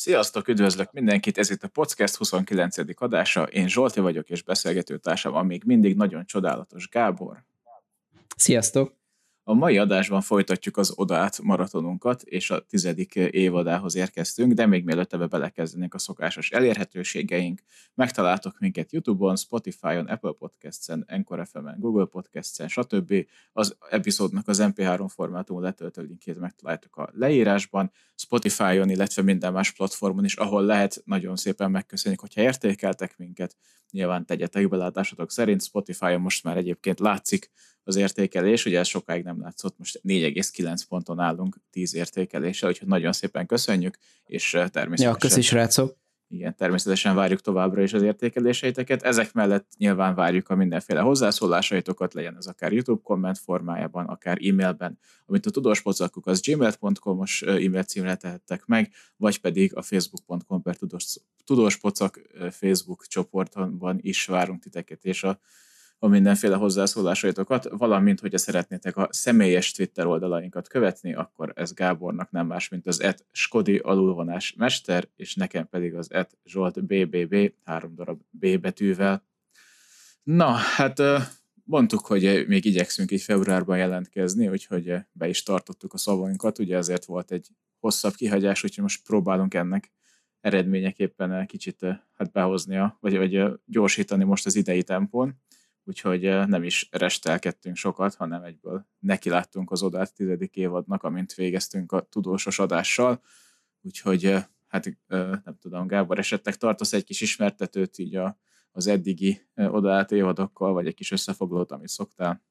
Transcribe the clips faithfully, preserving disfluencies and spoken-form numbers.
Sziasztok, üdvözlök mindenkit, ez itt a Podcast huszonkilencedik adása, én Zsolti vagyok, és beszélgetőtársam a még mindig nagyon csodálatos Gábor. Sziasztok! A mai adásban folytatjuk az Oda át maratonunkat, és a tizedik évadához érkeztünk, de még mielőtt ebbe belekezdenénk a szokásos elérhetőségeink, megtaláltok minket YouTube-on, Spotify-on, Apple Podcasts-en, Anchor ef em-en, Google Podcasts-en, stb. Az epizódnak az em pé három formátumú letöltő linkjét megtaláltok a leírásban, Spotify-on, illetve minden más platformon is, ahol lehet, nagyon szépen megköszönjük, hogyha értékeltek minket, nyilván tegyetek belátásotok szerint, Spotify-on most már egyébként látszik az értékelés, ugye ez sokáig nem látszott, most négy egész kilenc ponton állunk tíz értékeléssel, úgyhogy nagyon szépen köszönjük, és természetesen... Ja, köszi srácok! Igen, természetesen várjuk továbbra is az értékeléseiteket, ezek mellett nyilván várjuk a mindenféle hozzászólásaitokat, legyen ez akár YouTube komment formájában, akár e-mailben, amit a tudóspocakuk az gmail pont com-os e-mail címre tehettek meg, vagy pedig a facebook pont com per tudóspocak Facebook csoportban is várunk titeket, és a a mindenféle hozzászólásaitokat, valamint, hogyha szeretnétek a személyes Twitter oldalainkat követni, akkor ez Gábornak nem más, mint az et skodi alulvonás mester, és nekem pedig az et zsolt bé bé bé, három darab B betűvel. Na, hát mondtuk, hogy még igyekszünk így februárban jelentkezni, úgyhogy be is tartottuk a szavainkat, ugye ezért volt egy hosszabb kihagyás, úgyhogy most próbálunk ennek eredményeképpen kicsit hát behozni, vagy, vagy gyorsítani most az idei tempón. Úgyhogy nem is restelkedtünk sokat, hanem egyből nekiláttunk az Oda át tizedik évadnak, amint végeztünk a tudósos adással. Úgyhogy hát nem tudom, Gábor, esetleg tartasz egy kis ismertetőt így a, az eddigi Oda át évadokkal, vagy egy kis összefoglalót, amit szoktál?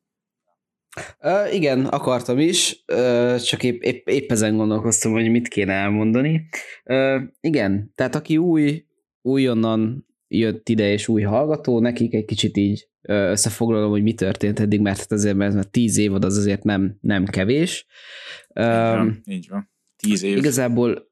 Uh, igen, akartam is, uh, csak épp, épp, épp ezen gondolkoztam, hogy mit kéne elmondani. Uh, igen, tehát aki új, újonnan jött ide és új hallgató, nekik egy kicsit így összefoglalom, hogy mi történt eddig, mert azért, mert tíz évad az azért nem, nem kevés. Így van, így van. Tíz év. Igazából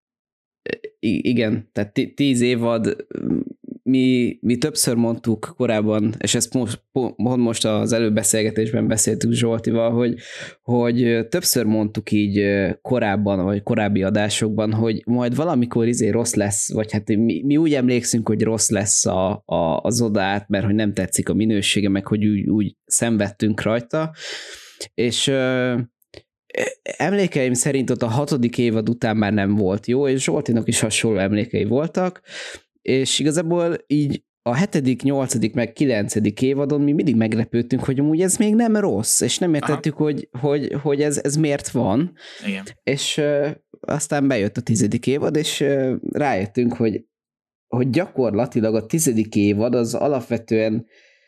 igen, tehát tíz évad, mi, mi többször mondtuk korábban, és ezt most, most az előbeszélgetésben beszéltük Zsoltival, hogy, hogy többször mondtuk így korábban, vagy korábbi adásokban, hogy majd valamikor izé rossz lesz, vagy hát mi, mi úgy emlékszünk, hogy rossz lesz a, a, az Oda át, mert hogy nem tetszik a minősége, meg hogy úgy, úgy szenvedtünk rajta, és emlékeim szerint ott a hatodik évad után már nem volt jó, és Zsoltinak is hasonló emlékei voltak, és igazából így a hetedik, nyolcadik, meg kilencedik évadon mi mindig meglepődtünk, hogy amúgy ez még nem rossz, és nem értettük, hogy, hogy, hogy ez, ez miért van. Igen. És uh, aztán bejött a tizedik évad, és uh, rájöttünk, hogy, hogy gyakorlatilag a tizedik évad az alapvetően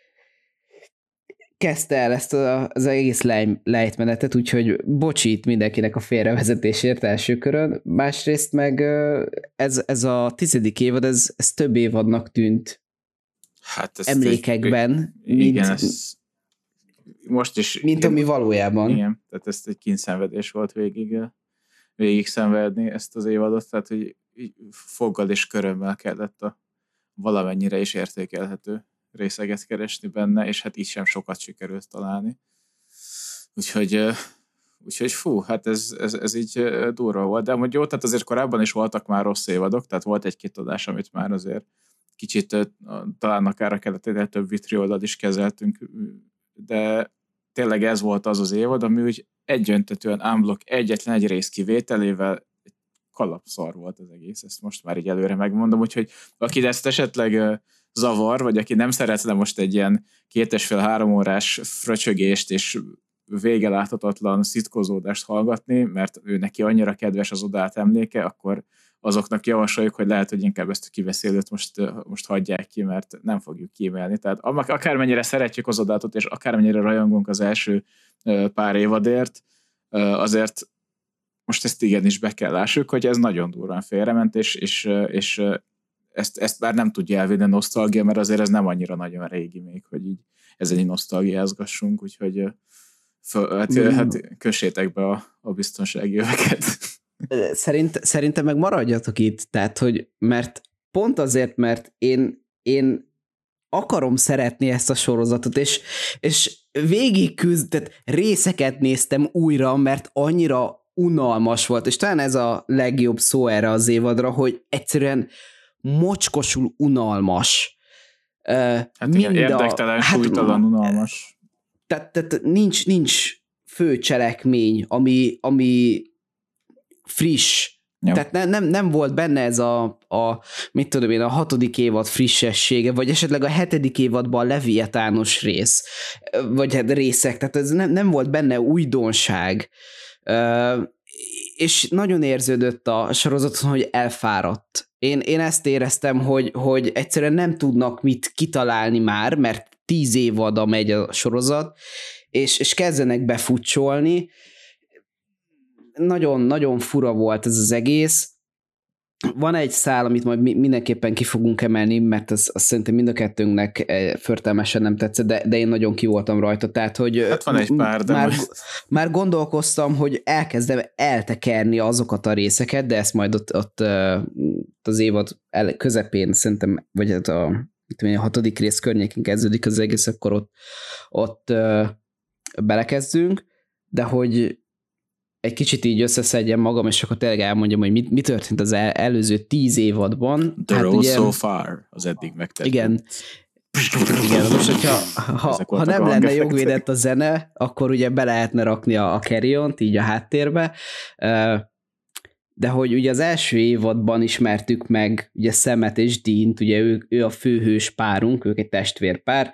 kezdte el ezt az egész lejtmenetet, úgyhogy bocsít mindenkinek a félrevezetésért első körön. Másrészt meg ez, ez a tizedik évad, ez, ez több évadnak tűnt hát emlékekben, egy, mint, igen, ez most is, mint igen, ami valójában. Igen, tehát ez egy kínszenvedés volt végig, végig szenvedni ezt az évadot, tehát hogy foggal és körömmel kellett a valamennyire is értékelhető részeget keresni benne, és hát így sem sokat sikerült találni. Úgyhogy, úgyhogy fú, hát ez, ez, ez így durva volt. De amúgy jó, tehát azért korábban is voltak már rossz évadok, tehát volt egy-két adás, amit már azért kicsit talán akár a keletében több vitrioldal is kezeltünk, de tényleg ez volt az az évad, ami úgy egyöntetően unblock egyetlen egy rész kivételével kalapszar volt az egész, ezt most már így előre megmondom, úgyhogy aki ezt esetleg zavar, vagy aki nem szeretne most egy ilyen két és fél három órás fröcsögést és vége láthatatlan szitkozódást hallgatni, mert ő neki annyira kedves az Oda át emléke, akkor azoknak javasoljuk, hogy lehet, hogy inkább ezt a kibeszélőt most, most hagyják ki, mert nem fogjuk kímélni. Tehát akármennyire szeretjük az Oda átot, és akármennyire rajongunk az első pár évadért, azért most ezt igenis be kell lássuk, hogy ez nagyon durván félrement, és, és, és ezt, ezt már nem tudja elvinni a nosztalgia, mert azért ez nem annyira nagyon régi még, hogy így ezen így nosztalgiázgassunk, úgyhogy föl, hát, mm. hát kössétek be a, a biztonsági öveket. Szerint, szerintem meg maradjatok itt, tehát, hogy mert pont azért, mert én, én akarom szeretni ezt a sorozatot, és, és végig küzd, tehát részeket néztem újra, mert annyira unalmas volt, és talán ez a legjobb szó erre az évadra, hogy egyszerűen mocskosul unalmas. Hát igen, érdektelen, hát, súlytalan, unalmas. Tehát, tehát nincs, nincs fő cselekmény, ami, ami friss. Jó. Tehát ne, nem, nem volt benne ez a, a, mit tudom én, a hatodik évad frissessége, vagy esetleg a hetedik évadban a leviatános rész, vagy hát részek, tehát ez nem, nem volt benne újdonság. És nagyon érződött a sorozaton, hogy elfáradt. Én, én ezt éreztem, hogy, hogy egyszerűen nem tudnak mit kitalálni már, mert tíz évada megy a sorozat, és, és kezdenek befutcsolni. Nagyon-nagyon fura volt ez az egész. Van egy szál, amit majd mindenképpen ki fogunk emelni, mert az, az szerintem mind a kettőnknek förtelmesen nem tetszett, de, de én nagyon ki voltam rajta, tehát hogy hát van egy pár, de már, most... már gondolkoztam, hogy elkezdem eltekerni azokat a részeket, de ezt majd ott, ott az évad közepén szerintem, vagy hát a, a hatodik rész környékén kezdődik az egész, akkor ott, ott belekezdünk, de hogy egy kicsit így összeszedjem magam, és akkor tényleg elmondjam, hogy mi, mi történt az el, előző tíz évadban. The hát road ugye, so far, az eddig megtett. Igen. Igen, most, hogyha ha, ha nem lenne jogvédett a zene, akkor ugye be lehetne rakni a, a Carry-on-t így a háttérbe, de hogy ugye az első évadban ismertük meg ugye Samet és Deant, ugye ő, ő a főhős párunk, ők egy testvérpár,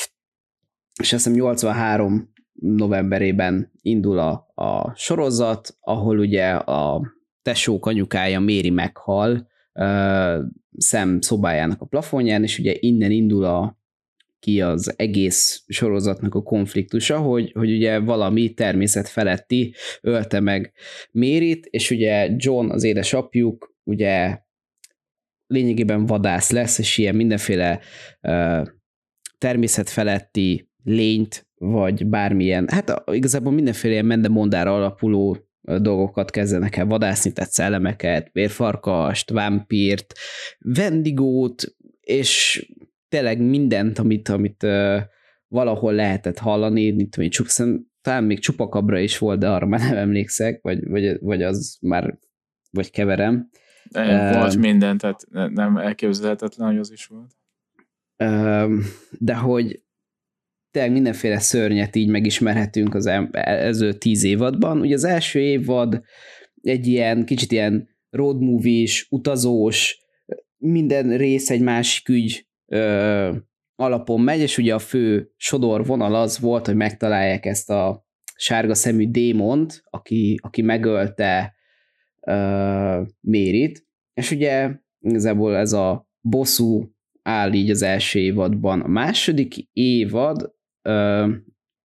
és azt hiszem nyolcvanhárom novemberében indul a, a sorozat, ahol ugye a tesók anyukája Mary meghal uh, Sam szobájának a plafonján, és ugye innen indul a, ki az egész sorozatnak a konfliktusa, hogy, hogy ugye valami természet feletti ölte meg Maryt, és ugye John, az édesapjuk, ugye lényegében vadász lesz, és ilyen mindenféle uh, természet feletti lényt, vagy bármilyen, hát igazából mindenféle ilyen mendemondára alapuló dolgokat kezdenek el vadászni, tehát szellemeket, vérfarkast, vámpírt, vendigót, és tényleg mindent, amit, amit uh, valahol lehetett hallani, mint tudom, csup, talán még csupakabra is volt, de arra már nem emlékszek, vagy, vagy, vagy az már, vagy keverem. De volt uh, minden, tehát nem elképzelhetetlen, hogy az is volt. Uh, de hogy tényleg mindenféle szörnyet így megismerhetünk az előző tíz évadban. Ugye az első évad egy ilyen kicsit ilyen road movie-s, utazós, minden rész egy másik ügy ö, alapon megy, és ugye a fő sodor vonal az volt, hogy megtalálják ezt a sárga szemű démont, aki, aki megölte ö, Maryt, és ugye igazából ez a bosszú áll így az első évadban. A második évad Uh,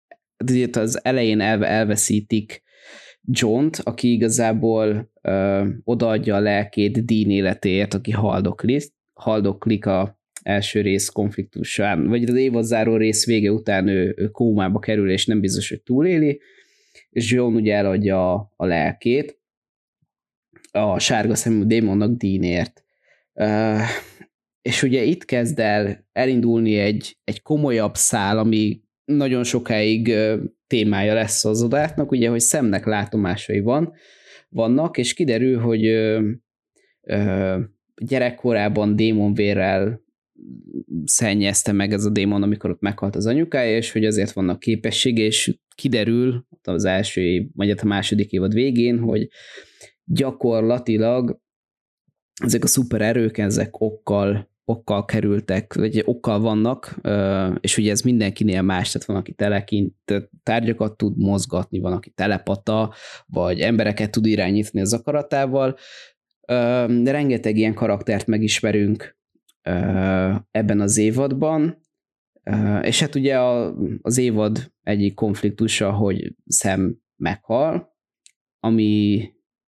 az elején elve, elveszítik Johnt, aki igazából uh, odaadja a lelkét Dean életéért, aki haldoklik, haldoklik a első rész konfliktusán, vagy az évadzáró rész vége után ő, ő kómába kerül, és nem biztos, hogy túléli, és John ugye eladja a, a lelkét a sárga szemű démonnak Deanért. Uh, és ugye itt kezd el elindulni egy, egy komolyabb szál, ami nagyon sokáig témája lesz az odátnak, ugye, hogy Samnek látomásai van, vannak, és kiderül, hogy ö, ö, gyerekkorában démonvérrel szennyezte meg ez a démon, amikor ott meghalt az anyukája, és hogy azért vannak képessége, és kiderül az első év, vagy a második évad végén, hogy gyakorlatilag ezek a szupererők, ezek okkal okkal kerültek, vagy okkal vannak, és ugye ez mindenkinél más, tehát van, aki telekint tárgyakat tud mozgatni, van, aki telepata, vagy embereket tud irányítani az akaratával. De rengeteg ilyen karaktert megismerünk ebben az évadban, és hát ugye az évad egyik konfliktusa, hogy Sam meghal, ami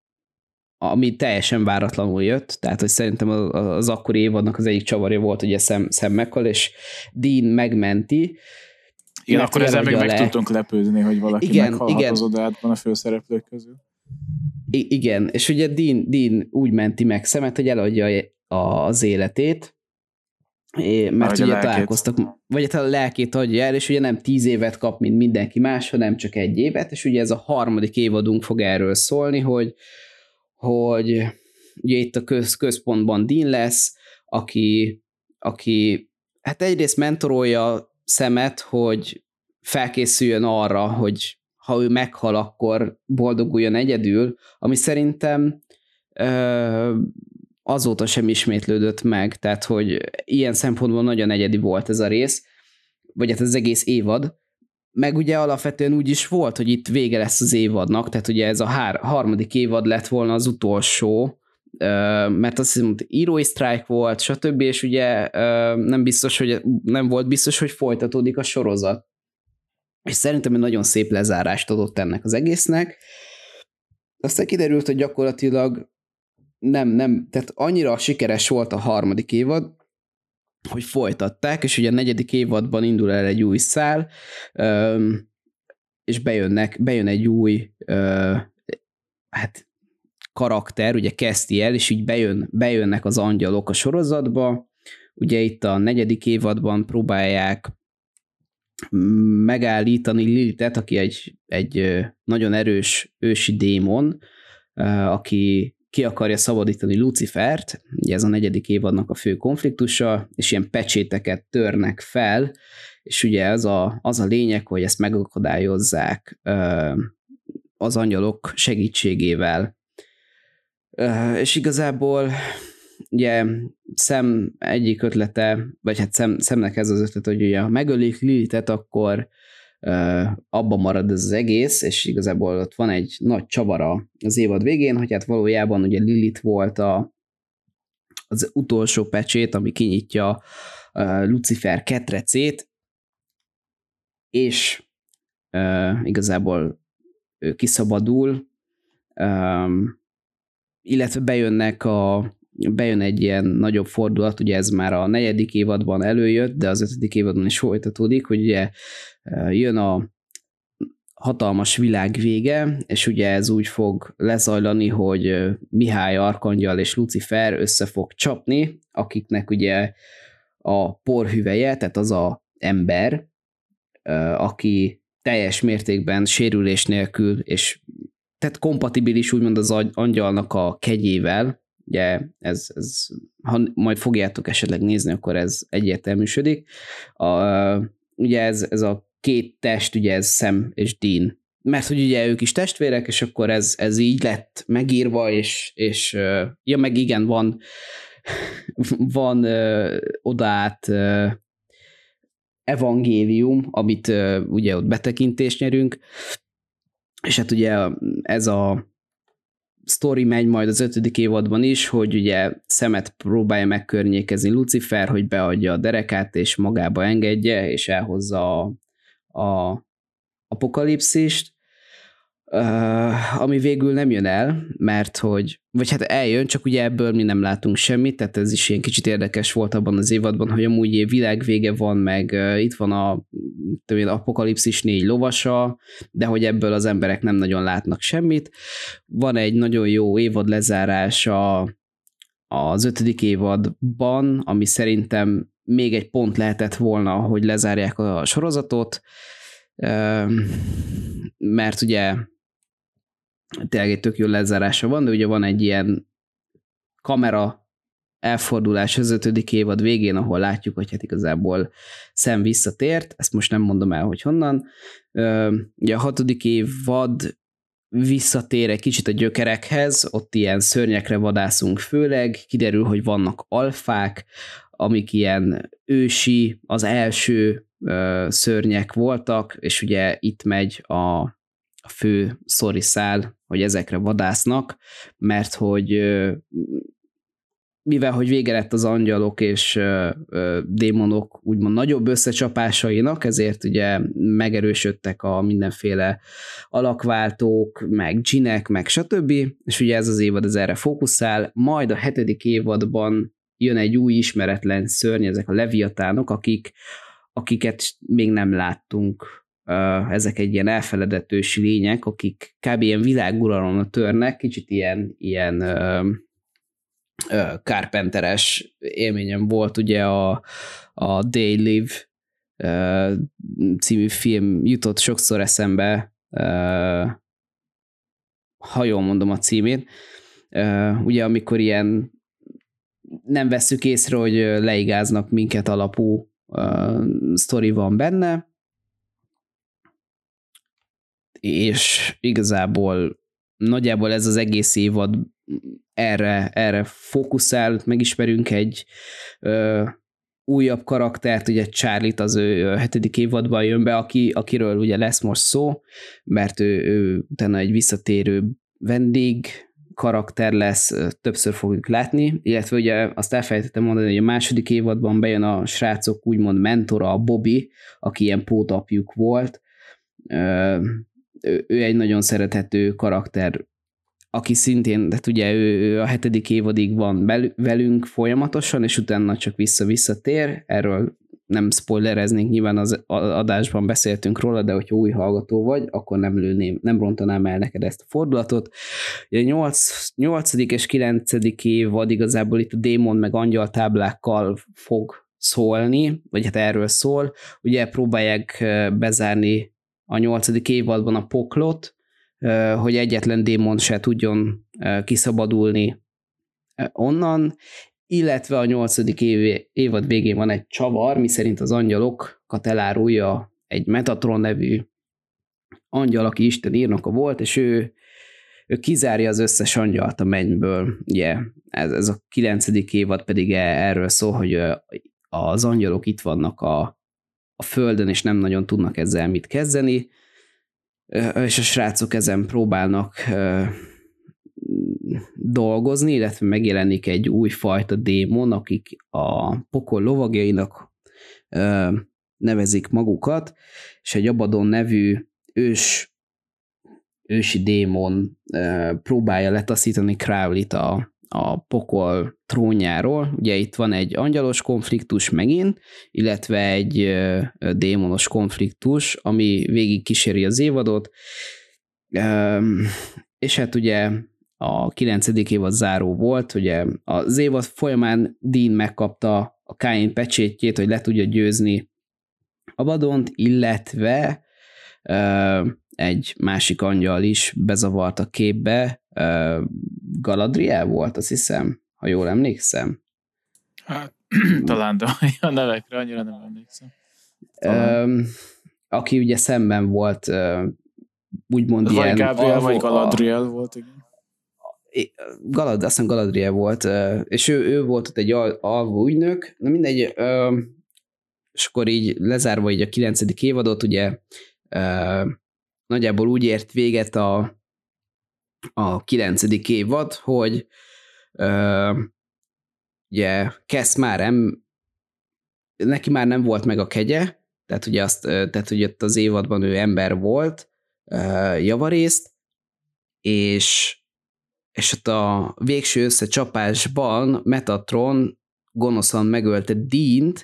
ami teljesen váratlanul jött, tehát hogy szerintem az, az akkori évadnak az egyik csavarja volt, hogy Sam, Sam meghal, és Dean megmenti. Igen, akkor ezzel meg, meg tudtunk lepődni, hogy valaki igen, meghalhat igen. az odátban a főszereplők közül. I- igen, és ugye Dean, Dean úgy menti meg Samet, hogy eladja az életét, É, mert Ahogy a ugye lelkét. találkoztak, vagy hát a lelkét adja el, és ugye nem tíz évet kap, mint mindenki más, hanem csak egy évet, és ugye ez a harmadik évadunk fog erről szólni, hogy, hogy ugye itt a köz, központban Dean lesz, aki, aki hát egyrészt mentorolja Samet, hogy felkészüljön arra, hogy ha ő meghal, akkor boldoguljon egyedül, ami szerintem ö, azóta sem ismétlődött meg, tehát hogy ilyen szempontból nagyon egyedi volt ez a rész, vagy hát az egész évad, meg ugye alapvetően úgy is volt, hogy itt vége lesz az évadnak, tehát ugye ez a hár, harmadik évad lett volna az utolsó, mert azt hiszem, hogy írói sztrájk volt, stb., és ugye nem biztos, hogy nem volt biztos, hogy folytatódik a sorozat. És szerintem egy nagyon szép lezárást adott ennek az egésznek. Aztán kiderült, hogy gyakorlatilag nem, nem, tehát annyira sikeres volt a harmadik évad, hogy folytatták, és ugye a negyedik évadban indul el egy új szál, és bejönnek, bejön egy új hát karakter, ugye Castiel, és így bejön, bejönnek az angyalok a sorozatba. Ugye itt a negyedik évadban próbálják megállítani Lilithet, aki egy, egy nagyon erős ősi démon, aki ki akarja szabadítani Lucifert, ugye ez a negyedik évadnak a fő konfliktusa, és ilyen pecséteket törnek fel, és ugye az a, az a lényeg, hogy ezt megakadályozzák az angyalok segítségével. És igazából ugye Sam egyik ötlete, vagy hát Sam, Samnek ez az ötlet, hogy ugye ha megölik Lilithet, akkor uh, abban marad ez az egész, és igazából ott van egy nagy csavara az évad végén, hogy hát valójában ugye Lilith volt a, az utolsó pecsét, ami kinyitja uh, Lucifer ketrecét, és uh, igazából ő kiszabadul, um, illetve bejönnek a bejön egy ilyen nagyobb fordulat, ugye ez már a negyedik évadban előjött, de az ötödik évadban is folytatódik, hogy ugye jön a hatalmas világ vége, és ugye ez úgy fog lezajlani, hogy Mihály arkangyal és Lucifer össze fog csapni, akiknek ugye a porhüvelye, tehát az a ember, aki teljes mértékben sérülés nélkül, és tehát kompatibilis úgymond az angyalnak a kegyével, ugye ez, ez, ha majd fogjátok esetleg nézni, akkor ez egyértelműsödik. A, ugye ez, ez a két test, ugye ez Sam és Dean. Mert hogy ugye ők is testvérek, és akkor ez, ez így lett megírva, és, és ja, meg igen, van, van ö, odaát ö, evangélium, amit ö, ugye ott betekintést nyerünk, és hát ugye ez a sztori megy majd az ötödik évadban is, hogy ugye Samet próbálja megkörnyékezni Lucifer, hogy beadja a derekát, és magába engedje, és elhozza a, a apokalipszist, uh, ami végül nem jön el, mert hogy, vagy hát eljön, csak ugye ebből mi nem látunk semmit, tehát ez is ilyen kicsit érdekes volt abban az évadban, hogy amúgy világvége van, meg uh, itt van a tudom, apokalipszis négy lovasa, de hogy ebből az emberek nem nagyon látnak semmit. Van egy nagyon jó évad lezárás a, az ötödik évadban, ami szerintem még egy pont lehetett volna, hogy lezárják a sorozatot, uh, mert ugye tényleg egy tök jó lezárása van, de ugye van egy ilyen kamera elfordulás az ötödik évad végén, ahol látjuk, hogy hát igazából Sam visszatért, ezt most nem mondom el, hogy honnan. Ugye a hatodik évad visszatér egy kicsit a gyökerekhez, ott ilyen szörnyekre vadászunk főleg, kiderül, hogy vannak alfák, amik ilyen ősi, az első szörnyek voltak, és ugye itt megy a a fő sztori szál, hogy ezekre vadásznak, mert hogy mivel hogy vége lett az angyalok és démonok úgymond nagyobb összecsapásainak, ezért ugye megerősödtek a mindenféle alakváltók, meg dzsinek, meg stb. És ugye ez az évad az erre fókuszál, majd a hetedik évadban jön egy új ismeretlen szörny, ezek a leviatánok, akik, akiket még nem láttunk. Ezek egy ilyen elfeledett ősi lények, akik kb. Ilyen világuralomra törnek, kicsit ilyen, ilyen Carpenteres élményem volt, ugye a, a They Live című film jutott sokszor eszembe, ha jól mondom a címét, ugye amikor ilyen nem vesszük észre, hogy leigáznak minket alapú sztori van benne, és igazából nagyjából ez az egész évad erre, erre fókuszál, megismerünk egy ö, újabb karaktert, ugye Charlie-t, az ő hetedik évadban jön be, aki, akiről ugye lesz most szó, mert ő, ő utána egy visszatérő vendég karakter lesz, többször fogjuk látni, illetve ugye azt elfelejtettem mondani, hogy a második évadban bejön a srácok úgymond mentora, a Bobby, aki ilyen pótapjuk volt. Ö, ő, ő egy nagyon szerethető karakter, aki szintén, de ugye ő, ő a hetedik évadig van bel, velünk folyamatosan, és utána csak vissza-visszatér, erről nem spoilereznénk, nyilván az adásban beszéltünk róla, de hogyha új hallgató vagy, akkor nem lőném, nem rontanám el neked ezt a fordulatot. Ugye nyolc, nyolcadik és kilencedik évad igazából itt a démon meg angyal táblákkal fog szólni, vagy hát erről szól. Ugye próbálják bezárni a nyolcadik évadban a poklot, hogy egyetlen démon se tudjon kiszabadulni onnan, illetve a nyolcadik évad végén van egy csavar, miszerint az angyalokat elárulja egy Metatron nevű angyal, aki Isten írnoka volt, és ő, ő kizárja az összes angyalt a mennyből. Ugye, ez, ez a kilencedik évad pedig erről szól, hogy az angyalok itt vannak a, a földön, és nem nagyon tudnak ezzel mit kezdeni, és a srácok ezen próbálnak dolgozni, illetve megjelenik egy újfajta démon, akik a pokol lovagjainak nevezik magukat, és egy Abaddon nevű ős, ősi démon próbálja letaszítani Crowley-t a, a pokol trónjáról. Ugye itt van egy angyalos konfliktus megint, illetve egy démonos konfliktus, ami végig kíséri az évadot, és hát ugye a kilencedik évad záró volt, ugye az évad folyamán Dean megkapta a Cain pecsétjét, hogy le tudja győzni Abaddont, illetve uh, egy másik angyal is bezavart a képbe, uh, Galadriel volt, azt hiszem, ha jól emlékszem. Hát, talán, de a nevekre annyira nem emlékszem. Uh, aki ugye szemben volt, uh, úgymond vagy ilyen... Gabriel, alvo, vagy Galadriel a... volt, igen. Galad, azt hiszem Galadriel volt, és ő, ő volt ott egy al, alvó ügynök, na mindegy, és akkor így lezárva így a kilencedik évadot, ugye nagyjából úgy ért véget a, a kilencedik évad, hogy ugye Cass már nem, neki már nem volt meg a kegye, tehát ugye, azt, tehát ugye ott az évadban ő ember volt javarészt, és és ott a végső összecsapásban Metatron gonoszan megölte Deant,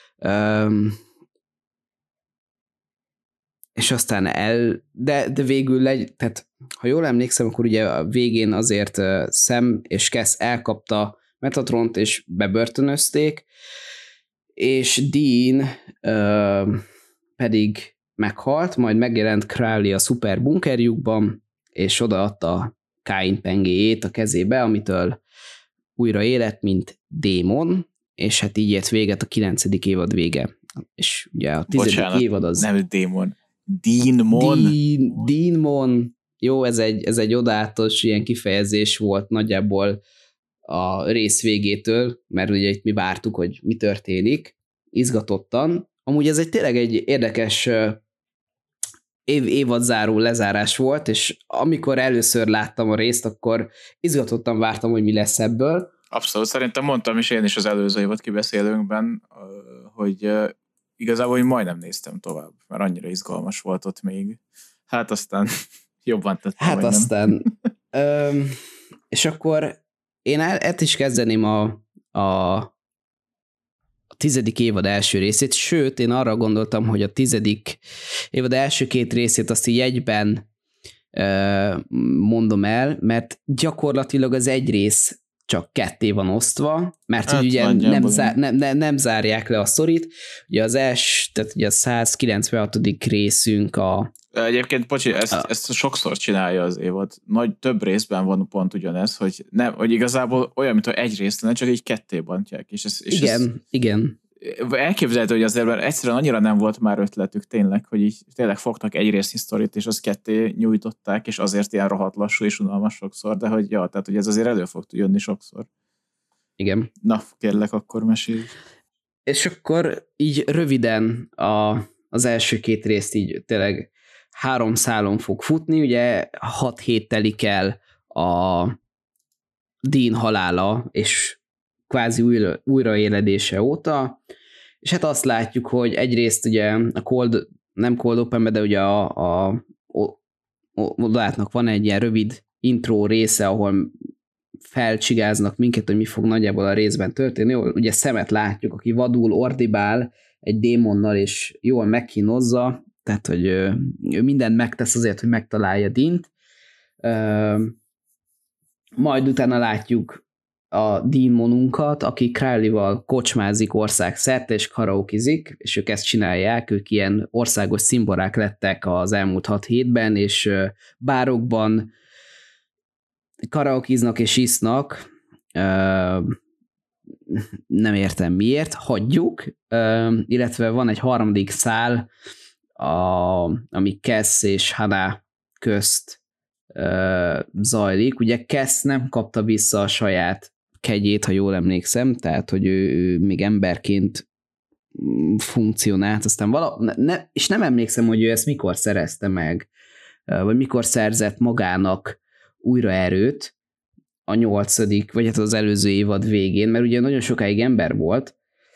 és aztán el, de, de végül legy, tehát ha jól emlékszem, akkor ugye a végén azért Sam és Cass elkapta Metatront, és bebörtönözték, és Dean uh, pedig meghalt, majd megjelent Crowley a szuper bunkerjukban, és odaadta Cain pengéjét a kezébe, amitől újra élet, mint démon, és hát így ért véget a kilencedik évad vége. És ugye a tizedik Bocsánat, évad az... nem démon. Deanmon. Dean, Deanmon. Jó, ez egy, ez egy odátos ilyen kifejezés volt nagyjából a rész végétől, mert ugye itt mi vártuk, hogy mi történik, izgatottan. Amúgy ez egy tényleg egy érdekes év, évadzáró lezárás volt, és amikor először láttam a részt, akkor izgatottan vártam, hogy mi lesz ebből. Abszolút, szerintem mondtam is én is az előző évad kibeszélőnkben, hogy igazából hogy majdnem néztem tovább, mert annyira izgalmas volt ott még. Hát aztán jobban tettem. Hát aztán. Öm, és akkor én el, el is kezdeném a, a, a tizedik évad első részét, sőt, én arra gondoltam, hogy a tizedik évad első két részét azt így egyben ö, mondom el, mert gyakorlatilag az egy rész csak ketté van osztva, mert hát, ugye nem, zár, nem, nem, nem zárják le a sztorit. Ugye az els, tehát ugye a száz kilencvenhatodik részünk a... Egyébként, bocsi, ezt, a... ezt sokszor csinálja az évad. Nagy több részben van pont ugyanez, hogy, nem, hogy igazából olyan, mintha egy részt lenne, csak így ketté bontják. És ez, és igen, ez, igen. Elképzelhető, hogy azért egyszerűen annyira nem volt már ötletük tényleg, hogy így tényleg fogtak egy résznyi sztorit, és azt ketté nyújtották, és azért ilyen rohadt lassú és unalmas sokszor, de hogy ja, tehát hogy ez azért elő fog jönni sokszor. Igen. Na, kérlek, akkor mesélj. És akkor így röviden a, az első két részt így tényleg három szálon fog futni, ugye hat hét telik el a Dean halála, és kvázi újra, újraéledése óta, és hát azt látjuk, hogy egyrészt ugye a Cold, nem Cold Open-ben, de ugye a, a, a, a látnak, van egy ilyen rövid intro része, ahol felcsigáznak minket, hogy mi fog nagyjából a részben történni. Ugye Samet látjuk, aki vadul ordibál egy démonnal, és jól megkínozza, tehát, hogy ő, ő mindent megtesz azért, hogy megtalálja Deant. Majd utána látjuk a démonunkat, aki Crowley-val kocsmázik országszerte, és karaokizik, és ők ezt csinálják, ők ilyen országos szimborák lettek az elmúlt hat hétben, és bárokban karaokiznak és isznak, nem értem miért, hagyjuk, illetve van egy harmadik szál, a, ami Cass és Hannah közt zajlik. Ugye Cass nem kapta vissza a saját kegyét, ha jól emlékszem, tehát, hogy ő, ő még emberként funkcionált, aztán vala, ne, és nem emlékszem, hogy ő ezt mikor szerezte meg, vagy mikor szerzett magának újra erőt a nyolcadik, vagy hát az előző évad végén, mert ugye nagyon sokáig ember volt,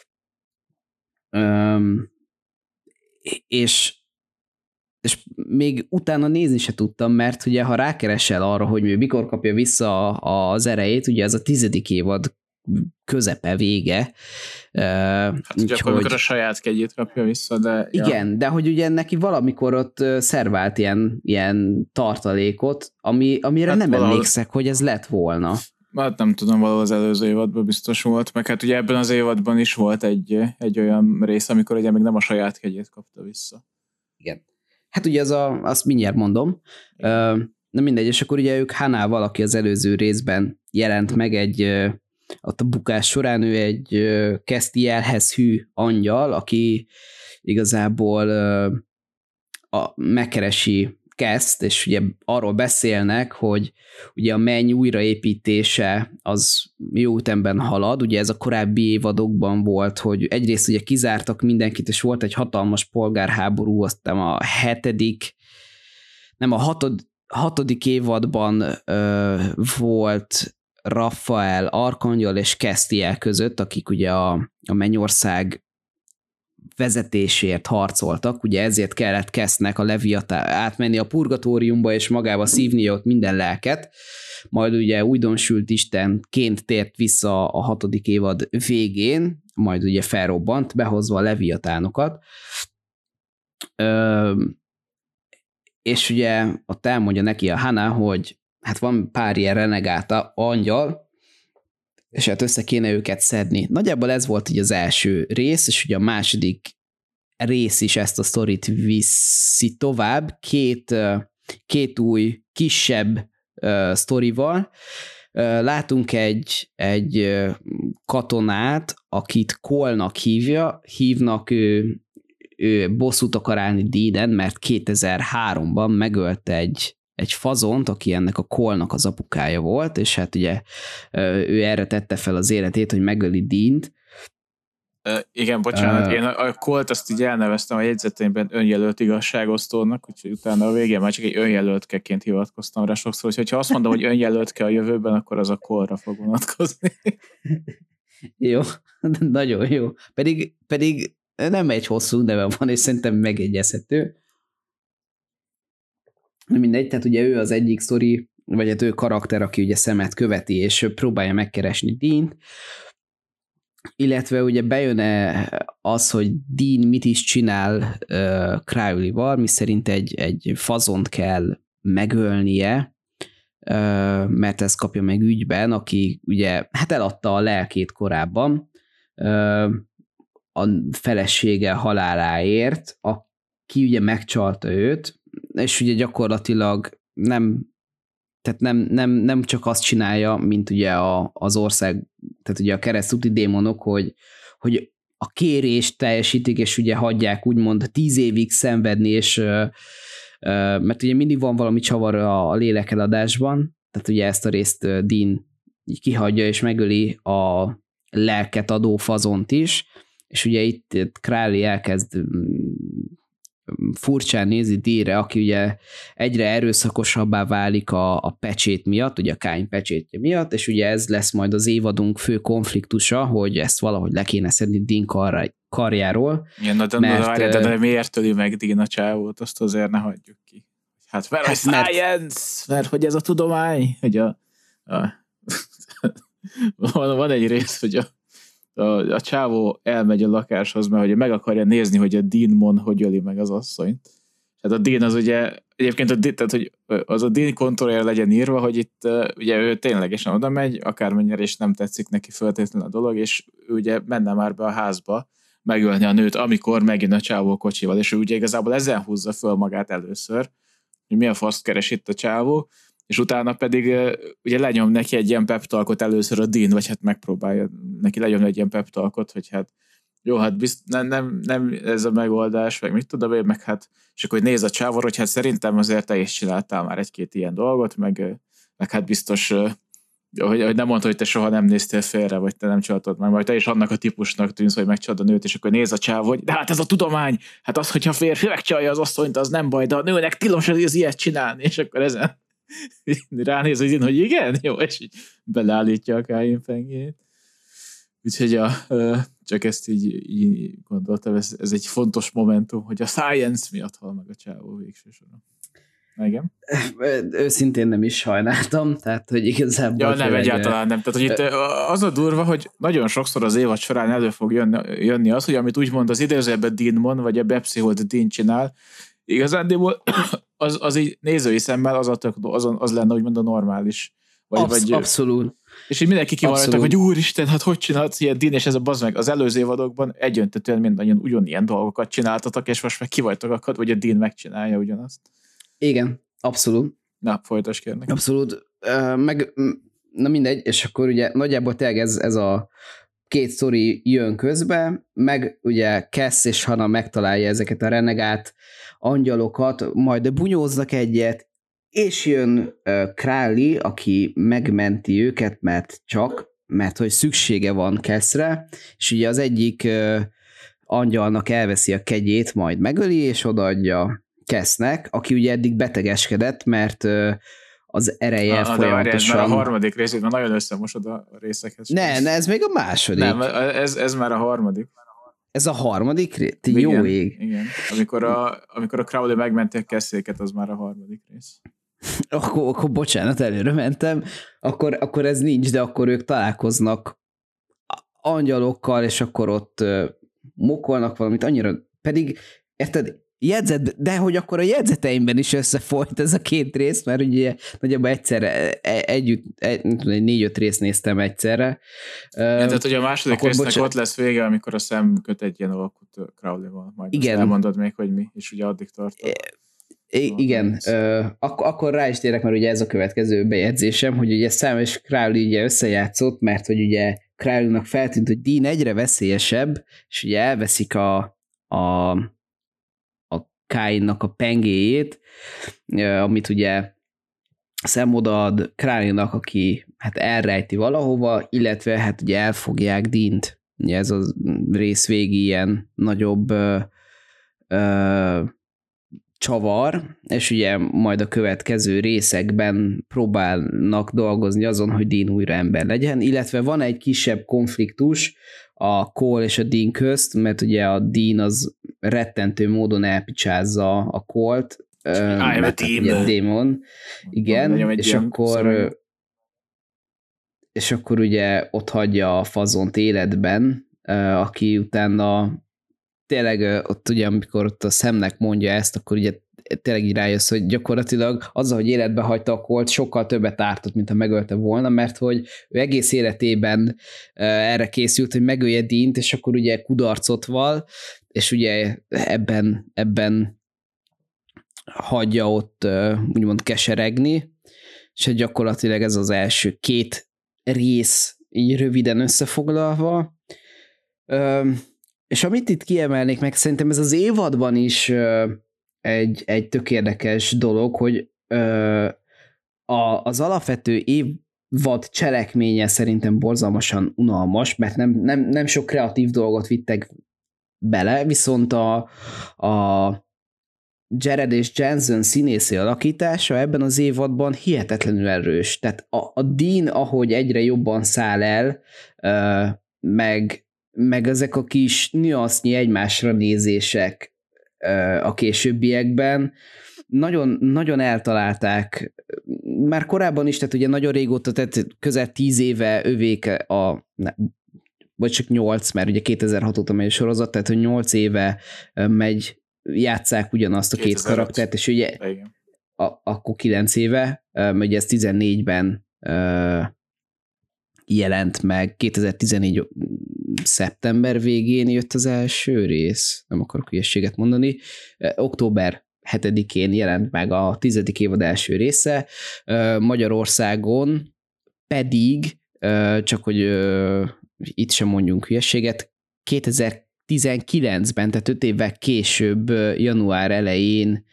Üm, és és még utána nézni se tudtam, mert ugye ha rákeresel arra, hogy ő mikor kapja vissza az erejét, ugye ez a tizedik évad közepe, vége. Hát ugye úgy, akkor, amikor a saját kegyét kapja vissza, de... Igen, ja. de hogy ugye neki valamikor ott szervált ilyen, ilyen tartalékot, ami, amire hát nem valahol... emlékszek, hogy ez lett volna. Hát nem tudom, valahol az előző évadban biztos volt, meg hát ugye ebben az évadban is volt egy, egy olyan rész, amikor ugye még nem a saját kegyét kapta vissza. Igen. Hát ugye az a, azt mindjárt mondom, na mindegy, és akkor ugye ők Hannah-val, aki az előző részben jelent meg egy, ott a bukás során, ő egy Castielhez hű angyal, aki igazából a, megkeresi Casst, és ugye arról beszélnek, hogy ugye a menny újraépítése az jó ütemben halad, ugye ez a korábbi évadokban volt, hogy egyrészt ugye kizártak mindenkit, és volt egy hatalmas polgárháború, aztán a hetedik, nem a hatod, hatodik évadban ö, volt Raphael Arkangyal és Castiel között, akik ugye a, a Mennyország vezetésért harcoltak, ugye ezért kellett Cassnek a Leviatán átmenni a purgatóriumba, és magába szívni ott minden lelket, majd ugye újdonsült istenként tért vissza a hatodik évad végén, majd ugye felrobbant, behozva a leviatánokat. Ö, és ugye ott elmondja neki a Hannah, hogy hát van pár ilyen renegáta angyal, és hát össze kéne őket szedni. Nagyjából ez volt így az első rész, és ugye a második rész is ezt a sztorit viszi tovább, két, két új, kisebb uh, sztorival. Uh, látunk egy, egy katonát, akit Cole-nak hívja, hívnak, ő, ő bosszút akar állni Deanen, mert kétezer-háromban megölte egy egy fazont, aki ennek a Cole-nak az apukája volt, és hát ugye ő erre tette fel az életét, hogy megöli Deant. Uh, igen, bocsánat, uh, én a, a Colt azt így elneveztem a jegyzeteimben önjelölt igazságosztónak, úgyhogy utána a végén már csak egy önjelöltkeként hivatkoztam rá sokszor, úgyhogy ha azt mondom, hogy önjelöltke a jövőben, akkor az a Colra fog vonatkozni. Jó, nagyon jó. Pedig, pedig nem egy hosszú neve van, és szerintem megegyezhető. Mindegy, tehát ugye ő az egyik sztori, vagy hát ő karakter, aki ugye Samet követi, és próbálja megkeresni Deant, illetve ugye bejön-e az, hogy Dean mit is csinál uh, Crowley-val, miszerint egy, egy fazont kell megölnie, mert ezt kapja meg ügyben, aki ugye hát eladta a lelkét korábban a felesége haláláért, aki ugye megcsalta őt, és ugye gyakorlatilag nem, tehát nem, nem, nem csak azt csinálja, mint ugye a, az ország, tehát ugye a keresztúti démonok, hogy, hogy a kérést teljesítik, és ugye hagyják úgymond tíz évig szenvedni, és mert ugye mindig van valami csavar a lélekeladásban, tehát ugye ezt a részt Dean így kihagyja, és megöli a lelket adó fazont is, és ugye itt, itt Crowley elkezd furcsán nézi Deanre, aki ugye egyre erőszakosabbá válik a, a pecsét miatt, ugye a Káin pecsétje miatt, és ugye ez lesz majd az évadunk fő konfliktusa, hogy ezt valahogy le kéne szedni Dean kar, karjáról. Igen, na, de, mert, de, de, de miért töli meg Dean a csávót, azt azért ne hagyjuk ki. Hát mert hát, a science, mert, mert hogy ez a tudomány, hogy a, a van, van egy rész, hogy a A, a csávó elmegy a lakáshoz, mert hogy meg akarja nézni, hogy a Dean Mon hogy öli meg az asszonyt. Tehát a Dean az ugye, egyébként a, tehát, hogy az a Dean kontrolljára legyen írva, hogy itt ugye ő ténylegesen oda megy, akármennyire is nem tetszik neki feltétlenül a dolog, és ő ugye menne már be a házba megölni a nőt, amikor megjön a csávó kocsival, és ő ugye igazából ezen húzza föl magát először, hogy mi a faszt keres itt a csávó, és utána pedig ugye lenyom neki egy ilyen peptalkot először a Dean, vagy hát megpróbálja neki lenyomni egy ilyen peptalkot, hogy hát jó, hát bizt, nem, nem, nem ez a megoldás, meg mit tudom én, meg hát, és akkor néz a csávor, hogy hát szerintem azért te is csináltál már egy-két ilyen dolgot, meg, meg hát biztos, hogy, hogy nem mondta, hogy te soha nem néztél félre, vagy te nem csaltad meg, vagy te is annak a típusnak tűnsz, hogy megcsalad a nőt, és akkor néz a csáv, hogy de hát ez a tudomány, hát az, hogyha férfi megcsalja az asszonyt, az nem baj, de a nőnek tilos az ilyet csinálni, és akkor ezen ránéz, hogy, hogy igen, jó, és így beleállítja a Káin pengét. Úgyhogy a, csak ezt így, így gondoltam, ez, ez egy fontos momentum, hogy a science miatt hal meg a csávó végső soron. Igen? Őszintén nem is sajnáltam, tehát, hogy igazából... Ja, nem, egyáltalán nem. Tehát, hogy itt az a durva, hogy nagyon sokszor az évad során elő fog jönni, jönni az, hogy amit úgymond az idézőben Dean Mon, vagy a Bepsihold Dean csinál, igazándiból az, az így nézői szemmel az, a tök, az, az lenne úgymond a normális. Vagy, Absz- vagy, abszolút. És így mindenki kivaroltak, hogy úristen, hát hogy csinálsz ilyen Dean, és ez a bazd meg az előző évadokban egyöntetően mindannyian ugyanilyen dolgokat csináltatok, és most meg ki vagytok akad, hogy a Dean megcsinálja ugyanazt. Igen, abszolút. Na, folytas kérnek. Abszolút. Uh, meg, na mindegy, és akkor ugye nagyjából tényleg ez, ez a két sztori jön közbe, meg ugye Cass és Hannah megtalálja ezeket a renegát angyalokat, majd bunyóznak egyet, és jön uh, Crowley, aki megmenti őket, mert csak, mert hogy szüksége van Cassre, és ugye az egyik uh, angyalnak elveszi a kegyét, majd megöli, és odaadja Cassnek, aki ugye eddig betegeskedett, mert uh, az ereje a, folyamatosan... Ez már a harmadik rész, mert nagyon összemosod a részekhez. Ne, ne, ez még a második. Nem, ez, ez már a harmadik. Ez a harmadik rész? Jó igen, ég. Igen, amikor a, amikor a Crowley megmenti a Casszéket, az már a harmadik rész. Akkor, akkor bocsánat, előre mentem. Akkor, akkor ez nincs, de akkor ők találkoznak angyalokkal, és akkor ott uh, mokolnak valamit, annyira pedig, érted, jegyzet, de hogy akkor a jegyzeteimben is összefolyt ez a két rész, mert ugye nagyjából egyszerre, együtt, egy, négy-öt részt néztem egyszerre. Ja, tehát, hogy a második résznek bocsánat. Ott lesz vége, amikor a szem köt egy ilyen alakút Crowley-val. Majd igen. Elmondod még, hogy mi, és ugye addig tart. I- igen, uh, ak- akkor rá is térek, mert ugye ez a következő bejegyzésem, hogy ugye Sam és Crowley ugye összejátszott, mert hogy ugye Crowley-nak feltűnt, hogy Dean egyre veszélyesebb, és ugye elveszik a, a Káinnak a pengéjét, amit ugye Sam odaad Crowley-nak, aki hát elrejti valahova, illetve hát ugye elfogják Deant. Ugye ez a rész végi ilyen nagyobb ö, ö, csavar, és ugye majd a következő részekben próbálnak dolgozni azon, hogy Dean újra ember legyen, illetve van egy kisebb konfliktus a Cole és a Dean közt, mert ugye a Dean az rettentő módon elpicsázza a Colt, mert ugye démon, igen, és akkor és akkor ugye ott hagyja a fazont életben, aki utána tényleg ott ugye, amikor ott a Samnek mondja ezt, akkor ugye tényleg így rájössz, hogy gyakorlatilag azzal, hogy életbe hagyta a Colt, sokkal többet ártott, mint ha megölte volna, mert hogy ő egész életében erre készült, hogy megölje Deant, és akkor ugye kudarcot val, és ugye ebben, ebben hagyja ott úgymond keseregni, és gyakorlatilag ez az első két rész így röviden összefoglalva. És amit itt kiemelnék meg, szerintem ez az évadban is egy, egy tök érdekes dolog, hogy az alapvető évad cselekménye szerintem borzalmasan unalmas, mert nem, nem, nem sok kreatív dolgot vittek bele, viszont a, a Jared és Jensen színészi alakítása ebben az évadban hihetetlenül erős. Tehát a, a Dean, ahogy egyre jobban száll el, meg, meg ezek a kis nüansznyi egymásra nézések a későbbiekben, nagyon, nagyon eltalálták, már korábban is, tehát ugye nagyon régóta, tehát közel tíz éve övék a, ne, vagy csak nyolc, mert ugye kétezer-hat óta megy a sorozat, tehát hogy nyolc éve megy, játsszák ugyanazt a két kétezer-öt karaktert, és ugye a, akkor kilenc éve, ugye ez tizennégyben uh, jelent meg, kétezer-tizennégy szeptember végén jött az első rész, nem akarok hülyességet mondani, uh, október hetedikén jelent meg a tizedik évad első része, uh, Magyarországon pedig, uh, csak hogy uh, itt sem mondjunk hülyességet, kétezer-tizenkilencben, tehát öt évvel később, január elején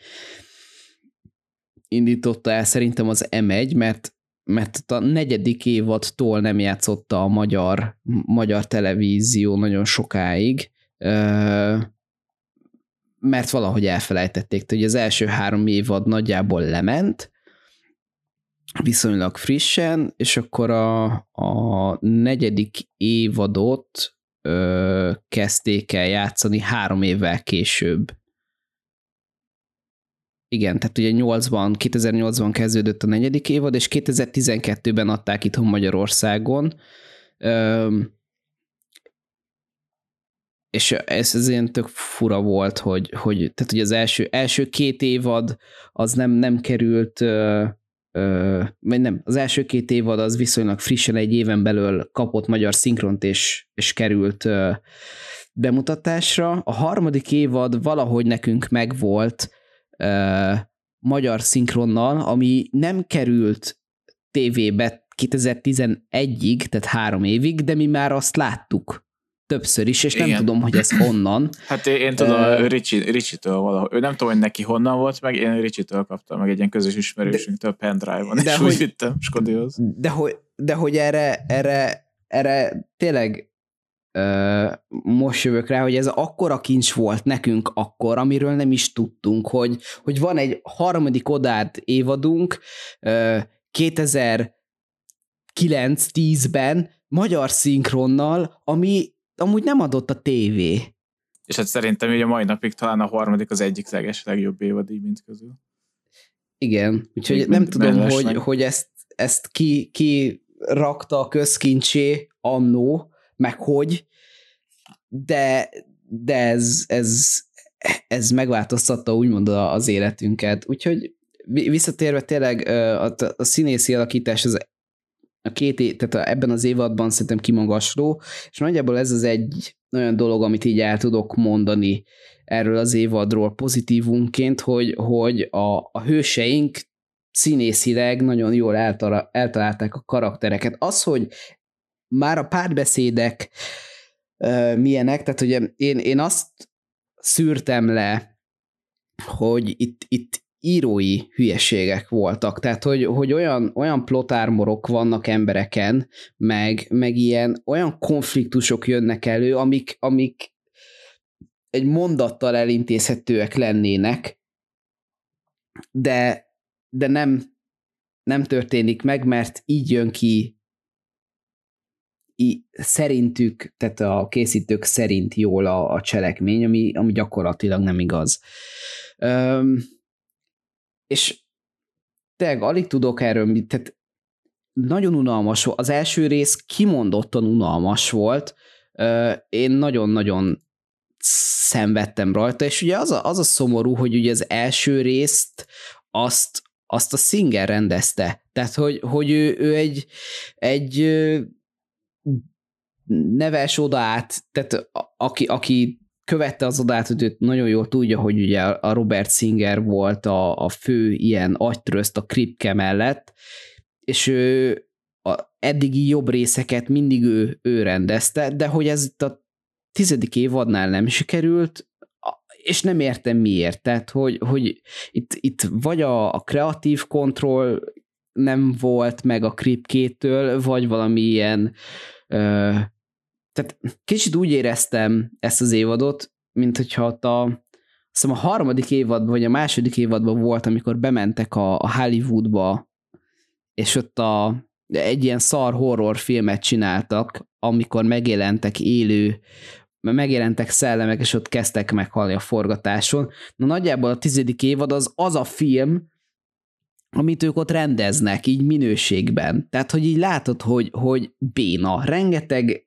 indította el szerintem az em egy, mert, mert a negyedik évadtól nem játszotta a magyar, magyar televízió nagyon sokáig, mert valahogy elfelejtették, hogy az első három évad nagyjából lement, viszonylag frissen, és akkor a, a negyedik évadot ö, kezdték el játszani három évvel később. Igen, tehát ugye nyolcban, kétezer-nyolcban kezdődött a negyedik évad, és kétezer-tizenkettőben adták itthon Magyarországon, ö, és ez, ez ilyen tök fura volt, hogy, hogy tehát ugye az első, első két évad az nem, nem került, ö, ö, vagy nem, az első két évad az viszonylag frissen egy éven belül kapott magyar szinkront, és, és került ö, bemutatásra. A harmadik évad valahogy nekünk megvolt ö, magyar szinkronnal, ami nem került tévébe kétezer-tizenegyig, tehát három évig, de mi már azt láttuk többször is, és nem Igen. tudom, hogy ez honnan. Hát én, én tudom, uh, Ricsi, Ricsitől valahol. Ő nem tudom, hogy neki honnan volt meg, én Ricsitől kaptam meg egy ilyen közös ismerősünktől pendrive-on, és hogy, úgy vittem Skodihoz. De hogy, de hogy erre, erre, erre tényleg uh, most jövök rá, hogy ez akkora kincs volt nekünk akkor, amiről nem is tudtunk, hogy, hogy van egy harmadik odád évadunk uh, kétezer-kilenc-tízben magyar szinkronnal, ami amúgy nem adott a tévé. És hát szerintem ugye a mai napig talán a harmadik az egyik leges legjobb évad így mind közül. Igen, úgyhogy Még nem tudom, hogy, hogy ezt, ezt ki, ki rakta a közkincsé annó, meg hogy, de, de ez, ez, ez megváltoztatta úgymond az életünket. Úgyhogy visszatérve tényleg a, a színészi alakítás az a két é- tehát a, ebben az évadban szerintem kimagasló, és nagyjából ez az egy olyan dolog, amit így el tudok mondani erről az évadról pozitívunként, hogy, hogy a, a hőseink színészileg nagyon jól eltara, eltalálták a karaktereket. Az, hogy már a párbeszédek uh, milyenek, tehát ugye én, én azt szűrtem le, hogy itt, itt írói hülyeségek voltak, tehát hogy, hogy olyan, olyan plotármorok vannak embereken, meg, meg ilyen olyan konfliktusok jönnek elő, amik, amik egy mondattal elintézhetőek lennének, de, de nem, nem történik meg, mert így jön ki í, szerintük, tehát a készítők szerint jól a, a cselekmény, ami, ami gyakorlatilag nem igaz. Öm, és tényleg alig tudok erről, tehát nagyon unalmas volt. Az első rész kimondottan unalmas volt. Én nagyon-nagyon szenvedtem rajta, és ugye az a, az a szomorú, hogy ugye az első részt azt, azt a Singer rendezte. Tehát, hogy, hogy ő, ő egy, egy neves odát, tehát aki, aki követte az odát, hogy őt nagyon jól tudja, hogy ugye a Robert Singer volt a, a fő ilyen agytröszt a Kripke mellett, és ő a eddigi jobb részeket mindig ő, ő rendezte, de hogy ez itt a tizedik évadnál nem sikerült, és nem értem miért. Tehát, hogy, hogy itt, itt vagy a, a kreatív kontroll nem volt meg a Kripkétől, vagy valami ilyen ö, tehát kicsit úgy éreztem ezt az évadot, mint hogyha ott a, azt hiszem a harmadik évadban, vagy a második évadban volt, amikor bementek a, a Hollywoodba, és ott a, egy ilyen szar horror filmet csináltak, amikor megjelentek élő, megjelentek szellemek, és ott kezdtek meghalni a forgatáson. Na nagyjából a tizedik évad az az a film, amit ők ott rendeznek, így minőségben. Tehát, hogy így látod, hogy, hogy béna. Rengeteg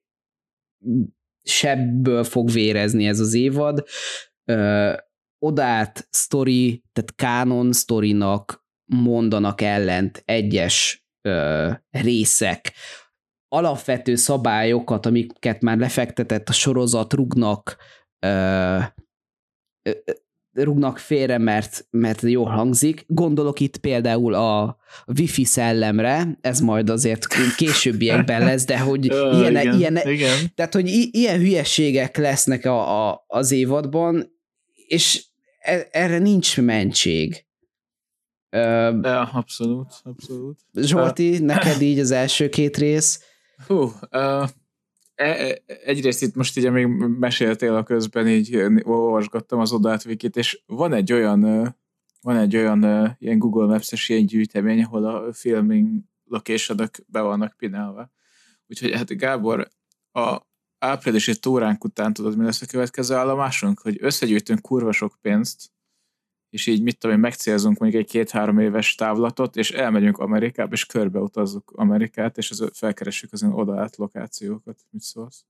sebből fog vérezni ez az évad. Ö, odát sztori, tehát kánon sztorinak mondanak ellent egyes ö, részek. Alapvető szabályokat, amiket már lefektetett a sorozat, rugnak ö, ö, rúgnak félre, mert, mert jól hangzik. Gondolok itt például a Wi-Fi szellemre, ez majd azért későbbiekben lesz, de hogy ja, ilyen, igen, ilyen, igen. tehát, hogy i- ilyen hülyeségek lesznek a, a, az évadban, és e- erre nincs mentség. Uh, ja, abszolút, abszolút. Zsolti, uh, neked így az első két rész? Hú, uh, egyrészt itt most így még meséltél a közben, így olvasgattam az Odát Wikit, és van egy olyan, van egy olyan ilyen Google Maps-es ilyen gyűjtemény, ahol a filming location-ök be vannak pinelve. Úgyhogy hát Gábor, a áprilisi túránk után tudod, mi lesz a következő állomásunk? Hogy összegyűjtünk kurva sok pénzt, és így mit tudom én, megcélzunk mondjuk egy két-három éves távlatot, és elmegyünk Amerikába, és körbeutazzuk Amerikát, és az, felkeressük az ilyen odaállt lokációkat. Mit szólsz?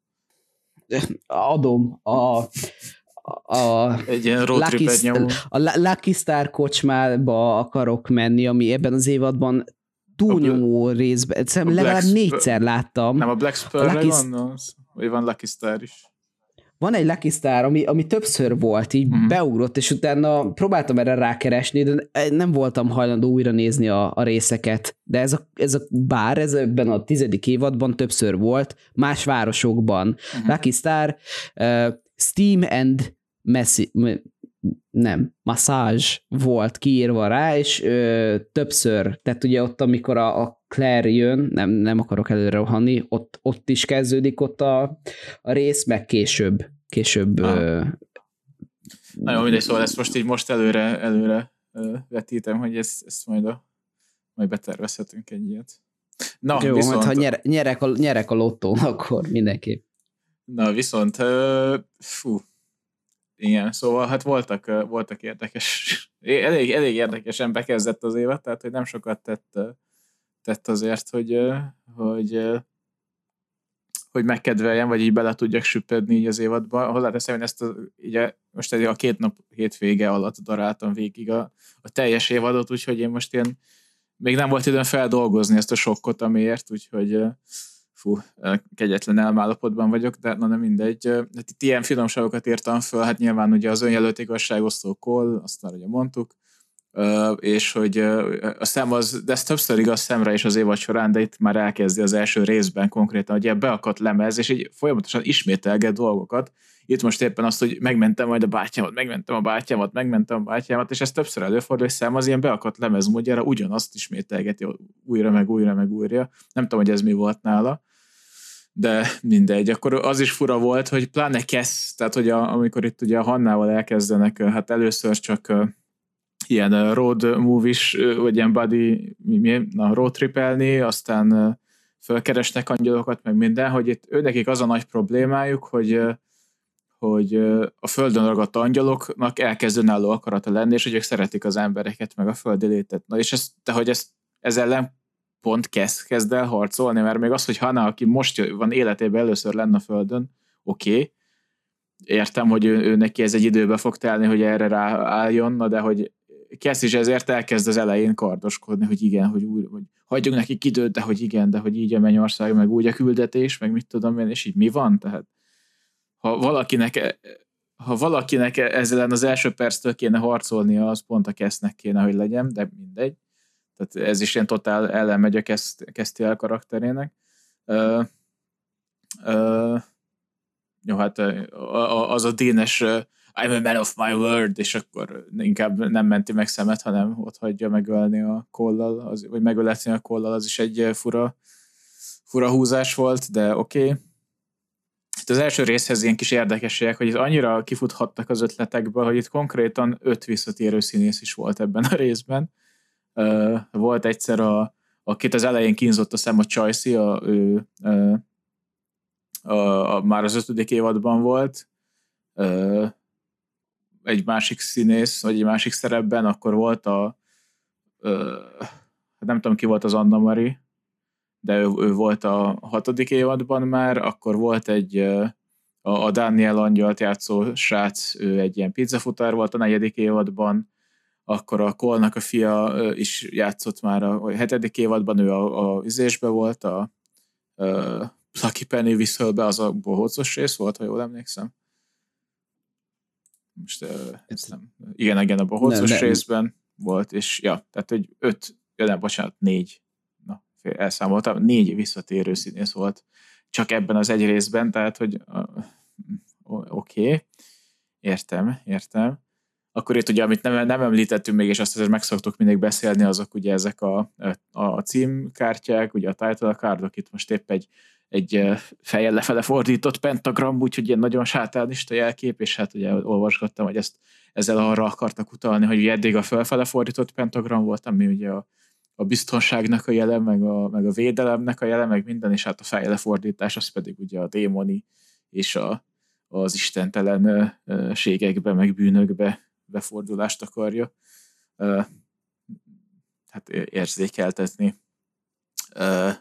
Adom. A, a, egy ilyen road Lucky, tripet nyomunk. A Lucky Star kocsmába akarok menni, ami ebben az évadban túlnyomó Bla- részben, legalább Black négyszer Sp- láttam. Nem, a Black Spur van? Vagy van Lucky Star is? Van egy Lucky Star, ami, ami többször volt, így mm. beugrott, és utána próbáltam erre rákeresni, de nem voltam hajlandó újra nézni a, a részeket. De ez a, ez a bár, ez ebben a tizedik évadban többször volt, más városokban. Mm. Lucky Star, uh, Steam and Messi, nem, Massage volt kiírva rá, és ö, többször, tehát ugye ott, amikor a, a Claire jön, nem, nem akarok előre rohanni, ott, ott is kezdődik ott a, a rész, meg később. később ah. ö, Nagyon mindegy, szóval ezt most így most előre, előre ö, vetítem, hogy ezt, ezt majd, a, majd betervezhetünk egy ilyet. Na, jó, viszont... majd ha nyer, nyerek, a, nyerek a lottón, akkor mindenképp. Na, viszont ö, fú, igen, szóval hát voltak, voltak érdekes, elég, elég érdekesen bekezdett az évet, tehát hogy nem sokat tett, tett azért, hogy, hogy, hogy megkedveljen, vagy így bele tudjak süppedni így az évadba. Hozzáteszem, én ezt a, így a, most a két nap hétvége alatt daráltam végig a, a teljes évadot, úgyhogy én most ilyen még nem volt időm feldolgozni ezt a sokkot, amiért, úgyhogy fú, kegyetlen elmálapotban vagyok, de na nem mindegy. Hát itt ilyen finomságokat írtam föl, hát nyilván ugye az önjelölt igazságosztó call, azt már ugye mondtuk, és hogy a szem az, de ez többször igaz szemre is az évad során, de itt már elkezdi az első részben konkrétan, hogy ilyen beakadt lemez, és így folyamatosan ismételget dolgokat. Itt most éppen azt, hogy megmentem majd a bátyámat, megmentem a bátyámat, megmentem a bátyámat, és ez többször előfordul, hogy szem az ilyen beakadt lemez módjára ugyanazt ismételgeti újra, meg újra, meg újra. Nem tudom, hogy ez mi volt nála, de mindegy. Akkor az is fura volt, hogy pláne Kesz, tehát hogy a, amikor itt ugye a Hannával elkezdenek, hát először csak ilyen road movie-s, vagy ilyen body, mi, na, road tripelni, aztán felkeresnek angyalokat, meg minden, hogy itt őnekik az a nagy problémájuk, hogy, hogy a földön ragadt angyaloknak elkezd önálló akarata lenni, és hogy ők szeretik az embereket, meg a földi létet. Na és ez, de hogy ez, ez ellen pont kezd, kezd el harcolni, mert még az, hogy Hannah, aki most van életében először lenne a földön, oké, okay, értem, hogy ő, ő neki ez egy időbe fog telni, hogy erre ráálljon, na de hogy Cass is ezért elkezd az elején kardoskodni, hogy igen, hogy, úgy, hogy hagyjunk neki időt, de hogy igen, de hogy így a mennyország, meg úgy a küldetés, meg mit tudom én, és így mi van? Tehát ha valakinek, ha valakinek ezzel az első perctől kéne harcolnia, az pont a Cassnek kéne, hogy legyen, de mindegy. Tehát ez is ilyen totál ellenmegy a Castiel karakterének. Uh, uh, jó, hát az a Dean-es I'm a man of my word, és akkor inkább nem menti meg szemet, hanem ott hagyja megölni a Cole-lal, az, vagy megöletni a Cole-lal, az is egy fura, fura húzás volt, de oké. Okay. Itt az első részhez ilyen kis érdekességek, hogy itt annyira kifuthattak az ötletekből, hogy itt konkrétan öt visszatérő színész is volt ebben a részben. Uh, volt egyszer, a, akit az elején kínzott a szem a Chelsea, a, ő, uh, a, a, már az ötödik évadban volt, uh, egy másik színész, vagy egy másik szerepben, akkor volt a uh, nem tudom ki volt az Anna Marie, de ő, ő volt a hatodik évadban már, akkor volt egy uh, a, a Daniel Angyalt játszó srác, ő egy ilyen pizzafutár volt a negyedik évadban, akkor a Cole-nak a fia is játszott már a hetedik évadban, ő a, a üzésbe volt, a, a Lucky Penny Whistle-be, az a bohócos rész volt, ha jól emlékszem. Most ezt nem. Igen, igen, a bohócos nem, részben nem. volt, és ja, tehát hogy öt, ja nem, bocsánat, négy, na, elszámoltam, négy visszatérő színész volt csak ebben az egy részben, tehát hogy uh, oké, okay. értem, értem. Akkor itt ugye, amit nem, nem említettünk még, és azt azért meg szoktuk mindig beszélni, azok ugye ezek a, a, a címkártyák, ugye a title cardok, itt most épp egy, egy fejjel lefele fordított pentagram, úgyhogy ilyen nagyon sátánista jelkép, és hát ugye olvasgattam, hogy ezt, ezzel arra akartak utalni, hogy ugye eddig a felfele fordított pentagram volt, ami ugye a, a biztonságnak a jele, meg a, meg a védelemnek a jele, meg minden, és hát a fejjel lefordítás, az pedig ugye a démoni és a, az istentelenségekbe, meg bűnökbe befordulást akarja uh, hát érzékeltetni. Uh,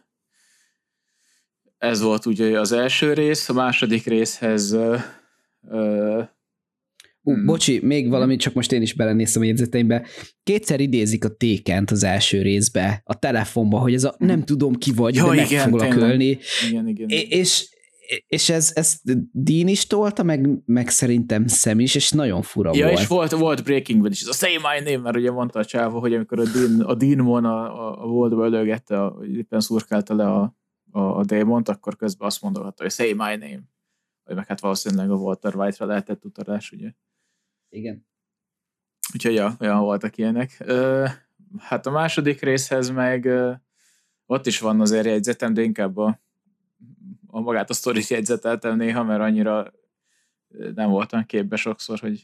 ez volt ugye az első rész, a második részhez uh, uh, Uh, bocsi, még valami, csak most én is belenéztem a jegyzeteimbe. Kétszer idézik a Tékent az első részbe, a telefonba, hogy ez a nem tudom ki vagy, ja, de meg igen, foglak ölni. Igen, igen. És És ez, ez Dean is tolta, meg, meg szerintem Sam is, és nagyon fura ja, volt. Ja, és volt, volt Breaking Bad is, ez a Say My Name, mert ugye mondta a csávó, hogy amikor a Dean, a Dean a, a, a Voltba ölögette, a, éppen szurkálta le a, a, a démont, akkor közben azt mondogatta, hogy Say My Name. Vagy meg hát valószínűleg a Walter White-ra lehetett utalás, ugye. Igen. Úgyhogy ja, olyan voltak ilyenek. Ö, hát a második részhez meg ö, ott is van azért jegyzetem, de inkább a a magát a sztorit jegyzeteltem néha, mert annyira nem voltam képbe sokszor, hogy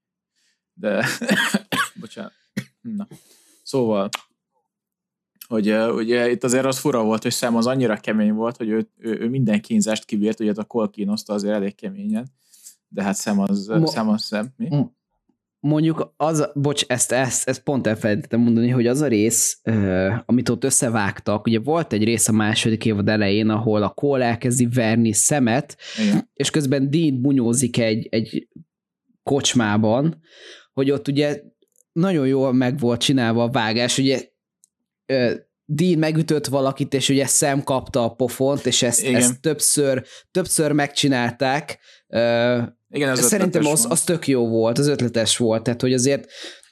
de bocsánat. Na. Szóval hogy ugye itt azért az fura volt, hogy Sam az annyira kemény volt, hogy ő, ő, ő minden kínzást kibírt, ugye a Cole kínoszta azért elég keményen, de hát Sam az Mo- Sam az Sam, mi? Mo- Mondjuk az, bocs, ezt, ezt, ezt pont elfelejtettem mondani, hogy az a rész, uh, amit ott összevágtak, ugye volt egy rész a második évad elején, ahol a Cole elkezdi verni Samet, igen. És közben Dean bunyózik egy, egy kocsmában, hogy ott ugye nagyon jól meg volt csinálva a vágás, ugye uh, Dean megütött valakit, és ugye Sam kapta a pofont, és ezt, ezt többször, többször megcsinálták. Uh, Igen, az Szerintem az, az tök jó volt, az ötletes volt, tehát hogy azért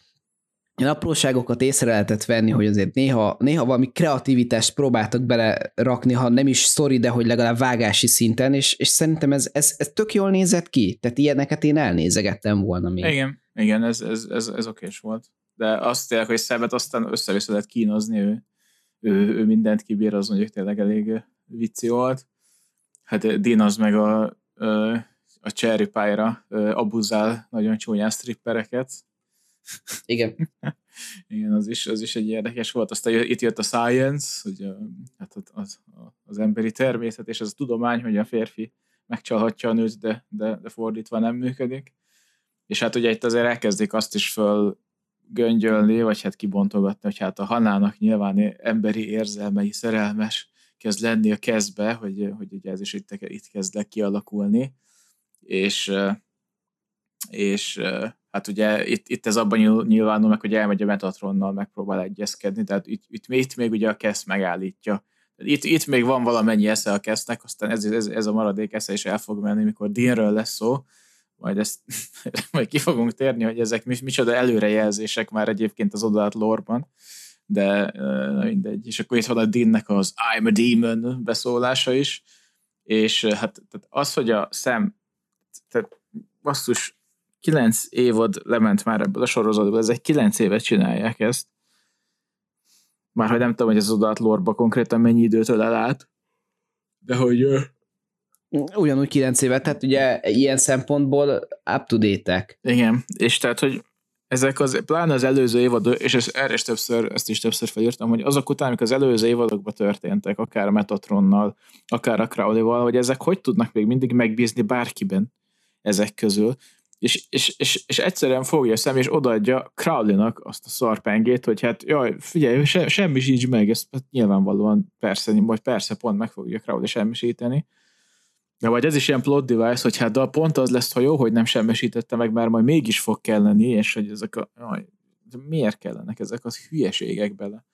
apróságokat észre lehetett venni, hogy azért néha, néha valami kreativitást próbáltak bele rakni, ha nem is sztori, de hogy legalább vágási szinten, és, és szerintem ez, ez, ez tök jól nézett ki, tehát ilyeneket én elnézegettem volna még. Igen, igen, ez, ez, ez, ez okés volt. De azt tényleg, hogy Szabet aztán össze-vissza lehet kínozni, ő, ő, ő mindent kibír, az mondjuk tényleg elég vicci volt. Hát Dean az meg a, a Cherry Pie-ra abuzál nagyon csúnyán strippereket. Igen. Igen, az is, az is egy érdekes volt. Aztán itt jött a science, hogy a, hát az, az emberi természet, és az a tudomány, hogy a férfi megcsalhatja a nőt, de, de, de fordítva nem működik. És hát ugye itt azért elkezdik azt is fölgöngyölni, vagy hát kibontogatni, hogy hát a Hannahnak nyilván emberi érzelmei, szerelmes kezd lenni a kezbe, hogy, hogy ugye ez is itt, itt kezd le kialakulni. És és hát ugye itt, itt ez abban nyilvánul meg, hogy elmegy a Metatronnal, megpróbál egyezkedni, tehát itt, itt, itt még ugye a Cass megállítja. Itt, itt még van valamennyi esze a Cassnek, aztán ez, ez, ez a maradék esze is el fog menni, mikor Deanről lesz szó, majd ezt majd ki fogunk térni, hogy ezek micsoda előrejelzések már egyébként az odalat lore-ban, de uh, mindegy. És akkor itt van a Deannek az I'm a Demon beszólása is, és hát tehát az, hogy a Sam, tehát basszus, kilenc évad lement már ebből a sorozatból, ezek kilenc évet csinálják ezt. Már hogy nem tudom, hogy az odalat lore-ba konkrétan mennyi időt ölel át, de hogy... Ugyanúgy kilenc évet, tehát ugye ilyen szempontból up-to-date-ek. Igen, és tehát, hogy ezek az, pláne az előző évadok, és ez, erre is többször, ezt is többször felírtam, hogy azok után, amik az előző évadokban történtek, akár a Metatronnal, akár a Crowley-val, hogy ezek hogy tudnak még mindig megbízni bárkiben ezek közül, és, és, és, és egyszerűen fogja a Sam, és odaadja Crowley-nak azt a szarpengét, hogy hát jaj, figyelj, se, semmisíts meg, ezt hát nyilvánvalóan persze, vagy persze pont meg fogja Crowley semmisíteni. De vagy ez is ilyen plot device, hogy hát de pont az lesz, ha jó, hogy nem semmisítette meg, mert majd mégis fog kelleni, és hogy ezek a... Jaj, miért kellenek ezek az hülyeségek bele?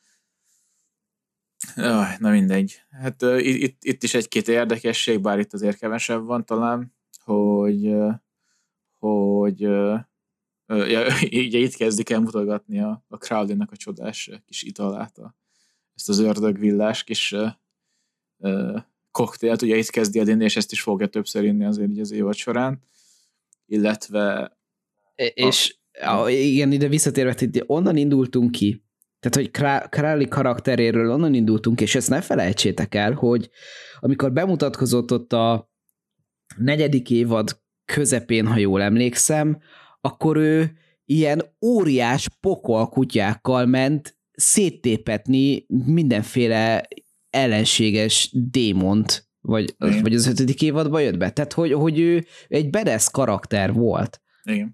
Jaj, na mindegy. Hát uh, itt, itt is egy-két érdekesség, bár itt azért kevesebb van talán, hogy uh, hogy uh, uh, ja, ugye itt kezdik el mutogatni a, a Crowley-nak a csodás kis italát, a, ezt az ördögvillás kis uh, uh, koktélt, ugye itt kezdi el inni, és ezt is fogja többször inni azért így az évad során, illetve... És a, igen, ide visszatérve, hogy onnan indultunk ki, tehát, hogy Crowley karakteréről onnan indultunk, és ezt ne felejtsétek el, hogy amikor bemutatkozott ott a negyedik évad közepén, ha jól emlékszem, akkor ő ilyen óriás pokolkutyákkal ment széttépetni mindenféle ellenséges démont, vagy, vagy az ötödik évadban jött be. Tehát, hogy, hogy ő egy badass karakter volt. Igen.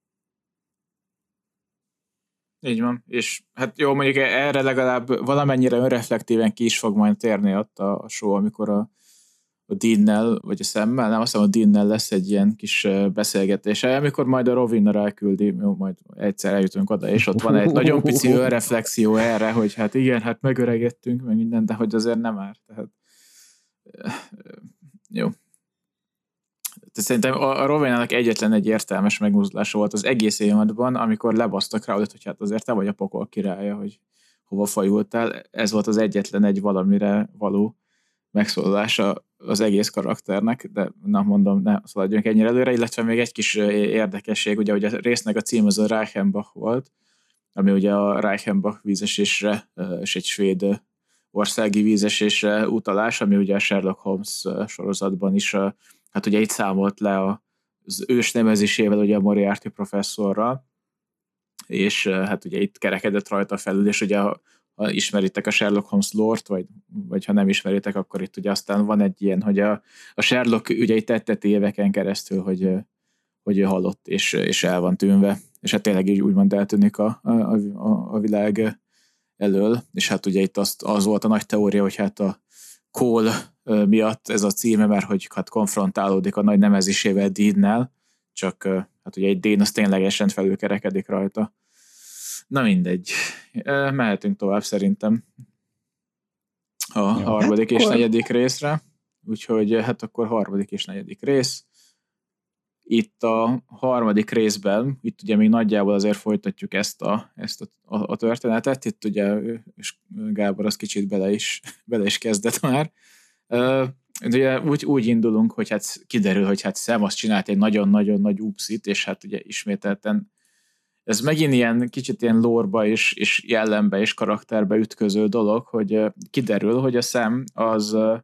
Így van. És hát jó, mondjuk erre legalább valamennyire önreflektíven ki is fog majd térni ott a show, amikor a, a Deannel, vagy a Sammel, nem, azt hiszem a Deannel lesz egy ilyen kis beszélgetése, amikor majd a Rowena elküldi, jó, majd egyszer eljutunk oda, és ott van egy nagyon pici önreflexió erre, hogy hát igen, hát megöregettünk, meg minden, de hogy azért nem árt. Tehát, jó. Tehát szerintem a Rowena-nak egyetlen egy értelmes megmozdulása volt az egész évadban, amikor lebaszta Crowley-t, hogy hát azért te vagy a pokol királya, hogy hova fajultál. Ez volt az egyetlen egy valamire való megszólalása az egész karakternek, de na mondom, ne szaladjunk ennyire előre, illetve még egy kis érdekesség, ugye, hogy a résznek a cím az a Reichenbach volt, ami ugye a Reichenbach vízesésre, és egy svéd országi vízesésre utalás, ami ugye a Sherlock Holmes sorozatban is, hát ugye itt számolt le az ős nevezésével, ugye a Moriarty professzorral, és hát ugye itt kerekedett rajta felül, és ugye ha, ha ismeritek a Sherlock Holmes lore-t, vagy, vagy ha nem ismeritek, akkor itt ugye aztán van egy ilyen, hogy a, a Sherlock ugye itt tetteti éveken keresztül, hogy, hogy ő halott, és, és el van tűnve, és hát tényleg így úgymond eltűnik a, a, a, a világ elől, és hát ugye itt az, az volt a nagy teória, hogy hát a Cole miatt ez a címe, mert hogy hát konfrontálódik a nagy nemezisével Deannel, csak hát ugye egy Dean az ténylegesen felülkerekedik rajta. Na mindegy. Mehetünk tovább szerintem a ja, harmadik hát és akkor... negyedik részre. Úgyhogy hát akkor harmadik és negyedik rész. Itt a harmadik részben, itt ugye még nagyjából azért folytatjuk ezt a, ezt a, a, a történetet, itt ugye és Gábor az kicsit bele is, bele is kezdett már. Uh, ugye úgy, úgy indulunk, hogy hát kiderül, hogy hát Sam azt csinált egy nagyon-nagyon nagy upszit, és hát ugye ismételten ez megint ilyen kicsit ilyen lore-ba és, és jellembe és karakterbe ütköző dolog, hogy uh, kiderül, hogy a Sam az uh,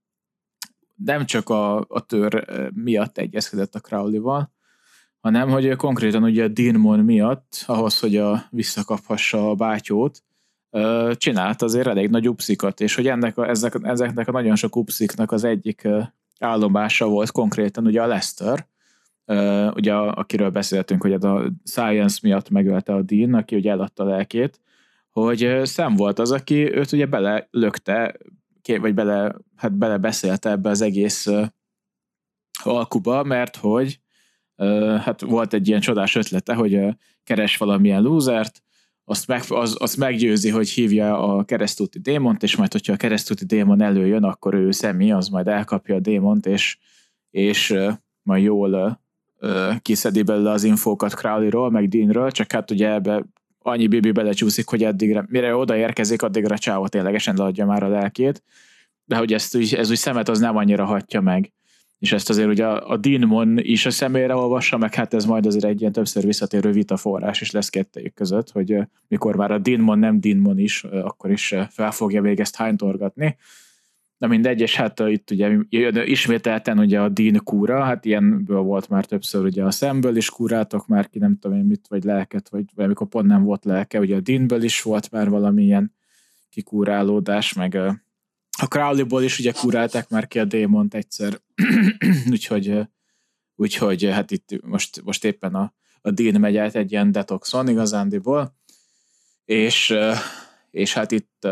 nem csak a, a tör miatt egyezkedett a Crowley-val, hanem hogy konkrétan ugye a Dean miatt, ahhoz, hogy a, visszakaphassa a bátyót, csinált azért elég nagy upszikat, és hogy ennek a, ezek, ezeknek a nagyon sok upsziknak az egyik állomása volt konkrétan ugye a Lester, ugye akiről beszéltünk, hogy a Science miatt megölte a Dean, aki ugye eladta a lelkét, hogy Sam volt az, aki őt ugye belelökte, vagy bele, hát belebeszélte ebbe az egész alkuba, mert hogy hát volt egy ilyen csodás ötlete, hogy keres valamilyen lúzert, azt, meg, az, azt meggyőzi, hogy hívja a keresztúti démont, és majd, hogyha a keresztúti démon előjön, akkor ő Sammy, az majd elkapja a démont, és, és majd jól kiszedi belőle az infókat Crowley-ról, meg Deanről, csak hát ugye ebbe annyi bibi belecsúszik, hogy addigra, mire odaérkezik, addigra Chao ténylegesen leadja már a lelkét, de hogy ezt úgy, ez úgy szemet az nem annyira hatja meg. És ezt azért ugye a, a Deanmon is a személyre olvassa, meg hát ez majd azért egy ilyen többször visszatérő vitaforrás is lesz kettejük között, hogy mikor már a Deanmon nem Deanmon is, akkor is fel fogja még ezt hánytorgatni. Na mindegy, és hát itt ugye ismételten ugye a Dean kúra, hát ilyenből volt már többször ugye a Szemből is kúráltok már ki, nem tudom én mit, vagy lelket, vagy amikor pont nem volt lelke, ugye a Deanből is volt már valamilyen kikúrálódás, meg a Crowley-ból is ugye kúrálták már ki a démont egyszer, úgyhogy, úgyhogy hát itt most, most éppen a, a Dean megy át egy ilyen detoxon igazándiból, és, és hát itt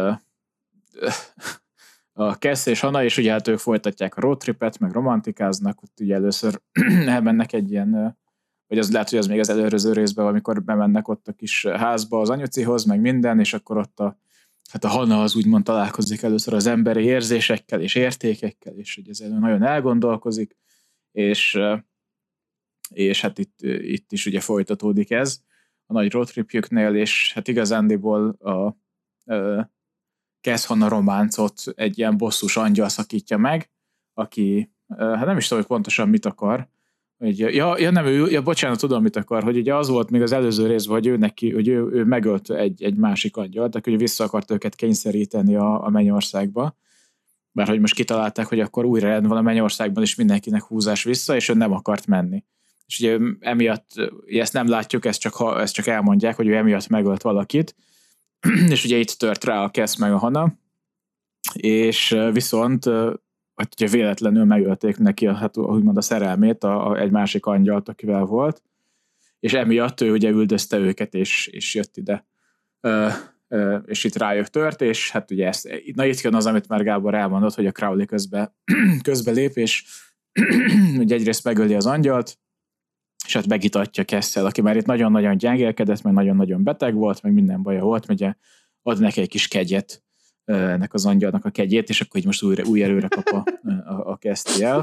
a Cass és Hannah, és ugye hát ők folytatják a roadtripet, meg romantikáznak, ott ugye először elmennek egy ilyen, vagy az lehet, hogy az még az előző részben, amikor bemennek ott a kis házba az anyucihoz, meg minden, és akkor ott a hát a Hannah az úgymond találkozik először az emberi érzésekkel és értékekkel, és hogy ezzel nagyon elgondolkozik, és, és hát itt, itt is ugye folytatódik ez a nagy roadtripjüknél, és hát igazándiból a, a Cass-Hannah románcot egy ilyen bosszus angyal szakítja meg, aki, hát nem is tudom, hogy pontosan mit akar, hogy, ja, ja, nem, ő, ja, bocsánat, tudom, mit akar, hogy ugye az volt még az előző részben, hogy ő neki, hogy ő, ő megölt egy, egy másik angyalt, aki vissza akart őket kényszeríteni a, a mennyországba, mert hogy most kitalálták, hogy akkor újra rend van a mennyországban, és mindenkinek húzás vissza, és ő nem akart menni. És ugye emiatt, ezt nem látjuk, ezt csak, ezt csak elmondják, hogy ő emiatt megölt valakit, és ugye itt tört rá a Cass meg a Hannah, és viszont hát ugye véletlenül megölték neki a, hát, úgymond a szerelmét, a, a, egy másik angyalt, akivel volt, és emiatt ő ugye üldözte őket, és, és jött ide. Ö, ö, és itt rájuk tört, és hát ugye ezt, na itt jön az, amit már Gábor elmondott, hogy a Crowley közbe, közbe lép, és ugye egyrészt megöli az angyalt, és hát megitatja Cass-szel, aki már itt nagyon-nagyon gyengélkedett, meg nagyon-nagyon beteg volt, meg minden baja volt, ugye ad neki egy kis kegyet, ennek az angyalnak a kegyét, és akkor így most újra, új erőre kap a, a, a Castiel.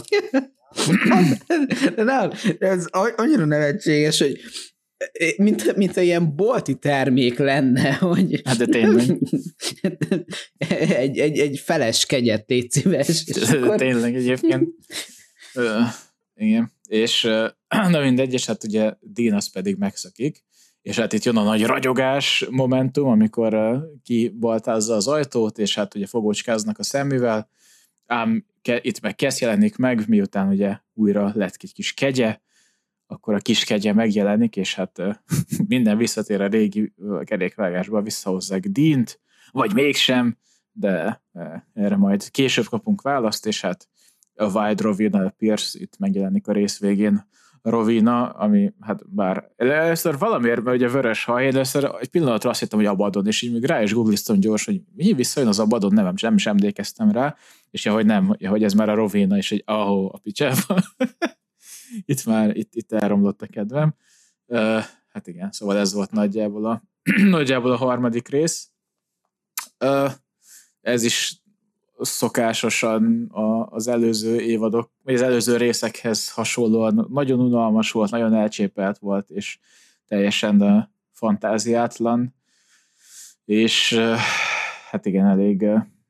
De nem, ez annyira nevetséges, hogy mint, mint egy ilyen bolti termék lenne, hogy hát de tényleg. egy, egy, egy feles kegyet, légy szíves. Akkor... tényleg egyébként. Ö, igen. És na mindegy, és hát ugye Dean az pedig megszakik, és hát itt jön a nagy ragyogás momentum, amikor uh, kibaltázza az ajtót, és hát ugye fogócskáznak a Sammyvel, ám ke- itt meg Cass jelenik meg, miután ugye újra lett egy kis kegye, akkor a kis kegye megjelenik, és hát uh, minden visszatér a régi uh, kerékvágásba, visszahozzák Deant, vagy mégsem, de uh, erre majd később kapunk választ, és hát a Wild Rowena Pierce itt megjelenik a rész végén, Rowena, ami hát bár először valamiért, mert ugye vörös haj, én először egy pillanatra azt hittem, hogy Abaddon, és így még rá is googliztam gyors, hogy mi visszajön az Abaddon, nem, nem is emlékeztem rá, és ja, hogy nem, ja, hogy ez már a Rowena, és egy ahó a picsába. itt már, itt, itt elromlott a kedvem. Uh, hát igen, szóval ez volt nagyjából a, nagyjából a harmadik rész. Uh, ez is szokásosan az előző évadok, vagy az előző részekhez hasonlóan nagyon unalmas volt, nagyon elcsépelt volt, és teljesen fantáziátlan, és hát igen, elég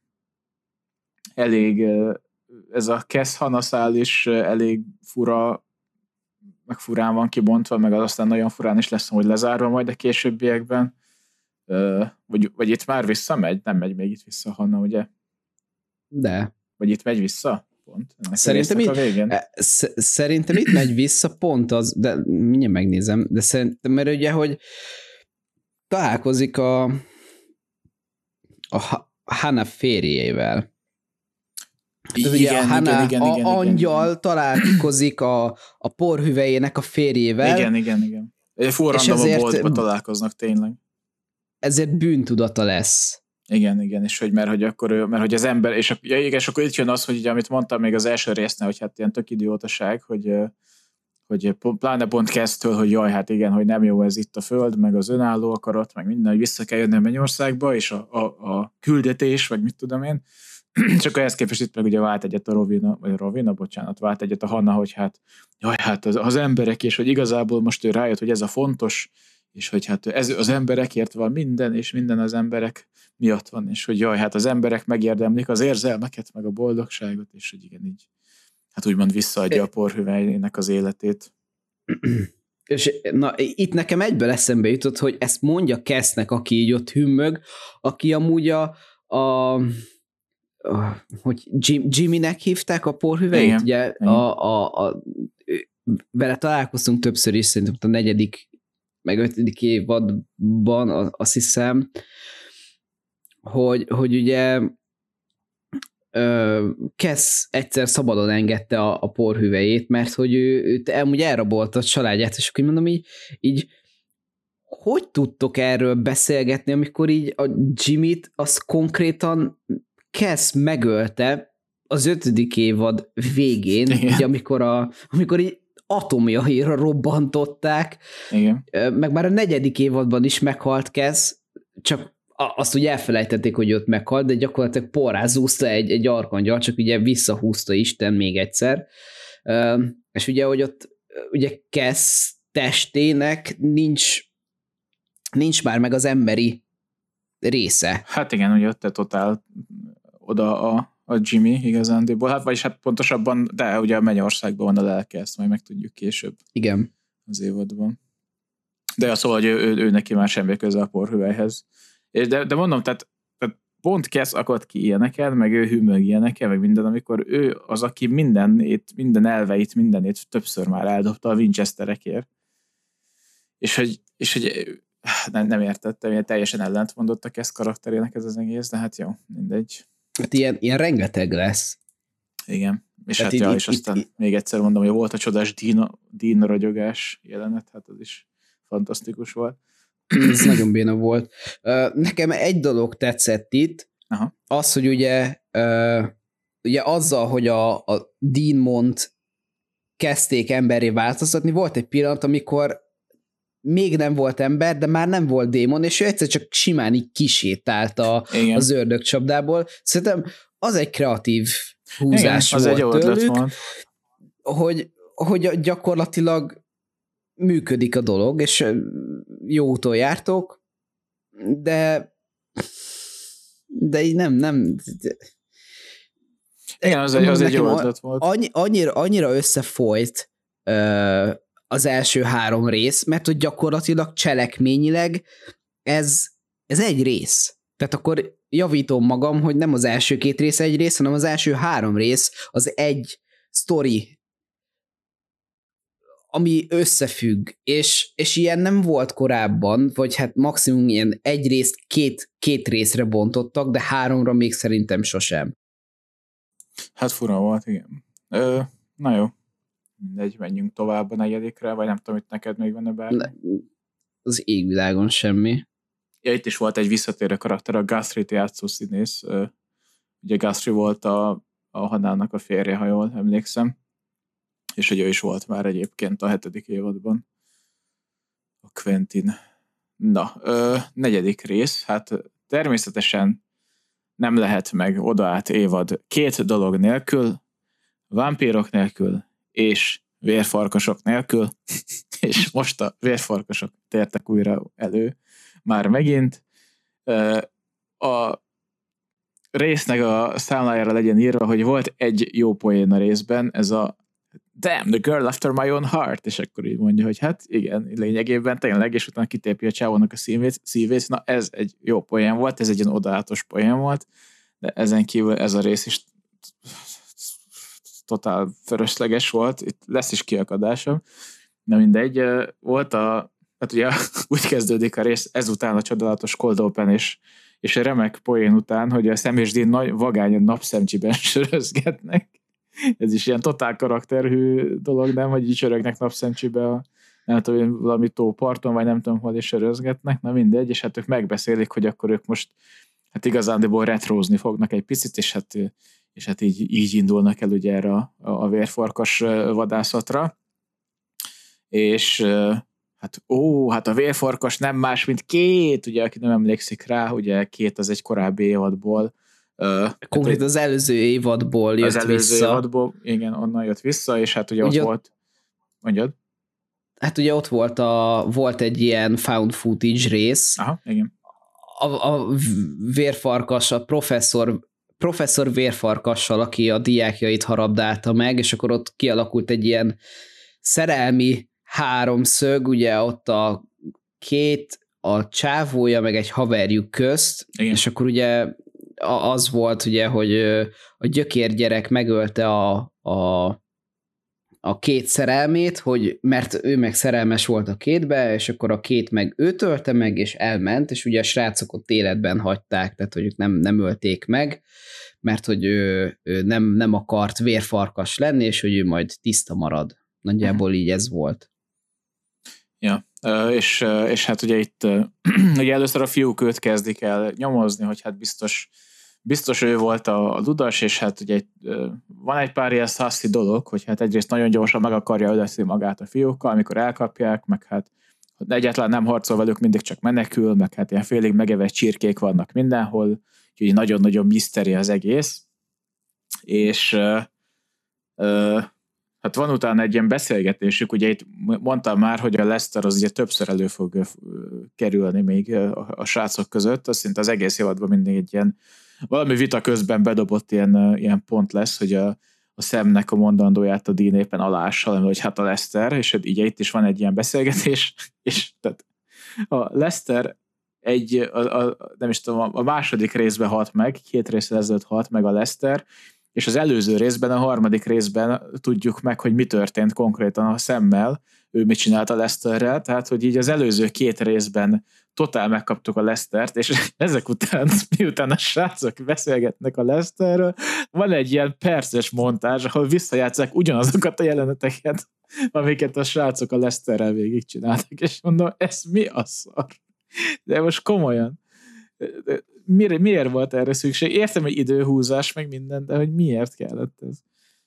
elég ez a Cass-Hannah szál is elég fura, meg furán van kibontva, meg az aztán nagyon furán is lesz, hogy lezárva majd a későbbiekben, vagy, vagy itt már visszamegy? Nem megy még itt vissza Hannah, ugye? De. Vagy itt megy vissza? Pont. Szerintem, itt, sz- szerintem itt megy vissza pont az, de mindjárt megnézem, de szerintem, mert ugye, hogy találkozik a a Hannah férjével. Igen, ugye a Hannah, igen, igen, a igen, angyal igen. találkozik a, a porhüvelyének a férjével. Igen, igen, igen. Forrandom a boltba találkoznak tényleg. Ezért bűntudata lesz. Igen, igen, és hogy mert hogy akkor ő, mert hogy az ember, és, ja, igen, és akkor itt jön az, hogy ugye, amit mondtam még az első résznél, hogy hát ilyen tök idiótaság, hogy, hogy pláne pont kezdtől, hogy jaj, hát igen, hogy nem jó ez itt a föld, meg az önálló akarat, meg minden, hogy vissza kell jönni a Mennyországba, és a, a, a küldetés, vagy mit tudom én. Csak ehhez képest itt meg ugye vált egyet a Rovina, vagy a Rovina, bocsánat, vált egyet a Hanna, hogy hát, jaj, hát az, az emberek, és hogy igazából most ő rájött, hogy ez a fontos, és hogy hát ez az emberekért van minden, és minden az emberek miatt van, és hogy jaj, hát az emberek megérdemlik az érzelmeket, meg a boldogságot, és hogy igen, így hát úgymond visszaadja a porhüvelyének az életét. És na, itt nekem egyből eszembe jutott, hogy ezt mondja Cassnek, aki így ott hümmög, aki amúgy a, a, a hogy Jim, Jimmynek hívták a porhüvelyét, igen, ugye igen. A, a, a, vele találkoztunk többször is, szerintem a negyedik meg ötödik évadban, azt hiszem, hogy, hogy ugye Cass egyszer szabadon engedte a, a porhüvelyét, mert hogy ő, őt amúgy elrabolta a családját, és akkor mondom így, így hogy tudtok erről beszélgetni, amikor így a Jimmyt az konkrétan Cass megölte az ötödik évad végén, így, amikor, a, amikor így atomjaira robbantották, igen. Meg már a negyedik évadban is meghalt Cass, csak azt ugye elfelejtették, hogy ott meghalt, de gyakorlatilag porrázúzta egy, egy arkangyal, csak ugye visszahúzta Isten még egyszer. És ugye, hogy ott ugye Cass testének nincs, nincs már meg az emberi része. Hát igen, ugye ott totál oda a, a Jimmy igazándiból, hát vagyis hát pontosabban, de ugye a Mennyországban van a lelke, ezt majd megtudjuk később. Igen. Az évadban. De az szóval, hogy ő, ő, ő neki már semmi köze a porhüvelyhez. És de, de mondom, tehát, tehát pont Cass akad ki ilyeneket, meg ő hűmög ilyeneket, meg minden, amikor ő az, aki mindenét, minden elveit, mindenét többször már eldobta a Winchesterekért. És hogy, és hogy nem, nem értettem, ilyen teljesen ellentmondott a Cass karakterének ez az egész, de hát jó, mindegy. Hát ilyen, ilyen rengeteg lesz. Igen. És tehát hát itt, ja, itt, és aztán itt, még egyszer mondom, hogy volt a csodás Dean, Dean ragyogás jelenet, hát az is fantasztikus volt. Ez nagyon béna volt. Nekem egy dolog tetszett itt, aha. Az, hogy ugye, ugye azzal, hogy a, a Dean-mont kezdték emberré változtatni, volt egy pillanat, amikor még nem volt ember, de már nem volt démon, és ő egyszer csak simán így kisétált a, az ördögcsapdából. Szerintem az egy kreatív húzás igen, volt az tőlük, egy hogy, hogy gyakorlatilag működik a dolog, és jó úton jártok, de de így nem, nem igen, az egy, az egy jó ötlet volt. Annyi, annyira, annyira összefolyt uh, az első három rész, mert hogy gyakorlatilag cselekményileg ez, ez egy rész. Tehát akkor javítom magam, hogy nem az első két rész egy rész, hanem az első három rész az egy sztori, ami összefügg, és, és ilyen nem volt korábban, vagy hát maximum ilyen egy részt két, két részre bontottak, de háromra még szerintem sosem. Hát fura volt, igen. Ö, na jó. Mindegy, menjünk tovább a negyedikre, vagy nem tudom, hogy neked még van-e bármi. Ne, az égvilágon semmi. Ja, itt is volt egy visszatérő karakter, a Guthrie-t játszó színész. Ugye Guthrie volt a, a Hanának a férje, ha jól emlékszem. És hogy ő is volt már egyébként a hetedik évadban. A Quentin. Na, ö, negyedik rész. Hát természetesen nem lehet meg oda át évad két dolog nélkül, vámpírok nélkül, és vérfarkasok nélkül, és most a vérfarkasok tértek újra elő, már megint. A résznek a számlájára legyen írva, hogy volt egy jó poén a részben, ez a damn, the girl after my own heart, és akkor így mondja, hogy hát igen, lényegében tényleg, és utána kitépi a csávónak a szívét, szívét, na ez egy jó poén volt, ez egy ilyen odaátos poén volt, de ezen kívül ez a rész is totál fölösleges volt, itt lesz is kiakadásom, de mindegy, volt a, hát ugye úgy kezdődik a rész, ezután a csodálatos cold open, és, és a remek poén után, hogy a Sam és Dean nagy vagányon napszemcsiben sörözgetnek. Ez is ilyen totál karakterhű dolog, nem, hogy így sörögnek napszemcsibe a, nem tudom, valami tóparton, vagy nem tudom, hol is sörözgetnek, na mindegy, és hát ők megbeszélik, hogy akkor ők most hát igazándiból retrózni fognak egy picit, és hát, és hát így, így indulnak el ugye erre a, a vérfarkas vadászatra. és hát ó, hát a vérfarkas nem más, mint két, ugye, aki nem emlékszik rá, ugye két az egy korábbi évadból. Konkrét az előző évadból jött az előző vissza. évadból, igen, onnan jött vissza, és hát ugye, ugye ott volt, mondjad? Hát ugye ott volt, a, volt egy ilyen found footage rész. Aha, igen. A, a vérfarkas, a professzor, professzor vérfarkassal, aki a diákjait harabdálta meg, és akkor ott kialakult egy ilyen szerelmi háromszög, ugye ott a két, a csávója, meg egy haverjuk közt, igen. És akkor ugye az volt, ugye, hogy a gyökérgyerek megölte a, a, a két szerelmét, hogy, mert ő meg szerelmes volt a kétbe, és akkor a két meg őt ölte meg, és elment, és ugye a srácok ott életben hagyták, tehát hogy ők nem, nem ölték meg, mert hogy ő, ő nem, nem akart vérfarkas lenni, és hogy ő majd tiszta marad. Nagyjából így ez volt. Ja, és, és hát ugye itt ugye először a fiúk őt kezdik el nyomozni, hogy hát biztos, biztos ő volt a, a ludas, és hát ugye van egy pár ilyen szászi dolog, hogy hát egyrészt nagyon gyorsan meg akarja öletni magát a fiúkkal, amikor elkapják, meg hát egyáltalán nem harcol velük, mindig csak menekül, meg hát ilyen félig megevett csirkék vannak mindenhol, úgyhogy nagyon-nagyon miszteri az egész, és uh, uh, hát van utána egy ilyen beszélgetésük, ugye itt mondtam már, hogy a Lester az ugye többször elő fog kerülni még a, a srácok között, az szinte az egész évadban mindig egy ilyen, valami vita közben bedobott ilyen, ilyen pont lesz, hogy a, a Samnek a mondandóját a Dean éppen alással, hogy hát a Lester, és ugye itt is van egy ilyen beszélgetés, és tehát a Lester egy, a, a, nem is tudom, a második részben halt meg, két részre ezelőtt halt meg a Lester, és az előző részben, a harmadik részben tudjuk meg, hogy mi történt konkrétan a Sammel, ő mit csinált a Lesterrel, tehát, hogy így az előző két részben totál megkaptuk a Lestert, és ezek után, miután a srácok beszélgetnek a Lesterről, van egy ilyen perces montázs, ahol visszajátszák ugyanazokat a jeleneteket, amiket a srácok a Lesterrel végigcsináltak, és mondom, ez mi a szar? De most komolyan. Miért, miért volt erre szükség? Értem, hogy időhúzás, meg minden, de hogy miért kellett ez?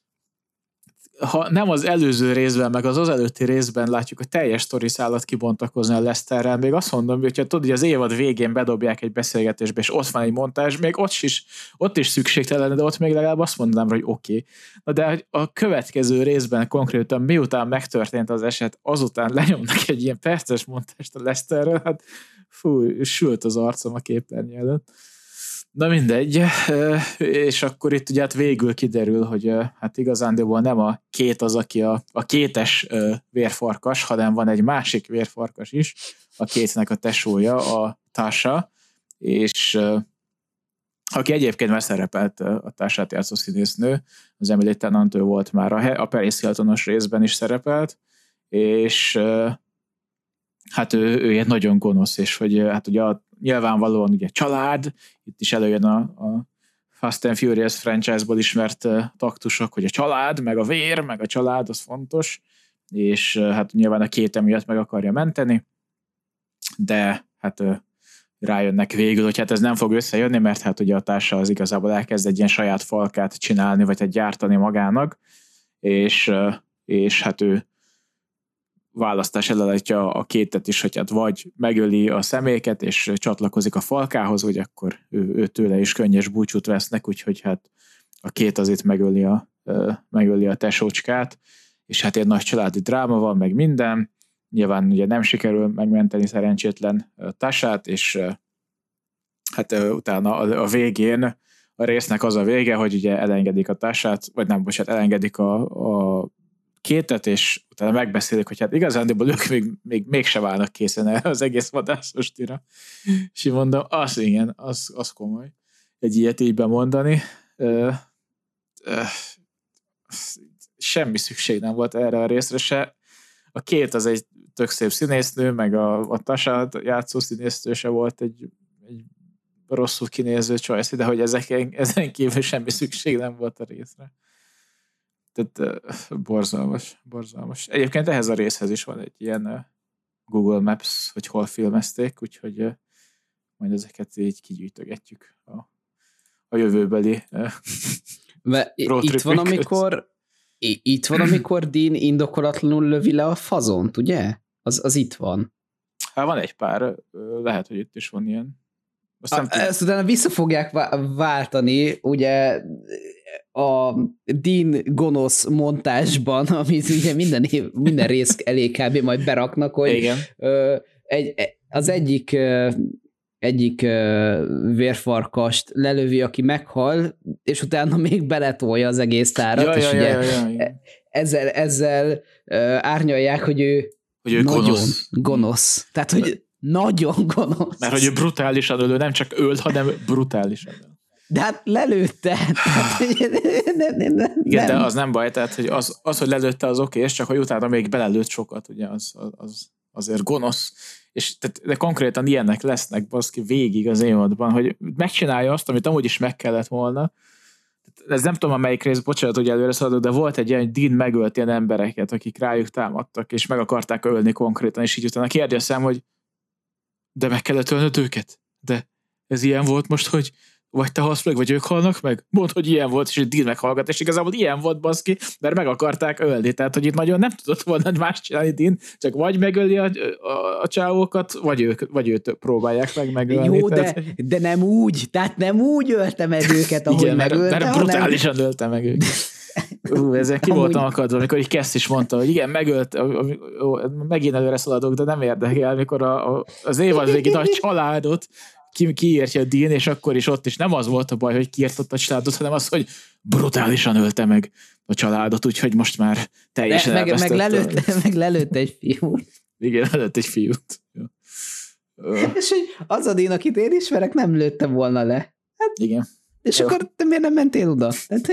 Ha nem az előző részben, meg az az előtti részben látjuk a teljes sztoriszálat kibontakozni a Lesterrel, még azt mondom, hogy tudod, hogy az évad végén bedobják egy beszélgetésbe, és ott van egy montázs, még ott is, ott is szükségtelen, de ott még legalább azt mondanám, hogy oké. Okay. Na de a következő részben konkrétan miután megtörtént az eset, azután lenyomnak egy ilyen perces montást a Lesterrel, hát fú, sült az arcom a képernyő előtt. Na mindegy, és akkor itt ugye hát végül kiderül, hogy hát igazándiból nem a két az, aki a, a kétes vérfarkas, hanem van egy másik vérfarkas is, a kétnek a tesója, a Tasha, és aki egyébként már szerepelt a Tashát játszó színésznő, az Emily Tennant, ő volt már a, a Paris Hiltonos részben is szerepelt, és hát ő, ő egy nagyon gonosz, és hogy hát ugye a, nyilvánvalóan ugye család, itt is előjön a, a Fast and Furious franchise-ból ismert uh, taktusok, hogy a család, meg a vér, meg a család, az fontos, és uh, hát nyilván a két emiatt meg akarja menteni, de hát uh, rájönnek végül, hogy hát ez nem fog összejönni, mert hát ugye a társa az igazából elkezd egy ilyen saját falkát csinálni, vagy egy gyártani magának, és, uh, és hát ő választás elállítja a kétet is, hogy hát vagy megöli a személyeket, és csatlakozik a falkához, vagy akkor ő, ő tőle is könnyes búcsút vesznek, úgyhogy hát a két az itt megöli a, megöli a tesócskát, és hát egy nagy családi dráma van, meg minden. Nyilván ugye nem sikerül megmenteni szerencsétlen Tashát, és hát utána a, a végén a résznek az a vége, hogy ugye elengedik a Tashát, vagy nem, bocsánat, elengedik a, a kétet, és utána megbeszélik, hogy hát igazándiból ők még, még, mégse válnak készen erre az egész vadászostira. És így mondom, az igen, az, az komoly. Egy ilyet így bemondani. Ö, ö, semmi szükség nem volt erre a részre se. A két az egy tök szép színésznő, meg a, a Tasha játszó színésznő se volt egy, egy rosszul kinéző csajsz, de hogy ezeken, ezen kívül semmi szükség nem volt a részre. Tehát uh, borzalmas, borzalmas. Egyébként ehhez a részhez is van egy ilyen uh, Google Maps, hogy hol filmezték, úgyhogy uh, majd ezeket így kigyűjtögetjük a, a jövőbeli uh, itt van, amikor I- itt van, amikor Dean indokolatlanul lövi le a fazont, ugye? Az, az itt van. Hát van egy pár, lehet, hogy itt is van ilyen. A, ezt utána vissza fogják váltani, ugye a Dean gonosz montásban, amit ugye minden, év, minden rész elé kb. Majd beraknak, hogy igen. Ö, egy, az egyik ö, egyik ö, vérfarkast lelövi, aki meghal, és utána még beletolja az egész tárat, ja, és ja, ugye ja, ja, ja. ezzel, ezzel ö, árnyalják, hogy ő, hogy ő nagyon gonosz. gonosz. Tehát, hogy nagyon gonosz. Mert hogy ő brutálisan ölő, nem csak öl, hanem brutálisan öl. De hát lelőtte. nem, nem, nem, igen, de az nem baj, tehát hogy az, az hogy lelőtte, az oké, és csak hogy utána még belelőtt sokat, ugye, az, az azért gonosz. És tehát, de konkrétan ilyenek lesznek baszki végig az évadban, hogy megcsinálja azt, amit amúgy is meg kellett volna. Ez nem tudom, a melyik rész, bocsánat, hogy előre szaladok, de volt egy ilyen, hogy Dean megölt ilyen embereket, akik rájuk támadtak, és meg akarták ölni konkrétan, és így utána kérdezem, hogy de meg kellett ölnöd őket? De ez ilyen volt most, hogy vagy te halsz meg, vagy ők halnak meg? Mondd, hogy ilyen volt, és egy Dean meghallgat, és igazából ilyen volt, baszki, mert meg akarták ölni, tehát, hogy itt nagyon nem tudott volna más csinálni Dean, csak vagy megöli a, a, a csávókat, vagy, ők, vagy őt próbálják meg megölni. Jó, tehát, de, de nem úgy, tehát nem úgy ölte meg őket, ahogy igen, megölte, mert brutálisan hanem... ölte meg őket. Ú, ezzel ki voltam akadva, amikor így Kessz is mondta, hogy igen, megölt, megint előre szaladok, de nem érdekel, amikor a, a, az évad végén a családot ki, kiírtja Dean, és akkor is ott is nem az volt a baj, hogy kiírtott a családot, hanem az, hogy brutálisan ölte meg a családot, úgyhogy most már teljesen meg, meg, lelőtt, meg lelőtt egy fiút. Igen, lelőtt egy fiút. Ja. És hogy az a Dean, akit én ismerek, nem lőtte volna le. Hát, igen. És ja. Akkor te miért nem mentél oda?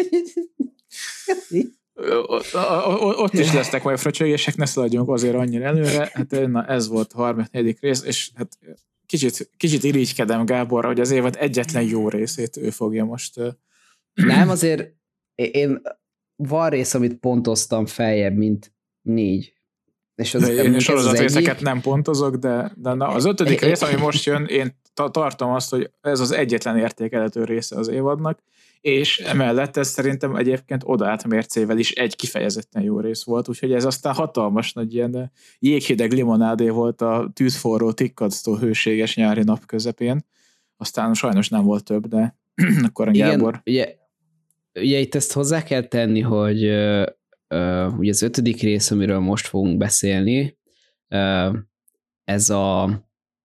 Ott is lesznek majd fröcsögések, ne szaladjunk azért annyira előre. Hát na, ez volt a harmadik rész, és hát kicsit, kicsit irigykedem Gáborra, hogy az évad egyetlen jó részét ő fogja most. Nem, azért én van rész, amit pontoztam feljebb, mint négy. És az, én sorozatrészeket nem pontozok, de, de na, az ötödik rész, ami most jön, én tartom azt, hogy ez az egyetlen értékelhető része az évadnak, és emellett ez szerintem egyébként odaállt mércével is egy kifejezetten jó rész volt, úgyhogy ez aztán hatalmas nagy ilyen jéghideg limonádé volt a tűzforró, tikkasztó, hőséges nyári nap közepén. Aztán sajnos nem volt több, de akkor a Gábor. Igen, ugye, ugye itt ezt hozzá kell tenni, hogy uh, uh, ugye az ötödik rész, amiről most fogunk beszélni, uh, ez a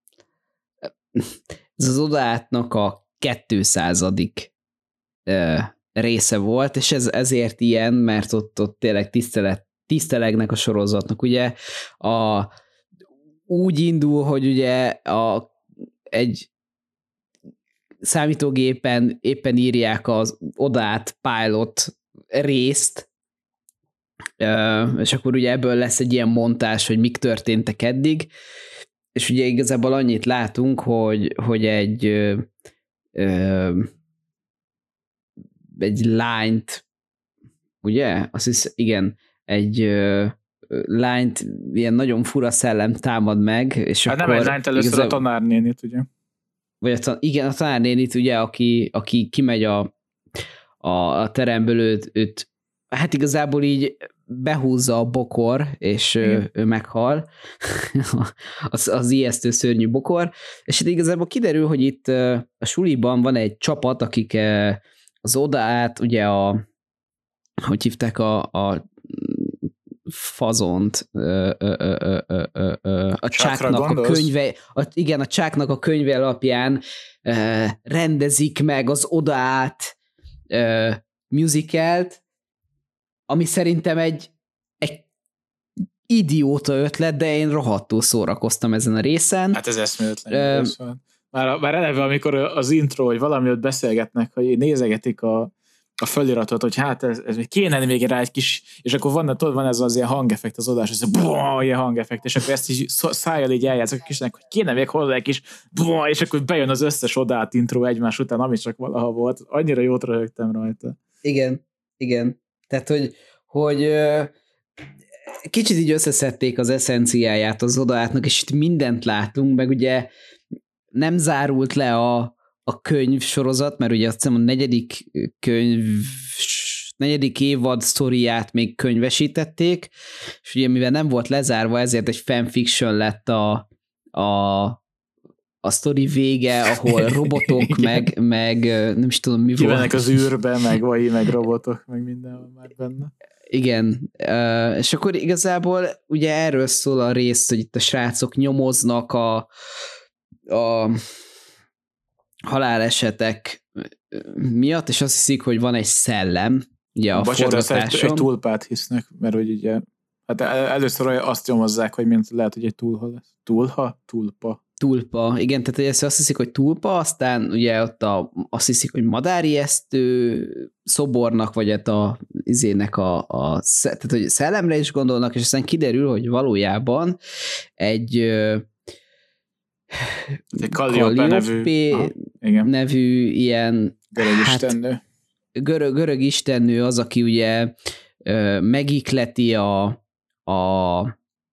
ez az odaátnak a kétszázadik része volt, és ez ezért ilyen, mert ott, ott tényleg tisztelet, tisztelegnek a sorozatnak. Ugye a, úgy indul, hogy ugye a, egy számítógépen éppen írják az odaát pilot részt, és akkor ugye ebből lesz egy ilyen montás, hogy mik történtek eddig, és ugye igazából annyit látunk, hogy, hogy egy ö, ö, egy lányt, ugye? Azt hisz, igen, egy ö, lányt, ilyen nagyon fura szellem támad meg, és hát akkor... nem egy lányt, először igazából, a tanárnénit, ugye? Vagy a, igen, a tanárnénit, ugye, aki, aki kimegy a, a, a teremből, őt, őt hát igazából így behúzza a bokor, és ő, ő meghal, az, az ijesztő szörnyű bokor, és itt igazából kiderül, hogy itt a suliban van egy csapat, akik az odaát, ugye a, hogy hívták a, a fazont, a csáknak a könyve, a, igen, a csáknak a könyve alapján rendezik meg az odaát musicalt, ami szerintem egy, egy idióta ötlet, de én rohadtul szórakoztam ezen a részen. Hát ez eszméletlen. Uh, már, már eleve, amikor az intro, hogy valami ott beszélgetnek, hogy nézegetik a, a feliratot, hogy hát ez, ez kéne még rá egy kis, és akkor van, tudod, van ez az ilyen hangeffekt az adás, az buh, ilyen hangeffekt, és akkor ezt így szájjal így eljátszok a kisnek, hogy kéne még hozzá egy kis buh, és akkor bejön az összes odát intro egymás után, ami csak valaha volt. Annyira jót röhögtem rajta. Igen, igen. Tehát, hogy, hogy kicsit így összeszedték az eszenciáját az odaátnak, és itt mindent látunk, meg ugye nem zárult le a, a könyv sorozat, mert ugye azt hiszem a negyedik könyv negyedik évad sztoriát még könyvesítették, és ugye mivel nem volt lezárva, ezért egy fanfiction lett a, a, a sztori vége, ahol robotok, meg, meg nem is tudom mi Kivennek volt. az űrbe, meg vai, meg robotok, meg minden már benne. Igen, és akkor igazából ugye erről szól a rész, hogy itt a srácok nyomoznak a, a halálesetek miatt, és azt hiszik, hogy van egy szellem, ugye a Bocsánat, forgatáson. egy, egy túlpát hisznek, mert hogy ugye, hát először azt nyomozzák, hogy mint lehet, hogy egy túlha lesz. Túlha? Túlpa. Túlpa, igen, tehát ezt azt hiszik, hogy túlpa, aztán ugye ott a, azt hiszik, hogy madárijesztő szobornak, vagy hát a izének a, a tehát, hogy szellemre is gondolnak, és aztán kiderül, hogy valójában egy egy Calliope nevű, aha, nevű ilyen görög istennő. Hát, görög, görög istennő az, aki ugye megikleti a, a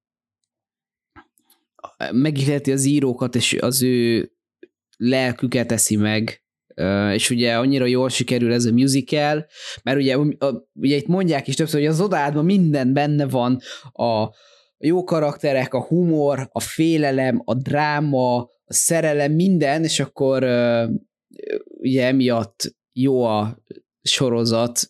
megihleti az írókat, és az ő lelküket eszi meg, és ugye annyira jól sikerül ez a musical, mert ugye, ugye itt mondják is többször, hogy az odaádban minden benne van, a jó karakterek, a humor, a félelem, a dráma, a szerelem, minden, és akkor ugye emiatt jó a sorozat,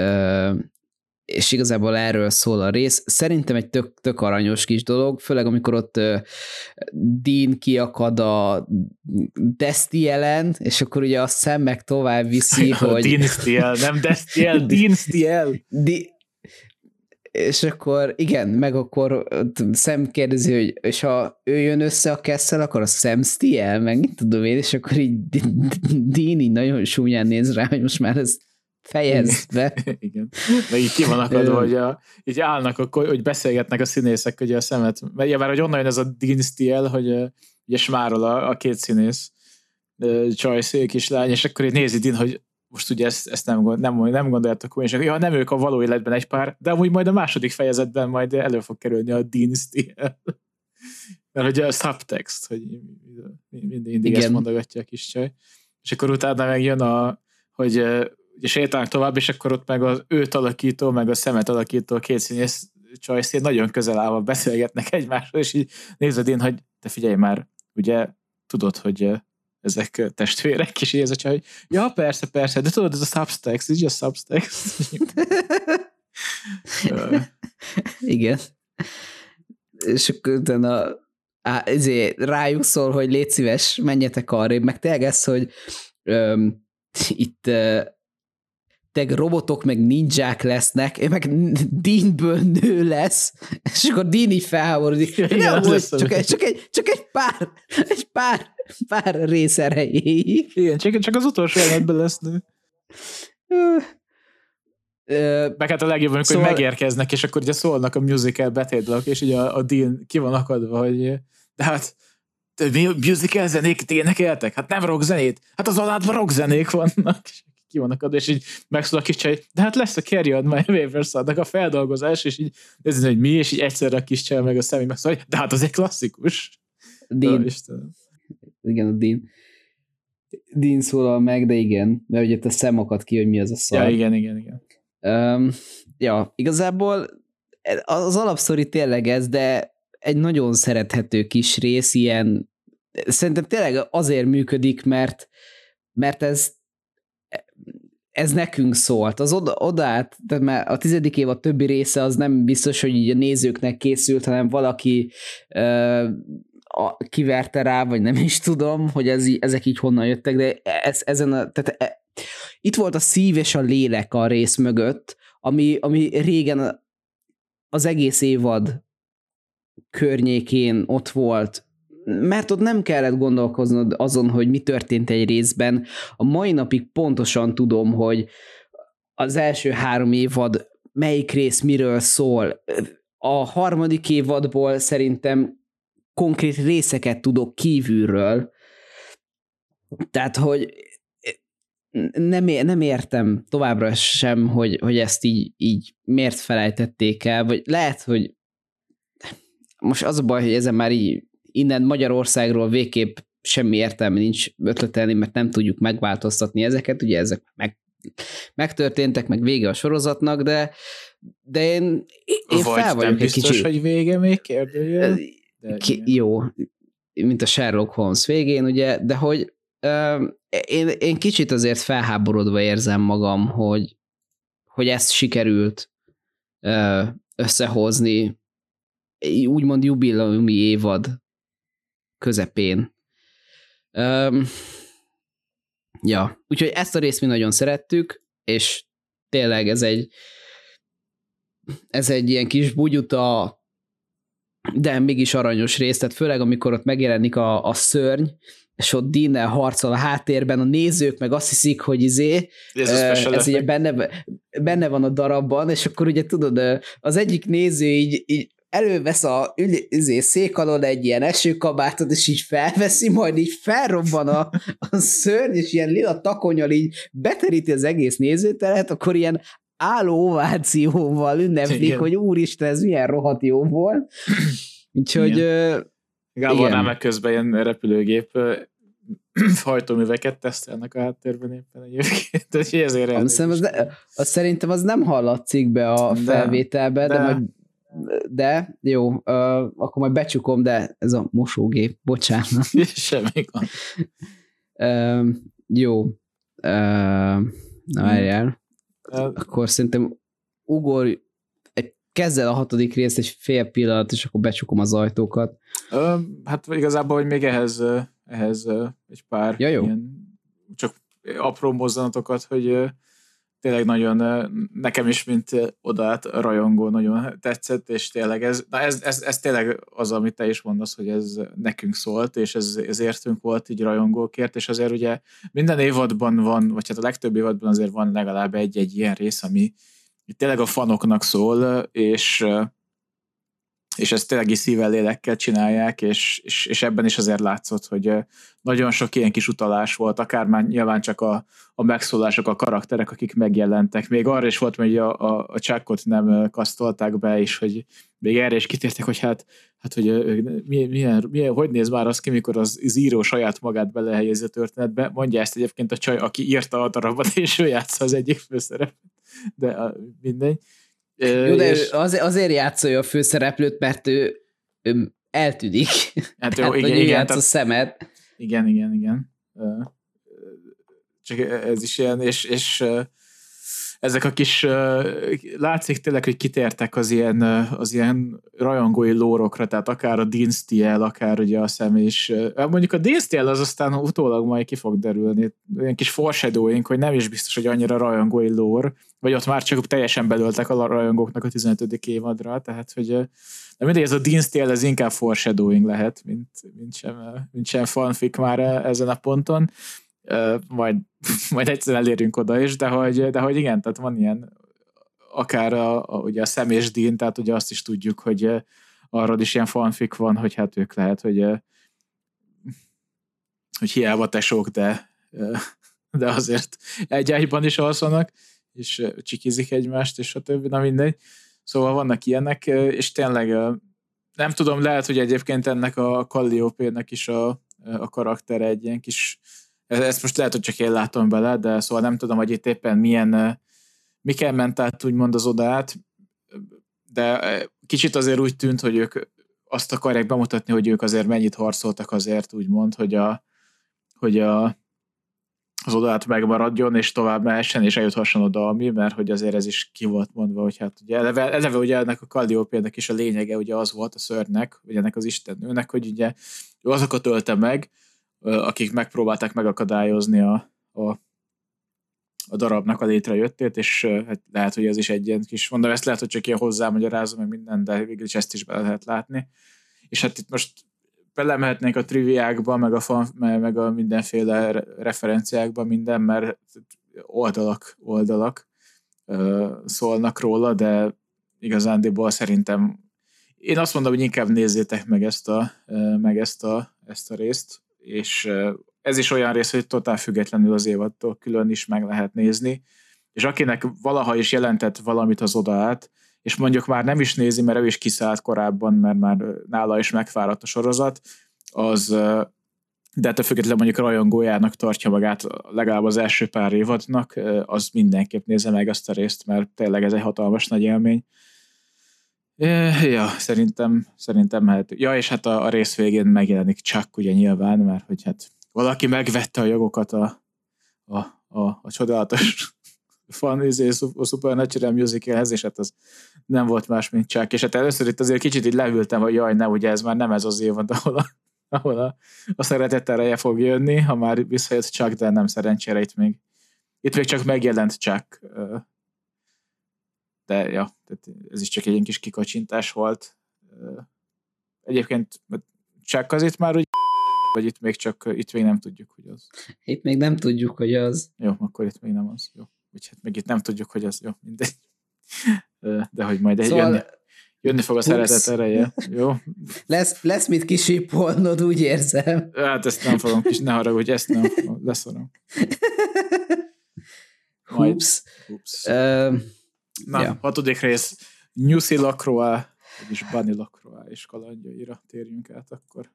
és igazából erről szól a rész. Szerintem egy tök, tök aranyos kis dolog, főleg amikor ott uh, Dean kiakad a Destielen, és akkor ugye a Sam meg tovább viszi, hogy... Dean nem Destiel, Dean Stiel. Di- és akkor igen, meg akkor Sam kérdezi, hogy és ha ő jön össze a Kessel, akkor a Sam Stiel, meg mit tudom én, és akkor így Dean így nagyon súlyán néz rá, hogy most már ez fejezd be. Igen. Meg így ki van akadva, hogy a, így állnak, akkor, hogy beszélgetnek a színészek, ugye a szemet. Mert ugye már, hogy onnan jön ez a Dean Stiel, hogy ugye smárol a, a két színész csaj, szél kislány, és akkor így nézi Dean, hogy most ugye ezt, ezt nem, nem, nem gondoljátok, hogy ja, nem ők a való életben egy pár, de amúgy majd a második fejezetben majd elő fog kerülni a Dean Stiel. Mert ugye a subtext, hogy mindig, mindig ezt mondogatja a kis csaj. És akkor utána megjön a, hogy és sétálnak tovább, és akkor ott meg az őt alakító, meg a szemet alakító két színész csajszél nagyon közel állva beszélgetnek egymásról, és így nézed én, hogy te figyelj már, ugye tudod, hogy ezek testvérek, és így ez a csaj, hogy ja, persze, persze, de tudod, ez a subtext, ez a subtext. Igen. És akkor utána á, ezért rájuk szól, hogy légy szíves, menjetek arrébb, meg tényleg ez, hogy öm, itt teg robotok, meg ninják lesznek, meg Deanből nő lesz, és akkor Dean így felháborodik. Igen, nem volt, csak, csak, egy, csak, egy, csak egy pár, egy pár, pár rész erejéig. Igen, csak, csak az utolsó életben lesz nő. Meg hát a legjobb, amikor szóval... megérkeznek, és akkor ugye szólnak a musical betétlak, és ugye a, a Dean ki van akadva, hogy de hát mi musical zenék énekeltek? Hát nem rock zenét. Hát az aládban rock zenék vannak. Ki vannak adva, és így megszól a kis csaj, de hát lesz a Carry On My Waivers a feldolgozás, és így ez hogy mi, és így egyszerre a kis csaj meg a személy megszól, de hát az egy klasszikus. Dean. Igen, a Dean. Dean szólal meg, de igen, mert ugye a szem akad ki, hogy mi az a szar. Ja, igen, igen, igen. Um, ja, igazából az alapsztori tényleg ez, de egy nagyon szerethető kis rész, ilyen szerintem tényleg azért működik, mert mert ez ez nekünk szólt. Az oda, oda át, tehát már a tizedik év a többi része az nem biztos, hogy így a nézőknek készült, hanem valaki uh, a, kiverte rá, vagy nem is tudom, hogy ez, ezek így honnan jöttek, de ez, ezen a, tehát e, itt volt a szív és a lélek a rész mögött, ami, ami régen az egész évad környékén ott volt, mert ott nem kellett gondolkoznod azon, hogy mi történt egy részben. A mai napig pontosan tudom, hogy az első három évad melyik rész miről szól. A harmadik évadból szerintem konkrét részeket tudok kívülről. Tehát, hogy nem, nem értem továbbra sem, hogy, hogy ezt így, így miért felejtették el, vagy lehet, hogy most az a baj, hogy ezen már így innen Magyarországról végképp semmi értelme nincs ötletelni, mert nem tudjuk megváltoztatni ezeket, ugye ezek meg megtörténtek, meg vége a sorozatnak, de, de én, én Vagy fel vagyok nem biztos, egy kicsit. hogy vége még kérdőjel. Ki, jó, mint a Sherlock Holmes végén, ugye, de hogy ö, én, én kicsit azért felháborodva érzem magam, hogy, hogy ezt sikerült ö, összehozni úgymond jubileumi évad közepén. Ö, ja, úgyhogy ezt a részt mi nagyon szerettük, és tényleg ez egy ez egy ilyen kis bugyuta, de mégis aranyos rész, tehát főleg amikor ott megjelenik a, a szörny, és ott Dean-nel harcol a háttérben, a nézők meg azt hiszik, hogy izé, ez, ez ugye benne, benne van a darabban, és akkor ugye tudod, az egyik néző így, így elővesz a izé, szék alól egy ilyen esőkabátot, és így felveszi, majd így felrobban a, a szörny, és ilyen lila takonyal így beteríti az egész nézőteret, akkor ilyen álló ovációval ünneplik, igen, hogy úristen, ez milyen rohadt jó volt. Úgyhogy... Gábornál meg közben ilyen repülőgép hajtóműveket tesztelnek a háttérben éppen egyébként. Úgyhogy ezért az, az, az szerintem az nem hallatszik be a felvételbe, de, de, de, majd, de jó, uh, akkor majd becsukom, de ez a mosógép, bocsánat. Semmi gond. Uh, jó. Uh, na várjál. Akkor szerintem ugorj, egy, kezd el a hatodik részt egy fél pillanat, és akkor becsukom az ajtókat. Ö, hát igazából, hogy még ehhez, ehhez egy pár ja, jó. ilyen csak apró mozzanatokat, hogy tényleg nagyon nekem is, mint odát rajongó nagyon tetszett, és tényleg ez, na ez, ez, ez tényleg az, amit te is mondasz, hogy ez nekünk szólt, és ez, ez értünk volt így rajongókért, és azért ugye minden évadban van, vagy hát a legtöbb évadban azért van legalább egy-egy ilyen rész, ami tényleg a fanoknak szól, és és ezt tényleg is szívvel, lélekkel csinálják, és, és, és ebben is azért látszott, hogy nagyon sok ilyen kis utalás volt, akár már nyilván csak a, a megszólások, a karakterek, akik megjelentek. Még arra is volt, hogy a, a, a Chuckot nem kasztolták be, és hogy még erre is kitértek, hogy hát, hát hogy milyen, milyen, milyen, hogy néz már az ki, mikor az, az író saját magát belehelyezi a történetbe. Mondja ezt egyébként a csaj, aki írta a darabot, és ő játsza az egyik főszerep. De mindegy. Jó, de és... azért, azért játszolja a főszereplőt, mert ő, ő eltűnik. Hát jó, igen, igen. Játsz a szemet. Igen, igen, igen. Csak ez is ilyen, és, és ezek a kis, látszik tényleg, hogy kitértek az ilyen, az ilyen rajongói lórokra, tehát akár a Dean Steele, akár ugye a szem is. Mondjuk a Dean Steele az aztán utólag majd ki fog derülni. Olyan kis foreshadowing, hogy nem is biztos, hogy annyira rajongói lór, vagy ott már csak teljesen belöltek a rajongóknak a tizenötödik évadra, tehát hogy de mindegy, ez a Dean Steele, ez inkább foreshadowing lehet, mint, mint, sem, mint sem fanfic már ezen a ponton. Uh, majd, majd egyszer elérünk oda is, de hogy, de hogy igen, tehát van ilyen akár a, a, ugye a Sam és Dean, tehát ugye azt is tudjuk, hogy uh, arról is ilyen fanfic van, hogy hát ők lehet, hogy uh, hogy hiába tesók, de uh, de azért egy ágyban is alszanak, és uh, csikizik egymást, és a többi, na mindegy. Szóval vannak ilyenek, uh, és tényleg uh, nem tudom, lehet, hogy egyébként ennek a Calliope-nek is a, a karaktere egy ilyen kis. Ezt most lehet, hogy csak én látom bele, de szóval nem tudom, hogy itt éppen milyen, miken ment át úgymond az odaát, de kicsit azért úgy tűnt, hogy ők azt akarják bemutatni, hogy ők azért mennyit harcoltak azért úgymond, hogy, a, hogy a, az odaát megmaradjon, és tovább mehessen, és eljuthasson oda, ami, mert hogy azért ez is ki volt mondva, hogy hát ugye eleve, eleve ugye ennek a Calliope-nek is a lényege ugye az volt a szörnynek, vagy ennek az istennőnek, hogy ugye ő azokat ölte meg, akik megpróbálták megakadályozni a, a, a darabnak a létrejöttét, és hát lehet, hogy ez is egy ilyen kis, mondom, ezt lehet, hogy csak ilyen hozzámagyarázom, meg minden, de végülis ezt is bele lehet látni. És hát itt most belemehetnénk a triviákba, meg a, fan, meg a mindenféle referenciákba, minden, mert oldalak, oldalak szólnak róla, de igazándiból szerintem én azt mondom, hogy inkább nézzétek meg ezt a, meg ezt a, ezt a részt, és ez is olyan rész, hogy totál függetlenül az évadtól külön is meg lehet nézni, és akinek valaha is jelentett valamit az odaát, és mondjuk már nem is nézi, mert ő is kiszállt korábban, mert már nála is megfáradt a sorozat, az de hát a függetlenül mondjuk rajongójának tartja magát legalább az első pár évadnak, az mindenképp nézze meg azt a részt, mert tényleg ez egy hatalmas nagy élmény. Ja, szerintem, szerintem mehet. Ja, és hát a, a rész végén megjelenik Chuck ugye nyilván, mert hogy hát valaki megvette a jogokat a, a, a, a csodálatos fan izé, a Supernatural musicalhez, és hát az nem volt más, mint Chuck. És hát először itt azért kicsit így leültem, hogy jaj, ne, ugye ez már nem ez az évad, ahol a, ahol a, a szeretet ereje fog jönni, ha már visszajött Chuck, de nem, szerencsére itt még itt még csak megjelent Chuck. De ja, tehát ez is csak egy ilyen kis kikacsintás volt. Egyébként Chuck az itt már úgy, vagy itt még csak, itt még nem tudjuk, hogy az. Itt még nem tudjuk, hogy az. Jó, akkor itt még nem az. Jó. Úgyhogy hát még itt nem tudjuk, hogy az. Jó, mindegy. De hogy majd szóval... jönni, jönni fog a szeretet ereje. Jó. Lesz, lesz mit kisípolnod, úgy érzem. Hát ezt nem fogom kis, ne haragudj, ezt nem fogom, leszorom. Húps. Húps. Uh, Na, ja. Hatodik rész. Newsy Lacroix, vagyis Bunny Lacroix és kalandjaira térjünk át akkor.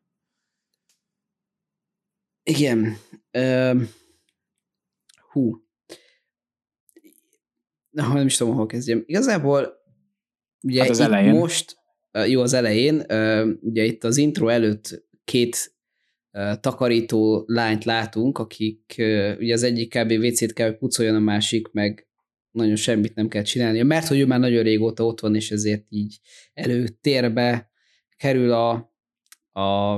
Igen. Uh, hú. Na, nem is tudom, hol kezdjem. Igazából ugye hát az itt elején. most, uh, jó, az elején, uh, ugye itt az intro előtt két uh, takarító lányt látunk, akik uh, ugye az egyik kb. vécét kell, hogy pucoljon, a másik meg nagyon semmit nem kell csinálnia, mert hogy ő már nagyon régóta ott van, és ezért így előtérbe kerül a, a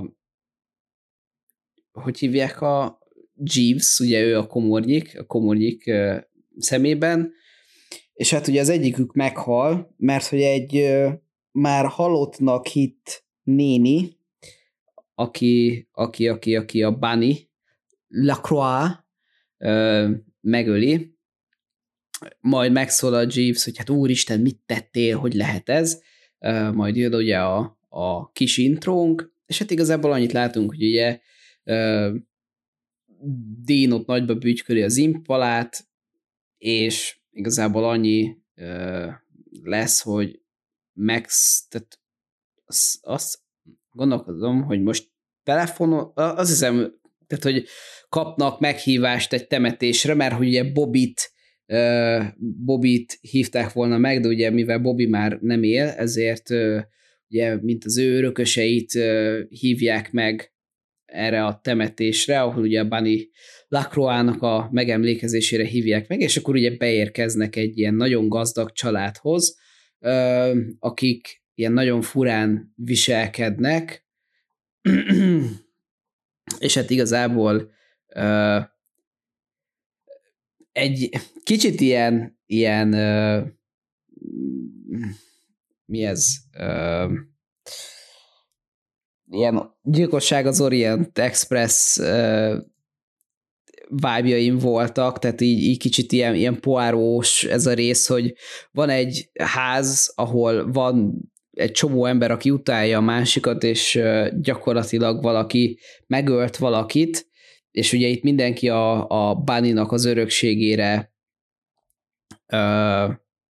hogy hívják a Jeeves, ugye ő a komornyik, a komornyik uh, szemében, és hát ugye az egyikük meghal, mert hogy egy uh, már halottnak hitt néni, aki, aki, aki, aki a Bunny Lacroix uh, megöli, majd megszólal Jeeves, hogy hát úristen, mit tettél, hogy lehet ez, uh, majd jön ugye a, a kis intrónk, és hát igazából annyit látunk, hogy ugye uh, Dean ott nagyba bütyköli az impalát, és igazából annyi uh, lesz, hogy Max, tehát azt, azt gondolkodom, hogy most telefonon, azt hiszem, tehát hogy kapnak meghívást egy temetésre, mert hogy ugye Bobbyt Uh, Bobbyt hívták volna meg, de ugye mivel Bobby már nem él, ezért uh, ugye, mint az ő örököseit uh, hívják meg erre a temetésre, ahol ugye a Bunny Lacroix-nak a megemlékezésére hívják meg, és akkor ugye beérkeznek egy ilyen nagyon gazdag családhoz, uh, akik ilyen nagyon furán viselkednek, és hát igazából uh, egy kicsit ilyen, ilyen uh, mi ez? Uh, ilyen gyilkosság az Orient Express uh, vibe-jaim voltak, tehát így, így kicsit ilyen, ilyen poárós ez a rész, hogy van egy ház, ahol van egy csomó ember, aki utálja a másikat, és uh, gyakorlatilag valaki megölt valakit, és ugye itt mindenki a, a Bunny-nak az örökségére ö,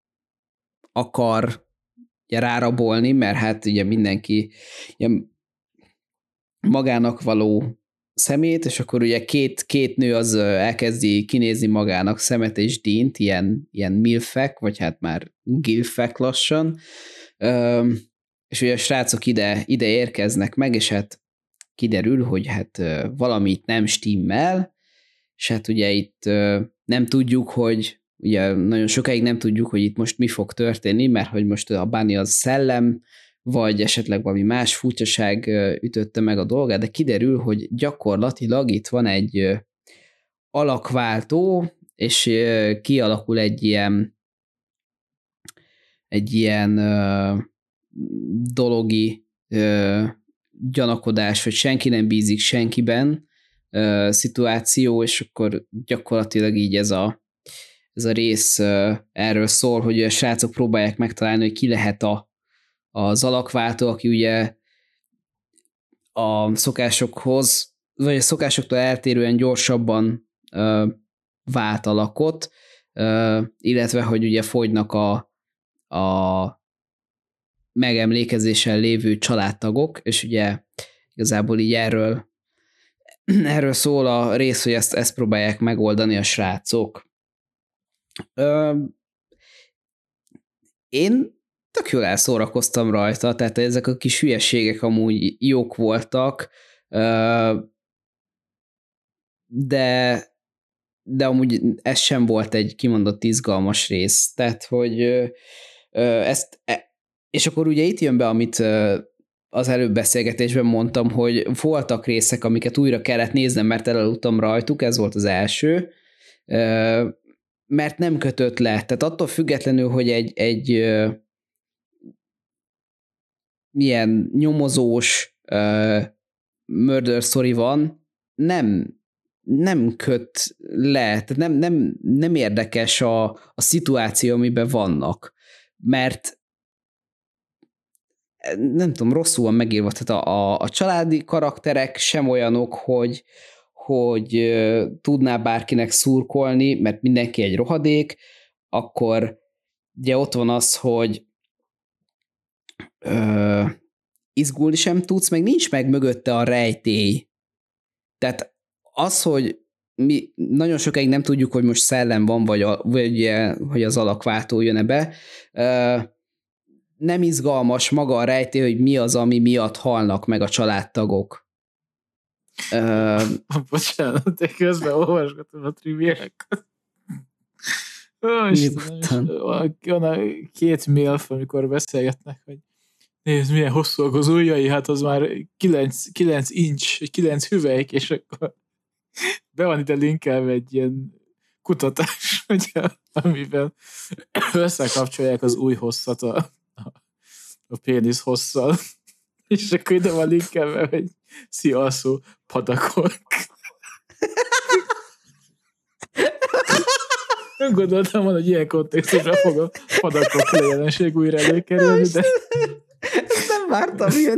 akar ugye, rárabolni, mert hát ugye mindenki ugye, magának való szemét, és akkor ugye két, két nő az elkezdi kinézni magának szemet és Deant, ilyen, ilyen milfek, vagy hát már gilfek lassan, ö, és ugye a srácok ide, ide érkeznek meg, és hát kiderül, hogy hát valamit nem stimmel, és hát ugye itt nem tudjuk, hogy ugye nagyon sokáig nem tudjuk, hogy itt most mi fog történni, mert hogy most a Bunny az szellem, vagy esetleg valami más furcsaság ütötte meg a dolgát, de kiderül, hogy gyakorlatilag itt van egy alakváltó, és kialakul egy ilyen egy ilyen dologi gyanakodás, hogy senki nem bízik senkiben uh, szituáció, és akkor gyakorlatilag így ez a, ez a rész uh, erről szól, hogy a srácok próbálják megtalálni, hogy ki lehet a, az alakváltó, aki ugye a szokásokhoz, vagy a szokásoktól eltérően gyorsabban uh, vált alakot, uh, illetve hogy ugye fogynak a, a megemlékezésen lévő családtagok, és ugye igazából így erről erről szól a rész, hogy ezt, ezt próbálják megoldani a srácok. Ö, én tök jól elszórakoztam rajta, tehát ezek a kis hülyeségek amúgy jók voltak, ö, de de amúgy ez sem volt egy kimondott izgalmas rész. Tehát, hogy ö, ö, ezt, és akkor ugye itt jön be, amit ö, az előbb beszélgetésben mondtam, hogy voltak részek, amiket újra kellett néznem, mert elaludtam rajtuk, ez volt az első, ö, mert nem kötött le. Tehát attól függetlenül, hogy egy, egy ö, milyen nyomozós ö, murder story van, nem nem köt le, tehát nem, nem, nem érdekes a, a szituáció, amiben vannak, mert nem tudom, rosszul van megírva, tehát a, a, a családi karakterek sem olyanok, hogy, hogy uh, tudná bárkinek szurkolni, mert mindenki egy rohadék, akkor ugye ott van az, hogy uh, izgulni sem tudsz, meg nincs meg mögötte a rejtély. Tehát az, hogy mi nagyon sokáig nem tudjuk, hogy most szellem van, vagy, a, vagy hogy az alakváltó jön-e be, nem izgalmas maga a rejtély, hogy mi az, ami miatt halnak meg a családtagok. Bocsánat, én közben olvasgatom a triviákat. Van a két milf, amikor beszélgetnek, hogy nézd, milyen hosszúak az ujjai, hát az már kilenc inch, kilenc hüvelyk, és akkor be van ide linkelve egy ilyen kutatás, ugye, amiben összekapcsolják az új hosszat a, a, a pénisz hosszal, és akkor ide van linkelve, hogy szia alszó padakok. Nem gondoltam volna, hogy ilyen kontextusra fog a padakok jelenség újra előkerülni, de... Ezt nem vártam ilyen.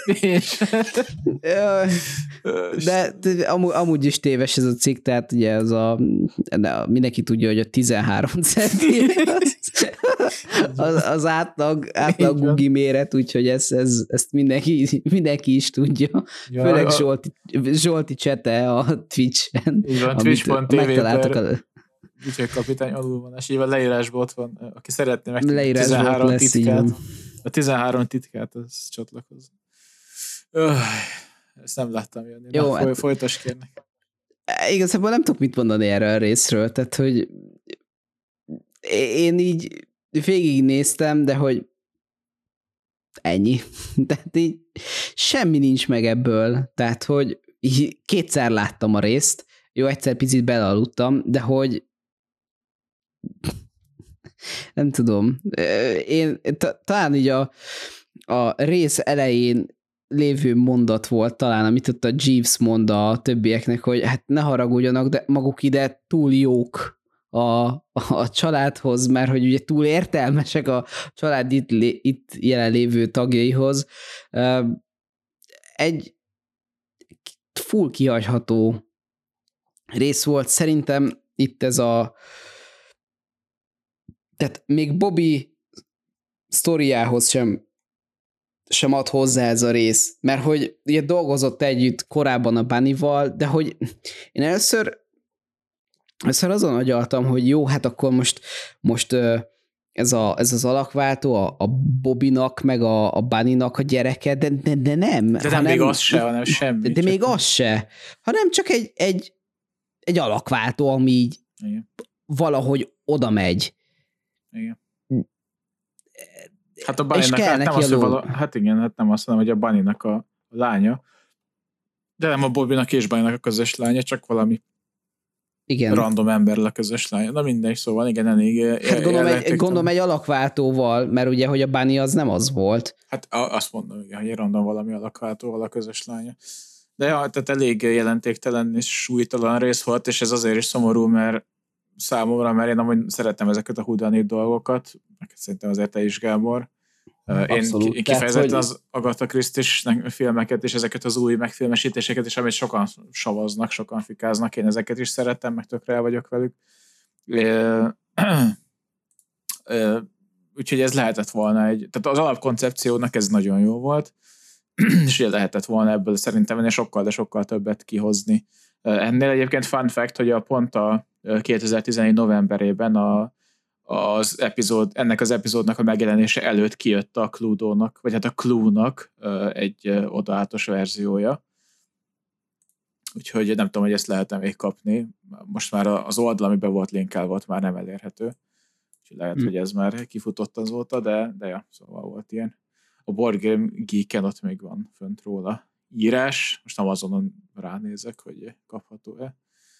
De, de amúgy, amúgy is téves ez a cikk, tehát ugye az a, mindenki tudja, hogy a tizenhárom centi az, az átlag, átlag gugi méret, úgyhogy ez, ez, ezt mindenki, mindenki is tudja. Ja, főleg a... Zsolti, Zsolti csete a Twitch-en. Így van, twitch pont t v per Úgyhogy kapitány alulvonás. Így van, leírásban ott van, aki szeretné meg tizenhárom titkát. A tizenhárom titkát, az csatlakoz. Öh, ezt nem láttam jönni. Jó, Na, foly, hát, folytas kérnek. Igazából nem tudok mit mondani erről a részről, tehát, hogy én így végignéztem, de hogy ennyi. Tehát így semmi nincs meg ebből. Tehát, hogy kétszer láttam a részt, jó, egyszer picit belealudtam, de hogy nem tudom. Én t- talán így a, a rész elején lévő mondat volt talán, amit ott a Jeeves mond a többieknek, hogy hát ne haragudjanak, de maguk ide túl jók a, a családhoz, mert hogy ugye túl értelmesek a család itt, itt jelenlévő tagjaihoz. Egy full kihagyható rész volt. Szerintem itt ez a tehát még Bobby sztoriához sem, sem ad hozzá ez a rész, mert hogy ugye dolgozott együtt korábban a Bunnyval, de hogy én először, először azon agyaltam, hogy jó, hát akkor most, most ez, a, ez az alakváltó a, a Bobbynak, meg a, a Bunnynak a gyereke, de, de, de nem. De nem még az se, hanem semmi. De, de még az se, hanem csak egy, egy, egy alakváltó, ami így Igen. valahogy oda megy. Igen. Hát a Bunnynak, hát nem az, vala, hát igen, hát nem azt mondom, hogy a Bunnynak a, a lánya, de nem a Bobbynak és Bunnynak a közös lánya, csak valami igen. random emberrel a közös lánya. Na mindegy, szóval igen, elég. Hát gondolom, egy, gondolom egy alakváltóval, mert ugye, hogy a Bunny az nem az volt. Hát azt mondom, igen, hogy random valami alakváltóval a közös lánya. De ja, tehát elég jelentéktelen és súlytalan rész volt, és ez azért is szomorú, mert számomra, mert én amúgy szeretem ezeket a hudanit dolgokat, szerintem azért te is, Gábor. Abszolút. Én, én kifejezetten Tehát, az Agatha Christie-s filmeket és ezeket az új megfilmesítéseket, és amit sokan savaznak, sokan fikáznak, én ezeket is szeretem, meg tökre el vagyok velük. Úgyhogy ez lehetett volna egy, tehát az alapkoncepciónak ez nagyon jó volt. és ugye lehetett volna ebből szerintem ennél sokkal, de sokkal többet kihozni. Ennél egyébként fun fact, hogy a pont a kétezer-tizenegy novemberében a, az epizód, ennek az epizódnak a megjelenése előtt kijött a Cluedo-nak, vagy hát a Clue-nak egy odaátos verziója. Úgyhogy nem tudom, hogy ezt lehet-e még kapni. Most már az oldal, amiben volt linkel, volt már nem elérhető. Úgyhogy lehet, hmm. hogy ez már kifutott azóta, de, de ja, szóval volt ilyen. A Board Game Geek-en ott még van fönt róla írás. Most nem azonon ránézek, hogy kapható-e.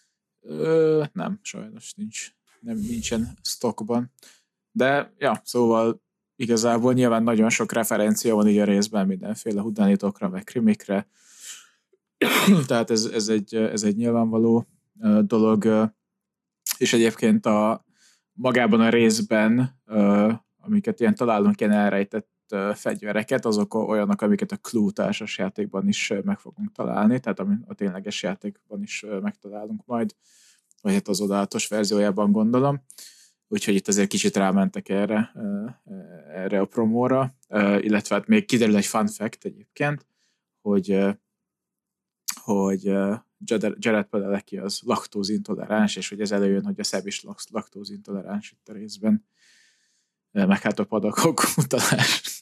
Ö, nem, sajnos nincs. Nem, nincsen stockban. De ja, szóval igazából nyilván nagyon sok referencia van így a részben mindenféle hudanitokra, meg krimikre. Tehát ez, ez, egy, ez egy nyilvánvaló uh, dolog. Uh, és egyébként a, magában a részben, uh, amiket ilyen találunk, ilyen elrejtett uh, fegyvereket, azok olyanok, amiket a Clue társas játékban is uh, meg fogunk találni, tehát ami a tényleges játékban is uh, megtalálunk majd, vagy hát az odaátos verziójában gondolom. Úgyhogy itt azért kicsit rámentek erre, uh, erre a promóra, uh, illetve hát még kiderül egy fun fact egyébként, hogy uh, hogy uh, Jared Padalecki az laktózintoleráns, és hogy ez előjön, hogy a Szeb is laktózintoleráns itt a részben, meg hát a padakok utalás.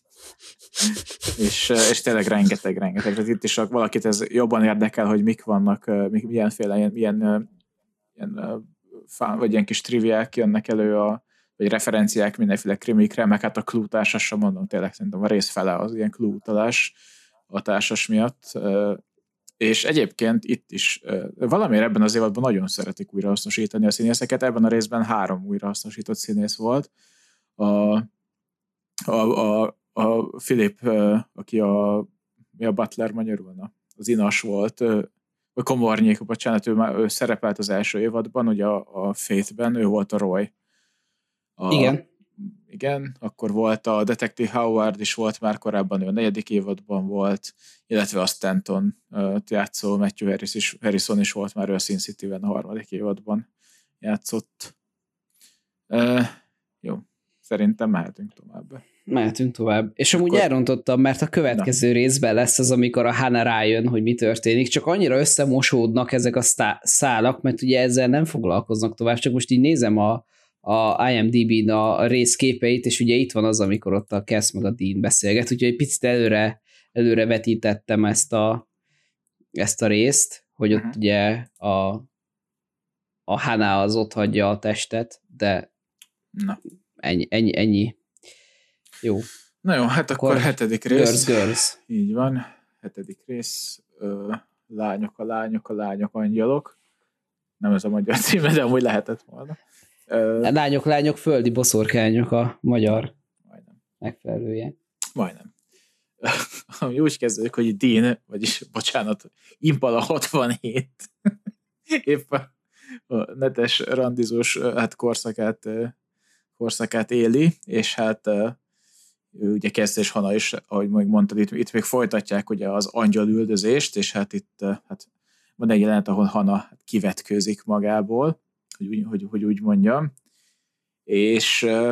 és, és tényleg rengeteg, rengeteg. Tehát itt is valakit ez jobban érdekel, hogy mik vannak, milyenféle ilyen, ilyen, ilyen vagy ilyen kis triviák jönnek elő, a, vagy referenciák mindenféle krimikre, meg hát a Clue társasra mondom, tényleg szerintem a rész fele az ilyen Clue utalás a társas miatt. És egyébként itt is valamiért ebben az évadban nagyon szeretik újrahasznosítani a színészeket. Ebben a részben három újrahasznosított színész volt. A, a, a, a Philip, aki a, mi a Butler magyarul, az Inas volt, vagy Komornyék, bocsánat, ő, ő szerepelt az első évadban, ugye a, a Faith-ben, ő volt a Roy. A, igen. Igen, akkor volt a Detective Howard is volt már korábban, ő a negyedik évadban volt, illetve a Stanton uh, játszó Matthew Harris is, Harrison is volt már, ő a Sin City-ben a harmadik évadban játszott. Uh, jó, szerintem mehetünk tovább. Mehetünk tovább. És amúgy akkor... elrontottam, mert a következő Na. részben lesz az, amikor a Hannah rájön, hogy mi történik, csak annyira összemosódnak ezek a szá- szálak, mert ugye ezzel nem foglalkoznak tovább, csak most így nézem a a I M D B-n a részképeit, és ugye itt van az, amikor ott a Cass meg a Dean beszélget, úgyhogy egy picit előre, előre vetítettem ezt a, ezt a részt, hogy ott uh-huh. ugye a, a Hannah az ott hagyja a testet, de Na. Ennyi, ennyi, ennyi. Jó. Na jó, hát akkor, akkor hetedik rész. Girls, girls. Így van, hetedik rész. Ö, lányok a lányok, a lányok angyalok. Nem ez a magyar címe, de amúgy lehetett volna. Uh, lányok, lányok, földi boszorkányok a magyar majdnem. megfelelője. Majdnem. Ami úgy kezdődik, hogy Dean, vagyis, bocsánat, Impala hatvanhét épp a, a netes randizós hát korszakát, korszakát éli, és hát ugye Cass és Hannah is, ahogy még mondtad, itt, itt még folytatják ugye az angyal üldözést, és hát itt hát van egy jelenet, ahol Hannah kivetkőzik magából, Hogy úgy, hogy, hogy úgy mondjam, és uh,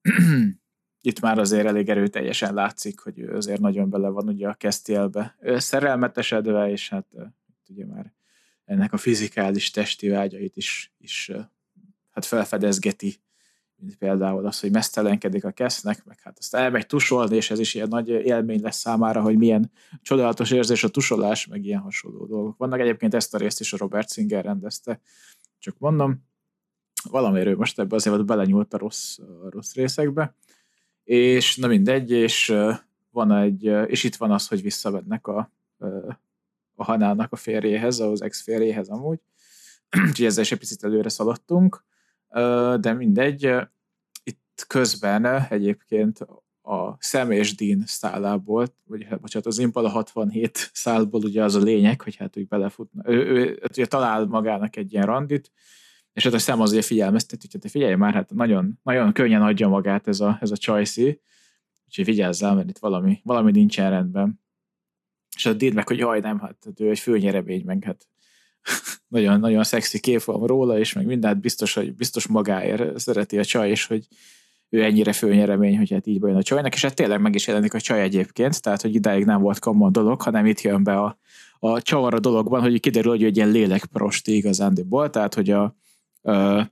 itt már azért elég erőteljesen látszik, hogy ő azért nagyon bele van ugye a Castielbe szerelmetesedve, és hát uh, ugye már ennek a fizikális testi vágyait is, is uh, hát felfedezgeti, mint például az, hogy mesztelenkedik a Cassnek, meg hát azt elmegy tusolni, és ez is ilyen nagy élmény lesz számára, hogy milyen csodálatos érzés a tusolás, meg ilyen hasonló dolgok vannak. Egyébként ezt a részt is a Robert Singer rendezte, csak mondom, valamiért ő most ebbe azért belenyúlt a rossz, a rossz részekbe, és na mindegy, és van egy, és itt van az, hogy visszavennek a, a Hannahnak a férjéhez, az ex-férjéhez amúgy, úgyhogy ezzel is egy picit előre szaladtunk, de mindegy, itt közben egyébként a Sam és Dean szálából, vagy bocsánat, az Impala hatvanhét szálból ugye az a lényeg, hogy hát úgy belefutna, ő, ő ugye talál magának egy ilyen randit, és hát a Sam azért figyelmeztet, hogy te figyelj már, hát nagyon, nagyon könnyen adja magát ez a, ez a csajszi, úgyhogy vigyázzál, mert itt valami, valami nincsen rendben. És a Dean meg, hogy jaj, nem, hát ő egy főnyeremény, meg hát nagyon, nagyon szexi kép van róla, és meg mindent biztos, hogy biztos magáért szereti a csaj, és hogy ő ennyire főnyeremény, hogy hát így bejön a csajnak, és hát tényleg meg is jelenik a csaj egyébként, tehát hogy idáig nem volt kamu a dolog, hanem itt jön be a, a csavar a dologban, hogy kiderül, hogy egy ilyen lélekprosti igazándiból, tehát hogy a, a,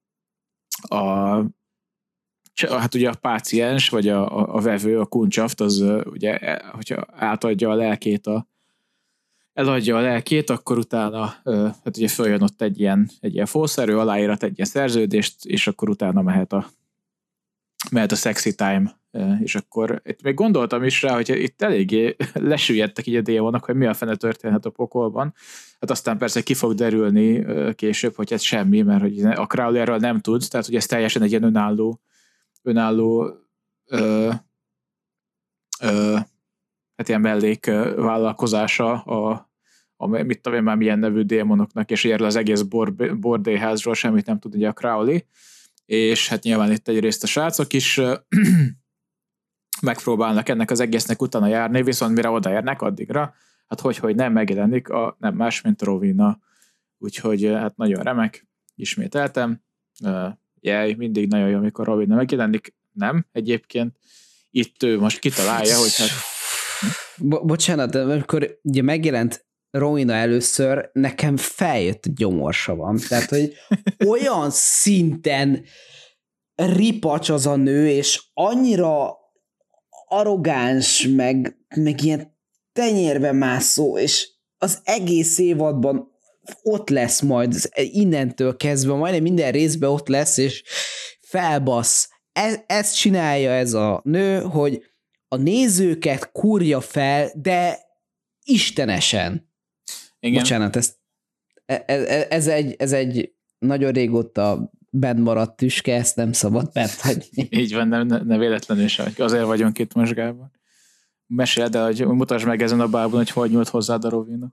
a hát ugye a páciens, vagy a, a, a vevő, a kuncsaft, az ugye, hogyha átadja a lelkét, a, eladja a lelkét, akkor utána hát ugye följön ott egy ilyen, egy ilyen fószerő, aláírat egy ilyen szerződést, és akkor utána mehet a mehet a sexy time, és akkor itt még gondoltam is rá, hogy itt eléggé lesüllyedtek így a démonok, hogy mi a fene történhet a pokolban. Hát aztán persze ki fog derülni később, hogy ez semmi, mert hogy a Crowley erről nem tud, tehát hogy ez teljesen egy ilyen önálló önálló ö, ö, hát ilyen mellék vállalkozása a, a mit tudom én már milyen nevű démonoknak, és erről az egész bor, bordélyházról semmit nem tud ugye a Crowley, és hát nyilván itt egyrészt a srácok is megpróbálnak ennek az egésznek utána járni, viszont mire odaérnek addigra, hát hogy-hogy nem megjelenik a nem más, mint Rowena. Úgyhogy hát nagyon remek, ismételtem. Jaj, mindig nagyon jó, amikor Rowena megjelenik. Nem, egyébként itt ő most kitalálja, hogy hát... Bo- bocsánat, de amikor ugye megjelent Rowena először, nekem feljött gyomorsavam. Tehát, hogy olyan szinten ripacs az a nő, és annyira arrogáns, meg, meg ilyen tenyérbe mászó, és az egész évadban ott lesz majd, innentől kezdve, majdnem minden részben ott lesz, és felbasz. E- ezt csinálja ez a nő, hogy a nézőket kurja fel, de istenesen. Igen. Bocsánat, ez, ez, ez, egy, ez egy nagyon régóta benn maradt tüske, ezt nem szabad bent hagyni. Így van, ne, ne véletlenül sem. Azért vagyunk itt most, Gábor. Meséld el, hogy mutasd meg ezen a bábon, hogy hogy nyúlt hozzád a Rowena.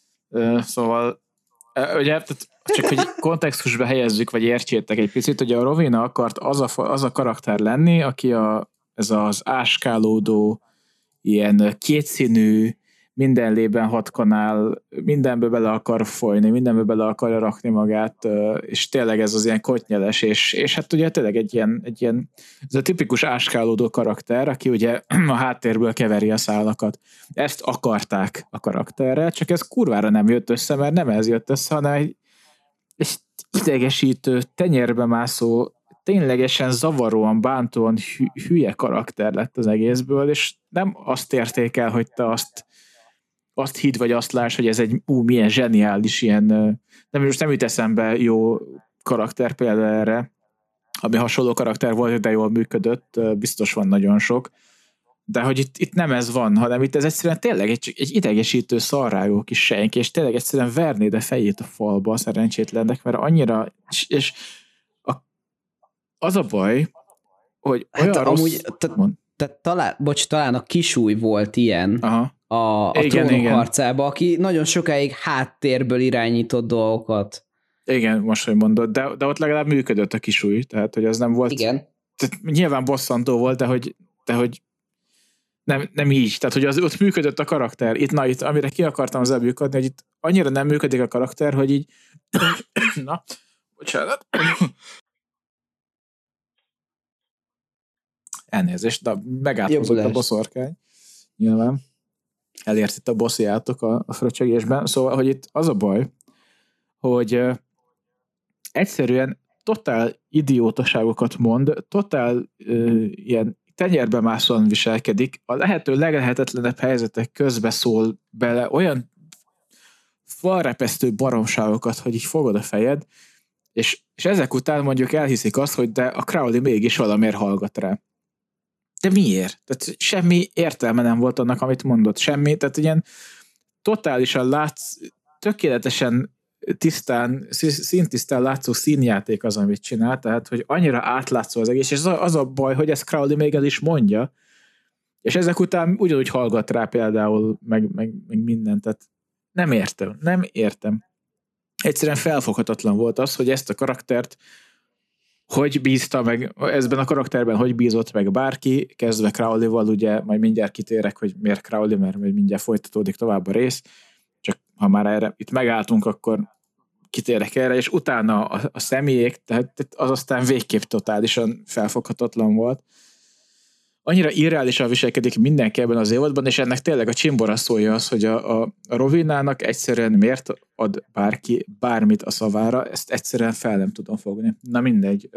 Szóval, ugye, csak hogy kontextusba helyezzük, vagy értsétek egy picit, hogy a Rowena akart az a, az a karakter lenni, aki a, ez az áskálódó, ilyen kétszínű, minden lében hat kanál, mindenbe bele akar folyni, mindenbe bele akarja rakni magát, és tényleg ez az ilyen kotnyeles, és, és hát ugye tényleg egy ilyen, egy ilyen ez a tipikus áskálódó karakter, aki ugye a háttérből keveri a szálakat. Ezt akarták a karakterrel, csak ez kurvára nem jött össze, mert nem ez jött össze, hanem egy, egy idegesítő, tenyérbe mászó, ténylegesen zavaróan, bántóan hülye karakter lett az egészből, és nem azt érték el, hogy te azt azt hidd, vagy azt láss, hogy ez egy ú, milyen zseniális, ilyen, nem, most nem jut eszembe jó karakter például erre, ami hasonló karakter volt, de jól működött, biztos van nagyon sok, de hogy itt, itt nem ez van, hanem itt ez egyszerűen tényleg egy, egy idegesítő szarrágó kis senki, és tényleg egyszerűen vernéd a fejét a falba a szerencsétlennek, mert annyira, és, és a, az a baj, hogy olyan hát rossz... Amúgy, tehát talán, bocs, talán a Kisúly volt ilyen, aha. a, a igen, trónok igen. harcába, aki nagyon sokáig háttérből irányított dolgokat. Igen, most, hogy mondod, de, de ott legalább működött a Kisúly, tehát, hogy az nem volt... Igen. Tehát nyilván bosszantó volt, de hogy, de hogy nem, nem így, tehát, hogy az, ott működött a karakter. Itt, na, itt, amire ki akartam az elbűködni, hogy itt annyira nem működik a karakter, hogy így... na, bocsánat. Elnézést, de megátkozott a boszorkány. Nyilván. Elért itt a bossziátok a, a fröcsögésben. Szóval, hogy itt az a baj, hogy uh, egyszerűen totál idiótaságokat mond, totál uh, ilyen tenyérbe mászóan viselkedik, a lehető leglehetetlenebb helyzetek közbe szól bele olyan falrepesztő baromságokat, hogy így fogod a fejed, és, és ezek után mondjuk elhiszik azt, hogy de a Crowley mégis valamiért hallgat rá. De miért? Tehát semmi értelme nem volt annak, amit mondott. Semmi, tehát ilyen totálisan látsz, tökéletesen tisztán, színtisztán látszó színjáték az, amit csinál, tehát, hogy annyira átlátszó az egész, és az a, az a baj, hogy ezt Crowley még el is mondja, és ezek után ugyanúgy hallgat rá például, meg, meg, meg mindent, tehát nem értem, nem értem. Egyszerűen felfoghatatlan volt az, hogy ezt a karaktert hogy bízta meg, ezben a karakterben hogy bízott meg bárki, kezdve Crowley-val, ugye majd mindjárt kitérek, hogy miért Crowley, mert mindjárt folytatódik tovább a rész, csak ha már erre itt megálltunk, akkor kitérek erre, és utána a, a személyek, tehát az aztán végképp totálisan felfoghatatlan volt. Annyira irreálisan viselkedik mindenki ebben az évadban, és ennek tényleg a csimbora szója az, hogy a, a, a Rovinának egyszerűen miért ad bárki bármit a szavára, ezt egyszerűen fel nem tudom fogni. Na mindegy.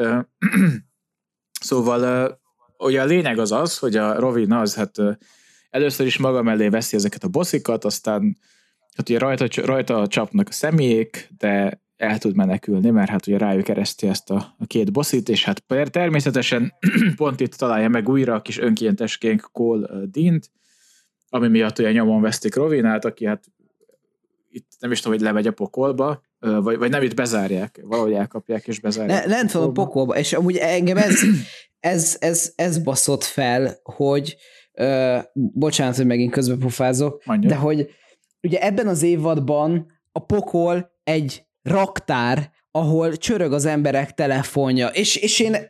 Szóval ugye a lényeg az az, hogy a Rowena az hát először is maga mellé veszi ezeket a bosszikat, aztán hát ugye rajta, rajta csapnak a személyek, de el tud menekülni, mert hát ugye rájuk kereszti ezt a, a két bosszit, és hát természetesen pont itt találja meg újra a kis önkénteskénk Cole Deant, ami miatt ugye nyomon vesztik Rowenát, aki hát itt nem is tudom, hogy lemegy a pokolba, vagy, vagy nem, itt bezárják, valahogy elkapják és bezárják. Ne, lent van a pokolba, és amúgy engem ez, ez, ez, ez baszott fel, hogy uh, bocsánat, hogy megint közbepofázok, de hogy ugye ebben az évadban a pokol egy raktár, ahol csörög az emberek telefonja, és, és én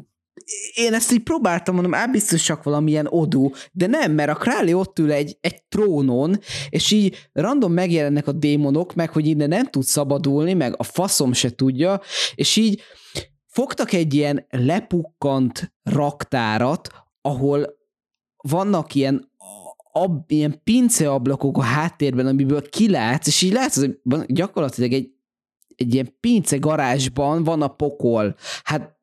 én ezt így próbáltam, mondom, á, biztos csak valamilyen odú, de nem, mert a Crowley ott ül egy, egy trónon, és így random megjelennek a démonok, meg hogy innen nem tud szabadulni, meg a faszom se tudja, és így fogtak egy ilyen lepukkant raktárat, ahol vannak ilyen ab, ilyen pinceablakok a háttérben, amiből kilátsz, és így látsz, hogy gyakorlatilag egy, egy ilyen pince garázsban van a pokol. Hát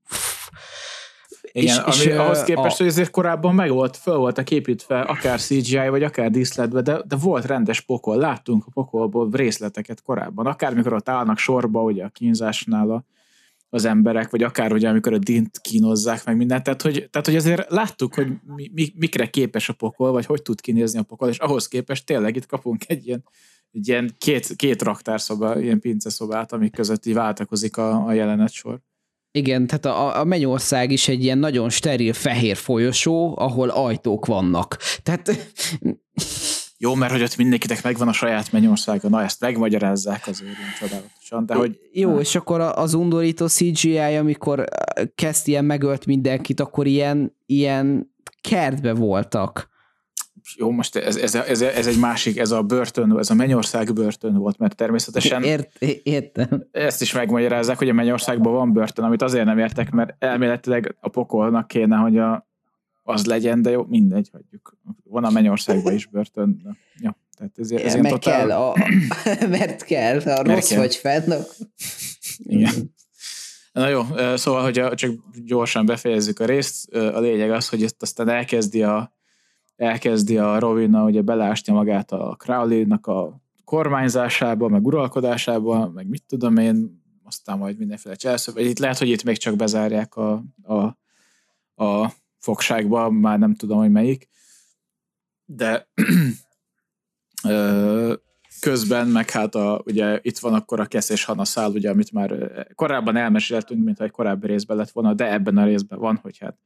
igen, és, ami és ahhoz képest, a... hogy ezért korábban meg volt, föl voltak építve, akár cé gé í, vagy akár díszletbe, de, de volt rendes pokol. Láttunk a pokolból részleteket korábban. Akár mikor ott állnak sorba, ugye a kínzásnál a, az emberek, vagy akár ugye amikor a Deant kínozzák meg mindent. Tehát hogy, tehát, hogy azért láttuk, hogy mi, mi, mikre képes a pokol, vagy hogy tud kinézni a pokol, és ahhoz képest tényleg itt kapunk egy ilyen, egy ilyen két, két raktárszobát, ilyen pinceszobát, amik között így váltakozik a, a jelenetsor. Igen, tehát a, a Mennyország is egy ilyen nagyon steril fehér folyosó, ahol ajtók vannak. Tehát... Jó, mert hogy ott mindenkinek megvan a saját Mennyországa, na ezt megmagyarázzák azért ilyen csodálatosan, de hogy... Jó, na. És akkor az undorító cé gé í, amikor kezd ilyen megölt mindenkit, akkor ilyen, ilyen kertbe voltak. Jó, most ez, ez, ez, ez egy másik, ez a börtön, ez a Mennyország börtön volt, mert természetesen Ért, értem. Ezt is megmagyarázzák, hogy a Mennyországban van börtön, amit azért nem értek, mert elméletileg a pokolnak kéne, hogy a, az legyen, de jó, mindegy, hagyjuk. Van a Mennyországban is börtön. Na, jó, tehát ezért, ezért meg totál... kell, a, mert kell, a mert rossz kell. Vagy fenn. Igen. Na jó, szóval, hogy csak gyorsan befejezzük a részt, a lényeg az, hogy ezt aztán elkezdi a elkezdi a Rowena ugye belásni magát a Crowley-nak a kormányzásába, meg uralkodásába, meg mit tudom én, aztán majd mindenféle cselszöv. Itt lehet, hogy itt még csak bezárják a, a, a fogságba, már nem tudom, hogy melyik. De közben meg hát a, ugye itt van akkor a Cass és Hannah szál, ugye, amit már korábban elmeséltünk, mint egy korábbi részben lett volna, de ebben a részben van, hogy hát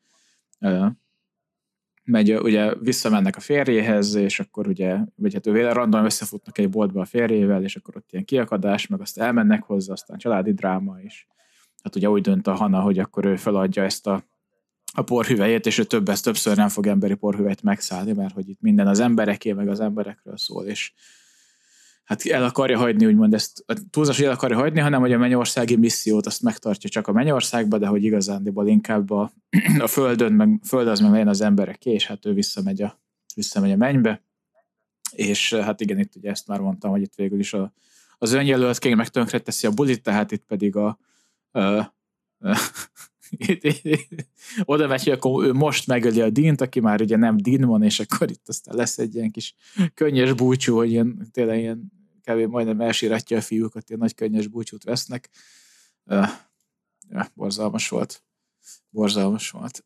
megy, ugye visszamennek a férjéhez, és akkor ugye, vagy hát ő random összefutnak egy boltba a férjével, és akkor ott ilyen kiakadás, meg azt elmennek hozzá, aztán családi dráma is. Hát ugye úgy dönt a Hannah, hogy akkor ő feladja ezt a, a porhüvelyét, és ő többet, többször nem fog emberi porhüvelyt megszállni, mert hogy itt minden az embereké, meg az emberekről szól, és hát el akarja hagyni, úgymond ezt, túlzás, hogy el akarja hagyni, hanem hogy a mennyországi missziót azt megtartja csak a Mennyországba, de hogy igazándiból inkább a, a földön, meg föld az meg legyen az embereké, és hát ő visszamegy a, visszamegy a mennybe. És hát igen, itt ugye ezt már mondtam, hogy itt végül is a, az önjelöltként meg tönkre teszi a bulit, tehát itt pedig a, a, a oda megy, hogy akkor ő most megöli a Deant, aki már ugye nem Dean van, és akkor itt aztán lesz egy ilyen kis könnyes búcsú, hogy ilyen, tényleg ilyen kb. Majdnem elsíratja a fiúkat, ilyen nagy könnyes búcsút vesznek. Uh, ja, borzalmas volt. Borzalmas volt.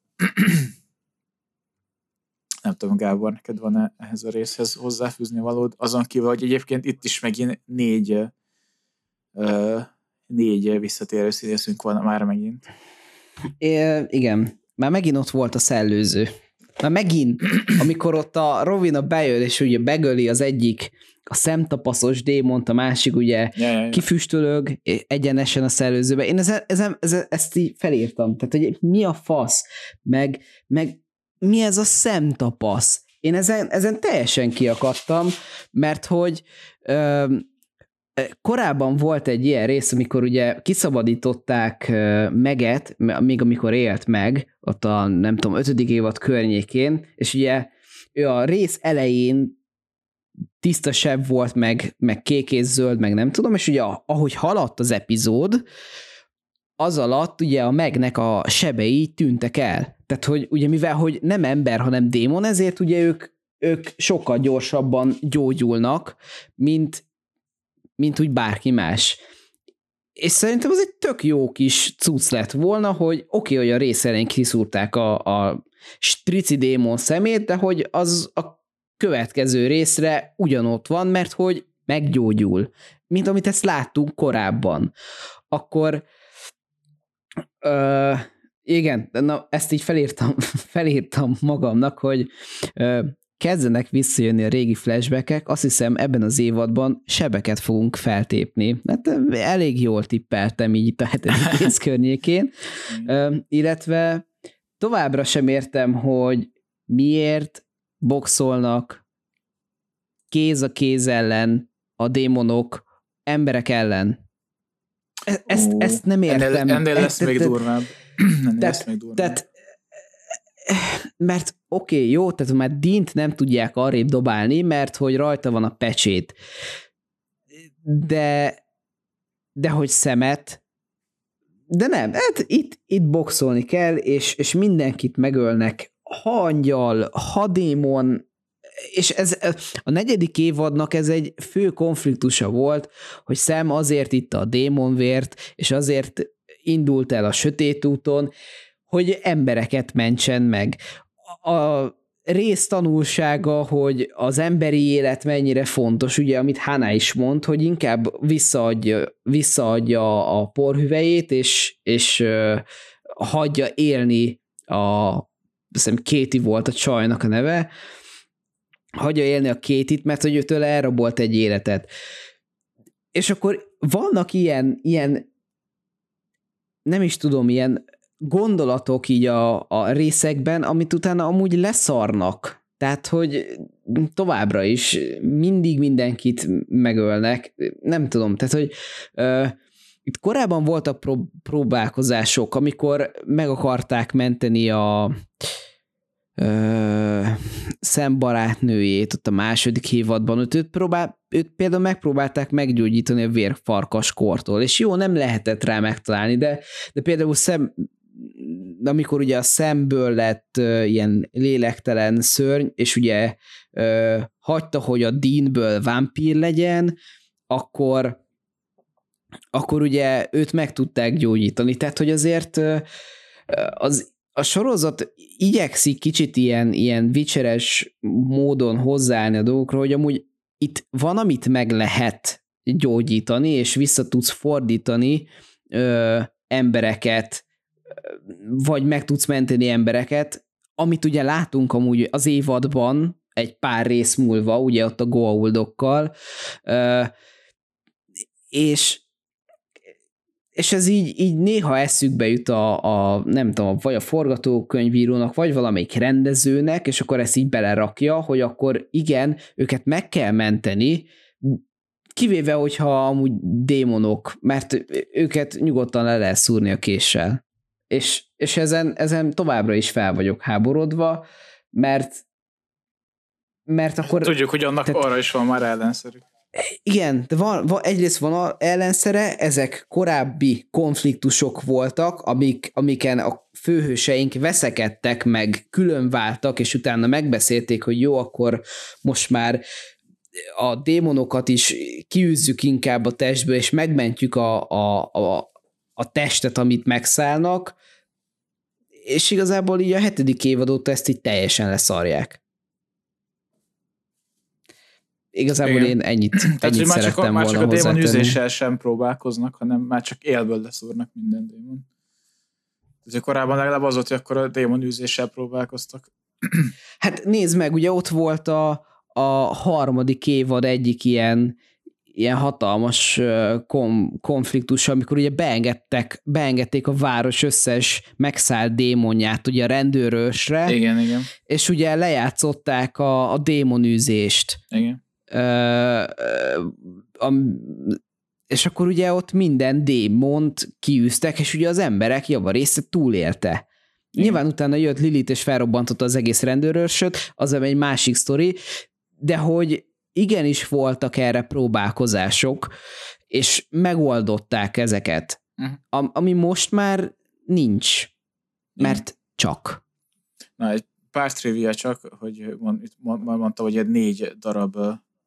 Nem tudom, Gábor, neked van ehhez a részhez hozzáfűzni valód? Azon kívül, hogy egyébként itt is megint négy uh, négy visszatérő színészünk van már megint. É, igen, már megint ott volt a szellőző. Már megint, amikor ott a Rowena bejön, és ugye begöli az egyik a szemtapaszos démont, a másik ugye ja, ja, ja. kifüstölög egyenesen a szellőzőbe. Én ezen, ezen, ezen, ezt így felírtam. Tehát, hogy mi a fasz, meg, meg mi ez a szemtapasz. Én ezen, ezen teljesen kiakadtam, mert hogy ö, korábban volt egy ilyen rész, amikor ugye kiszabadították Meget, még amikor élt meg, ott a nem tudom, ötödik évad környékén, és ugye ő a rész elején tisztasebb volt, meg, meg kék és zöld, meg nem tudom, és ugye ahogy haladt az epizód, az alatt ugye a Megnek a sebei tűntek el. Tehát, hogy ugye mivel, hogy nem ember, hanem démon, ezért ugye ők, ők sokkal gyorsabban gyógyulnak, mint, mint úgy bárki más. És szerintem az egy tök jó kis cucc lett volna, hogy oké, okay, hogy a rész elején kiszúrták a, a strici démon szemét, de hogy az a következő részre ugyanott van, mert hogy meggyógyul, mint amit ezt láttunk korábban. Akkor ö, igen, na, ezt így felírtam, felírtam magamnak, hogy ö, kezdenek visszajönni a régi flashbackek, azt hiszem ebben az évadban sebeket fogunk feltépni. Hát elég jól tippeltem így itt a hetedik rész környékén, ö, illetve továbbra sem értem, hogy miért boxolnak kéz a kéz ellen a démonok emberek ellen. Ezt, Ó, ezt nem értem. Ennél, ennél lesz ezt, még te, durvább. Ennél tehát, lesz még durvább. Tehát, mert oké, okay, jó, tehát már Deant nem tudják arrébb dobálni, mert hogy rajta van a pecsét. De de hogy szemet, de nem, hát itt, itt boxolni kell, és, és mindenkit megölnek, ha angyal, ha démon, és ez, a negyedik évadnak ez egy fő konfliktusa volt, hogy Sam azért itta a démonvért, és azért indult el a sötét úton, hogy embereket mentsen meg. A rész tanulsága, hogy az emberi élet mennyire fontos, ugye, amit Hannah is mond, hogy inkább visszaadja, visszaadja a porhüvelyét, és, és uh, hagyja élni a, hiszem Katie volt a csajnak a neve, hagyja élni a Katie-t, mert hogy őtől elrabolt egy életet. És akkor vannak ilyen, ilyen nem is tudom, ilyen gondolatok így a, a részekben, amit utána amúgy leszarnak. Tehát, hogy továbbra is mindig mindenkit megölnek. Nem tudom, tehát, hogy uh, itt korábban voltak prób- próbálkozások, amikor meg akarták menteni a uh, Sam barátnőjét ott a második évadban, őt, őt, próbál, őt például megpróbálták meggyógyítani a vérfarkaskortól, és jó, nem lehetett rá megtalálni, de, de például Sam, amikor ugye a Samből lett uh, ilyen lélektelen szörny, és ugye uh, hagyta, hogy a Deanből vámpír legyen, akkor akkor ugye őt meg tudták gyógyítani. Tehát, hogy azért uh, az a sorozat igyekszik kicsit ilyen, ilyen vicseres módon hozzáállni a dolgokra, hogy amúgy itt van, amit meg lehet gyógyítani, és vissza tudsz fordítani ö, embereket, vagy meg tudsz menteni embereket, amit ugye látunk amúgy az évadban, egy pár rész múlva, ugye ott a Goa'uldokkal, ö, és és ez így, így néha eszükbe jut a, a, nem tudom, vagy a forgatókönyvírónak, vagy valamelyik rendezőnek, és akkor ezt így belerakja, hogy akkor igen, őket meg kell menteni, kivéve, hogyha amúgy démonok, mert őket nyugodtan le lehet szúrni a késsel. És, és ezen, ezen továbbra is fel vagyok háborodva, mert mert akkor... Tudjuk, hogy annak tehát, arra is van már ellenszerű. Igen, de van, van, egyrészt van ellenszere, ezek korábbi konfliktusok voltak, amik, amiken a főhőseink veszekedtek, meg különváltak, és utána megbeszélték, hogy jó, akkor most már a démonokat is kiűzzük inkább a testből, és megmentjük a, a, a, a testet, amit megszállnak, és igazából így a hetedik évad óta ezt így teljesen leszarják. Igazából igen. Én ennyit, ennyit Tehát, szerettem már csak, volna már csak a hozzátenni. démonűzéssel sem próbálkoznak, hanem már csak élből leszúrnak minden démon. Tehát korábban legalább az volt, hogy akkor a démonűzéssel próbálkoztak. Hát nézd meg, ugye ott volt a, a harmadik évad egyik ilyen, ilyen hatalmas kom, konfliktus, amikor ugye beengedtek, beengedték a város összes megszállt démonját ugye a rendőrösre. Igen, igen. És ugye lejátszották a, a démonűzést. Igen. Uh, uh, és akkor ugye ott minden démont kiűztek, és ugye az emberek javarésze túlélte. Igen. Nyilván utána jött Lilith, és felrobbantotta az egész rendőrőrsöt, az egy másik sztori, de hogy igenis voltak erre próbálkozások, és megoldották ezeket. Uh-huh. Am- ami most már nincs, mert Igen. csak. Na, egy pár trivia csak, hogy mond, mond, mondta, hogy egy négy darab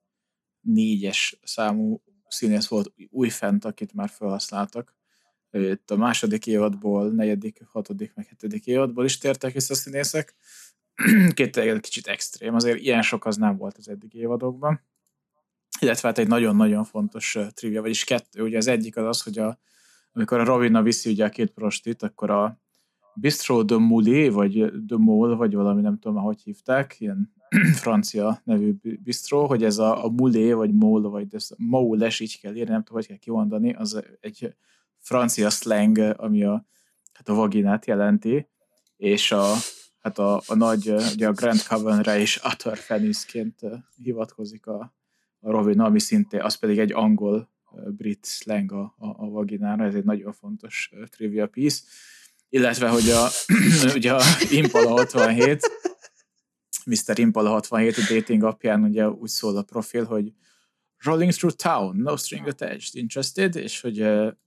négyes számú színész volt újfent, akit már felhasználtak. Itt a második évadból, negyedik, hatodik, meg hetedik évadból is tértek vissza a színészek. Két kicsit extrém, azért ilyen sok az nem volt az eddig évadokban. Illetve hát egy nagyon-nagyon fontos trivia, vagyis kettő. Ugye az egyik az az, hogy a, amikor a Rowena viszi ugye a két prostit, akkor a Bistro de Moulé, vagy de Mole, vagy valami nem tudom, hogy hívták, ilyen francia nevű bistro, hogy ez a, a Moulé, vagy Mole, vagy Moules, így kell írni, nem tudom, hogy kell kimondani, az egy francia slang, ami a, hát a vaginát jelenti, és a, hát a, a nagy, ugye a Grand Covenre is utter penisként hivatkozik a, a Rowena, ami szintén, az pedig egy angol brit slang a, a, a vaginára, ez egy nagyon fontos trivia piece. Illetve, hogy a, ugye a Impala hatvanhét, miszter Impala hatvanhét a dating appján ugye úgy szól a profil, hogy rolling through town, no string attached, interested, és hogy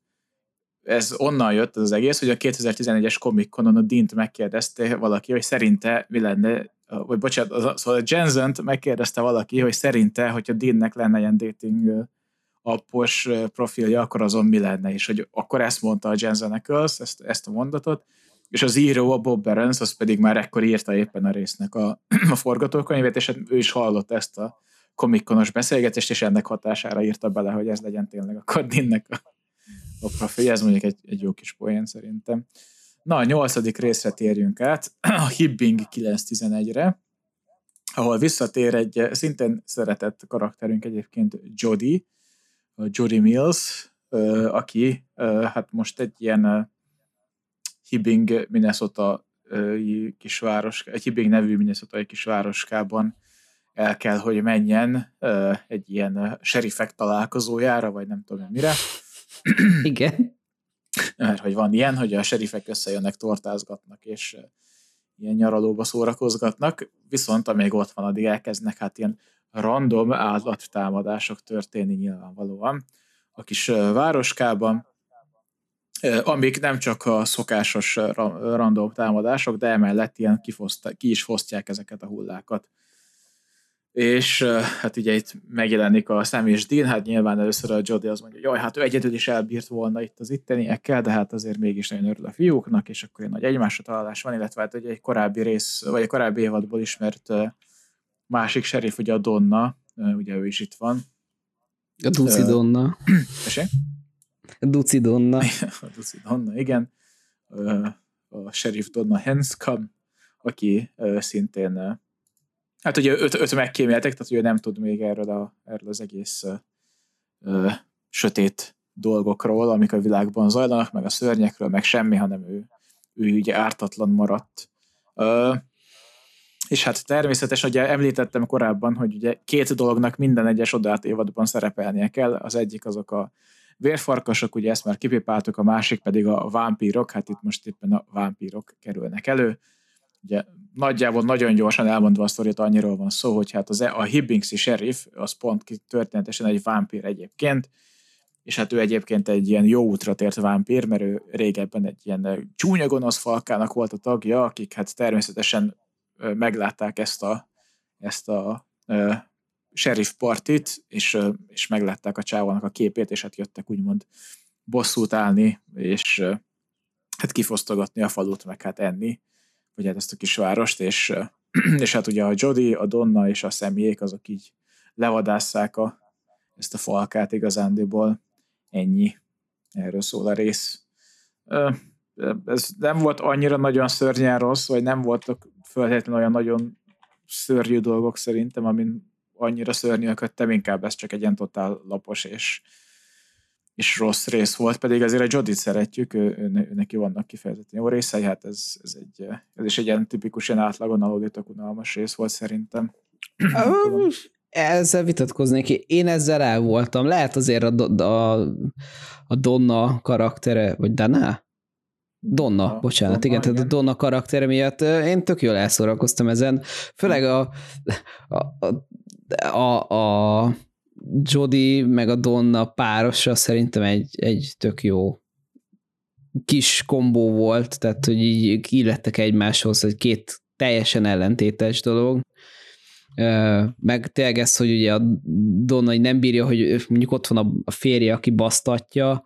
ez onnan jött az egész, hogy a kétezer-tizenegyes Comic-Conon a Deant megkérdezte valaki, hogy szerinte mi lenne, vagy bocsánat, szóval a Jensent megkérdezte valaki, hogy szerinte, hogyha Deannek lenne ilyen dating appos profilja, akkor azon mi lenne, és hogy akkor ezt mondta a Jensen Ackles, ezt, ezt a mondatot, és az író, a Bob Berens, az pedig már ekkor írta éppen a résznek a, a forgatókönyvét, és ő is hallott ezt a Comic-Conos beszélgetést, és ennek hatására írta bele, hogy ez legyen tényleg a Deannek a, a profilja, ez mondjuk egy, egy jó kis poén szerintem. Na, a nyolcadik részre térjünk át, a Hibbing kilencszáztizenegyre, ahol visszatér egy szintén szeretett karakterünk egyébként Jodie, Jodie Mills, aki hát most egy ilyen Hibbing, Minnesota kisváros, egy Hibbing nevű Minnesota kisvároskában el kell, hogy menjen egy ilyen serifek találkozójára, vagy nem tudom mire. Igen. Mert hogy van ilyen, hogy a serifek összejönnek, tortázgatnak, és ilyen nyaralóba szórakozgatnak, viszont amíg ott van, addig elkezdnek hát ilyen random állattámadások történni nyilvánvalóan a kis városkában, amik nem csak a szokásos random támadások, de emellett ilyen kifosztják, ki is fosztják ezeket a hullákat. És hát ugye itt megjelenik a Sam és Dean, hát nyilván először a Jodie az mondja, hogy jaj, hát ő egyedül is elbírt volna itt az itteniekkel, de hát azért mégis nagyon örül a fiúknak, és akkor egy nagy egymásra találás van, illetve hát ugye egy korábbi rész, vagy egy korábbi évadból ismert másik sheriff, ugye a Donna, ugye ő is itt van. A Duci Donna. Tessék? A Duci Donna. A Duci Donna, igen. A sheriff Donna Hanscom, aki szintén, hát ugye őt, őt megkéméltek, tehát ugye nem tud még erről, a, erről az egész ö, sötét dolgokról, amik a világban zajlanak, meg a szörnyekről, meg semmi, hanem ő, ő ugye ártatlan maradt. Ö, És hát természetesen, ugye említettem korábban, hogy ugye két dolognak minden egyes odát évadban szerepelnie kell. Az egyik azok a vérfarkasok, ugye ezt már kipipáltuk, a másik pedig a vámpírok, hát itt most éppen a vámpírok kerülnek elő. Ugye nagyjából nagyon gyorsan elmondva a sztorit, annyiról van szó, hogy hát az, a Hibbingsi sheriff, az pont történetesen egy vámpír egyébként, és hát ő egyébként egy ilyen jó útra tért vámpír, mert ő régebben egy ilyen csúnya gonosz falkának volt a tagja, akik hát természetesen meglátták ezt a, ezt a uh, sheriff partit, és, uh, és meglátták a csávónak a képét, és hát jöttek úgymond bosszút állni, és uh, hát kifosztogatni a falut, meg hát enni, vagy hát ezt a kisvárost, és, uh, és hát ugye a Jodie, a Donna és a Sammyék azok így levadásszák a, ezt a falkát igazándiból. Ennyi. Erről szól a rész. Uh, ez nem volt annyira nagyon szörnyen rossz, vagy nem voltak feltétlenül olyan nagyon szörnyű dolgok szerintem, amin annyira szörnyűködtem, inkább ez csak egy ilyen totál lapos és, és rossz rész volt, pedig azért a Jodie-t szeretjük, ő, ő, ő neki vannak kifejezetten jó részei, hát ez, ez, egy, ez is egy ilyen tipikus ilyen átlagon aludítok unalmas rész volt szerintem. ezzel vitatkoznék. Én ezzel el voltam. Lehet azért a, a, a Donna karaktere, vagy Dana? Donna, a bocsánat, Donna, igen, igen, tehát a Donna karaktere miatt én tök jól elszórakoztam ezen. Főleg a, a, a, a Jodie meg a Donna párosa szerintem egy, egy tök jó kis kombó volt, tehát hogy így illettek egymáshoz, hogy két teljesen ellentétes dolog. Meg tényleg ez, hogy ugye a Donna nem bírja, hogy mondjuk ott van a férje, aki basztatja,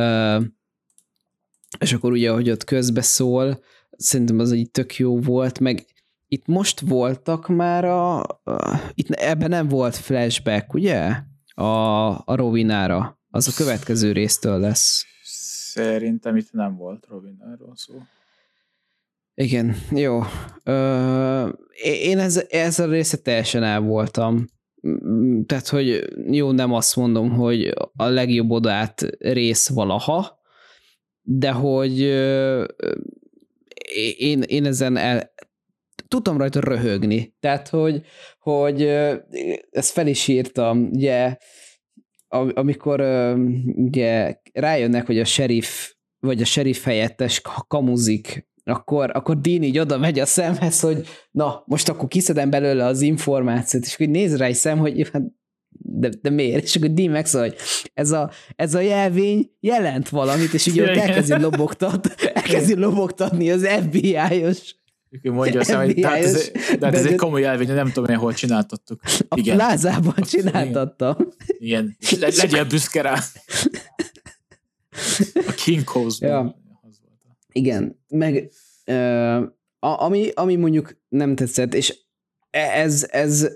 és akkor ugye, hogy ott közbeszól, szerintem az egy tök jó volt, meg itt most voltak már a, a itt ebben nem volt flashback, ugye? A, a Rowinára. Az a következő résztől lesz. Szerintem itt nem volt Rowináról szó. Igen, jó. Ö, én ez, ez a része teljesen el voltam. Tehát, hogy jó, nem azt mondom, hogy a legjobb odát rész valaha, de hogy ö, én, én ezen el, tudtam rajta röhögni. Tehát, hogy, hogy ezt fel is írtam, ugye, amikor ugye rájönnek, hogy a sheriff, vagy a sheriff helyettes kamuzik, akkor, akkor Dean így oda megy a szemhez, hogy na, most akkor kiszedem belőle az információt, és akkor néz rá egy szem, hogy de, de miért? És akkor Dean megszól, hogy ez a, ez a jelvény jelent valamit, és ugye ott elkezdi lobogtat, elkezdi lobogtatni az ef bé i-os mondja azt, hogy de hát ez, de hát ez egy komoly jelvény, nem tudom én, hol csináltattuk. A igen. Plázában a csináltattam. Igen, Le, legyen büszke rá. A King Coast-ban. Ja. Igen, meg uh, ami, ami mondjuk nem tetszett, és ez, ez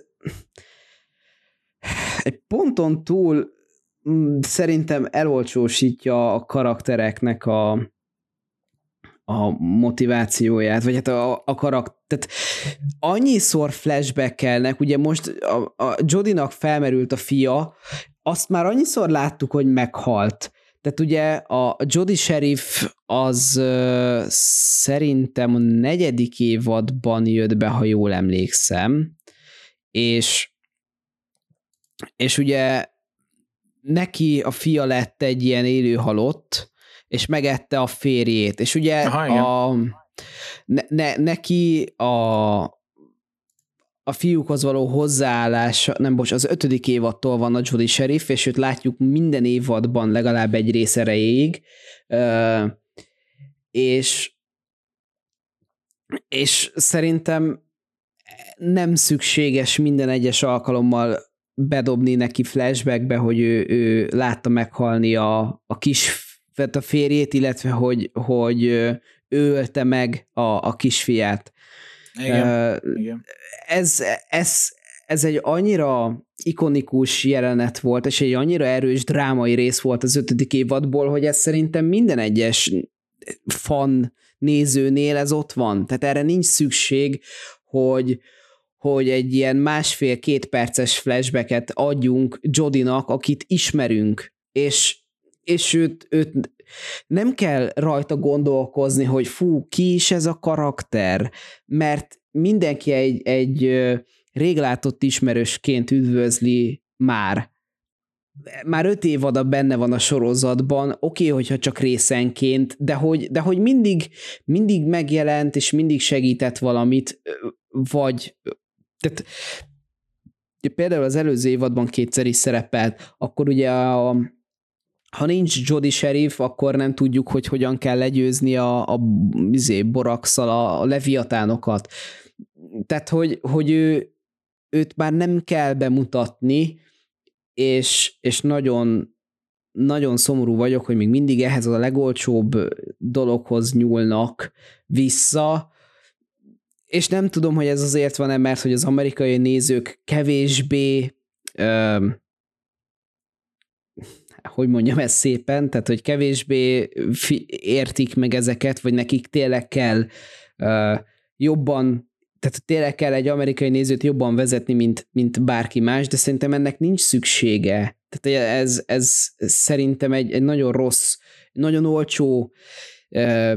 egy ponton túl szerintem elolcsósítja a karaktereknek a, a motivációját, vagy hát a, a karakter, tehát annyiszor flashbackelnek, ugye most a, a Jodie-nak felmerült a fia, azt már annyiszor láttuk, hogy meghalt. Tehát ugye a Jodie Sheriff az uh, szerintem a negyedik évadban jött be, ha jól emlékszem, és és ugye neki a fia lett egy ilyen élő halott, és megette a férjét, és ugye Aha, a, ne, ne, neki a, a fiúkhoz való hozzáállás, nem bocs, az ötödik évadtól van a Jodie Sheriff, és őt látjuk minden évadban legalább egy rész erejéig, és, és szerintem nem szükséges minden egyes alkalommal bedobni neki flashbackbe, hogy ő, ő látta meghalni a, a kis a férjét, illetve hogy, hogy ő ölte meg a, a kisfiát. Igen, uh, igen. Ez, ez, ez egy annyira ikonikus jelenet volt, és egy annyira erős drámai rész volt az ötödik évadból, hogy ez szerintem minden egyes fan nézőnél ez ott van. Tehát erre nincs szükség, hogy hogy egy ilyen másfél-két perces flashbacket adjunk Jodie-nak, akit ismerünk, és, és őt, őt nem kell rajta gondolkozni, hogy fú, ki is ez a karakter, mert mindenki egy, egy réglátott ismerősként üdvözli már. Már öt évada benne van a sorozatban, oké, okay, hogyha csak részenként, de hogy, de hogy mindig, mindig megjelent, és mindig segített valamit, vagy tehát például az előző évadban kétszer is szerepelt, akkor ugye a, ha nincs Jodie Sheriff, akkor nem tudjuk, hogy hogyan kell legyőzni a, a izé, borakszal a, a leviatánokat. Tehát, hogy, hogy ő, őt már nem kell bemutatni, és, és nagyon, nagyon szomorú vagyok, hogy még mindig ehhez a legolcsóbb dologhoz nyúlnak vissza, és nem tudom, hogy ez azért van-e, mert hogy az amerikai nézők kevésbé, ö, hogy mondjam ezt szépen, tehát hogy kevésbé fi- értik meg ezeket, vagy nekik tényleg kell ö, jobban, tehát tényleg kell egy amerikai nézőt jobban vezetni, mint, mint bárki más, de szerintem ennek nincs szüksége. Tehát ez, ez szerintem egy, egy nagyon rossz, nagyon olcsó ö,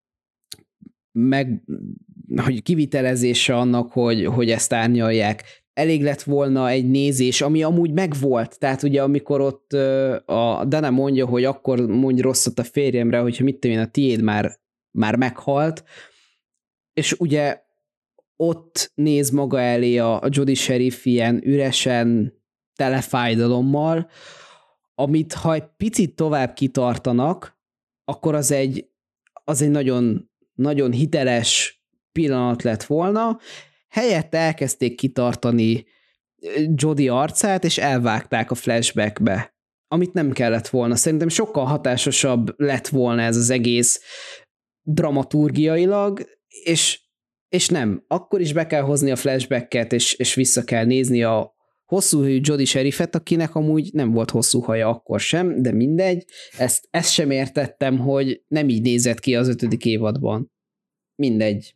meg hogy kivitelezése annak, hogy, hogy ezt árnyalják. elég lett volna egy nézés, ami amúgy megvolt. Tehát ugye amikor ott a Dana mondja, hogy akkor mondj rosszat a férjemre, hogyha mit tudom én, a tiéd már, már meghalt, és ugye ott néz maga elé a, a Jodie Sheriff ilyen üresen, tele fájdalommal, amit ha egy picit tovább kitartanak, akkor az egy, az egy nagyon, nagyon hiteles pillanat lett volna. Helyette elkezdték kitartani Jodie arcát, és elvágták a flashbackbe, amit nem kellett volna. Szerintem sokkal hatásosabb lett volna ez az egész dramaturgiailag, és, és nem. Akkor is be kell hozni a flashbacket, és, és vissza kell nézni a hosszú hű Jodie Sheriffet, akinek amúgy nem volt hosszú haja akkor sem, de mindegy. Ezt, ezt sem értettem, hogy nem így nézett ki az ötödik évadban. Mindegy.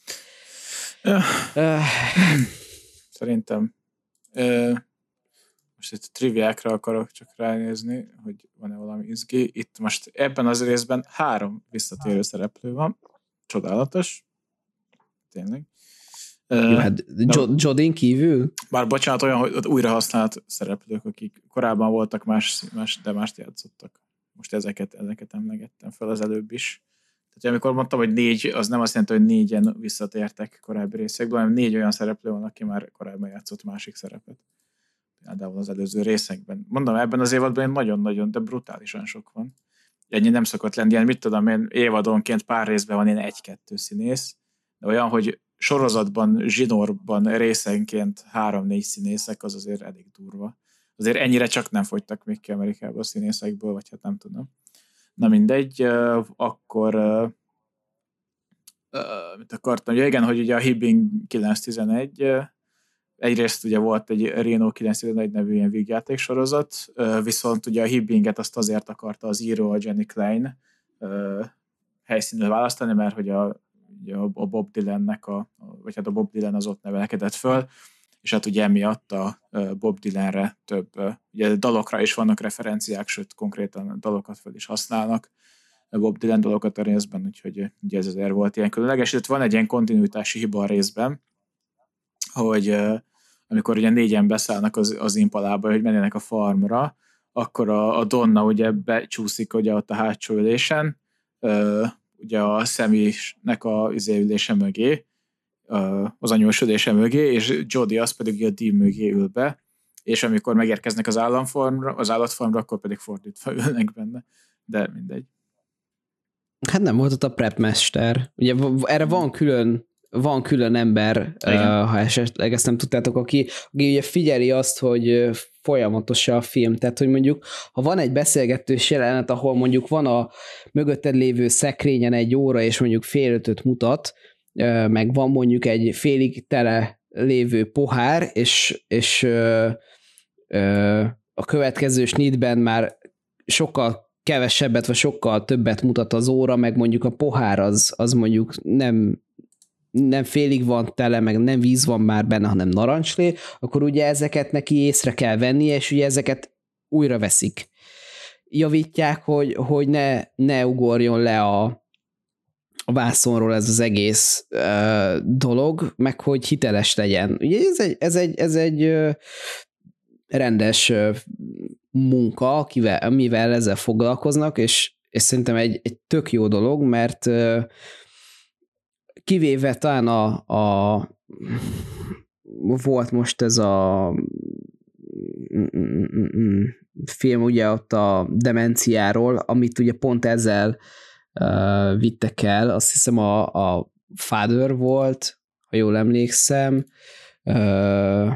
Uh, uh. Szerintem uh, most itt triviákra akarok csak ránézni, hogy van-e valami izgi. Itt most ebben az részben három visszatérő szereplő van. Csodálatos. Tényleg. Jó, hát Jodin kívül? Bár bocsánat, olyan, hogy újra használt szereplők, akik korábban voltak más, más de mást játszottak. Most ezeket, ezeket emlegettem fel az előbb is. Tehát amikor mondtam, hogy négy, az nem azt jelenti, hogy négyen visszatértek korábbi részekből, hanem négy olyan szereplő van, aki már korábban játszott másik szerepet. Például az előző részekben. Mondom, ebben az évadban nagyon-nagyon, de brutálisan sok van. Ennyi nem szokott lenni, ilyen mit tudom én, évadonként pár részben van ilyen egy-kettő színész, de olyan, hogy sorozatban, zsinórban részenként három-négy színészek, az azért elég durva. Azért ennyire csak nem fogytak még ki Amerikából a színészekből, vagy hát nem tudom. Na mindegy, akkor uh, uh, mit akartam? Ja, igen, hogy ugye a Hibbing kilenc tizenegy, uh, egyrészt ugye volt egy Reno kilenc tizenegy nevű ilyen vígjáték sorozat, uh, viszont ugye a Hibbinget azt azért akarta az író, a Jenny Klein uh, helyszínről választani, mert hogy a a Bob Dylannek, a, vagy hát a Bob Dylan az ott nevelkedett föl, és hát ugye emiatt a Bob Dylanre több, ugye dalokra is vannak referenciák, sőt konkrétan dalokat föl is használnak, Bob Dylan dalokat a részben, úgyhogy ugye ez azért volt ilyen különleges. Itt van egy ilyen kontinuitási hiba a részben, hogy amikor ugye négyen beszállnak az, az Impalába, hogy menjenek a farmra, akkor a, a Donna ugye becsúszik ugye ott a hátsó ülésen, ugye a Sammy-nek a ülése mögé, az anyós ülése mögé, és Jodie az pedig a Dean mögé ül be, és amikor megérkeznek az államfarmra, az állatfarmra, akkor pedig fordítva ülnek benne, de mindegy. Hát nem volt ott a prepmester. Ugye erre van külön, van külön ember, uh, ha esetleg ezt nem tudtátok, aki, aki ugye figyeli azt, hogy folyamatos a film, tehát hogy mondjuk, ha van egy beszélgetős jelenet, ahol mondjuk van a mögötted lévő szekrényen egy óra, és mondjuk fél ötöt mutat, meg van mondjuk egy félig tele lévő pohár, és, és ö, ö, a következő snitben már sokkal kevesebbet, vagy sokkal többet mutat az óra, meg mondjuk a pohár az, az mondjuk nem nem félig van tele, meg nem víz van már benne, hanem narancslé, akkor ugye ezeket neki észre kell vennie, és ugye ezeket újra veszik. Javítják, hogy, hogy ne, ne ugorjon le a, a vászonról ez az egész uh, dolog, meg hogy hiteles legyen. Ugye ez egy, ez egy, ez egy uh, rendes uh, munka, akivel, amivel ezzel foglalkoznak, és, és szerintem egy, egy tök jó dolog, mert uh, kivéve talán a, a volt most ez a film ugye ott a demenciáról, amit ugye pont ezzel uh, vittek el, azt hiszem a, a Father volt, ha jól emlékszem, uh,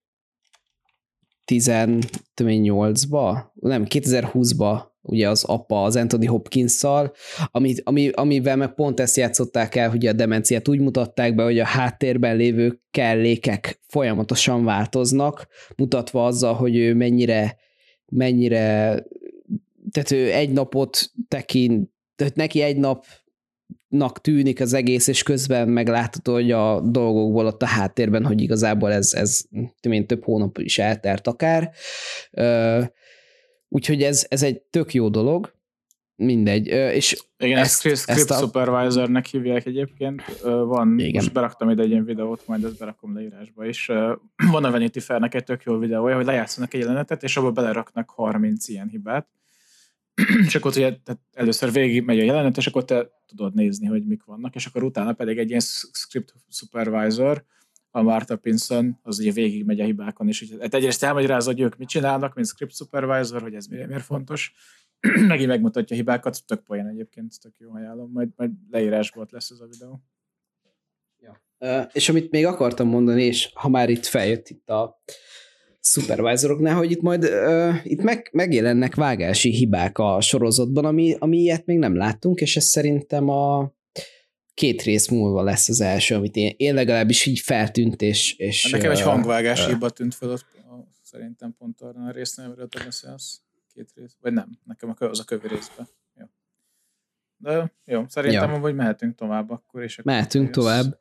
tizennyolcba, nem, kétezer-húszba ugye az apa, az Anthony Hopkins-szal, ami, ami, amivel meg pont ezt játszották el, hogy a demenciát úgy mutatták be, hogy a háttérben lévő kellékek folyamatosan változnak, mutatva azzal, hogy ő mennyire, mennyire, tehát ő egy napot tekint, tehát neki egy napnak tűnik az egész, és közben meglátható, hogy a dolgokból ott a háttérben, hogy igazából ez, ez több hónap is eltelt akár. Úgyhogy ez, ez egy tök jó dolog, mindegy. És igen, ezt, ezt Script a... Supervisornek hívják egyébként. Van, igen. Most beraktam ide egy ilyen videót, majd ezt berakom leírásba is. Van a Vanity Fairnek egy tök jó videója, hogy lejátszanak egy jelenetet, és abba beleraknak harminc ilyen hibát. És akkor ugye, először végig megy a jelenet, és akkor te tudod nézni, hogy mik vannak, és akkor utána pedig egy ilyen Script Supervisor, a Martha Pinson, az ugye végig megy a hibákon, és ugye, egyrészt elmagyarázza, hogy ők mit csinálnak, mint Script Supervisor, hogy ez miért, miért fontos. Megint megmutatja a hibákat, tök poén egyébként, tök jó ajánlom, majd, majd leírásból lesz ez a videó. Ja. Uh, és amit még akartam mondani, és ha már itt feljött itt a supervisoroknál, hogy itt majd uh, itt meg, megjelennek vágási hibák a sorozatban, ami, ami ilyet még nem láttunk, és ez szerintem a két rész múlva lesz az első, amit én, én legalábbis így feltűnt, és... és nekem egy hangvágási uh, hiba tűnt fel ott, szerintem pont arra a résznél, amiről te beszélsz. Két rész, vagy nem, nekem az a kövi részben. Jó. De jó, szerintem ja. Hogy mehetünk tovább akkor. És akkor mehetünk tovább.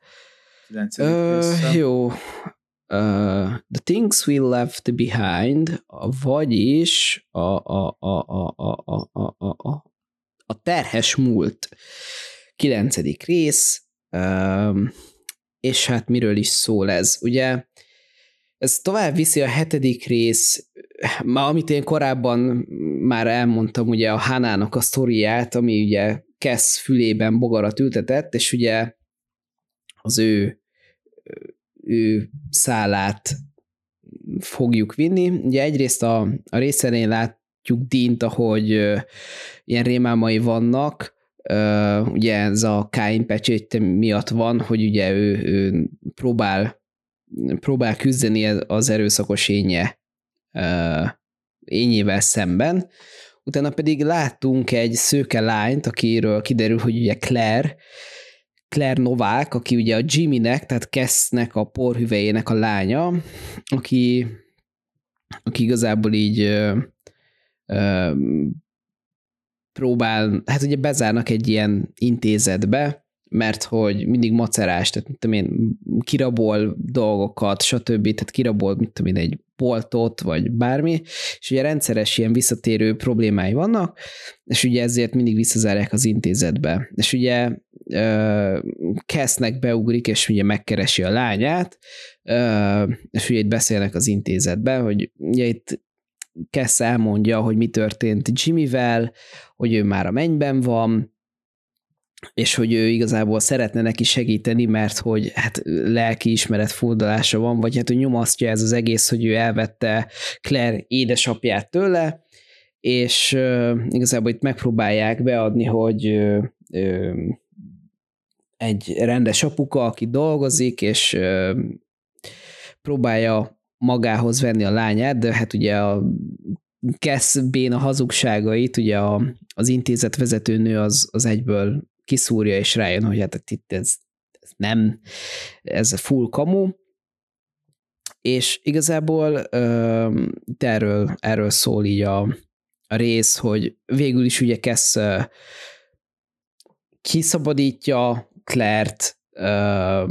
Uh, jó. Uh, the Things We Left Behind, vagyis a, a, a, a, a, a, a, a, a terhes múlt kilencedik rész, um, és hát miről is szól ez? Ugye ez tovább viszi a hetedik rész, ma, amit én korábban már elmondtam, ugye a Hannah-nak a sztoriát, ami ugye Cass fülében bogarat ültetett, és ugye az ő, ő szálát fogjuk vinni. Ugye egyrészt a, a rész elején látjuk Deant, ahogy uh, ilyen rémálmai vannak, uh, ugye ez a Cain pecsét miatt van, hogy ugye ő, ő próbál próbál küzdeni az erőszakos énje uh, ényével szemben. Utána pedig láttunk egy szőke lányt, akiről kiderül, hogy ugye Claire, Claire Novák, aki ugye a Jimmynek, tehát Cassnek a porhüvelyének a lánya, aki, aki igazából így uh, uh, próbál, hát ugye bezárnak egy ilyen intézetbe, mert hogy mindig macerás, tehát mit tudom én, kirabol dolgokat, stb., tehát kirabol, mit tudom én, egy boltot, vagy bármi, és ugye rendszeres ilyen visszatérő problémái vannak, és ugye ezért mindig visszazárják az intézetbe. És ugye uh, Cassnek beugrik, és ugye megkeresi a lányát, uh, és ugye itt beszélnek az intézetben, hogy ugye itt Cass elmondja, hogy mi történt Jimmyvel, hogy ő már a mennyben van, és hogy ő igazából szeretne neki segíteni, mert hogy hát lelkiismeret furdalása van, vagy hát ő nyomasztja ez az egész, hogy ő elvette Claire édesapját tőle, és uh, igazából itt megpróbálják beadni, hogy uh, uh, egy rendes apuka, aki dolgozik, és uh, próbálja magához venni a lányát, de hát ugye a Cass béna hazugságait, ugye a, az intézet vezetőnő az, az egyből kiszúrja, és rájön, hogy hát itt ez, ez nem, ez full kamu, és igazából uh, erről, erről szól így a, a rész, hogy végül is ugye Cass uh, kiszabadítja Claire-t, uh,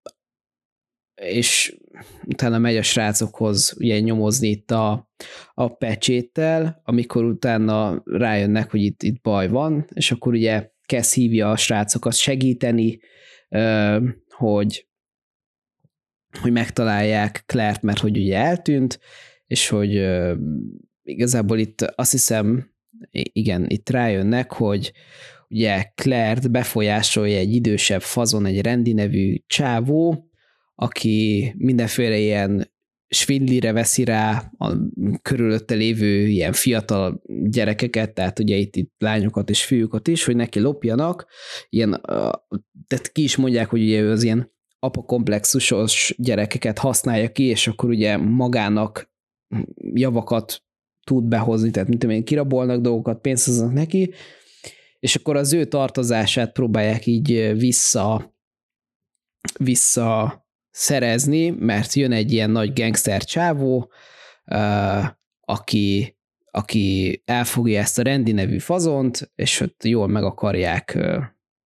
és utána megy a srácokhoz ugye nyomozni itt a, a pecséttel, amikor utána rájönnek, hogy itt, itt baj van, és akkor ugye Cass hívja a srácokat segíteni, hogy, hogy megtalálják Claire-t, mert hogy ugye eltűnt, és hogy igazából itt azt hiszem, igen, itt rájönnek, hogy ugye Claire-t befolyásolja egy idősebb fazon, egy Randy nevű csávó, aki mindenféle ilyen svindlire veszi rá a körülötte lévő ilyen fiatal gyerekeket, tehát ugye itt, itt lányokat és fiúkat is, hogy neki lopjanak, ilyen, tehát ki is mondják, hogy ugye ő az ilyen apakomplexusos gyerekeket használja ki, és akkor ugye magának javakat tud behozni, tehát mint amilyen kirabolnak dolgokat, pénzt hoznak neki, és akkor az ő tartozását próbálják így vissza vissza szerezni, mert jön egy ilyen nagy gangster csávó, uh, aki, aki elfogja ezt a Randy nevű fazont, és ott jól meg akarják uh,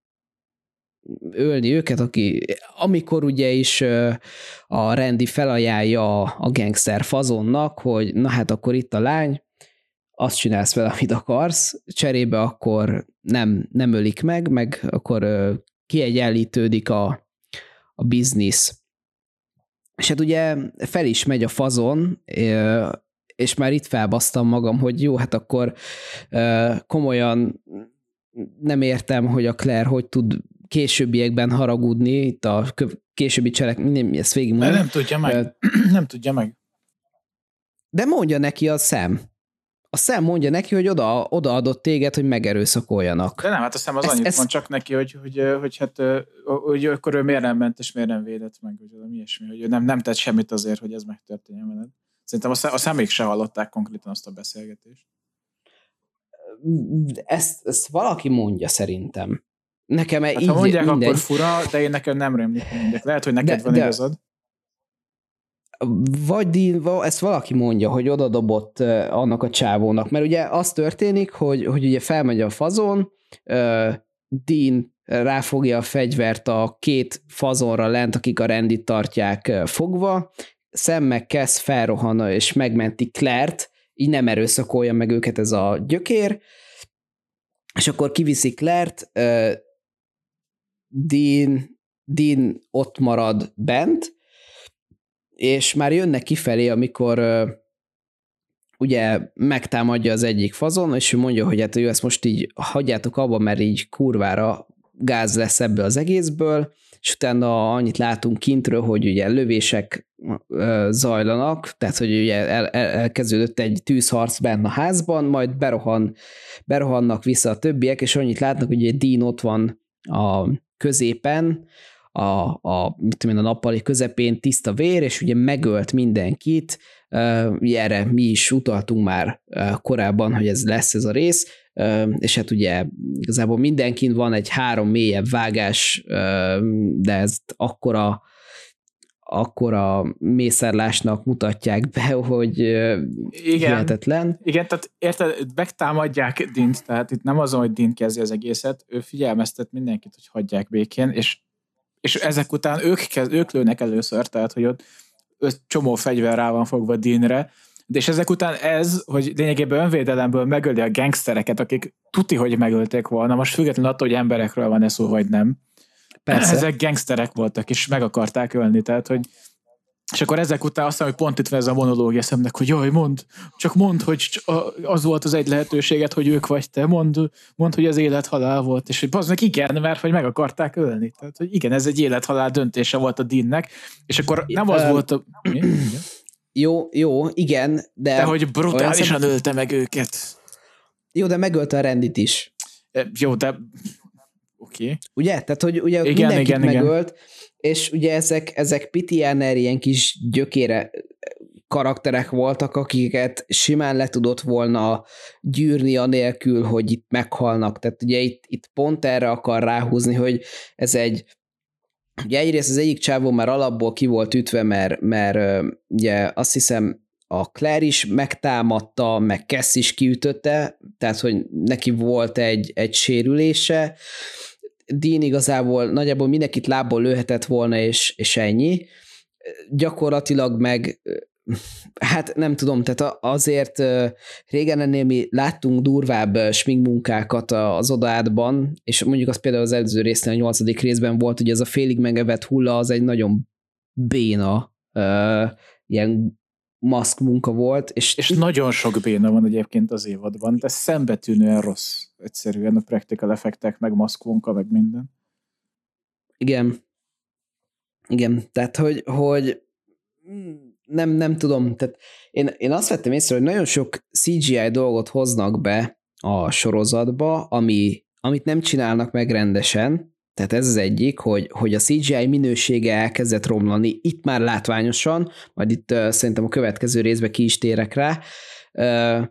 ölni őket, aki, amikor ugye is uh, a Randy felajánlja a, a gangster fazonnak, hogy na hát akkor itt a lány, azt csinálsz vele, amit akarsz, cserébe akkor nem, nem ölik meg, meg akkor kiegyenlítődik a, a biznisz. És hát ugye fel is megy a fazon, és már itt felbasztam magam, hogy jó, hát akkor komolyan nem értem, hogy a Claire hogy tud későbbiekben haragudni, itt a későbbi cselekmény, ezt végigmondom. Nem tudja meg. nem tudja meg. De mondja neki a Sam. A Sam mondja neki, hogy oda, odaadott téged, hogy megerőszakoljanak. De nem, hát a Sam az ezt, annyit ezt... mond csak neki, hogy, hogy, hogy, hát, hogy akkor ő miért nem ment, és miért nem védett meg, hogy mi ilyesmi, hogy ő nem, nem tett semmit azért, hogy ez megtörténjen veled. Szerintem a, a Samék se hallották konkrétan azt a beszélgetést. Ezt, ezt valaki mondja szerintem. Nekem hát így ha mondják, mindegy. akkor fura, de én nekem nem rémlik, hogy mondják. Lehet, hogy neked de, van de... igazad. Vagy ezt valaki mondja, hogy oda dobott annak a csávónak, mert ugye az történik, hogy, hogy ugye felmegy a fazon, Dean ráfogja a fegyvert a két fazonra lent, akik a rendit tartják fogva, Sam meg kezd felrohan és megmenti Claire-t, így nem erőszakolja meg őket ez a gyökér, és akkor kiviszi Claire-t, Dean, Dean ott marad bent, és már jönnek kifelé, amikor uh, ugye megtámadja az egyik fazon, és ő mondja, hogy hát ő ezt most így hagyjátok abba, mert így kurvára gáz lesz ebből az egészből, és utána annyit látunk kintről, hogy ugye lövések uh, zajlanak, tehát hogy ugye el, el, elkezdődött egy tűzharc benne a házban, majd berohan, berohannak vissza a többiek, és annyit látnak, hogy ugye Dean ott van a középen, a, a, mit tudom én, a nappali közepén tiszta vér, és ugye megölt mindenkit, uh, erre mi is utaltunk már uh, korábban, hogy ez lesz ez a rész, uh, és hát ugye igazából mindenkin van egy három mélyebb vágás, uh, de ezt akkora akkora mészárlásnak mutatják be, hogy uh, hihetetlen. Igen, tehát érted, megtámadják Dint, tehát itt nem azon, hogy Dint kezdi az egészet, ő figyelmeztet mindenkit, hogy hagyják békén, és és ezek után ők, kezd, ők lőnek először, tehát, hogy ott öt csomó fegyver rá van fogva Deanre, de és ezek után ez, hogy lényegében önvédelemből megöli a gangstereket, akik tuti, hogy megölték volna, most függetlenül attól, hogy emberekről van-e szó, vagy nem. Persze. Ezek gangsterek voltak, és meg akarták ölni, tehát, hogy és akkor ezek után azt hiszem, hogy pont itt van ez a monológia szemnek, hogy jaj, mondd, csak mondd, hogy az volt az egy lehetőséget, hogy ők vagy te, mondd, mondd hogy az élet-halál volt, és hogy baznak igen, mert hogy meg akarták ölni. Tehát, hogy igen, ez egy élet-halál döntése volt a Deannek, és akkor nem az uh, volt a... Mi? Jó, jó, igen, de... De hogy brutálisan szem... ölte meg őket. Jó, de megölte a rendit is. Jó, de... Oké. Okay. Ugye? Tehát, hogy ugye igen, mindenkit igen, megölt, igen. És ugye ezek, ezek Pitiáner ilyen kis gyökére karakterek voltak, akiket simán le tudott volna gyűrni anélkül, hogy itt meghalnak. Tehát ugye itt, itt pont erre akar ráhúzni, hogy ez egy ugye egyrészt az egyik csávó már alapból ki volt ütve, mert, mert ugye azt hiszem a Claire is megtámadta, meg Cass is kiütötte, tehát hogy neki volt egy, egy sérülése, Dean igazából nagyjából mindenkit lábból lőhetett volna, és, és ennyi. Gyakorlatilag meg, hát nem tudom, tehát azért régen ennél mi láttunk durvább sminkmunkákat az odaátban, és mondjuk az például az előző résznél, a nyolcadik részben volt, hogy ez a félig megevett hulla, az egy nagyon béna uh, ilyen maszk munka volt. És, és nagyon sok béna van egyébként az évadban, de szembetűnően rossz egyszerűen a practical effektek, meg maszk munka, meg minden. Igen. Igen, tehát hogy, hogy nem, nem tudom, tehát én, én azt vettem észre, hogy nagyon sok cé gé í dolgot hoznak be a sorozatba, ami, amit nem csinálnak meg rendesen, tehát ez az egyik, hogy, hogy a cé gé í minősége elkezdett romlani, itt már látványosan, majd itt uh, szerintem a következő részben ki is térek rá, uh,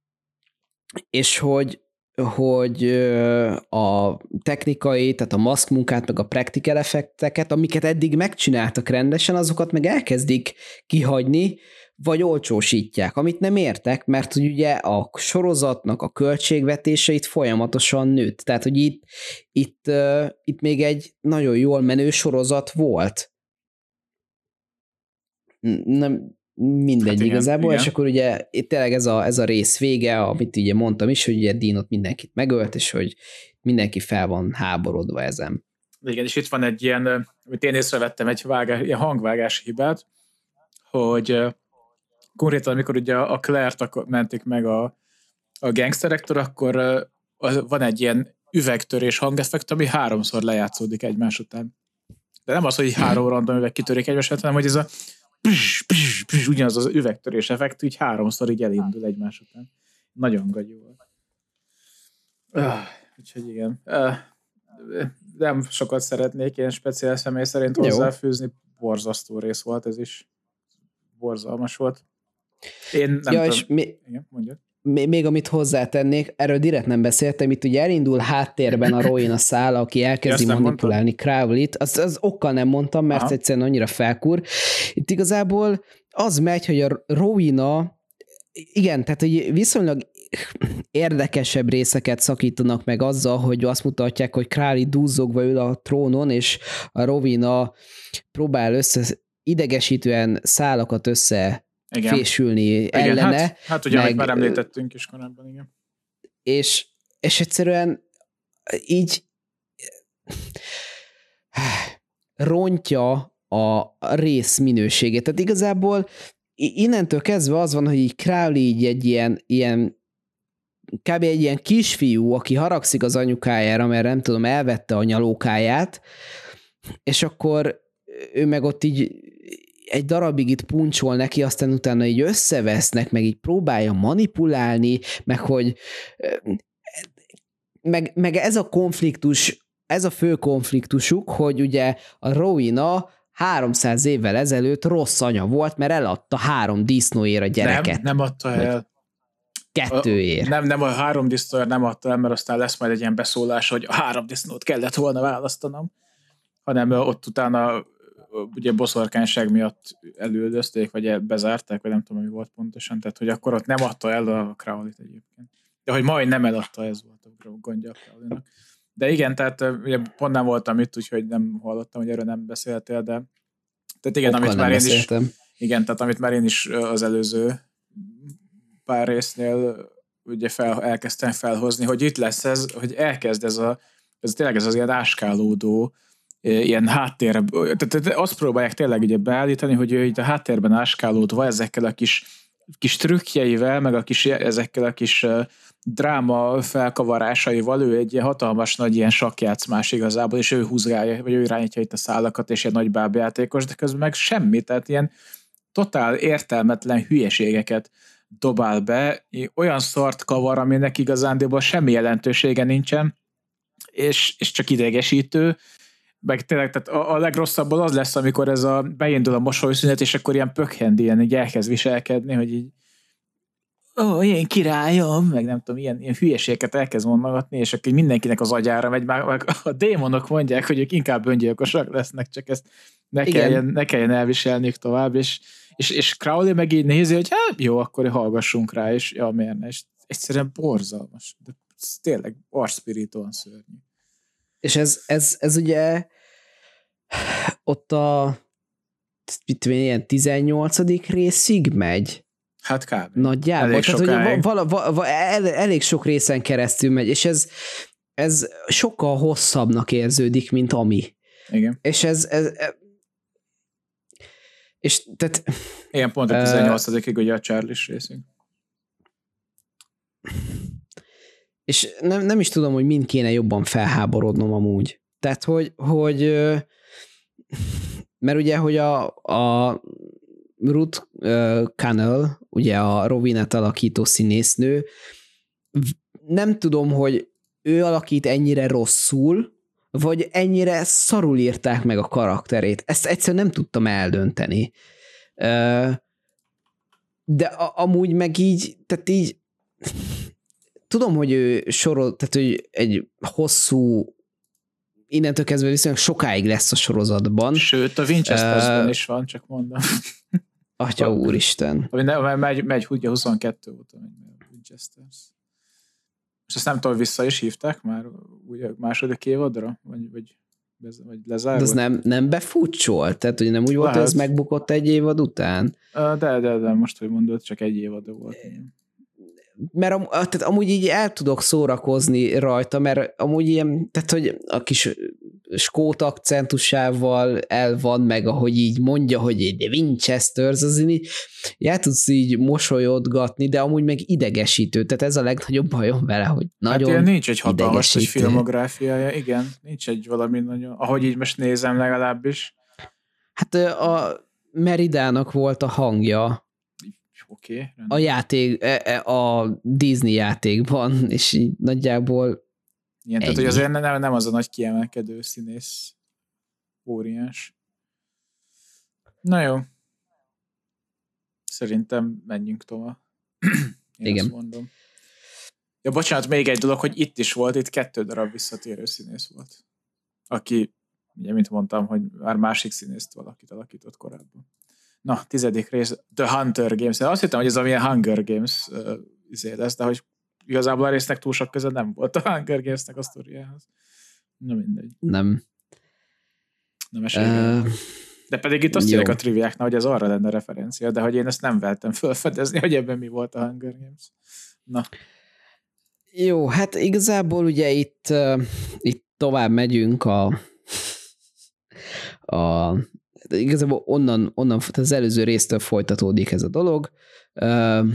és hogy, hogy uh, a technikai, tehát a maszk munkát, meg a practical effekteket, amiket eddig megcsináltak rendesen, azokat meg elkezdik kihagyni, vagy olcsósítják, amit nem értek, mert hogy ugye a sorozatnak a költségvetése itt folyamatosan nőtt. Tehát, hogy itt, itt, uh, itt még egy nagyon jól menő sorozat volt. Nem, mindegy hát igen, igazából, igen. És akkor ugye itt tényleg ez a, ez a rész vége, amit ugye mondtam is, hogy ugye Dean ott mindenkit megölt, és hogy mindenki fel van háborodva ezen. Igen, és itt van egy ilyen, amit én észrevettem, egy vágás, ilyen hangvágási hibát, hogy uh, konkrétan, amikor ugye a Claire-t mentik meg a, a gangsterektől, akkor uh, az, van egy ilyen üvegtörés hangeffekt, ami háromszor lejátszódik egymás után. De nem az, hogy három random üveg kitörik egymás után, hanem hogy ez a pss, pss, pss, ugyanaz az üvegtörés effekt, így háromszor így elindul egymás után. Nagyon gagyó volt. Uh, úgyhogy igen. Uh, nem sokat szeretnék én speciális személy szerint hozzáfűzni. Borzasztó rész volt ez is. Borzalmas volt. Én nem ja, tudom. És mi... Igen, mondjad. Még amit hozzátennék, erről direkt nem beszéltem, itt ugye elindul háttérben a Rowena szál, aki elkezdi manipulálni Crowley-t, az, az okkal nem mondtam, mert Aha. egyszerűen annyira felkur. Itt igazából az megy, hogy a Rowena, igen, tehát hogy viszonylag érdekesebb részeket szakítanak meg azzal, hogy azt mutatják, hogy Crowley duzzogva ül a trónon, és a Rowena próbál össze idegesítően szálakat össze igen. fésülni igen, ellene. Hát, hát ugye, meg, amit már említettünk is korábban, igen. És, és egyszerűen így rontja a rész minőségét. Tehát igazából innentől kezdve az van, hogy így Crowley így egy ilyen, ilyen kb. Egy ilyen kisfiú, aki haragszik az anyukájára, mert nem tudom, elvette a nyalókáját, és akkor ő meg ott így egy darabig itt puncsol neki, aztán utána így összevesznek, meg így próbálja manipulálni, meg hogy meg, meg ez a konfliktus, ez a fő konfliktusuk, hogy ugye a Rowena háromszáz évvel ezelőtt rossz anya volt, mert eladta három disznóért a gyereket. Nem, nem adta el. Kettőért. Nem, nem, a három disznóért nem adta el, mert aztán lesz majd egy ilyen beszólás, hogy a három disznót kellett volna választanom, hanem ott utána ugye boszorkányság miatt elüldözték, vagy bezárták, vagy nem tudom, mi volt pontosan, tehát hogy akkor ott nem adta el a Crowley-t egyébként. De hogy majd nem eladta, ez volt a gondja a Crowley-nak. De igen, tehát ugye pont nem voltam itt, úgyhogy nem hallottam, hogy erről nem beszéltél, de tehát igen, Okkal amit már én beszéltem. is igen, tehát amit már én is az előző pár résznél ugye fel, elkezdtem felhozni, hogy itt lesz ez, hogy elkezd ez a ez tényleg ez az ilyen áskálódó ilyen háttér, tehát azt próbálják tényleg ugye beállítani, hogy ő itt a háttérben áskálódva ezekkel a kis, kis trükkjeivel, meg a kis, ezekkel a kis dráma felkavarásaival, ő egy ilyen hatalmas nagy ilyen sakkjátszmás igazából, és ő húzgálja, vagy ő irányítja itt a szálakat, és ilyen nagy bábjátékos, de közben meg semmi, tehát ilyen totál értelmetlen hülyeségeket dobál be, olyan szart kavar, aminek igazándiból semmi jelentősége nincsen, és, és csak idegesítő, meg tényleg, tehát a, a legrosszabbból az lesz, amikor ez a beindul a mosolyszünet, és akkor ilyen pökhendi, ilyen így elkezd viselkedni, hogy így ó, oh, ilyen királyom, meg nem tudom, ilyen, ilyen hülyeségeket elkezd mondogatni, és akkor mindenkinek az agyára megy, meg a démonok mondják, hogy ők inkább öngyilkosak lesznek, csak ezt ne kelljen, ne kelljen elviselniük tovább, és, és, és Crowley meg így nézi, hogy hát jó, akkor hallgassunk rá, és ja, miért ne, és egyszerűen borzalmas, de ez tényleg arcspirítóan szörnyű. És ez, ez, ez ugye ott a mit tudom, ilyen tizennyolcadik részig megy. Hát kb. Nagyjából. Elég Tehát, sokáig. hogy vala, vala, vala, el, elég sok részen keresztül megy, és ez, ez sokkal hosszabbnak érződik, mint ami. Igen. És ez, ez és tehát ilyen pont a tizennyolcadikig ugye a Charlie-s részig. És nem, nem is tudom, hogy mind kéne jobban felháborodnom amúgy. Tehát, hogy, hogy mert ugye, hogy a, a Ruth Cannell, ugye a Rowena-t alakító színésznő, nem tudom, hogy ő alakít ennyire rosszul, vagy ennyire szarul írták meg a karakterét. Ezt egyszerűen nem tudtam eldönteni. De a, amúgy meg így, tehát így tudom, hogy ő sorol, tehát hogy egy hosszú, innentől kezdve viszonylag sokáig lesz a sorozatban. Sőt, a Winchestersben uh, is van, csak mondom. Atya úristen. Ami ne, megy, megy ugye huszonkettő óta megy a Winchesters. És ezt nem tudom, vissza is hívták már ugye második évadra? Vagy, vagy vagy De lezárult. az nem, nem befutcsolt? Tehát, hogy nem úgy volt, Lehet. hogy ez megbukott egy évad után? De, de, de, most, hogy mondod, csak egy évad volt. Mert am, tehát amúgy így el tudok szórakozni rajta, mert amúgy ilyen, tehát, hogy a kis skót akcentusával el van, meg ahogy így mondja, hogy de Winchesters, az így el tudsz így mosolyodgatni, de amúgy meg idegesítő, tehát ez a legnagyobb bajom vele, hogy nagyon hát ilyen nincs egy hatalmas egy idegesítő. filmográfiája, igen, nincs egy valami nagyon, ahogy így most nézem legalábbis. Hát a Meridának volt a hangja, Oké. Okay, a játék, a Disney játékban, és így nagyjából ilyen, tehát, hogy azért nem, nem az a nagy kiemelkedő színész óriás. Na jó. Szerintem menjünk tovább. Én igen. azt mondom. Ja, bocsánat, még egy dolog, hogy itt is volt, itt kettő darab visszatérő színész volt. Aki, ugye, mint mondtam, hogy már másik színészt valakit alakított korábban. Na, tizedik rész, The Hunger Games. Azt hittem, hogy ez amilyen Hunger Games uh, izé lesz, de hogy igazából a résznek túl sok köze nem volt a Hunger Games-nek a sztoriához. Na mindegy. Nem. Nem esélyem. Uh, de pedig itt azt írják a triviáknál, hogy ez arra lenne referencia, de hogy én ezt nem veltem felfedezni, hogy ebben mi volt a Hunger Games. Na. Jó, hát igazából ugye itt, uh, itt tovább megyünk a a igazából onnan, onnan az előző résztől folytatódik ez a dolog, uh,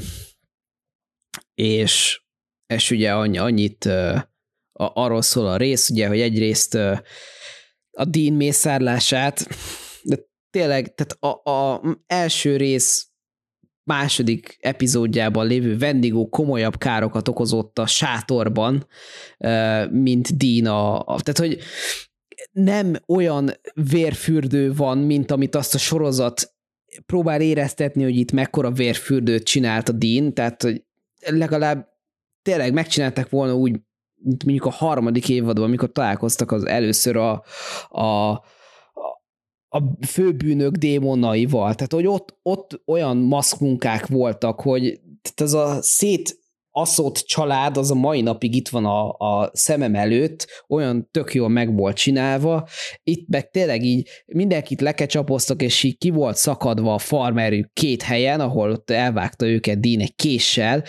és, és ugye annyi, annyit uh, a, arról szól a rész, ugye, hogy egyrészt uh, a Dean mészárlását, de tényleg, tehát a, a első rész második epizódjában lévő Wendigo komolyabb károkat okozott a sátorban, uh, mint Dean a, a tehát, hogy nem olyan vérfürdő van, mint amit azt a sorozat próbál éreztetni, hogy itt mekkora vérfürdőt csinált a Dean, tehát hogy legalább tényleg megcsinálták volna úgy, mint mondjuk a harmadik évadban, amikor találkoztak az először a, a, a főbűnök démonaival. Tehát, hogy ott, ott olyan maszkmunkák voltak, hogy tehát az a szét aszott család az a mai napig itt van a, a szemem előtt, olyan tök jól meg volt csinálva, itt meg tényleg így mindenkit lekecsapoztak, és így ki volt szakadva a farmerük két helyen, ahol ott elvágta őket Dean egy késsel.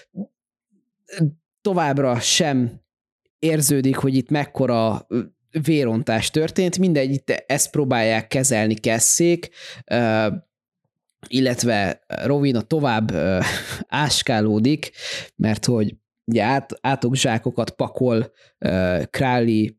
Továbbra sem érződik, hogy itt mekkora vérontás történt, mindegy, itt ezt próbálják kezelni Kesszék, illetve Rowena tovább uh, áskálódik, mert hogy ugye át, átokzsákokat pakol uh, Crowley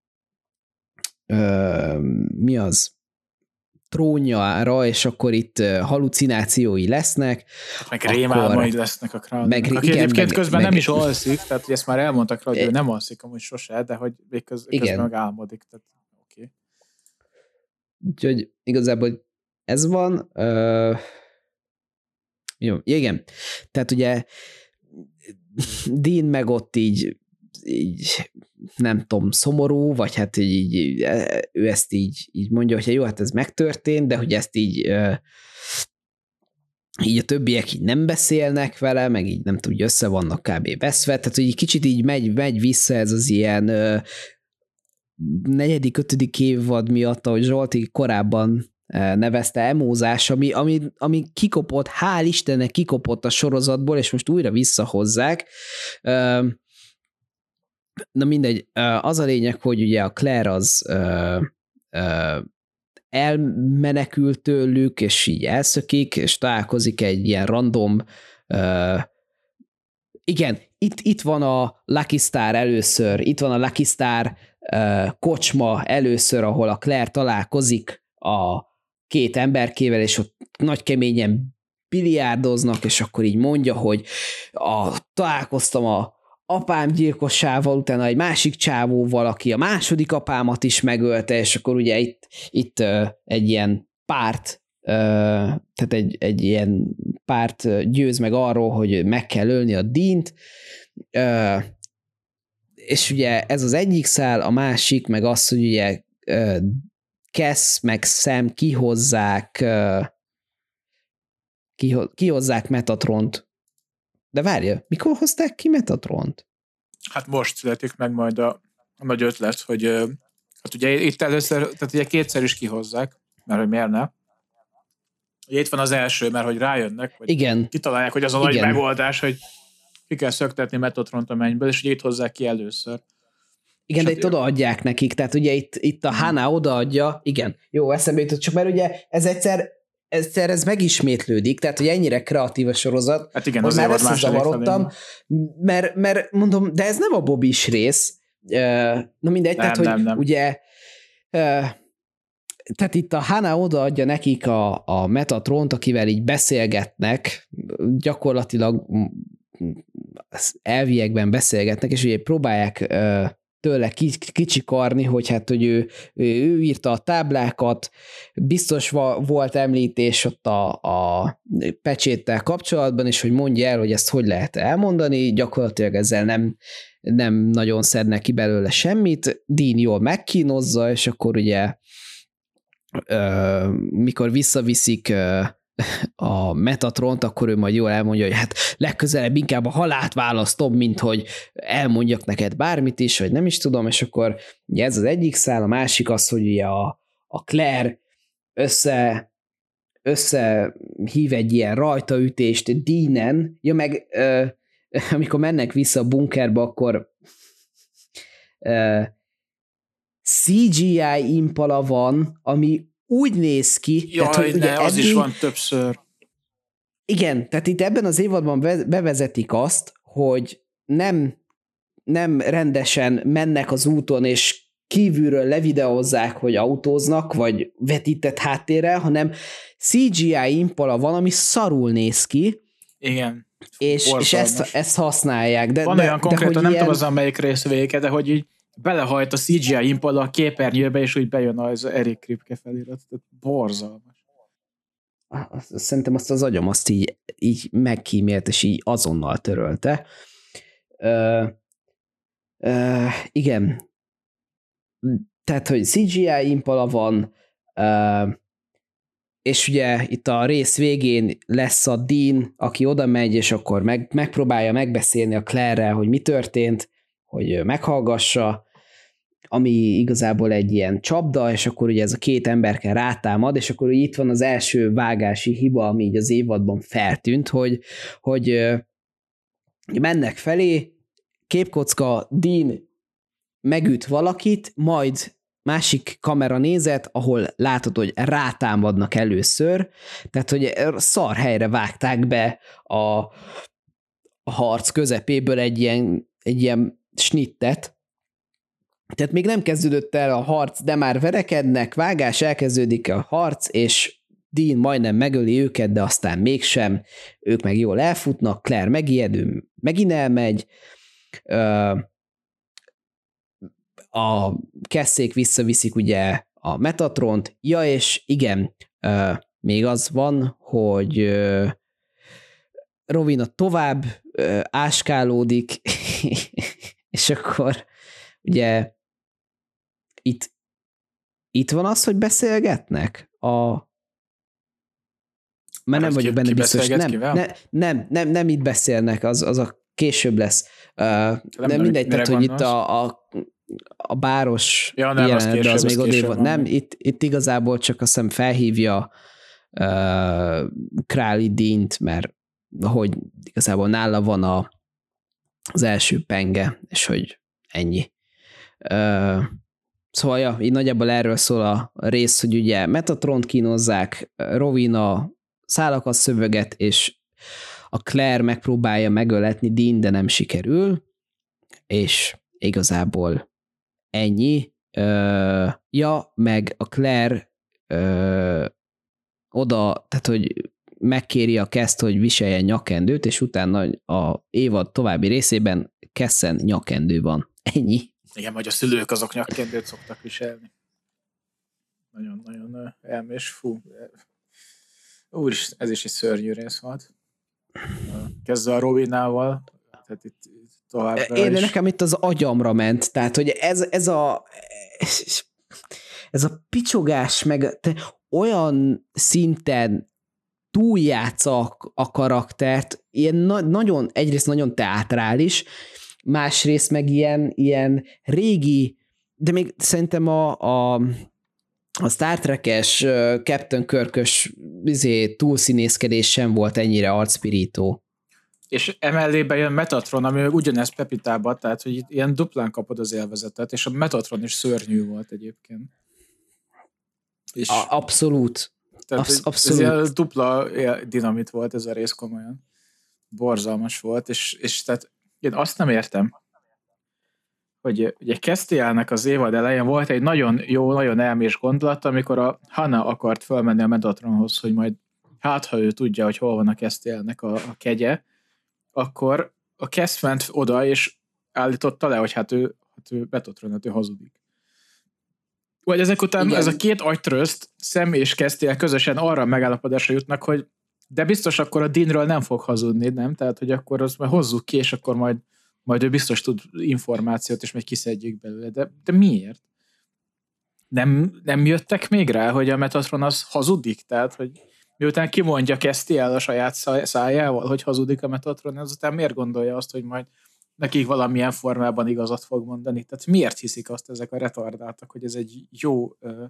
uh, mi az? trónjára, és akkor itt uh, halucinációi lesznek. Meg rémálmaid lesznek a Crowley. Meg, aki igen, egyébként meg, közben meg, nem is alszik, tehát hogy ezt már elmondtak rá, hogy ő nem alszik amúgy sose, de hogy még köz, közben meg álmodik. Tehát oké. Okay. Úgyhogy igazából ez van. Uh, Jó, igen. Tehát ugye Dean meg ott így, így nem tudom, szomorú, vagy hát így, ő ezt így, így mondja, hogy jó, hát ez megtörtént, de hogy ezt így így a többiek így nem beszélnek vele, meg így nem tudja, össze vannak kb. Veszve, tehát hogy így kicsit így megy, megy vissza ez az ilyen negyedik, ötödik évad miatt, ahogy Zsolti korábban nevezte, emózás, ami, ami, ami kikopott, hál' Istennek kikopott a sorozatból, és most újra visszahozzák. Na mindegy, az a lényeg, hogy ugye a Claire az elmenekült tőlük, és így elszökik, és találkozik egy ilyen random igen, itt, itt van a Lucky Star először, itt van a Lucky Star kocsma először, ahol a Claire találkozik a két emberkével, és ott nagy keményen biliárdoznak, és akkor így mondja, hogy a, találkoztam a apám gyilkosával, utána egy másik csávóval, aki a második apámat is megölte, és akkor ugye itt, itt uh, egy ilyen párt, uh, tehát egy, egy ilyen párt győz meg arról, hogy meg kell ölni a Deant, uh, és ugye ez az egyik szál, a másik meg az, hogy ugye uh, Cass meg Sam kihozzák uh, kihozzák Metatront. De várja, mikor hozták ki Metatront? Hát most születik meg majd a, a nagy ötlet, hogy uh, Hát ugye itt először, tehát ugye kétszer is kihozzák, mert hogy miért ne. Ugye itt van az első, mert hogy rájönnek, hogy Igen. kitalálják, hogy az a nagy megoldás, hogy ki kell szöktetni Metatront a mennyből, és ugye itt hozzák ki először. Igen, de itt odaadják nekik, tehát ugye itt, itt a Hana odaadja, igen, jó, eszembe jutott, csak mert ugye ez egyszer, egyszer ez megismétlődik, tehát hogy ennyire kreatív a sorozat, hát igen, hogy már összezavarodtam, mert, mert mondom, de ez nem a Bobis rész, na mindegy, nem, tehát hogy nem, nem. ugye tehát itt a Hana odaadja nekik a, a Metatront, akivel így beszélgetnek, gyakorlatilag elviekben beszélgetnek, és ugye próbálják tőle kicsikarni, hogy hát, hogy ő, ő, ő írta a táblákat, biztos volt említés ott a, a pecséttel kapcsolatban, és hogy mondja el, hogy ezt hogy lehet elmondani, gyakorlatilag ezzel nem, nem nagyon szednek ki belőle semmit, Dean jól megkínozza, és akkor ugye mikor visszaviszik a Metatront, akkor ő majd jól elmondja, hogy hát legközelebb inkább a halált választom, mint hogy elmondjak neked bármit is, vagy nem is tudom, és akkor ugye ez az egyik szál, a másik az, hogy ugye a, a Claire össze, össze hív egy ilyen rajtaütést Deanen, ja meg ö, amikor mennek vissza a bunkerbe, akkor ö, cé gé i Impala van, ami úgy néz ki, Jaj, tehát, hogy ugye ne, az eddig, is van többször. Igen, tehát itt ebben az évadban bevezetik azt, hogy nem, nem rendesen mennek az úton, és kívülről levideózzák, hogy autóznak, vagy vetített háttérrel, hanem cé gé i Impala van, ami szarul néz ki. Igen. És, és ezt, ezt használják. De, van de, olyan konkrétan, de, nem ilyen... tudom az, amelyik rész vége, de hogy így belehajt a cé gé i Impala a képernyőbe, és úgy bejön az Eric Kripke felirat. Borzalmas. Szerintem azt az agyam azt így, így megkímélt, és így azonnal törölte. Ö, ö, igen. Tehát, hogy cé gé i Impala van, ö, és ugye itt a rész végén lesz a Dean, aki oda megy, és akkor meg, megpróbálja megbeszélni a Claire-rel, hogy mi történt, hogy meghallgassa, ami igazából egy ilyen csapda, és akkor ugye ez a két emberke rátámad, és akkor itt van az első vágási hiba, ami így az évadban feltűnt, hogy, hogy mennek felé, képkocka, Dean megüt valakit, majd másik kamera nézet, ahol látod, hogy rátámadnak először, tehát hogy szar helyre vágták be a, a harc közepéből egy ilyen, egy ilyen snittet. Tehát még nem kezdődött el a harc, de már verekednek, vágás, elkezdődik a harc, és Dean majdnem megöli őket, de aztán mégsem, ők meg jól elfutnak, Claire megijed, ő megint elmegy, a kesszék visszaviszik ugye a Metatront, ja és igen, még az van, hogy Rowena tovább áskálódik, és akkor ugye itt, itt van az, hogy beszélgetnek a mert nem vagyok benne biztos. Nem, ne, nem, nem, nem itt beszélnek, az, az a később lesz. Uh, nem, nem mindegy, tehát, hogy itt a, a, a báros ja, nem, jelenet, az később, de az még odébb van. van. Nem, itt, itt igazából csak azt hiszem felhívja uh, Crowley Deant, mert hogy igazából nála van a, az első penge, és hogy ennyi. Uh, szóval ja, így nagyjából erről szól a rész, hogy ugye Metatront kínozzák, Rowena szálakat szöveget, és a Claire megpróbálja megöletni Dean, de nem sikerül, és igazából ennyi. Ö, ja, meg a Claire ö, oda, tehát, hogy megkéri a Casst, hogy viseljen nyakendőt, és utána a évad további részében Cassen nyakendő van. Ennyi. Igen, vagy a szülők azok nyakkendőt szoktak viselni. Nagyon-nagyon elmés. Fú. Úristen, ez is egy szörnyű rész volt. Kezdve a Rowenával. Tehát itt továbbra Én is. Nekem itt az agyamra ment. Tehát, hogy ez, ez a ez a picsogás, meg te olyan szinten túljátsza a, a karaktert, ilyen na- nagyon, egyrészt nagyon teátrális, másrészt meg ilyen, ilyen régi de még szerintem a, a, a Star Trek-es Captain Kirk-ös izé, túlszínészkedés sem volt ennyire arcpirító. És emellé bejön Metatron, ami ugyanez Pepitában, tehát hogy itt ilyen duplán kapod az élvezetet, és a Metatron is szörnyű volt egyébként. És a, abszolút. tehát Absz- ez abszolút. ilyen dupla dinamit volt ez a rész, komolyan. Borzalmas volt, és, és tehát én azt nem értem, hogy ugye Castielnek az évad elején volt egy nagyon jó, nagyon elmés gondolat, amikor a Hannah akart fölmenni a Metatronhoz, hogy majd hát, ha ő tudja, hogy hol van a Castielnek a, a kegye, akkor a Cass ment oda, és állította le, hogy hát ő, hát ő Metatron, hát ő hazudik. Vagy ezek után igen. Ez a két agytrözt, Sam és Castiel közösen arra megállapodásra jutnak, hogy de biztos akkor a Deanről nem fog hazudni, nem? Tehát, hogy akkor azt majd hozzuk ki, és akkor majd, majd ő biztos tud információt, és majd kiszedjük belőle. De, de miért? Nem, nem jöttek még rá, hogy a Metatron az hazudik? Tehát, hogy miután kimondja Castiel a saját szájával, hogy hazudik a Metatron, azután miért gondolja azt, hogy majd nekik valamilyen formában igazat fog mondani? Tehát miért hiszik azt ezek a retardáltak, hogy ez egy jó, ö,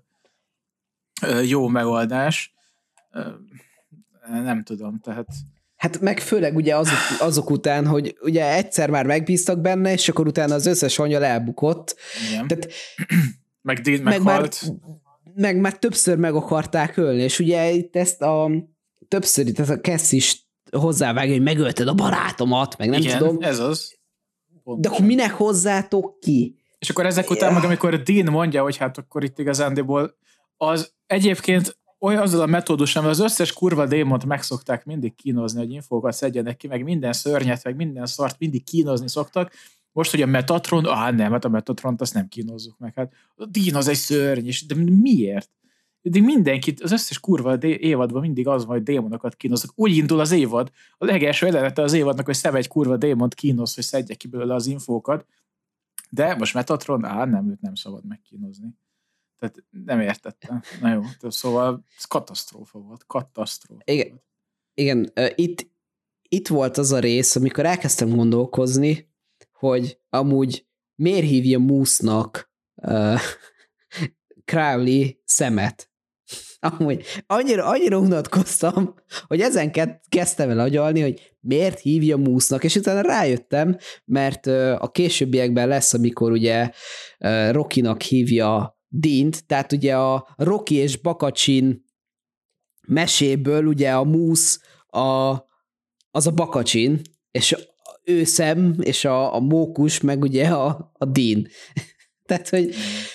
ö, jó megoldás? Ö, nem tudom, tehát... Hát meg főleg ugye azok, azok után, hogy ugye egyszer már megbíztak benne, és akkor utána az összes angyal elbukott. Igen. Tehát, meg Dean meg meghalt. Már, meg már többször meg akarták ölni, és ugye itt ezt a többször itt ez a Cass is hozzávágja, hogy megölted a barátomat, meg nem igen, tudom. ez az. Pontosan. De akkor minek hozzátok ki? És akkor ezek után, meg amikor Dean mondja, hogy hát akkor itt igazándiból az egyébként olyan azzal a metódussal, mert az összes kurva démont megszokták mindig kínozni, hogy infókat szedjenek ki, meg minden szörnyet, meg minden szart mindig kínozni szoktak. Most, hogy a Metatron, ah nem, hát a Metatront azt nem kínozzuk meg. Hát a Dean az egy szörny, és de miért? De mindenkit, az összes kurva dé- évadban mindig az van, hogy démonokat kínoznak. Úgy indul az évad. A legelső jelenete az évadnak, hogy szem egy kurva démont kínoz, hogy szedje ki belőle az infókat. De most Metatron, á, nem, őt nem szabad megkínozni. Tehát nem értettem. Na jó, szóval ez katasztrófa volt. Katasztrófa Igen, volt. igen uh, itt, itt volt az a rész, amikor elkezdtem gondolkozni, hogy amúgy miért hívja Moose-nak uh, Crowley szemet. Amúgy annyira, annyira unatkoztam, hogy ezen kezdtem el agyalni, hogy miért hívja Moose-nak, és utána rájöttem, mert uh, a későbbiekben lesz, amikor ugye uh, Rocky-nak hívja Deant, tehát ugye a Rocky és Bakacsin meséből ugye a Moose a, az a Bakacsin, és ő Sam, és a, a mókus, meg ugye a, a Dean. Tehát, hogy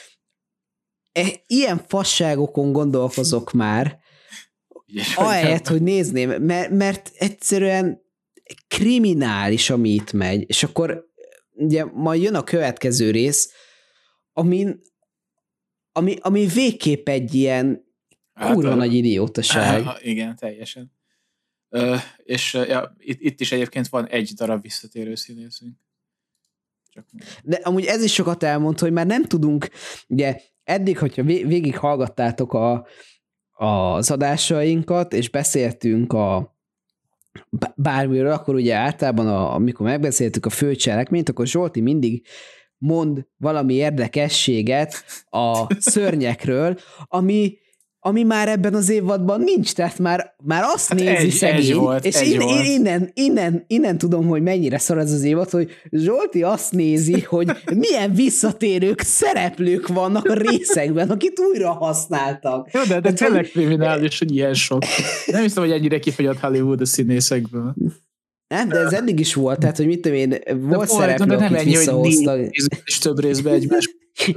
e, ilyen fasságokon gondolkozok már, ahelyett, hogy nézném, mert, mert egyszerűen kriminális, ami itt megy, és akkor ugye majd jön a következő rész, amin Ami, ami végképp egy ilyen kurva hát, nagy idiótaság. Uh, igen, teljesen. Uh, és ja, itt, itt is egyébként van egy darab visszatérő színészünk. Csak de amúgy ez is sokat elmond, hogy már nem tudunk, ugye eddig, hogyha végig hallgattátok a, az adásainkat, és beszéltünk a bármiről, akkor ugye általában, a, amikor megbeszéltük a főcselekményt, akkor Zsolti mindig mond valami érdekességet a szörnyekről, ami, ami már ebben az évadban nincs, tehát már, már azt hát nézi egy, szegény, egy volt, és egy in, volt. Innen, innen, innen tudom, hogy mennyire szar ez az évad, hogy Zsolti azt nézi, hogy milyen visszatérők, szereplők vannak a részekben, akit újra használtak. Jó, de, de tényleg kriminális, hogy ilyen sok. Nem hiszem, hogy ennyire kifogyott Hollywood a színészekből. Nem, de ez eddig is volt, tehát, hogy mit tudom én, volt de szereplő, de akit visszahoztak. És több részben egymás.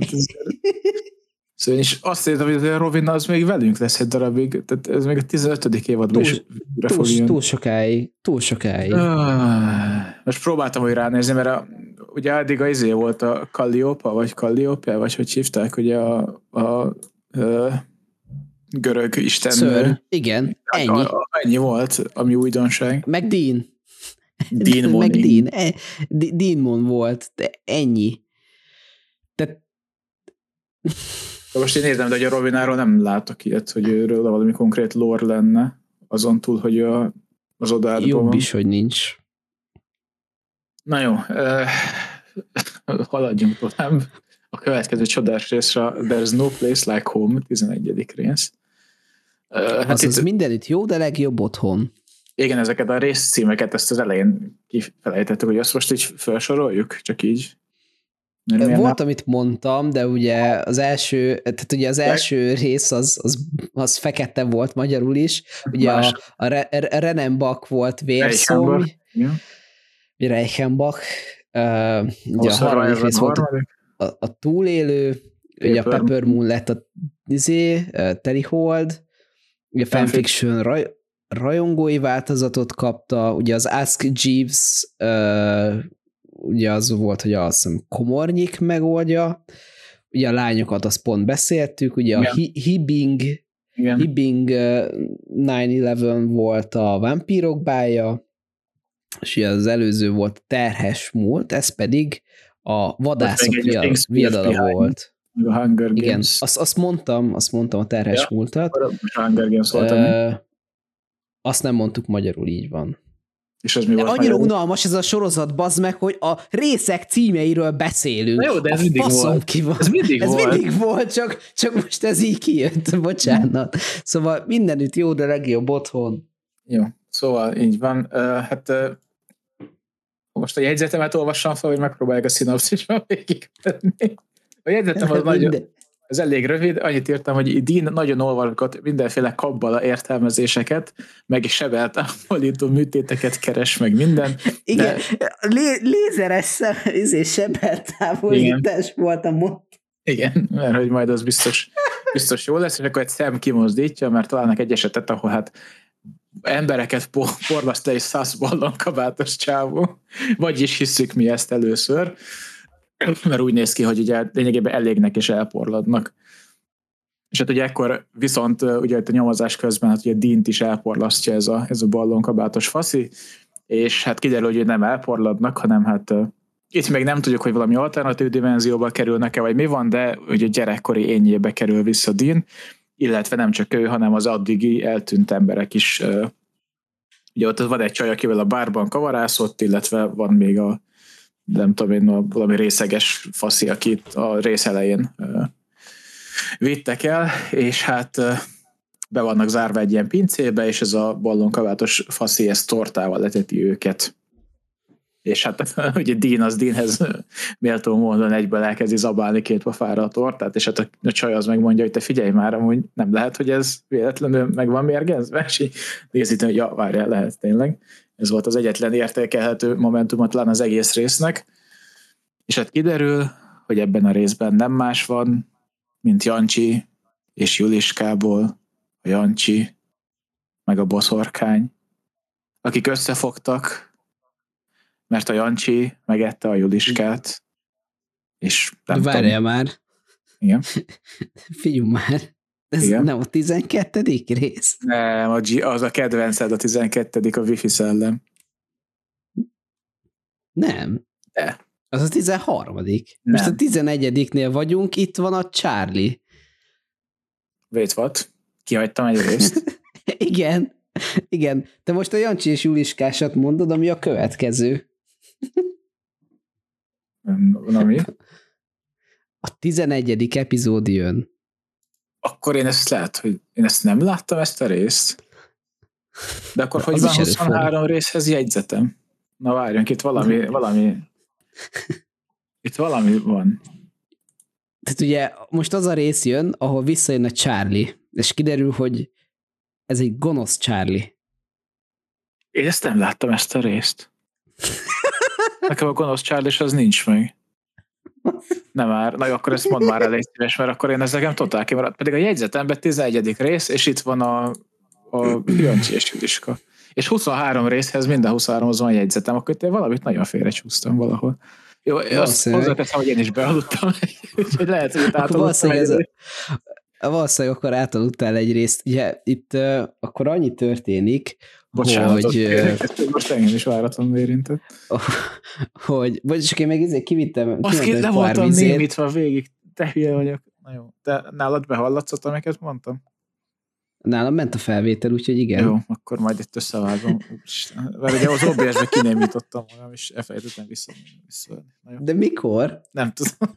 Szóval és azt értem, hogy a Robin az még velünk lesz egy darabig, tehát ez még a tizenötödik évadban túl, is túl, fog túl sokáig, túl sokáig. Most próbáltam, hogy ránézni, mert a, ugye eddig az izé volt a Calliope, vagy Calliope, vagy hogy hívták, ugye a, a, a, a görög istennő. Igen, ennyi. A, a, ennyi volt, ami újdonság. Meg Dean. Dean meg Dean. E, Dean volt, de ennyi. Tehát... De most én értem, de hogy a Robináról nem látok ilyet, hogy őről valami konkrét lore lenne, azon túl, hogy a, az odádban Jobb van. is, hogy nincs. Na jó, uh, haladjunk tovább. A a következő csodás részre There's No Place Like Home, tizenegyedik rész. Hát az, itt, az mindenütt jó, de legjobb otthon. Igen, ezeket a részcímeket, ezt az elején kifelejtettük, hogy azt most így felsoroljuk, csak így. Volt, amit mondtam, de ugye az első, tehát ugye az első rész az, az, az fekete volt magyarul is, ugye Más. a, a, Re, a Renenbach volt vérszom, Reichenbach, uh, ugye a harmadik rész volt a, a, a túlélő, Paper. Ugye a Pepper Moon lett a izé, uh, Terry Hold, ugye a fanfiction raj, rajongói változatot kapta, ugye az Ask Jeeves uh, ugye az volt, hogy azt hiszem Komornyik megoldja, ugye a lányokat azt pont beszéltük, ugye igen. a Hibbing, Hibbing nine eleven volt a vámpírok bája, és ugye az előző volt Terhes múlt, ez pedig a vadászok viadala volt. A Hunger Games. Igen, azt, azt mondtam, azt mondtam a Terhes ja, múltat. A Hunger Games volt, uh, azt nem mondtuk magyarul, így van. És az mi volt annyira magyarul? Unalmas ez a sorozat, bazd meg, hogy a részek címeiről beszélünk. Na jó, de ez mindig volt. Ki van. Ez mindig ez volt. mindig volt, csak, csak most ez így kijött, bocsánat. Mm. Szóval mindenütt jó, de legjobb otthon. Jó, szóval így van. Uh, hát uh, most a jegyzetemet olvassam fel, hogy megpróbálják a szinopszisban végigvenni. A jegyzetem az nagyon... Ez elég rövid, annyit írtam, hogy Dean nagyon olvasgat mindenféle kabbala értelmezéseket, meg sebelt ápolító műtéteket keres, meg minden. Igen, de... Lé- lézeres szem, és sebelt ápolítás volt a mond. Igen, mert hogy majd az biztos, biztos jó lesz, és akkor egy szem kimozdítja, mert találnak egy esetet, ahol hát embereket porlaszt le és száz ballonkabátos csávó, vagyis hiszük mi ezt először. Mert úgy néz ki, hogy ugye lényegében elégnek és elporladnak. És hát ugye ekkor viszont ugye a nyomozás közben hát ugye Deant is elporlasztja ez a, ez a ballonkabátos faszi, és hát kiderül, hogy nem elporladnak, hanem hát uh, itt még nem tudjuk, hogy valami alternatív dimenzióba kerülnek-e, vagy mi van, de ugye gyerekkori énjébe kerül vissza Dean, illetve nem csak ő, hanem az addigi eltűnt emberek is. Uh, ugye ott van egy csaj, akivel a bárban kavarászott, illetve van még a nem tudom én, valami részeges faszi, akit a rész elején uh, vittek el, és hát uh, be vannak zárva egy ilyen pincébe, és ez a ballonkabátos faszi ezt tortával leteti őket. És hát ugye Dean az Deanhez méltó módon egyből elkezdi zabálni két pofára a tortát, és hát a, a csaj az megmondja, hogy te figyelj már, amúgy nem lehet, hogy ez véletlenül meg van mérgezve, és így nézít, hogy ja, várjál, lehet tényleg. Ez volt az egyetlen értékelhető momentumot talán az egész résznek. És hát kiderül, hogy ebben a részben nem más van, mint Jancsi és Juliskából a Jancsi, meg a boszorkány, akik összefogtak, mert a Jancsi megette a Juliskát, és nem várjál tudom. már. Igen. Figyelj már. Ez igen. Nem a tizenkettedik rész? Nem, az a kedvenced, a tizenkettedik a Wi-Fi szellem. Nem. De. Az a tizenharmadik. Nem. Most a tizenegyediknél vagyunk, itt van a Charlie. Wait, what? Kihagytam egy részt? Igen. Igen. Te most a Jancsi és Juliskásat mondod, ami a következő. Na mi? A tizenegyedik epizód jön. Akkor én ezt lehet, hogy én ezt nem láttam, ezt a részt. De akkor hogy van huszonhárom részhez jegyzetem? Na várjunk, itt valami, valami itt valami van. Tehát ugye most az a rész jön, ahol visszajön a Charlie, és kiderül, hogy ez egy gonosz Charlie. Én ezt nem láttam, ezt a részt. Nekem a gonosz Charlie az nincs meg. Nem már, na jó, akkor ezt mondd már elég szíves, mert akkor én ezzel nem totál kimaradt. Pedig a jegyzetemben tizenegyedik rész, és itt van a, a Jancsi és Juliska. És huszonhárom részhez, minden huszonháromhoz van jegyzetem, akkor én valamit nagyon félrecsúsztam valahol. Jó, azt hozzáteszem, hogy én is bealudtam, úgyhogy lehet, hogy itt átaludtam egy valószínűleg akkor átaludtál egy részt. Ugye itt uh, akkor annyi történik, bocsánat, hogy... Uh, most engem is váratlanul érintett. Hogy, vagy csak én meg ezért kivittem... Azt két le voltam némítva végig, te hülye vagyok. Na jó, te nálad behallatszott, amiket mondtam? Nálam ment a felvétel, úgyhogy igen. Jó, akkor majd itt összevágom. Mert ugye az o bé es-be kinémítottam magam, és elfelejtettem vissza. vissza. De mikor? Nem tudom.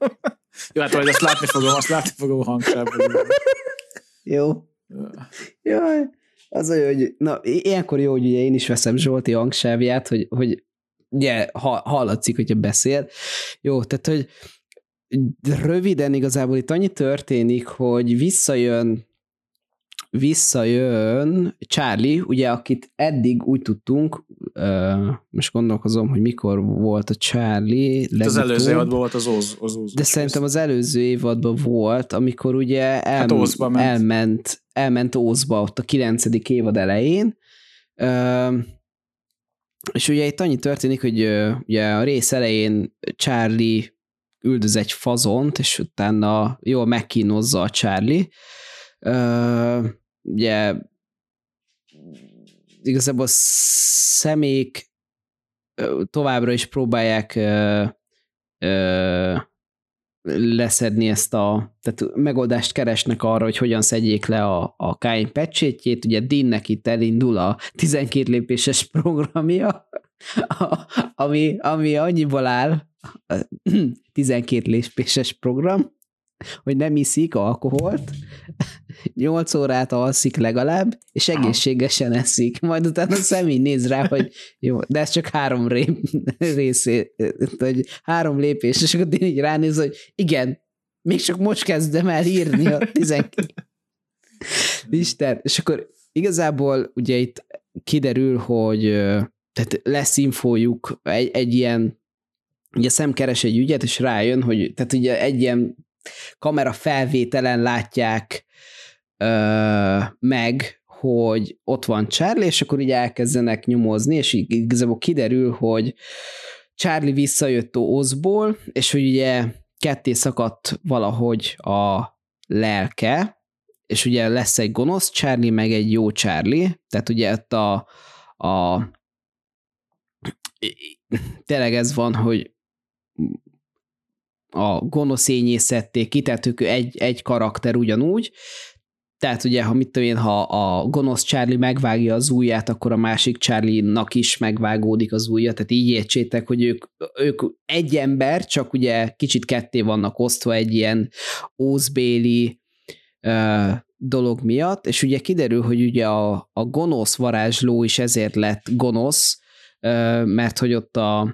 Jó, hát majd azt látni fogom, azt látni fogom a hangsávban. Jó. Jaj, az olyan, hogy na, ilyenkor jó, hogy ugye én is veszem Zsolti hangsávját, hogy, hogy ugye hallatszik, hogyha beszél. Jó, tehát, hogy röviden igazából itt annyi történik, hogy visszajön visszajön Charlie, ugye, akit eddig úgy tudtunk, uh, most gondolkozom, hogy mikor volt a Charlie. Legutóbb, az előző évadban volt az Oz. Az Oz de szerintem az előző évadban volt, amikor ugye el, hát ment. elment, elment Ozba ott a kilencedik évad elején, uh, és ugye itt annyi történik, hogy uh, ugye a rész elején Charlie üldöz egy fazont, és utána jól megkínozza a Charlie. Uh, ugye igazából személyek uh, továbbra is próbálják uh, uh, leszedni ezt a, tehát megoldást keresnek arra, hogy hogyan szedjék le a, a Kain pecsétjét. Ugye Deannek itt elindul a tizenkét lépéses programja, ami, ami annyiból áll, tizenkét lépéses program, hogy nem iszik alkoholt, nyolc órát alszik legalább, és egészségesen eszik. Majd utána a személy néz rá, hogy jó, de ez csak három részé, hogy három lépés, és akkor én így ránéz, hogy igen, még csak most kezdem el írni a tizenkét. Isten, és akkor igazából ugye itt kiderül, hogy tehát lesz infójuk, egy, egy ilyen, ugye Sam keres egy ügyet, és rájön, hogy tehát ugye egy ilyen kamera felvételen látják ö, meg, hogy ott van Charlie, és akkor így elkezdenek nyomozni, és igazából kiderül, hogy Charlie visszajött Ozból, és hogy ugye ketté szakadt valahogy a lelke, és ugye lesz egy gonosz Charlie, meg egy jó Charlie, tehát ugye ott a, a tényleg ez van, hogy a gonoszényé szedték ki, tehát ők egy, egy karakter ugyanúgy, tehát ugye, ha mit tudom én, ha a gonosz Charlie megvágja az ujját, akkor a másik Charlie-nak is megvágódik az ujja, tehát így értsétek, hogy ők, ők egy ember, csak ugye kicsit ketté vannak osztva egy ilyen ózbéli uh, dolog miatt, és ugye kiderül, hogy ugye a, a gonosz varázsló is ezért lett gonosz, uh, mert hogy ott a,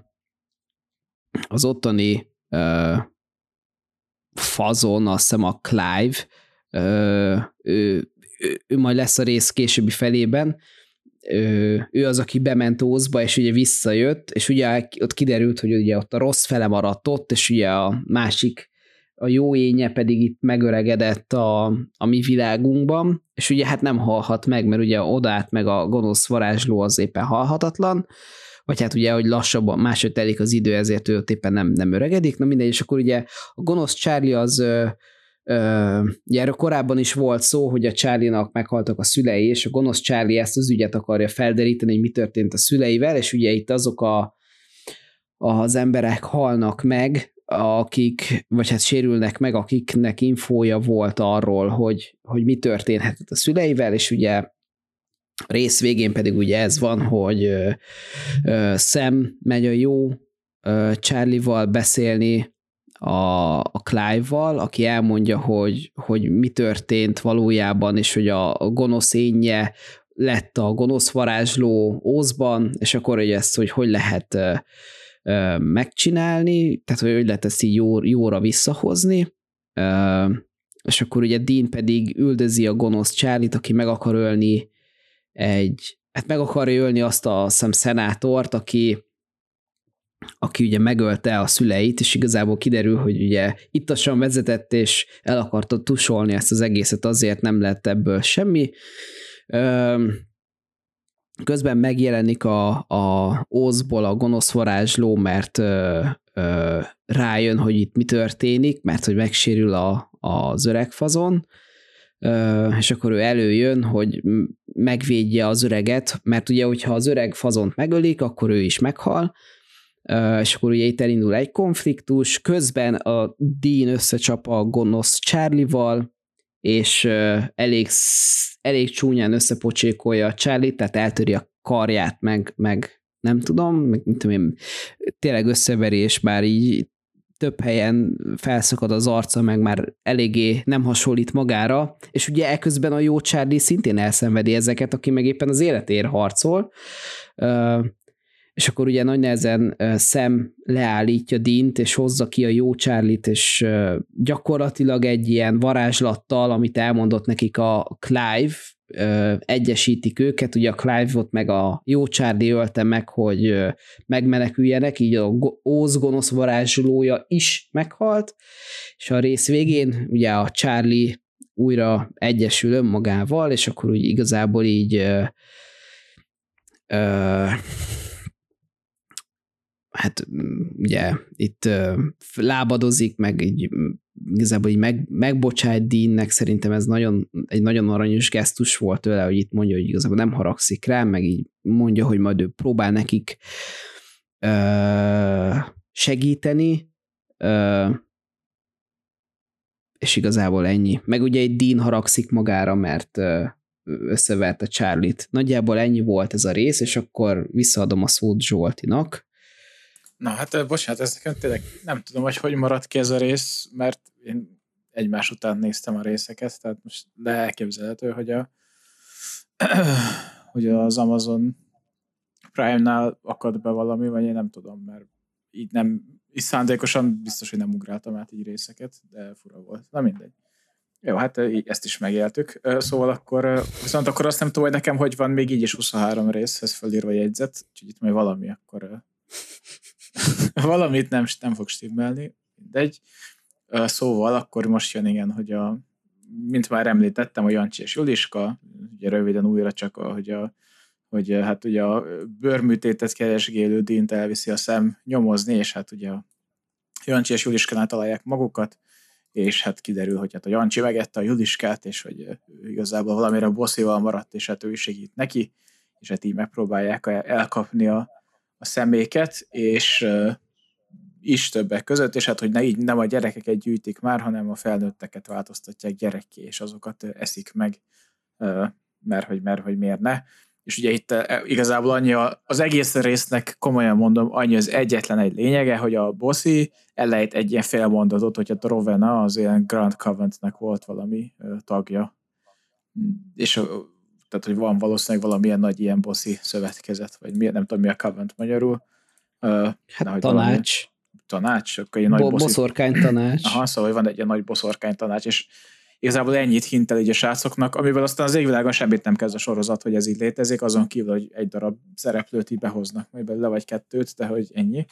az ottani uh, fazon, azt hiszem a Clive, uh, ő, ő, ő majd lesz a rész későbbi felében, ő, ő az, aki bement Ózba, és ugye visszajött, és ugye ott kiderült, hogy ugye ott a rossz fele maradt ott, és ugye a másik, a jó énje pedig itt megöregedett a, a mi világunkban, és ugye hát nem halhat meg, mert ugye odát meg a gonosz varázsló az éppen halhatatlan, vagy hát ugye, hogy lassabban máshogy telik az idő, ezért ő ott éppen nem, nem öregedik, na mindegy, és akkor ugye a gonosz Charlie az, ö, ö, ugye erről korábban is volt szó, hogy a Charlie-nak meghaltak a szülei, és a gonosz Charlie ezt az ügyet akarja felderíteni, hogy mi történt a szüleivel, és ugye itt azok a, az emberek halnak meg, akik, vagy hát sérülnek meg, akiknek infója volt arról, hogy, hogy mi történhetett a szüleivel, és ugye a rész végén pedig ugye ez van, hogy ö, ö, Sam megy a jó ö, Charlie-val beszélni a, a Clive-val, aki elmondja, hogy, hogy mi történt valójában, és hogy a, a gonosz énje lett a gonosz varázsló Ózban, és akkor hogy ezt, hogy hogy lehet ö, ö, megcsinálni, tehát hogy hogy lehet ezt így jó, jóra visszahozni, ö, és akkor ugye Dean pedig üldözi a gonosz Charlie-t, aki meg akar ölni egy, hát meg akarja ölni azt a szem szenátort, aki, aki ugye megölte a szüleit, és igazából kiderül, hogy ugye ittasan vezetett, és el akarta tusolni ezt az egészet, azért nem lett ebből semmi. Közben megjelenik a, a Ózból a gonosz varázsló, mert ö, ö, rájön, hogy itt mi történik, mert hogy megsérül a, az öreg fazon, és akkor ő előjön, hogy megvédje az öreget, mert ugye, hogyha az öreg fazont megölik, akkor ő is meghal, és akkor ugye itt elindul egy konfliktus, közben a Dean összecsap a gonosz Charlie-val, és elég, elég csúnyán összepocsékolja a Charlie-t, tehát eltöri a karját, meg, meg nem tudom, meg mit tudom én, tényleg összeveri, és már így több helyen felszakad az arca, meg már eléggé nem hasonlít magára, és ugye eközben a jó Charlie szintén elszenvedi ezeket, aki meg éppen az életéért harcol, és akkor ugye nagy nehezen Sam leállítja Deant, és hozza ki a jó Charlie-t, és gyakorlatilag egy ilyen varázslattal, amit elmondott nekik a Clive, egyesítik őket, ugye a Clive-ot meg a jó Charlie ölte meg, hogy megmeneküljenek, így a Oz gonosz varázslója is meghalt, és a rész végén ugye a Charlie újra egyesül önmagával, és akkor úgy igazából így ö, ö, hát ugye itt ö, lábadozik, meg így igazából így meg, megbocsájt Deannek, szerintem ez nagyon, egy nagyon aranyos gesztus volt tőle, hogy itt mondja, hogy igazából nem haragszik rá, meg így mondja, hogy majd ő próbál nekik ö, segíteni, ö, és igazából ennyi. Meg ugye egy Dean haragszik magára, mert ö, összevert a Charlie-t. Nagyjából ennyi volt ez a rész, és akkor visszaadom a szót Zsoltinak. Na hát bocsánat, ez nekem tényleg nem tudom, hogy hogy maradt ki ez a rész, mert én egymás után néztem a részeket, tehát most de elképzelhető, hogy, a, hogy az Amazon Prime-nál akad be valami, vagy én nem tudom, mert így nem, így szándékosan biztos, hogy nem ugráltam át így részeket, de fura volt. Na mindegy. Jó, hát így ezt is megéltük. Szóval akkor, viszont akkor azt nem tudom, hogy nekem hogy van még így is huszonhárom részhez fölírva jegyzet, úgyhogy itt majd valami akkor valamit nem, nem fog stimmelni, mindegy. Szóval akkor most jön igen, hogy a, mint már említettem, a Jancsi és Juliska, ugye röviden újra csak, a, hogy, a, hogy hát ugye a bőrműtétet keresgélő Deant elviszi a Sam nyomozni, és hát ugye a Jancsi és Juliskánál találják magukat, és hát kiderül, hogy hát a Jancsi megette a Juliskát, és hogy igazából valamire a bosszival maradt, és hát ő is segít neki, és hát így megpróbálják elkapni a a személyeket, és uh, is többek között, és hát, hogy ne, így nem a gyerekeket gyűjtik már, hanem a felnőtteket változtatják gyerekké, és azokat uh, eszik meg, uh, mert, hogy, mert hogy miért ne. És ugye itt uh, igazából annyi a, az egész résznek, komolyan mondom, annyi az egyetlen egy lényege, hogy a bosszi elejt egy ilyen félmondatot, hogy a Rowena az ilyen Grand Covenantnek volt valami uh, tagja. És uh, tehát, hogy van valószínűleg valamilyen nagy ilyen bosszi szövetkezet, vagy mi, nem tudom, mi a Covenant magyarul. Uh, hát na, tanács. Tanács? Akkor egy nagy Bo- bosszi... boszorkány tanács. Aha, szóval van egy ilyen nagy boszorkány tanács, és igazából ennyit hint el így a srácoknak, amivel aztán az égvilágon semmit nem kezd a sorozat, hogy ez így létezik, azon kívül, hogy egy darab szereplőt így behoznak, majd belőle vagy kettőt, de hogy ennyi.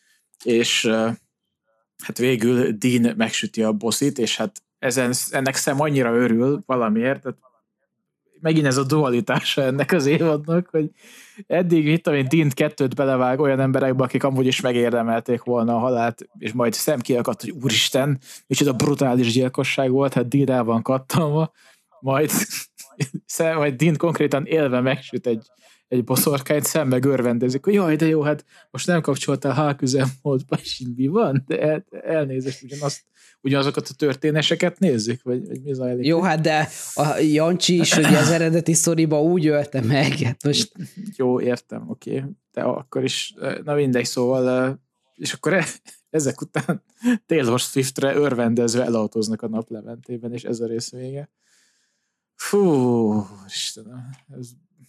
És uh, hát végül Dean megsüti a bosszit, és hát ezen, ennek Sam annyira örül valamiért, tehát megint ez a dualitása ennek az évadnak, hogy eddig itt, amint Deant kettőt belevág olyan emberekbe, akik amúgy is megérdemelték volna a halált, és majd Sam kiakadt, hogy úristen, micsoda brutális gyilkosság volt, hát Dean el van kattanva, majd, Sam, majd Deant konkrétan élve megsüt egy, egy boszorkányt, Sam meg örvendezik, hogy jaj, de jó, hát most nem kapcsoltál háküzemmódba, és így mi van? De el, elnézést, ugyanazt ugyanazokat a történéseket nézzük, vagy, vagy mi zajlik? Jó, hát de a Jancsi is ugye az eredeti sztoriba úgy ölte meg. Hát most... Jó, értem, oké. Okay. De akkor is, na mindegy, szóval, és akkor ezek után Taylor Swiftre örvendezve elautóznak a Napleventében, és ez a rész vége. Fú, Istenem, ez...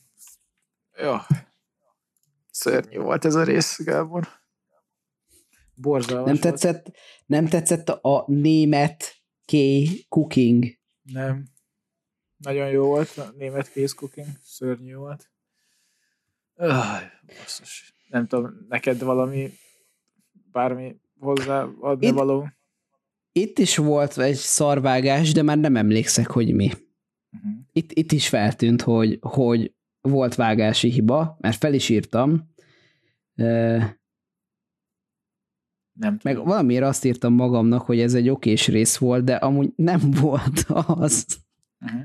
Jó. Szörnyű volt ez a rész, Gábor. Borzalmas nem tetszett, nem tetszett a német K-cooking? Nem. Nagyon jó volt a német kézcooking. Szörnyű volt. Öh, basszus. Nem tudom, neked valami bármi hozzáadni itt, való? Itt is volt egy szarvágás, de már nem emlékszek, hogy mi. Uh-huh. Itt, itt is feltűnt, hogy, hogy volt vágási hiba, mert fel is írtam. Nem meg valamiért azt írtam magamnak, hogy ez egy okés rész volt, de amúgy nem volt az. Uh-huh.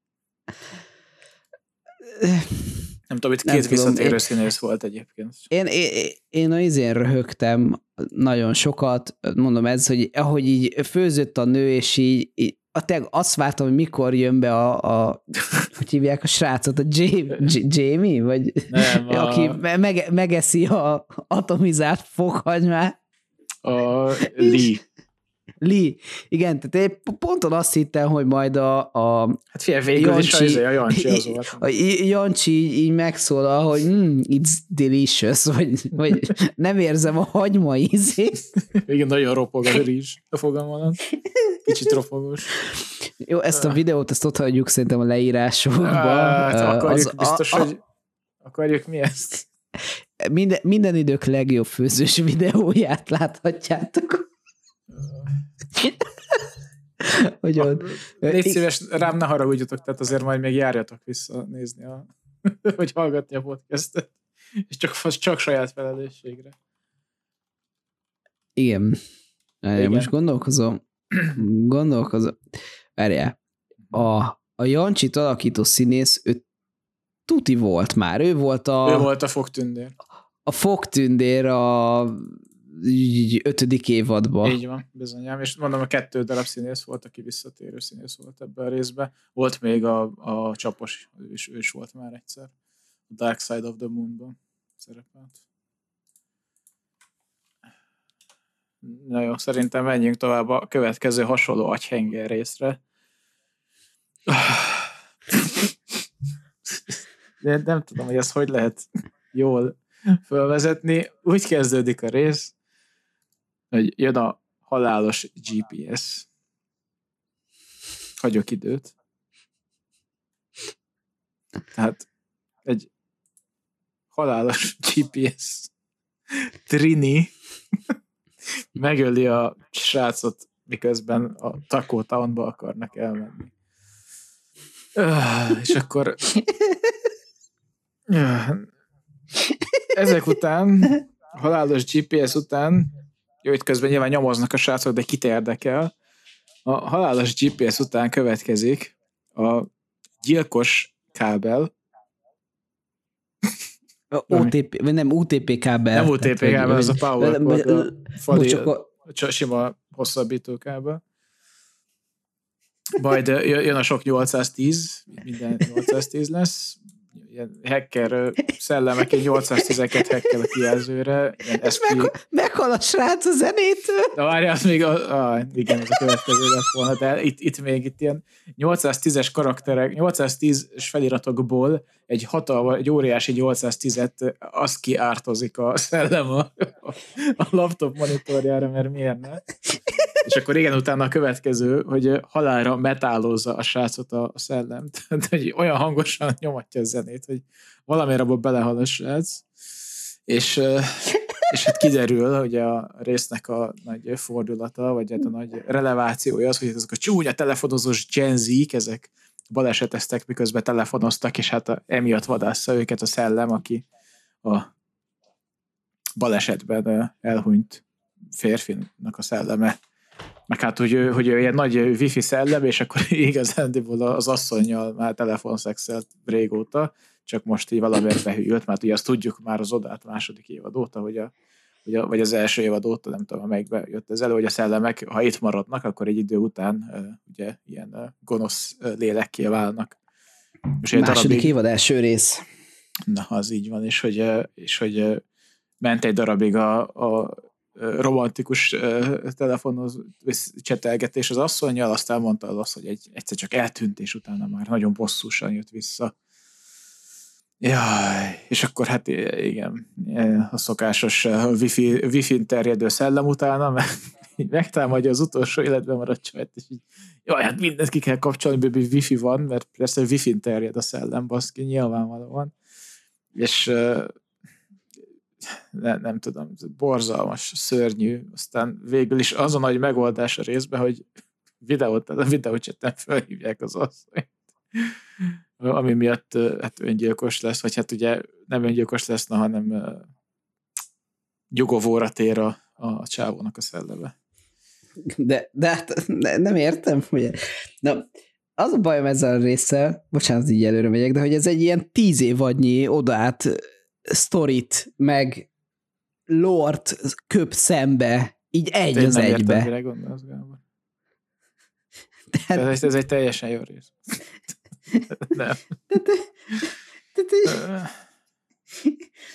Nem tudom, itt két visszatérő színész volt egyébként. Én, én, én a izén röhögtem nagyon sokat, mondom ez, hogy ahogy így főzött a nő, és így, így a teg, azt vártam, hogy mikor jön be a, a hogy hívják a srácot, a Jamie, Jamie vagy nem, aki a... mege, megeszi a atomizált fokhagymát. A Lee. Lee. Igen, tehát én ponton azt hittem, hogy majd a, a hát figyelj, végül is a, a Jancsi az volt. A Jancsi így, így megszólal, hogy mm, it's delicious, vagy, vagy nem érzem a hagyma ízét. Igen, nagyon ropog a rizs a fogalmalat. Kicsit ropogós. Jó, ezt a videót, ezt ott hagyjuk szerintem a leírásokba. Hát, akarjuk az, biztos, a, a, hogy akarjuk mi ezt? Minden, minden idők legjobb főzős videóját láthatjátok. Hogyan? Légy szíves, rám ne haragudjatok, tehát azért majd még járjatok vissza nézni, a, vagy hallgatni a podcastet, és csak, csak saját felelősségre. Igen. Igen. Most gondolkozom, gondolkozom. Várjál. A, a Jancsit alakító színész, ő tuti volt már. Ő volt a... Ő volt a fogtündér. A fogtündér a ötödik évadban. Így van, bizonyám. És mondom, a kettő darab színész volt, aki visszatérő színész volt ebben a részben. Volt még a, a csapos, ő is, ő is volt már egyszer. A Dark Side of the Moon-ban szerepelt. Na jó, szerintem menjünk tovább a következő hasonló agyhenger részre. De nem tudom, hogy ezt hogy lehet jól fölvezetni. Úgy kezdődik a rész, hogy jön a halálos gé pé es. Hagyok időt. Tehát egy halálos gé pé es Trini megöli a srácot, miközben a Taco Townba akarnak elmenni. És akkor ezek után, a halálos gé pé es után, jó, itt közben nyilván nyomoznak a srácok, de kit érdekel. A halálos gé pé es után következik a gyilkos kábel. o té pé, vagy nem, u té pé kábel. Nem u té pé kábel, az a power cord, a fali, bocs, a sima hosszabbító kábel. Majd jön a sok nyolcszáztíz, minden nyolcszáztíz lesz. Ilyen hacker szellemek, nyolcszáztízeket hackel a kijelzőre. És meg, meghal a srác a zenétől. De várjál, még a, a, igen, ez a következő lett volna, de itt, itt még itt ilyen nyolcszáztízes karakterek, nyolcszáztízes feliratokból egy hatalmas, egy óriási nyolcszáztízet azt kiártozik a szellem a, a laptop monitorjára, mert miért ne? És akkor igen, utána a következő, hogy halálra metálozza a srácot a szellem. Tehát, hogy olyan hangosan nyomatja a zenét, hogy valamiért abban belehal a srác. És, és hát kiderül, hogy a résznek a nagy fordulata, vagy hát a nagy relevációja az, hogy ezek a csúnya telefonozós Gen Z-k, ezek baleseteztek, miközben telefonoztak, és hát emiatt vadásza őket a szellem, aki a balesetben elhunyt férfinak a szelleme. Meg hát, hogy ő, hogy ő ilyen nagy wifi szellem, és akkor igazándiból az asszonnyal már telefonszexelt régóta, csak most így valamiért behűlt, mert ugye azt tudjuk már az Odát második évad óta, hogy a, hogy a, vagy az első évad óta, nem tudom, amelyikben jött ez elő, hogy a szellemek, ha itt maradnak, akkor egy idő után ugye ilyen gonosz lélekké válnak. Most második darabig, évad első rész. Na, az így van, és hogy, és hogy ment egy darabig a, a romantikus telefonos csetelgetés az asszonnyal, aztán mondta az asszony, hogy egy, egyszer csak eltűnt, és utána már nagyon bosszúsan jött vissza. Jaj, és akkor hát igen, a szokásos wifi, wifi-n terjedő szellem utána, meg megtámadja az utolsó életben maradt csajt, és így, jaj, hát mindent ki kell kapcsolni, baby, wifi van, mert persze wifi-n terjed a szellem, baszki, nyilvánvalóan. És ne, nem tudom, borzalmas, szörnyű, aztán végül is az a nagy megoldás a részben, hogy videót, a videócsetten felhívják az asszonyt, ami miatt hát öngyilkos lesz, vagy hát ugye nem öngyilkos lesz, na, hanem uh, nyugovóra tér a, a csávónak a szelleme. De, de hát nem értem, hogy na, az a bajom ezzel a résszel, bocsánat, így előre megyek, de hogy ez egy ilyen tíz évadnyi Odát sztorit, meg lort köp szembe, így egy Én az nem egybe. Értem, mire gondolsz, Gábor. Tehát... Ez, ez egy teljesen jó rész. Nem. De, de, de, de,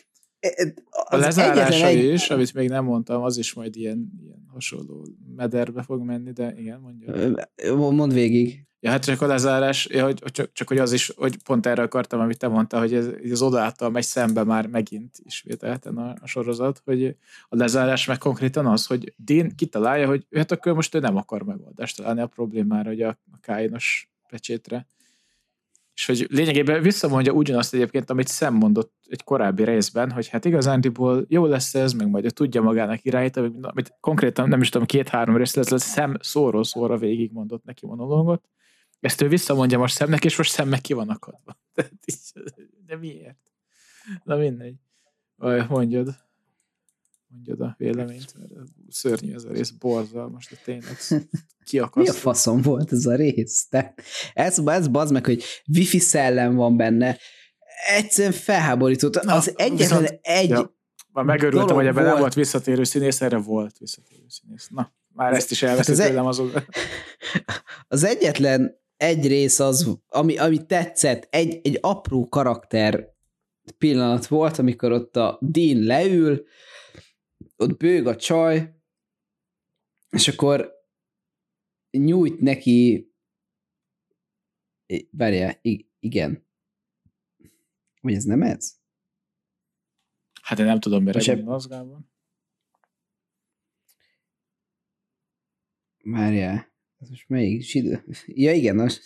A lezárása egy... is, amit még nem mondtam, az is majd ilyen, ilyen hasonló mederbe fog menni, de igen, mondja. Mondd végig. Ja, hát csak a lezárás, ja, hogy, csak, csak hogy az is, hogy pont erre akartam, amit te mondtál, hogy ez, ez oda által megy szembe már megint ismételten a, a sorozat, hogy a lezárás meg konkrétan az, hogy Dean kitalálja, hogy hát akkor most ő nem akar megoldást találni a problémára, hogy a, a Kainos pecsétre. És hogy lényegében visszamondja ugyanazt egyébként, amit Sam mondott egy korábbi részben, hogy hát igazándiból jó lesz ez, meg majd ő tudja magának irányítani, amit konkrétan nem is tudom, két-három rész lesz, Sam szóról szóra végig mondott neki monológot. Ezt ő visszamondja most Samnek, és most Sam meg ki van akadva. De miért? Na mindegy. Mondjad. Mondjad a véleményt, mert szörnyű ez a rész, borzalmas, de tényleg kiakasztó. Mi a faszom volt ez a rész? Te, ez, ez bazd meg, hogy wifi szellem van benne. Egyszerűen felháborított. Az Na, egyetlen viszont, egy ja, már megörültem, hogy ebben nem volt visszatérő színész, erre volt visszatérő színész. Na, már ezt is elveszett hát tőlem azon. Az egyetlen egy rész az, ami, ami tetszett, egy, egy apró karakter pillanat volt, amikor ott a Dean leül, ott bőg a csaj, és akkor nyújt neki várjál, igen. Vagy ez nem ez? Hát én nem tudom, mire gondolsz, Gábor. Várjál, ez most melyik? Zsidő? Ja igen, az...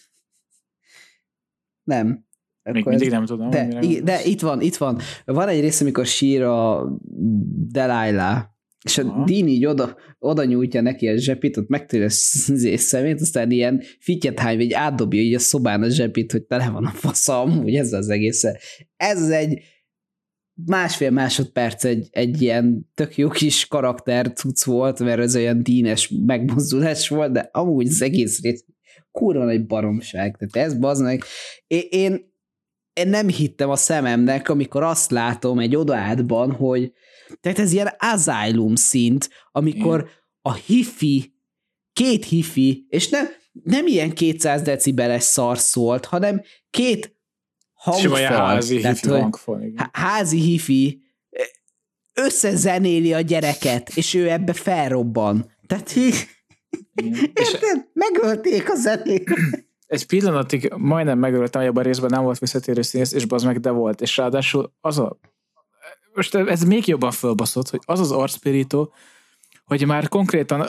nem. Még mindig ez... nem tudom. De, i- de itt van, itt van. Van egy rész, amikor sír a Delilah, és a Aha. Dean így oda, oda nyújtja neki a zsepit, ott megtörje a szemét, aztán ilyen fityethány, így átdobja így a szobán a zsepit, hogy tele van a faszam, úgy ez az egész. Ez az egy másfél másodperc egy, egy ilyen tök jó kis karakter cucc volt, mert ez olyan Dean-es megmozdulás volt, de amúgy az egész rész kurva nagy baromság. Tehát ez bazd meg. Én, én én nem hittem a szememnek, amikor azt látom egy odaátban, hogy tehát ez ilyen asylum szint, amikor a hifi, két hifi, és nem, nem ilyen kétszáz decibeles szar szólt, hanem két hangfal. Házi tehát, hifi hangfal, igen. Házi hifi összezenéli a gyereket, és ő ebbe felrobban. Tehát érted? Megölték a zenét. Egy pillanatig majdnem megöltem, hogy abban a részben nem volt visszatérő színész, és bazd meg, de volt. És ráadásul az a... Most ez még jobban fölbaszott, hogy az az arcpirító, hogy már konkrétan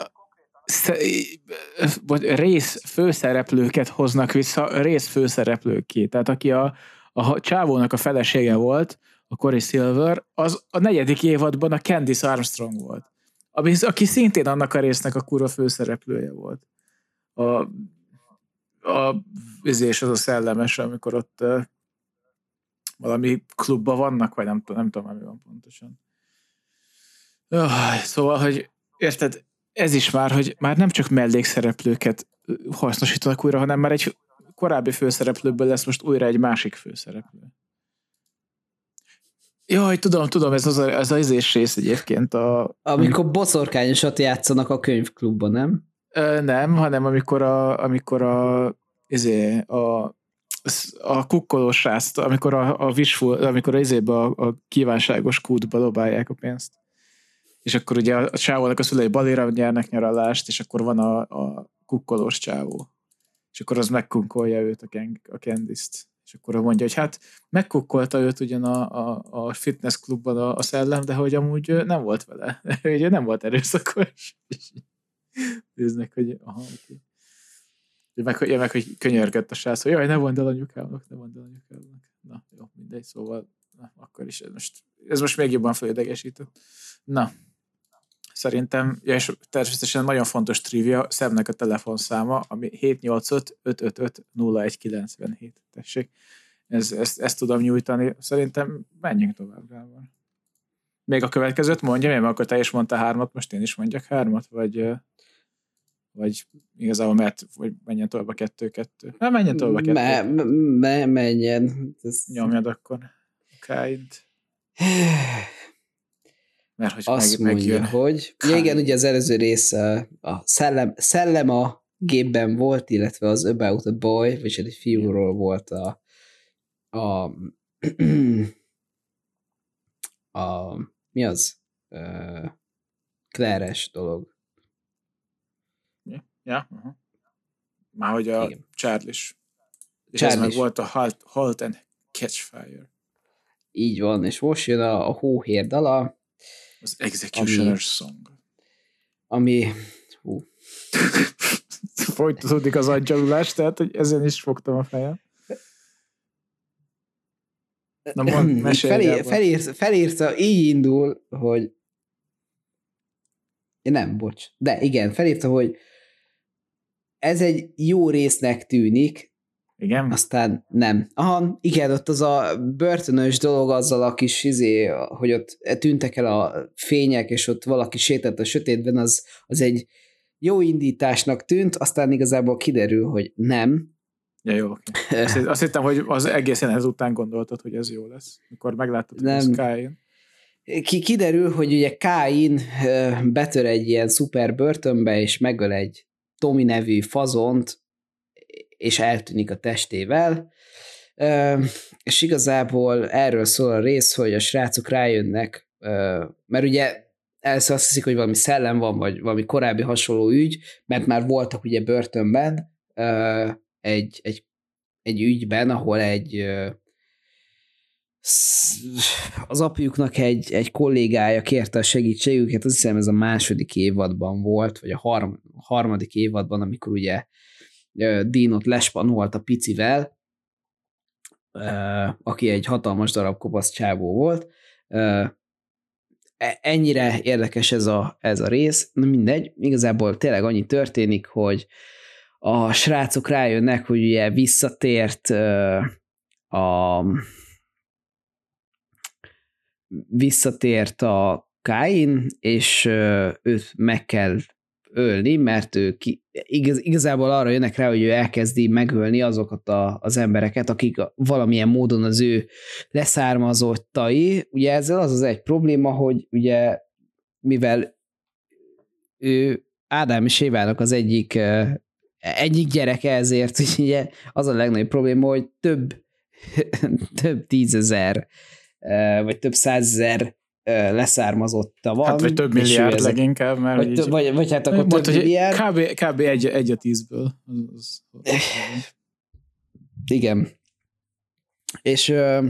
rész főszereplőket hoznak vissza rész főszereplőké. Tehát aki a, a csávónak a felesége volt, a Corey Silver, az a negyedik évadban a Candice Armstrong volt. Ami, aki szintén annak a résznek a kurva főszereplője volt. A a és az a szellemes, amikor ott uh, valami klubban vannak, vagy nem, nem tudom, mi van pontosan. Oh, szóval, hogy érted, ez is már, hogy már nem csak mellékszereplőket hasznosítanak újra, hanem már egy korábbi főszereplőből lesz most újra egy másik főszereplő. Jaj, tudom, tudom, ez az a, ez az izés rész egyébként. A, amikor boszorkányosat játszanak a könyvklubban, nem? Ö, nem, hanem amikor a, amikor a, izé, a, a kukkolós sráczt, amikor a, a wishful, amikor a, izébe a, a kívánságos kútba dobálják a pénzt. És akkor ugye a csávónak a szülei balira nyernek nyaralást, és akkor van a, a kukkolós csávó. És akkor az megkunkolja őt, a, Ken, a Candice-t. És akkor mondja, hogy hát megkukkolta őt ugyan a, a, a fitness klubban a, a szellem, de hogy amúgy nem volt vele. Ugye nem volt erőszakos. Néznek, hogy aha, oké. Meg, hogy, meg, hogy könyörgött a srác, hogy jaj, ne mondd el anyukámnak, ne mondd el anyukámnak. Na, jó, mindegy, szóval na, akkor is ez most, ez most még jobban fölidegesített. Na, szerintem, ja, és természetesen nagyon fontos trivia, Samnek a telefonszáma, ami hét nyolc öt öt öt öt nulla egy kilenc hét. Tessék, ez, ezt, ezt tudom nyújtani. Szerintem menjünk tovább, Gábor. Még a következőt mondja, mert akkor te is mondta hármat, most én is mondjak hármat, vagy, vagy igazából mert, vagy menjen tovább a kettő-kettő. Na, menjen tovább a kettő. Me, me, menjen. Ez... Nyomjad akkor a Káint. Mert hogy azt meg, mondja, megjön. hogy ja, igen, ugye az előző rész a szellem, szellem a gépben volt, illetve az About a Boy, vagy egy fiúról volt a, a a mi az? Uh, Claire-es dolog. Ja, ja uh-huh. Már hogy a Igen. Charlie-s. És Charlie-s. ez meg volt a Halt, halt and Catch Fire. Így van, és most jön a, a Hóhér dala. Az Executioner's ami, Song. Ami... Hú. Folytatódik az aggyalulás, tehát, hogy ezen is fogtam a fejem. Na mond, mesélj Felír, felírsz, felírsz, így indul, hogy nem, bocs. De igen, felírta, hogy ez egy jó résznek tűnik, igen? Aztán nem. Aha, igen, ott az a börtönös dolog azzal a kis izé, hogy ott tűntek el a fények, és ott valaki sétált a sötétben, az, az egy jó indításnak tűnt, aztán igazából kiderül, hogy nem. Ja, jó, oké. Azt, azt hittem, hogy az egész jelenet után gondoltad, hogy ez jó lesz. Mikor megláttad, hogy ez Káin. Ki, kiderül, hogy ugye Káin betör egy ilyen szuper börtönbe, és megöl egy Tommy nevű fazont, és eltűnik a testével, és igazából erről szól a rész, hogy a srácok rájönnek, mert ugye először azt hiszik, hogy valami szellem van, vagy valami korábbi hasonló ügy, mert már voltak ugye börtönben egy, egy, egy ügyben, ahol egy az apjuknak egy, egy kollégája kérte a segítségüket, azt hiszem ez a második évadban volt, vagy a harm, harmadik évadban, amikor ugye Dean ott lespanolt a picivel, aki egy hatalmas darab kopasz csábó volt. Ennyire érdekes ez a, ez a rész, na mindegy, igazából tényleg annyi történik, hogy a srácok rájönnek, hogy ugye visszatért a visszatért a Káin, és őt meg kell ölni, mert ő ki, igaz, igazából arra jönnek rá, hogy ő elkezdi megölni azokat a, az embereket, akik valamilyen módon az ő leszármazottai. Ugye ezzel az az egy probléma, hogy ugye mivel ő Ádám és Évának az egyik egyik gyereke, ezért ugye az a legnagyobb probléma, hogy több több tízezer vagy több százezer leszármazotta van. Hát vagy több milliárd ezek, leginkább, mert vagy, több, vagy, vagy hát akkor több milliárd. Kb, kb. egy, egy a tízből. Az, az, igen. És ö,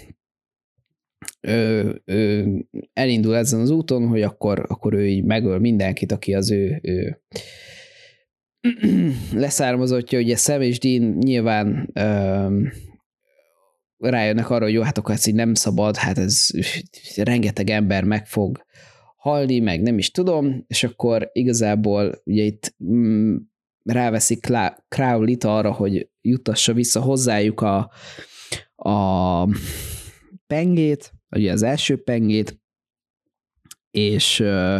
ö, ö, elindul ezen az úton, hogy akkor, akkor ő így megöl mindenkit, aki az ő, ő leszármazottja. Ugye Sam és Dean nyilván ö, rájönnek arra, hogy jó, hát akkor ez így nem szabad, hát ez rengeteg ember meg fog halni, meg nem is tudom, és akkor igazából ugye itt mm, ráveszik Crowley-t arra, hogy jutassa vissza hozzájuk a, a pengét, ugye az első pengét, és uh,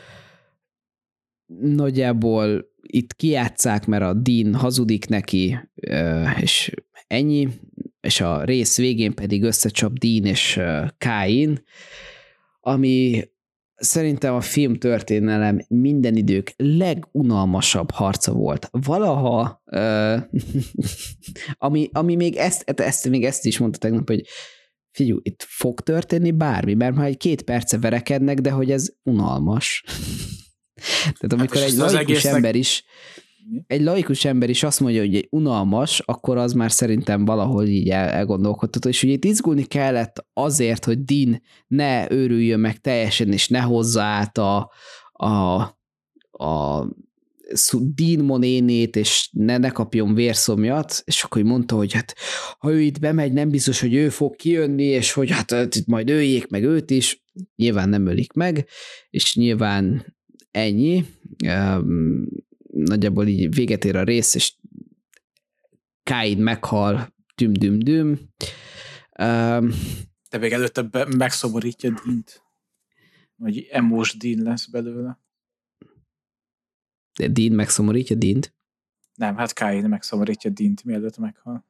nagyjából itt kijátszák, mert a Dean hazudik neki, uh, és ennyi, és a rész végén pedig összecsap Dean és uh, Káin, ami szerintem a film történelem minden idők legunalmasabb harca volt. Valaha, uh, ami, ami még ezt, ezt, még ezt is mondta tegnap, hogy figyelj, itt fog történni bármi, mert már egy két perce verekednek, de hogy ez unalmas. Tehát amikor hát egy laikus egésznek... ember is egy laikus ember is azt mondja, hogy egy unalmas, akkor az már szerintem valahol így el, elgondolkodható. És ugye itt izgulni kellett azért, hogy Dean ne őrüljön meg teljesen, és ne hozza át a, a, a Dean monénét, és ne, ne kapjon vérszomjat, és akkor mondta, hogy hát ha ő itt bemegy, nem biztos, hogy ő fog kijönni, és hogy hát itt majd öljék meg őt is. Nyilván nem ölik meg, és nyilván ennyi. Um, nagyjából így véget ér a rész, és Káin meghal, düm-düm-düm. Um, De még előtte megszomorítja Deant. Vagy emos Dean lesz belőle. De Dean megszomorítja Deant? Nem, hát Káin megszomorítja Deant, mielőtt meghal.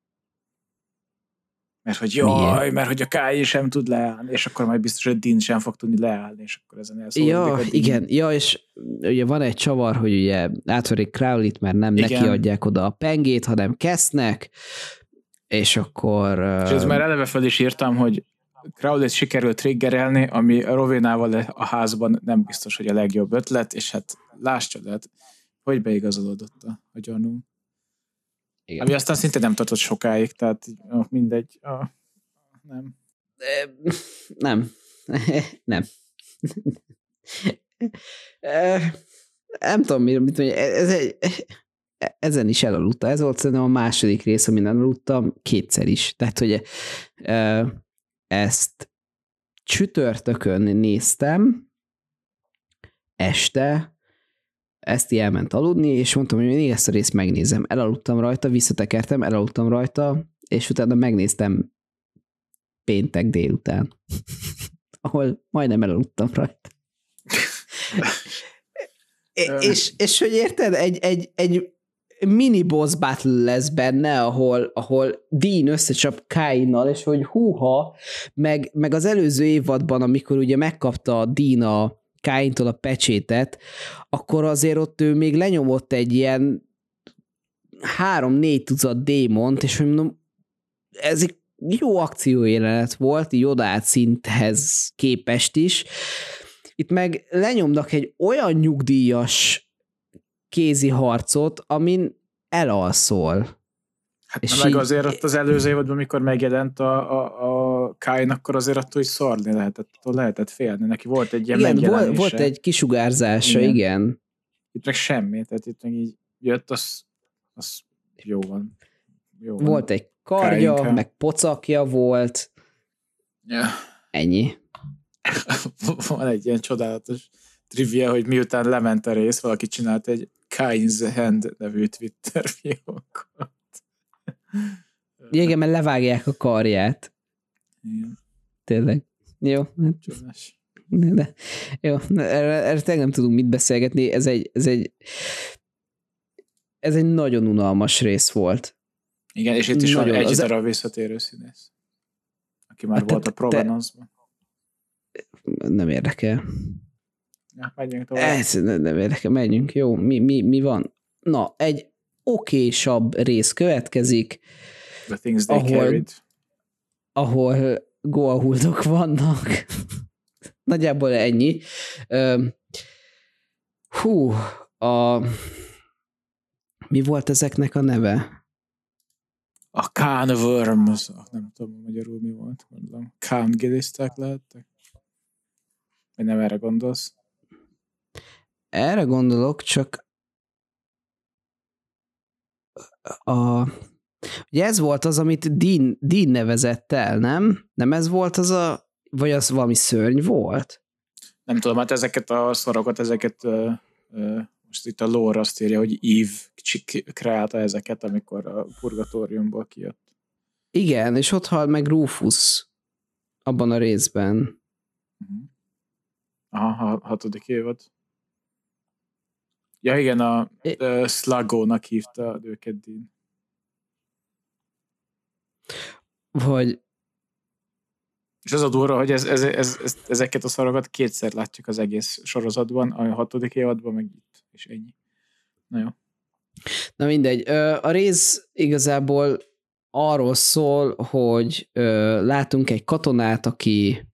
Mert hogy jaj, Miért? mert hogy a Káin sem tud leállni, és akkor majd biztos, hogy Dean sem fog tudni leállni, és akkor ezen elszomorítják. Ja, igen, ja, és ugye van egy csavar, hogy ugye átverik Crowley-t, mert nem igen. neki adják oda a pengét, hanem Cassnek, és akkor... És ez uh... már eleve fel is írtam, hogy Crowley-t sikerült triggerelni, ami Rovinával a házban nem biztos, hogy a legjobb ötlet, és hát láss csodát, hogy beigazolódott a, a gyanú. Igen. Ami aztán szinte nem tartott sokáig, tehát mindegy. Ah, nem. Nem. Nem. Nem tudom, mit mondja. Ez egy, ezen is elaludta. Ez volt szerintem a második rész, amin elaludtam, kétszer is. Tehát, hogy ezt csütörtökön néztem, este, ezt így elment aludni, és mondtam, hogy még ezt a részt megnézem. Elaludtam rajta, visszatekertem, elaludtam rajta, és utána megnéztem péntek délután, ahol majdnem elaludtam rajta. és, és hogy érted, egy, egy, egy mini boss battle lesz benne, ahol, ahol Dean összecsap Kainnal, és hogy húha, meg, meg az előző évadban, amikor ugye megkapta Dean a Kaintól a pecsétet, akkor azért ott ő még lenyomott egy ilyen három-négy tucat démont, és hogy mondom, ez egy jó akciójelenet volt, így odaállt szinthez képest is. Itt meg lenyomnak egy olyan nyugdíjas kézi harcot, amin elalszol. Hát és meg így... azért ott az előző évadban, amikor megjelent a, a, a Kain, akkor azért attól is szarni lehetett, attól lehetett félni. Neki volt egy ilyen igen, megjelenése. Volt, volt egy kisugárzása, igen. igen. Itt meg semmi, tehát itt meg így jött, az, az jó van. Jó van. Volt egy karja, Kainka. Meg pocakja volt. Ja. Ennyi. Van egy ilyen csodálatos trivia, hogy miután lement a rész, valaki csinált egy Kain's Hand nevű Twitter fiókot. Igen, mert levágják a karját. Igen. Tényleg. Jó. Csodás. De, de, jó, erre, erre tényleg nem tudunk mit beszélgetni. Ez egy, ez egy ez egy nagyon unalmas rész volt. Igen, és itt is nagyon, van egy darab visszatérő színész, aki már a volt te, a Provenance-ban. Nem érdekel. Ja, menjünk tovább. Ez nem, nem érdekel, menjünk. Jó, mi, mi, mi van? Na, egy okésabb rész következik, The Things They ahol, Carried. Ahol goa'uldok vannak. Nagyjából ennyi. Hú, a... mi volt ezeknek a neve? A Khan Worms. Nem tudom, magyarul mi volt. Mondom. Khan Gilisták lehettek? Vagy nem erre gondolsz? Erre gondolok, csak a... ugye ez volt az, amit Dean, Dean nevezett el, nem? Nem ez volt az a... vagy az valami szörny volt? Nem tudom, hát ezeket a szarokat, ezeket uh, uh, most itt a lore azt írja, hogy Eve kreálta ezeket, amikor a purgatóriumból kijött. Igen, és ott hal meg Rufus abban a részben. Uh-huh. Aha, hatodik évad. Ja igen, a, a Sluggo-nak hívta őket Dean. Hogy... És az a durva, hogy ez, ez, ez, ez, ezeket a szarokat kétszer látjuk az egész sorozatban, a hatodik évadban, meg itt, és ennyi. Na jó. Na mindegy. A rész igazából arról szól, hogy látunk egy katonát, aki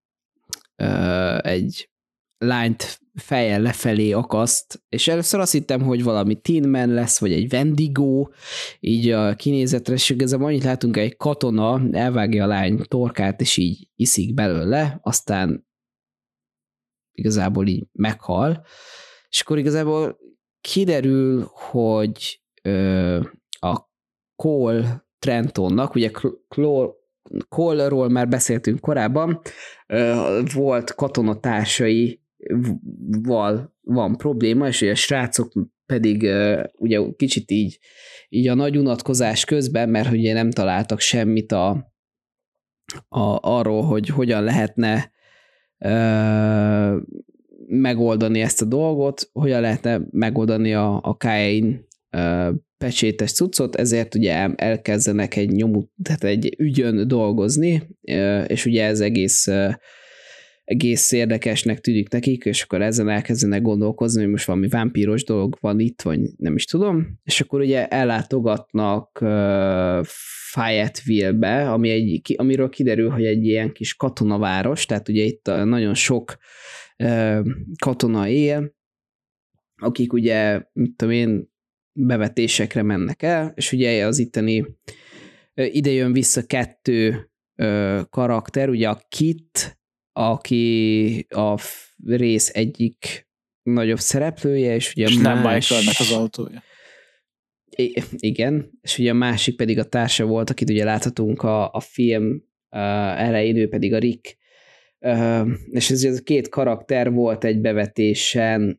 egy lányt fejjel lefelé akaszt, és először azt hittem, hogy valami Tin Man lesz, vagy egy Wendigo, így a kinézetre, és igazából annyit látunk, egy katona elvágja a lány torkát, és így iszik belőle, aztán igazából így meghal, és akkor igazából kiderül, hogy ö, a Cole Trentonnak, ugye Cole-ról már beszéltünk korábban, ö, volt katonatársai val van probléma, és a srácok pedig uh, ugye kicsit így, így a nagy unatkozás közben, mert ugye nem találtak semmit a, a, arról, hogy hogyan lehetne uh, megoldani ezt a dolgot, hogyan lehetne megoldani a, a Kain uh, pecsétes cuccot, ezért ugye elkezdenek egy nyomut, tehát egy ügyön dolgozni, uh, és ugye ez egész uh, egész érdekesnek tűnik nekik, és akkor ezen elkezdenek gondolkozni, hogy most valami vámpíros dolog van itt, vagy nem is tudom, és akkor ugye ellátogatnak uh, Fayetteville-be, ami egy, amiről kiderül, hogy egy ilyen kis katonaváros, tehát ugye itt nagyon sok uh, katona él, akik ugye, mit tudom én, bevetésekre mennek el, és ugye az itteni uh, ide jön vissza kettő uh, karakter, ugye a Kit, aki a rész egyik nagyobb szereplője, és ugye és a nem más... Michaelnek az autója. I- igen, és ugye a másik pedig a társa volt, akit ugye láthatunk a, a film uh, elején, ő pedig a Rick. Uh, és ez a két karakter volt egy bevetésen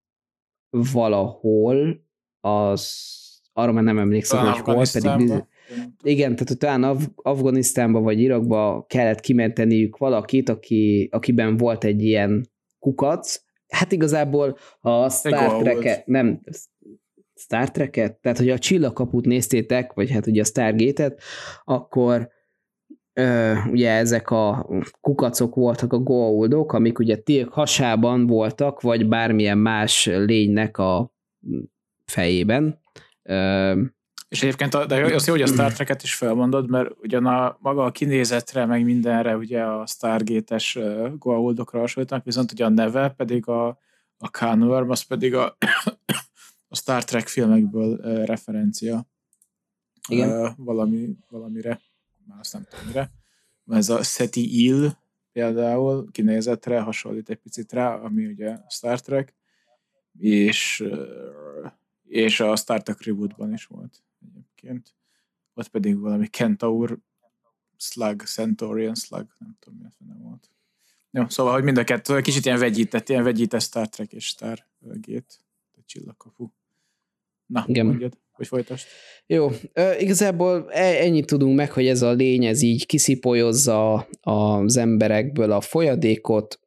valahol, az arra már nem emlékszem, Talán hogy hol, pedig... Igen, tehát talán Af- Afganisztánba vagy Irakba kellett kimenteniük valakit, aki, akiben volt egy ilyen kukac. Hát igazából a Star Trek-et, nem, Star Trek-et, tehát hogy a Csillagkaput néztétek, vagy hát ugye a Stargate-et, akkor ö, ugye ezek a kukacok voltak a Goa'uldok, amik ugye Tilk hasában voltak, vagy bármilyen más lénynek a fejében. Ö, És egyébként de az jó, hogy a Star Trek-et is felmondod, mert ugyan a, maga a kinézetre, meg mindenre ugye a Stargate-es uh, Goa'uldokra hasonlítanak, viszont ugye a neve pedig a, a Khanworm, az pedig a, a Star Trek filmekből uh, referencia. Igen. Uh, valami, valamire, már azt nem tudom mire. Ez a Seti Il például kinézetre hasonlít egy picit rá, ami ugye a Star Trek, és, uh, és a Star Trek rebootban is volt egyébként. Ott pedig valami Kentaur Slug, Centaurian Slug, nem tudom, mi nem volt. Jó, szóval, hogy mind a kettő kicsit ilyen vegyített, ilyen vegyített Star Trek és Stargate, a Csillagkapu. Na, igen. Mondjad, hogy folytasd. Jó, uh, igazából ennyit tudunk meg, hogy ez a lény, ez így kiszipolyozza az emberekből a folyadékot,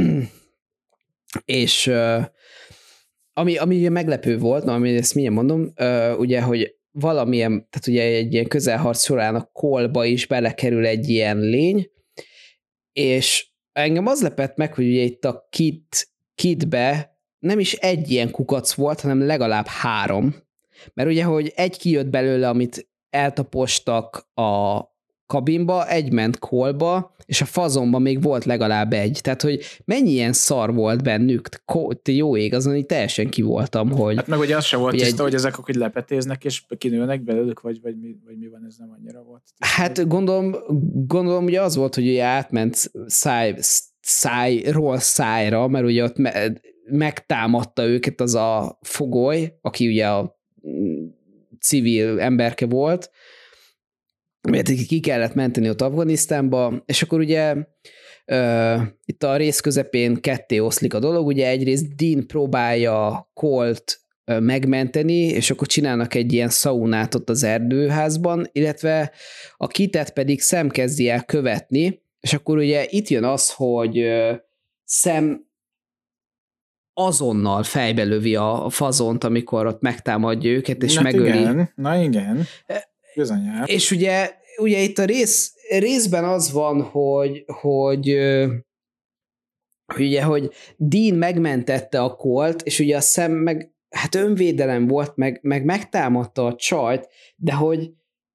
és uh, ami, ami meglepő volt, na, ami ezt mindjárt mondom, uh, ugye, hogy valamilyen, tehát ugye egy ilyen közelharc során a kolba is belekerül egy ilyen lény, és engem az lepett meg, hogy ugye itt a kit, kitbe nem is egy ilyen kukac volt, hanem legalább három. Mert ugye, hogy egy kijött belőle, amit eltapostak a kabinba, egy ment kolba, és a fazonban még volt legalább egy. Tehát, hogy mennyi ilyen szar volt bennük, jó ég, azon így teljesen ki voltam, hogy... Hát meg ugye az sem volt tiszta, egy... hogy ezek hogy lepetéznek, és kinőnek belőlük, vagy, vagy, mi, vagy mi van, ez nem annyira volt tiszta. Hát gondolom, gondolom ugye az volt, hogy ugye átment száj, szájról szájra, mert ugye ott me- megtámadta őket az a fogoly, aki ugye a civil emberke volt, mert ki kellett menteni ott Afganisztánba, és akkor ugye uh, itt a rész közepén ketté oszlik a dolog, ugye egyrészt Dean próbálja Colt uh, megmenteni, és akkor csinálnak egy ilyen szaunát ott az erdőházban, illetve a Kitet pedig Sam kezdi el követni, és akkor ugye itt jön az, hogy uh, Sam azonnal fejbe lövi a fazont, amikor ott megtámadja őket, és hát megöli. Igen. Na igen, bizonyára. És ugye, ugye itt a rész, részben az van, hogy, hogy, hogy ugye, hogy Dean megmentette a Colt, és ugye a Sam meg, hát önvédelem volt, meg, meg megtámadta a csajt, de hogy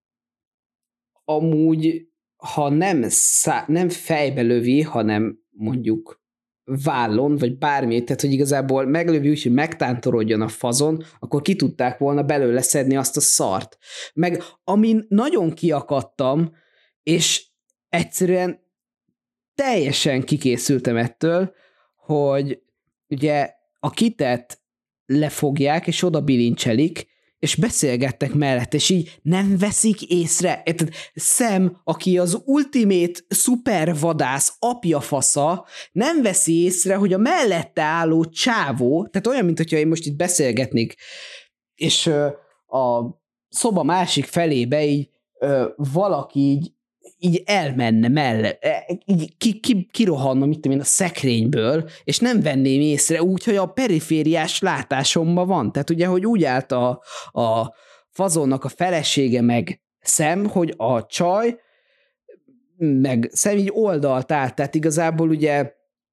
amúgy, ha nem, szá, nem fejbe lövi, hanem mondjuk vállon, vagy bármi, tehát hogy igazából meglövi úgy, hogy megtántorodjon a fazon, akkor ki tudták volna belőle szedni azt a szart. Meg amin nagyon kiakadtam, és egyszerűen teljesen kikészültem ettől, hogy ugye a Kitet lefogják, és oda bilincselik, és beszélgettek mellett, és így nem veszik észre. Sam, aki az ultimate szupervadász apjafasza, nem veszi észre, hogy a mellette álló csávó, tehát olyan, mint hogyha én most itt beszélgetnék, és a szoba másik felébe így valaki így, így elmenne mellett, így ki, ki, kirohanna, mit tudom én, a szekrényből, és nem venném észre úgy, hogy a perifériás látásomban van. Tehát ugye, hogy úgy állt a, a fazonnak a felesége meg Sam, hogy a csaj meg Sam így oldalt állt, tehát igazából ugye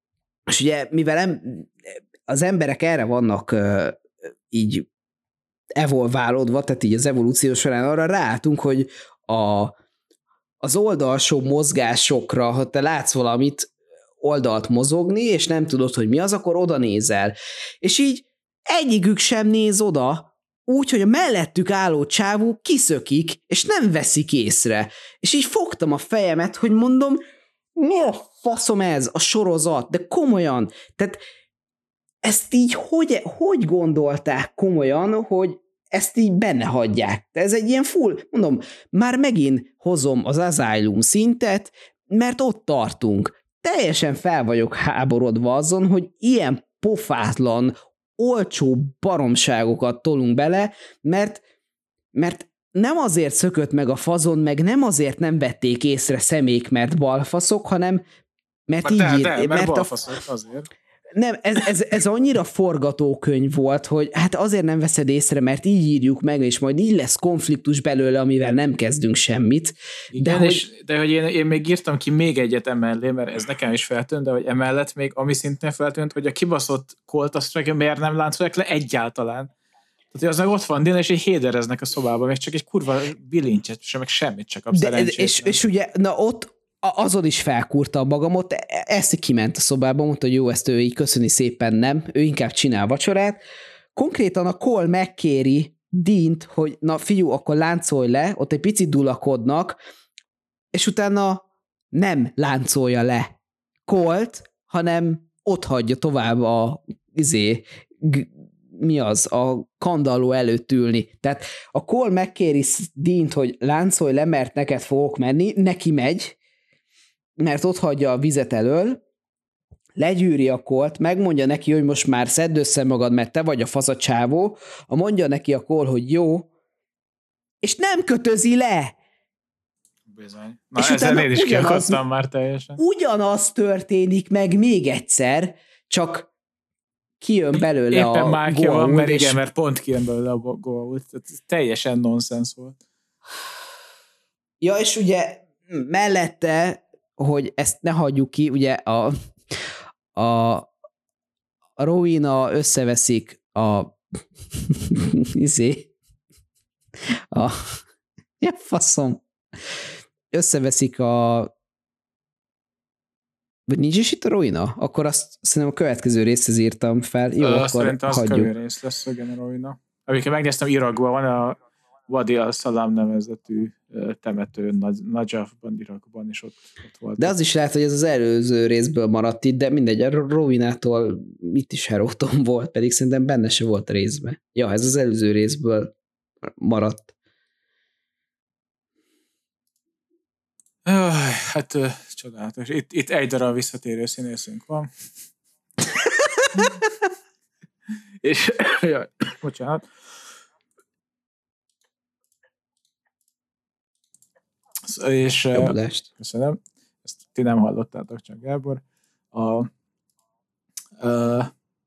És ugye, mivel em, az emberek erre vannak uh, így evolválódva, tehát így az evolúció során arra ráálltunk, hogy a, az oldalsó mozgásokra, ha te látsz valamit oldalt mozogni, és nem tudod, hogy mi az, akkor oda nézel. És így egyikük sem néz oda, úgy, hogy a mellettük álló csávó kiszökik, és nem veszik észre. És így fogtam a fejemet, hogy mondom, mi a faszom ez, a sorozat, de komolyan. Tehát ezt így hogy, hogy gondolták komolyan, hogy ezt így benne hagyják. De ez egy ilyen full, mondom, már megint hozom az Asylum szintet, mert ott tartunk. Teljesen fel vagyok háborodva azon, hogy ilyen pofátlan, olcsó baromságokat tolunk bele, mert, mert nem azért szökött meg a fazon, meg nem azért nem vették észre személyk, mert balfaszok, hanem mert így de, ír, de, mert, mert balfaszok a... azért. Nem, ez, ez, ez annyira forgatókönyv volt, hogy hát azért nem veszed észre, mert így írjuk meg, és majd így lesz konfliktus belőle, amivel nem kezdünk semmit. Igen, de hogy, és, de hogy én, én még írtam ki még egyet emellé, mert ez nekem is feltűnt, de hogy emellett még, ami szintén feltűnt, hogy a kibaszott Colt azt miért nem láncolják le egyáltalán. Tehát, hogy az meg ott van Dylan, és így hédereznek a szobában, még csak egy kurva bilincset, sem meg semmit csak kapsz de, és, és ugye, na ott azon is felkúrtam magamot, ezt kiment a szobába, mondta, hogy jó, ezt ő így köszöni szépen, nem, ő inkább csinál vacsorát. Konkrétan a Cole megkéri Deant, hogy na fiú, akkor láncolj le, ott egy picit dulakodnak, és utána nem láncolja le Colt, hanem ott hagyja tovább a izé, g- mi az, a kandalló előtt ülni. Tehát a Cole megkéri Deant, hogy láncolj le, mert neked fogok menni, neki megy, mert ott hagyja a vizet elől, legyűri a Colt, megmondja neki, hogy most már szedd össze magad, mert te vagy a fazacsávó, a mondja neki a Cole, hogy jó, és nem kötözi le. Bizony. Na, és ezzel én is ugyanaz, kiakadtam már teljesen. Ugyanaz történik meg még egyszer, csak kijön belőle Éppen a már ki van, mert és... igen, mert pont kijön belőle a Goa'uld. Teljesen nonsens volt. Ja, és ugye mellette, hogy ezt ne hagyjuk ki, ugye a, a, a Rowena összeveszik a izé a ja, faszom összeveszik a vagy nincs is itt a Rowena? Akkor azt szerintem a következő részhez írtam fel. Jó, Ö, akkor szerintem az hagyjuk. kövő rész lesz a Rowena. Amiket megnéztem, Irakban van a Wadi al-Salam nevezetű temető Najafban, Irakban, és ott, ott volt. De az is lehet, hogy ez az előző részből maradt itt, de mindegy, a Rowena-tól itt is Heróton volt, pedig szerintem benne se volt a részben. Ja, ez az előző részből maradt. Öh, hát uh, csodálatos. Itt, itt egy darab visszatérő színészünk van. és, jaj, bocsánat. És, uh, köszönöm. Ezt ti nem hallottátok, csak Gábor. A, uh,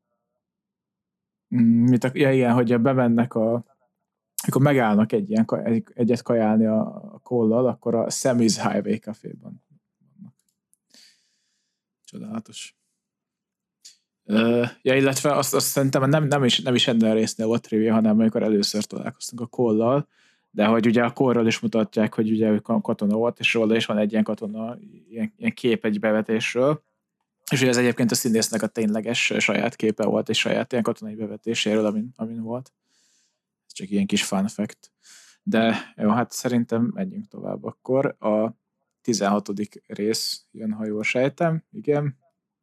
mit a, ja, igen, hogy bemennek a amikor megállnak egy ilyen, egy, egyet kajálni a Cole-lal, akkor a Sammy's Highway Café-ban vannak. Csodálatos. Uh, ja, illetve azt, azt szerintem nem, nem, is, nem is ennél a résznél volt trivia, hanem amikor először találkoztunk a Cole-lal, de hogy ugye a Cole-ról is mutatják, hogy ugye ő katona volt, és róla is van egy ilyen katona, ilyen, ilyen kép egy bevetésről, és ugye ez egyébként a színésznek a tényleges saját képe volt, és saját ilyen katonai bevetéséről, amin, amin volt. Ez csak ilyen kis fun fact. De jó, hát szerintem menjünk tovább akkor. A tizenhatodik rész jön, ha jól sejtem. Igen.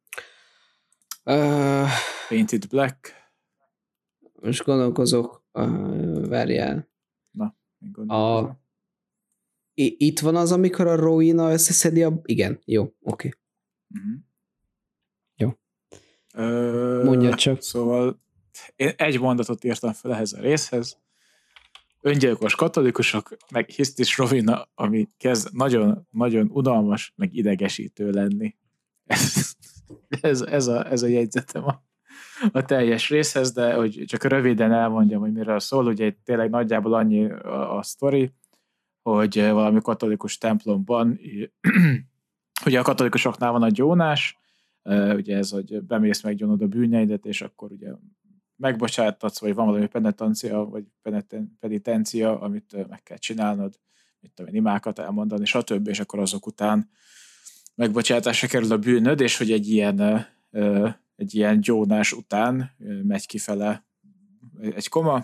Uh, Painted Black. Most gondolkozok. Uh, várjál. Na, még gondolkozom. A, itt van az, amikor a Rowena összeszedi a... Igen, jó, oké. Okay. Uh-huh. Jó. Uh, Mondja csak. Szóval én egy mondatot írtam fel ehhez a részhez. Öngyilkos katolikusok, meg hisztis Rowena, ami kezd nagyon-nagyon unalmas, meg idegesítő lenni. Ez, ez, ez, a, ez a jegyzetem a, a teljes részhez, de hogy csak röviden elmondjam, hogy miről szól. Ugye tényleg nagyjából annyi a, a sztori, hogy valami katolikus templomban, ugye a katolikusoknál van a gyónás, ugye ez, hogy bemész, meggyónod a bűneidet, és akkor ugye megbocsátatsz, vagy van valami penitencia, vagy penitencia, amit meg kell csinálnod, mit tudom én, imákat elmondani, stb. És akkor azok után megbocsátásra kerül a bűnöd, és hogy egy ilyen, egy ilyen gyónás után megy kifele egy koma,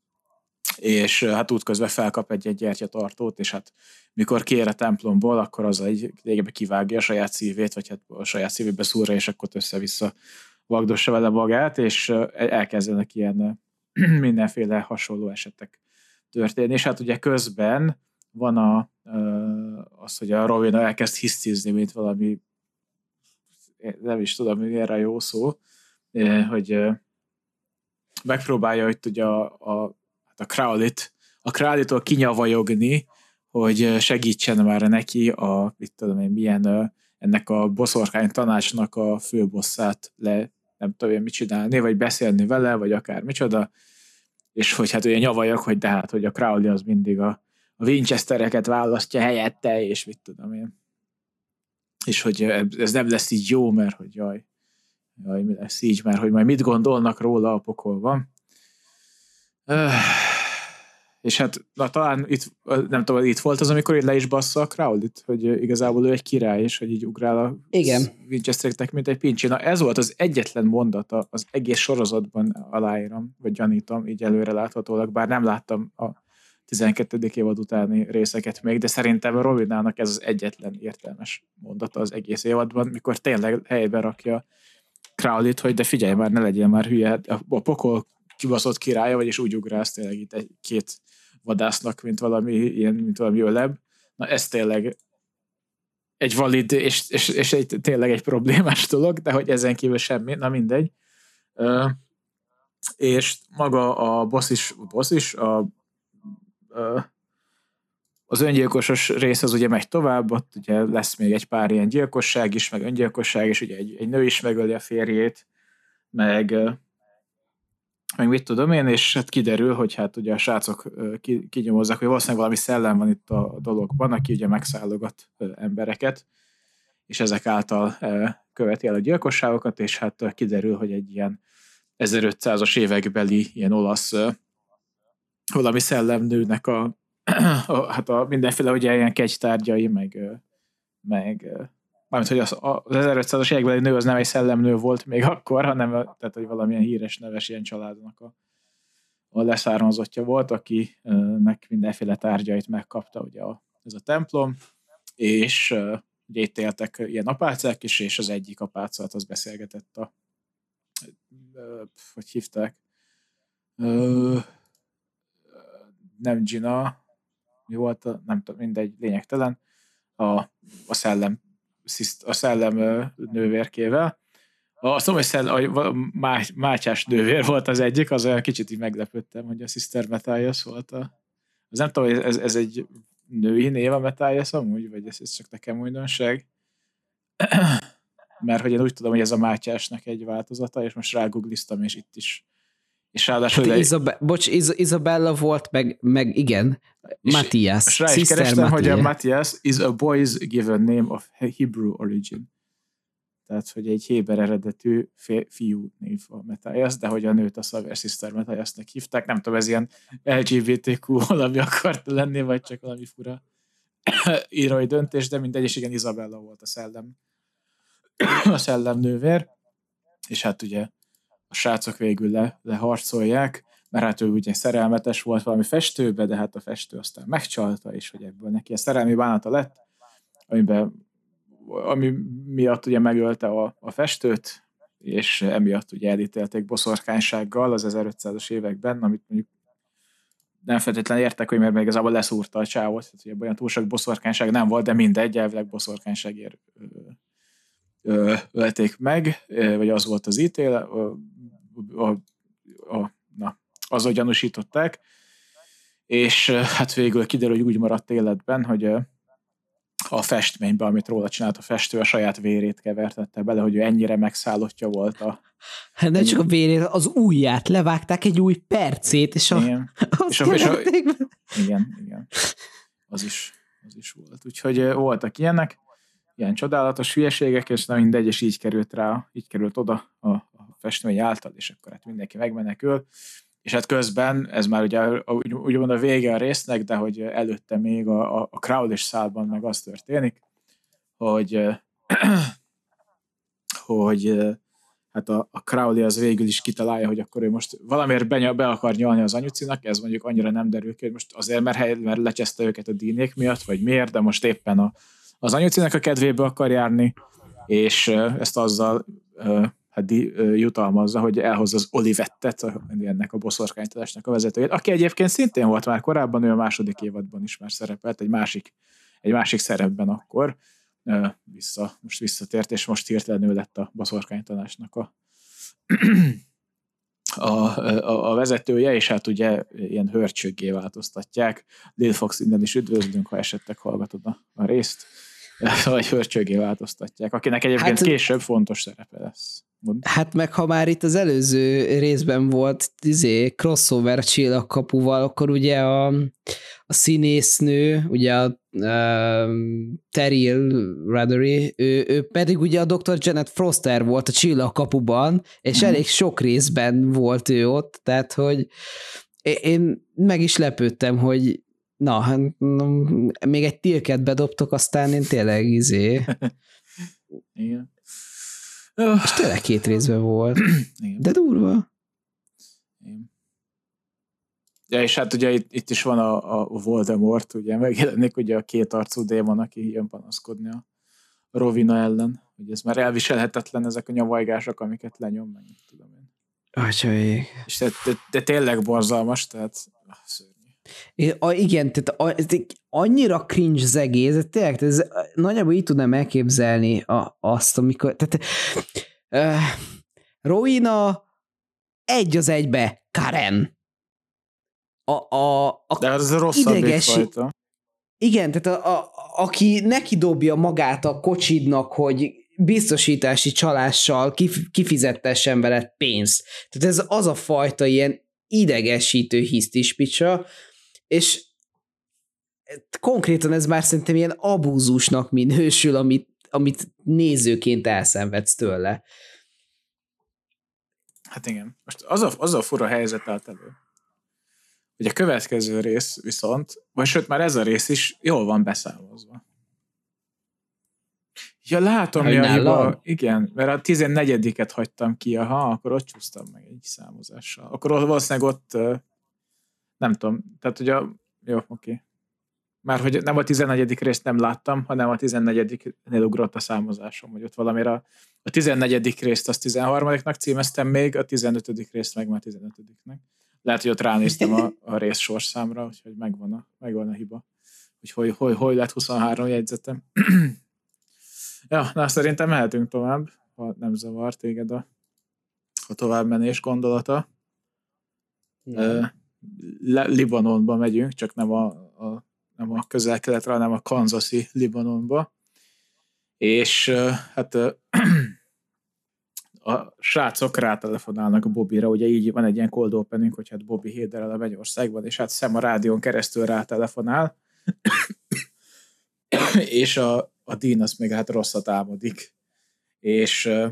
és hát útközben felkap egy-egy gyertyatartót, és hát mikor kér a templomból, akkor az egy lényegében kivágja a saját szívét, vagy hát a saját szívébe szúrja, és akkor össze-vissza vagdossa vele magát, és elkezdenek ilyen mindenféle hasonló esetek történni. És hát ugye közben van a, az, hogy a Rowena elkezd hisztizni, mint valami, nem is tudom, mi erre jó szó, hogy megpróbálja, hogy tudja a, a, a Crowley-t, a Crowley-tól kinyavajogni, hogy segítsen már neki a, mit tudom én, milyen ennek a boszorkány tanácsnak a főbosszát le, nem tudom én mit csinálni, vagy beszélni vele, vagy akár micsoda, és hogy hát ugye nyavajog, hogy de hát, hogy a Crowley az mindig a, a Winchestereket választja helyette, és mit tudom én. És hogy ez nem lesz így jó, mert hogy jaj, jaj, mi lesz így, mert hogy majd mit gondolnak róla a pokolban. Öh. És hát na, talán itt, nem tudom, itt volt az, amikor így le is bassza a Crowley-t, hogy igazából ő egy király, és hogy így ugrál a Winchestereknek, mint egy pincsi. Na ez volt az egyetlen mondata az egész sorozatban, aláírom, vagy gyanítom, így előre láthatólag, bár nem láttam a tizenkettedik évad utáni részeket még, de szerintem a Rowenának ez az egyetlen értelmes mondata az egész évadban, mikor tényleg helybe rakja Crowley-t, hogy de figyelj már, ne legyél már hülye, a pokol kibaszott királya, vagyis úgy ugrálsz tényleg itt egy, két vadásznak, mint valami ilyen, mint valami öleb. Na ez tényleg egy valid, és, és, és egy, tényleg egy problémás dolog, de hogy ezen kívül semmi, na mindegy. Uh, és maga a boss is, boss is a, uh, az öngyilkosos rész az ugye megy tovább, ott ugye lesz még egy pár ilyen gyilkosság is, meg öngyilkosság is, ugye egy, egy nő is megöli a férjét, meg uh, meg mit tudom én, és hát kiderül, hogy hát ugye a srácok kinyomozzák, hogy valószínűleg valami szellem van itt a dologban, aki ugye megszállogat embereket, és ezek által követi el a gyilkosságokat, és hát kiderül, hogy egy ilyen ezerötszázas évekbeli ilyen olasz valami szellemnőnek a, a hát a mindenféle ugye ilyen kegytárgyai, meg, meg mármint, hogy az, az ezerötszázas évekbeli nő az nem egy szellemnő volt még akkor, hanem tehát, hogy valamilyen híres neves ilyen családnak a, a leszármazottja volt, akinek mindenféle tárgyait megkapta ugye a, ez a templom, és uh, ugye itt éltek ilyen apácák is, és az egyik apácát az beszélgetett a uh, hogy hívták? Uh, nem Gina, mi volt a, nem tudom, mindegy, lényegtelen, a, a szellem a szellem nővérkével. Azt mondom, hogy szellem, a Mátyás nővér volt az egyik, az olyan kicsit így meglepődtem, hogy a Sister Matthias volt a... Az nem tudom, hogy ez, ez egy női név a Matthias amúgy, vagy ez, ez csak nekem újdonság. Mert hogy én úgy tudom, hogy ez a Mátyásnak egy változata, és most rágoogliztam, és itt is. És ráadásul... Hát Izabe- bocs, Iz- Isabella volt, meg, meg igen, Matthias. És rá is kerestem, hogy a Matthias is a boy's given name of Hebrew origin. Tehát, hogy egy héber eredetű fiú név a Matthias, de hogy a nőt a Saver Sister Matthiasnak hívták. Nem tudom, ez ilyen el gé bé té kú valami akart lenni, vagy csak valami fura írói döntés, de mindegy, és igen, Isabella volt a szellem a szellem nővér, és hát ugye a srácok végül le, leharcolják, mert hát ő ugye szerelmetes volt valami festőbe, de hát a festő aztán megcsalta, és hogy ebből neki a szerelmi bánata lett, amiben, ami miatt ugye megölte a, a festőt, és emiatt ugye elítélték boszorkánysággal az ezerötszázas években, amit mondjuk nem feltétlenül értek, hogy mert még igazából leszúrta a csávot, tehát ugye olyan túl sok boszorkányság nem volt, de mindegy, elvileg boszorkányságért ölték meg, vagy az volt az ítél, a, a, a, na, azzal gyanúsították, és hát végül kiderül, hogy úgy maradt életben, hogy a festménybe, amit róla csinált a festő, a saját vérét kevertette bele, hogy ő ennyire megszállottja volt a... Hát nem csak a vérét, az ujját, levágták egy új percét, és a... Igen, és a, és a, igen, igen. Az is, az is volt. Úgyhogy voltak ilyenek. ilyen csodálatos hülyeségek, és nem mindegy, és így került rá, így került oda a, a festmény által, és akkor hát mindenki megmenekül. És hát közben, ez már ugye úgymond a vége a résznek, de hogy előtte még a, a Crowley szálban meg az történik, hogy, hogy hát a, a Crowley az végül is kitalálja, hogy akkor ő most valamiért be, be akar nyalni az anyucinak, ez mondjuk annyira nem derül ki, hogy most azért, mert, mert lecseszte őket a dínék miatt, vagy miért, de most éppen a, az anyucinak a kedvébe akar járni, és ezt azzal hát jutalmazza, hogy elhozza az Olivettet, ennek a boszorkánytadásnak a vezetőjét, aki egyébként szintén volt már korábban, ő a második évadban is már szerepelt, egy másik, egy másik szerepben akkor, vissza, most visszatért, és most hirtelenül lett a boszorkánytanácsnak a, a, a, a vezetője, és hát ugye ilyen hörcsöggé változtatják. Lil Fox, innen is üdvözlünk, ha esetleg hallgatod a, a részt, vagy hörcsöggé változtatják, akinek egyébként hát, később fontos szerepe lesz. Mond. Hát meg ha már itt az előző részben volt izé, crossover csillagkapuval, akkor ugye a, a színésznő, ugye a, a Terrell Radery, ő, ő pedig ugye a doktor Janet Foster volt a csillagkapuban, és hmm. elég sok részben volt ő ott, tehát hogy én meg is lepődtem, hogy na, hát, még egy tilket bedobtok, aztán én tényleg izé. Igen. És tényleg két részben volt. Igen. De durva. Igen. Ja, és hát ugye itt, itt is van a, a Voldemort, ugye megjelenik ugye a két arcú démon, aki jön panaszkodni a Rowena ellen. Ugye ez már elviselhetetlen, ezek a nyavajgások, amiket lenyom, meg tudom én. Atyai. És de, de, de tényleg borzalmas, tehát ah, szörnyű. É, a, igen, tehát a, ez annyira cringe az egész, tényleg, ez, nagyjából így tudnám elképzelni a, azt, amikor, tehát uh, Rowena egy az egybe Karen. A, a, a de az a rosszabbik fajta. Igen, tehát a, a, aki neki dobja magát a kocsidnak, hogy biztosítási csalással kif, kifizettessen veled pénzt. Tehát ez az a fajta ilyen idegesítő hisztispicsa, és konkrétan ez már szerintem ilyen abúzusnak minősül, amit, amit nézőként elszenvedsz tőle. Hát igen. Most az a, az a fura helyzet állt elő, hogy a következő rész viszont, vagy sőt már ez a rész is jól van beszámozva. Ja, látom, mi a hiba. Igen, mert a tizennegyediket hagytam ki, aha, akkor ott csúsztam meg egy számozással. Akkor valószínűleg ott, nem tudom, tehát ugye, jó, oké. Már hogy nem a tizennegyedik részt nem láttam, hanem a tizennegyediknél ugrott a számozásom, hogy ott valamire a, a tizennegyedik részt azt tizenharmadiknak címeztem még, a tizenötödik részt meg már tizenötödiknek. Lehet, hogy ott ránéztem a, a rész sorszámra, úgyhogy megvan a, megvan a hiba. Úgyhogy hogy, hogy, hogy lett huszonhárom jegyzetem. Ja, na szerintem mehetünk tovább, ha nem zavar téged a, a továbbmenés gondolata. Uh, Libanonba megyünk, csak nem a, a, nem a közel-keletre, hanem a Kansasi Libanonba. És uh, hát uh, a srácok rátelefonálnak a Bobbyra, ugye így van egy ilyen cold opening, hogy hát Bobby héderel a Mennyországban, és hát Sam a rádión keresztül rátelefonál, és a, a Dean az még hát rosszat álmodik. És uh,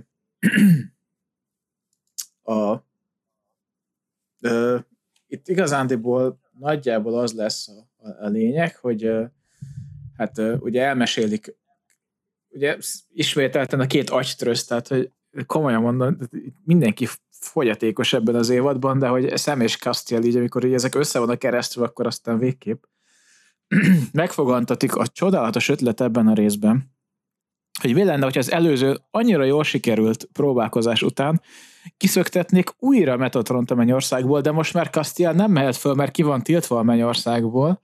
a uh, itt igazándiból nagyjából az lesz a, a, a lényeg, hogy uh, hát uh, ugye elmesélik, ugye ismételten a két agytröszt, tehát hogy komolyan mondom, mindenki fogyatékos ebben az évadban, de hogy Sam és Castiel így, amikor így ezek össze vannak keresztül, akkor aztán végképp megfogantatik a csodálatos ötlet ebben a részben, hogy mi lenne, hogyha az előző annyira jól sikerült próbálkozás után kiszöktetnék újra Metatront a Mennyországból, de most már Castiel nem mehet föl, mert ki van tiltva a Mennyországból,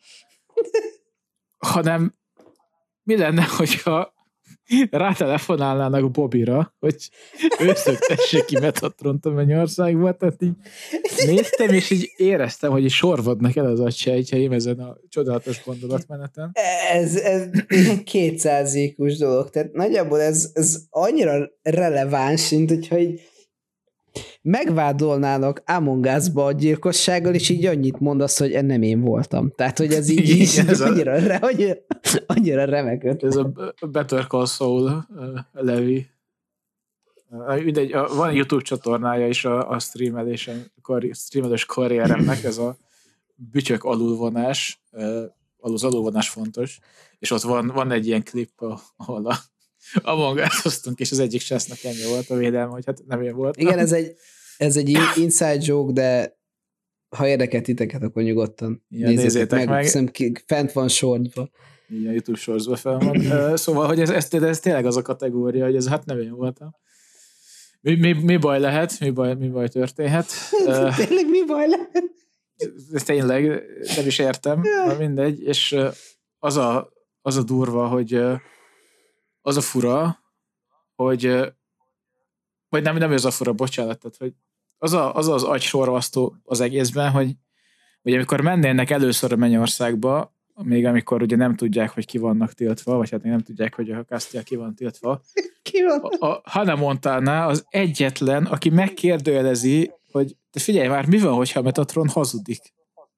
hanem mi lenne, hogyha rátelefonálnának Bobbyra, hogy ő szöktesse ki Metatront a Mennyországba, tehát így néztem, és így éreztem, hogy így sorvadnak el az agysejtjeim ezen a csodálatos gondolatmeneten. Ez, ez kétszázékos dolog, tehát nagyjából ez, ez annyira releváns, mint hogyha így megvádolnának Among Us-ba a gyilkossággal, és így annyit mondasz, hogy nem én voltam. Tehát, hogy ez így, így ez annyira, a... annyira, annyira remek ötlet. Ez a Better Call Saul uh, Levi. Mindegy, uh, van YouTube csatornája is a, a streamelésen, karri, streamelős karrieremnek, ez a bütyök alulvonás, uh, az alulvonás fontos, és ott van, van egy ilyen klip, ahol a Among Us-oztunk, és az egyik sásznak ennyi volt a védelme, hogy hát nem én voltam. Igen, ez egy, ez egy inside joke, de ha érdekel titeket, akkor nyugodtan ja, nézzétek, nézzétek meg. meg. Ki, fent van shortba. Igen, YouTube shortsba fel van. Szóval, hogy ez, ez, ez tényleg az a kategória, hogy ez hát nem én voltam. Mi, mi, mi baj lehet? Mi baj, mi baj történhet? Tényleg mi baj lehet? Ez tényleg, nem is értem, ja. Mindegy, és az a, az a durva, hogy az a fura, hogy vagy nem, nem az a fura, bocsánat, tehát, hogy az, a, az az agysorvasztó az egészben, hogy, hogy amikor mennének először a Mennyországba, még amikor ugye nem tudják, hogy ki vannak tiltva, vagy hát még nem tudják, hogy a Castiel ki van tiltva, ki van? A, a Hannah Montana az egyetlen, aki megkérdőjelezi, hogy de figyelj már, mi van, hogyha Metatron hazudik?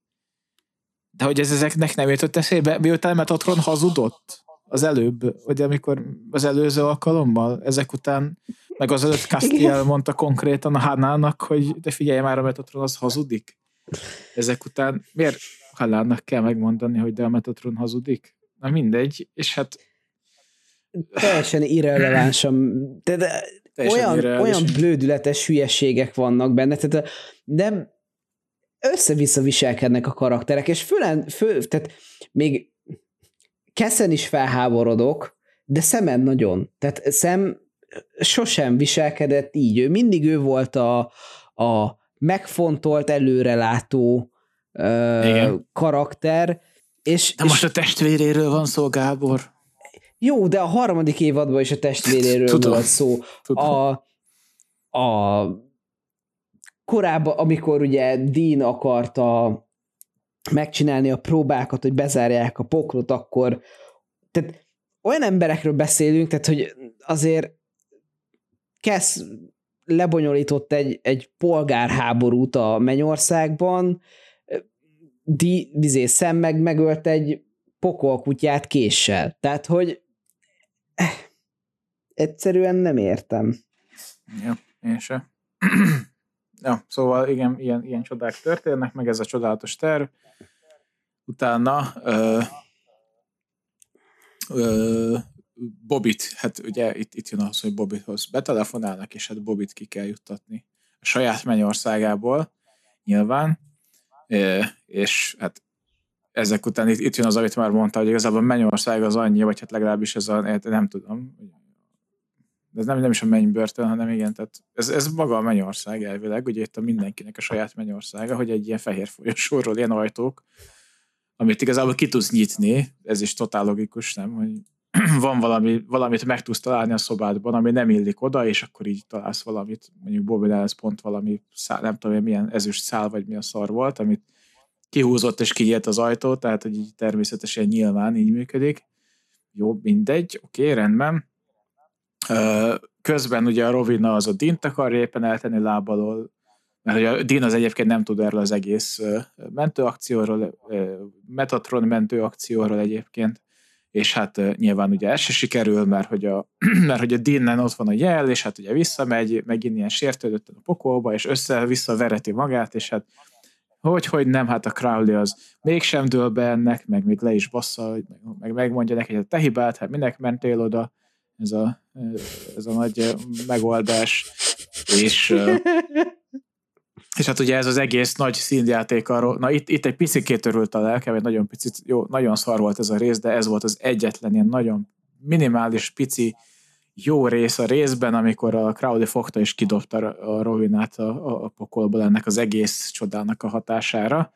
De hogy ez ezeknek nem jutott eszébe, miután Metatron hazudott az előbb, vagy amikor az előző alkalommal, ezek után, meg az előtt Castiel mondta konkrétan a Hannah-nak, hogy de figyelj már, a Metatron az hazudik. Ezek után miért Hannah-nak kell megmondani, hogy de a Metatron hazudik? Na mindegy, és hát teljesen irrelevánsan, de, de olyan, olyan blődületes hülyeségek vannak benne, tehát nem össze-vissza viselkednek a karakterek, és főlen, fő, tehát még Cassen is felháborodok, de Samen nagyon. Tehát Sam sosem viselkedett így. Ő mindig ő volt a, a megfontolt, előrelátó uh, karakter. És, de most és, a testvéréről van szó, Gábor. Jó, de a harmadik évadban is a testvéréről tudom, volt szó. Tudom. A, a korábban, amikor ugye Dean akarta megcsinálni a próbákat, hogy bezárják a poklot, akkor tehát olyan emberekről beszélünk, tehát hogy azért Cass lebonyolított egy, egy polgárháborút a Mennyországban, Dizé Sam meg megölt egy pokolkutyát késsel. Tehát, hogy egyszerűen nem értem. Ja, én sem. Ja, szóval igen, ilyen, ilyen csodák történnek, meg ez a csodálatos terv. Utána ö, ö, Bobit, hát ugye itt, itt jön ahhoz, hogy Bobithoz betelefonálnak, és hát Bobit ki kell juttatni a saját Mennyországából, nyilván, é, és hát ezek után itt, itt jön az, amit már mondta, hogy igazából Mennyország az annyi, vagy hát legalábbis ez a, nem tudom, de ez nem, nem is a mennybörtön, hanem igen, tehát ez, ez maga a Mennyország elvileg, ugye itt a mindenkinek a saját Mennyországa, hogy egy ilyen fehér folyosóról ilyen ajtók, amit igazából ki tudsz nyitni, ez is totál logikus, nem, hogy van valami, valamit meg tudsz találni a szobádban, ami nem illik oda, és akkor így találsz valamit, mondjuk Bobinál ez pont valami, szál, nem tudom, milyen ezüst szál, vagy mi a szar volt, amit kihúzott és kinyílt az ajtó, tehát hogy így természetesen nyilván így működik. Jó, mindegy, oké, rendben. Közben ugye a Rowena az a Deant akarja éppen eltenni lábalól, mert ugye a Dean az egyébként nem tud erről az egész mentőakcióról, Metatron mentőakcióról egyébként, és hát nyilván ugye ez se sikerül, mert hogy a, mert hogy a Deannen ott van a jel, és hát ugye visszamegy, megint ilyen sértődötten a pokolba, és össze-vissza vereti magát, és hát hogy, hogy nem, hát a Crowley az mégsem dől be ennek, meg még le is bassza, meg megmondja neki, hogy te hibád, hát minek mentél oda, ez a, ez a nagy megoldás, és és hát ugye ez az egész nagy színjáték arról, na itt, itt egy picikét örült a lelkem, egy nagyon picit, jó, nagyon szar volt ez a rész, de ez volt az egyetlen ilyen nagyon minimális, pici, jó rész a részben, amikor a Crowley fogta és kidobta a Rowenát a, a pokolból ennek az egész csodának a hatására.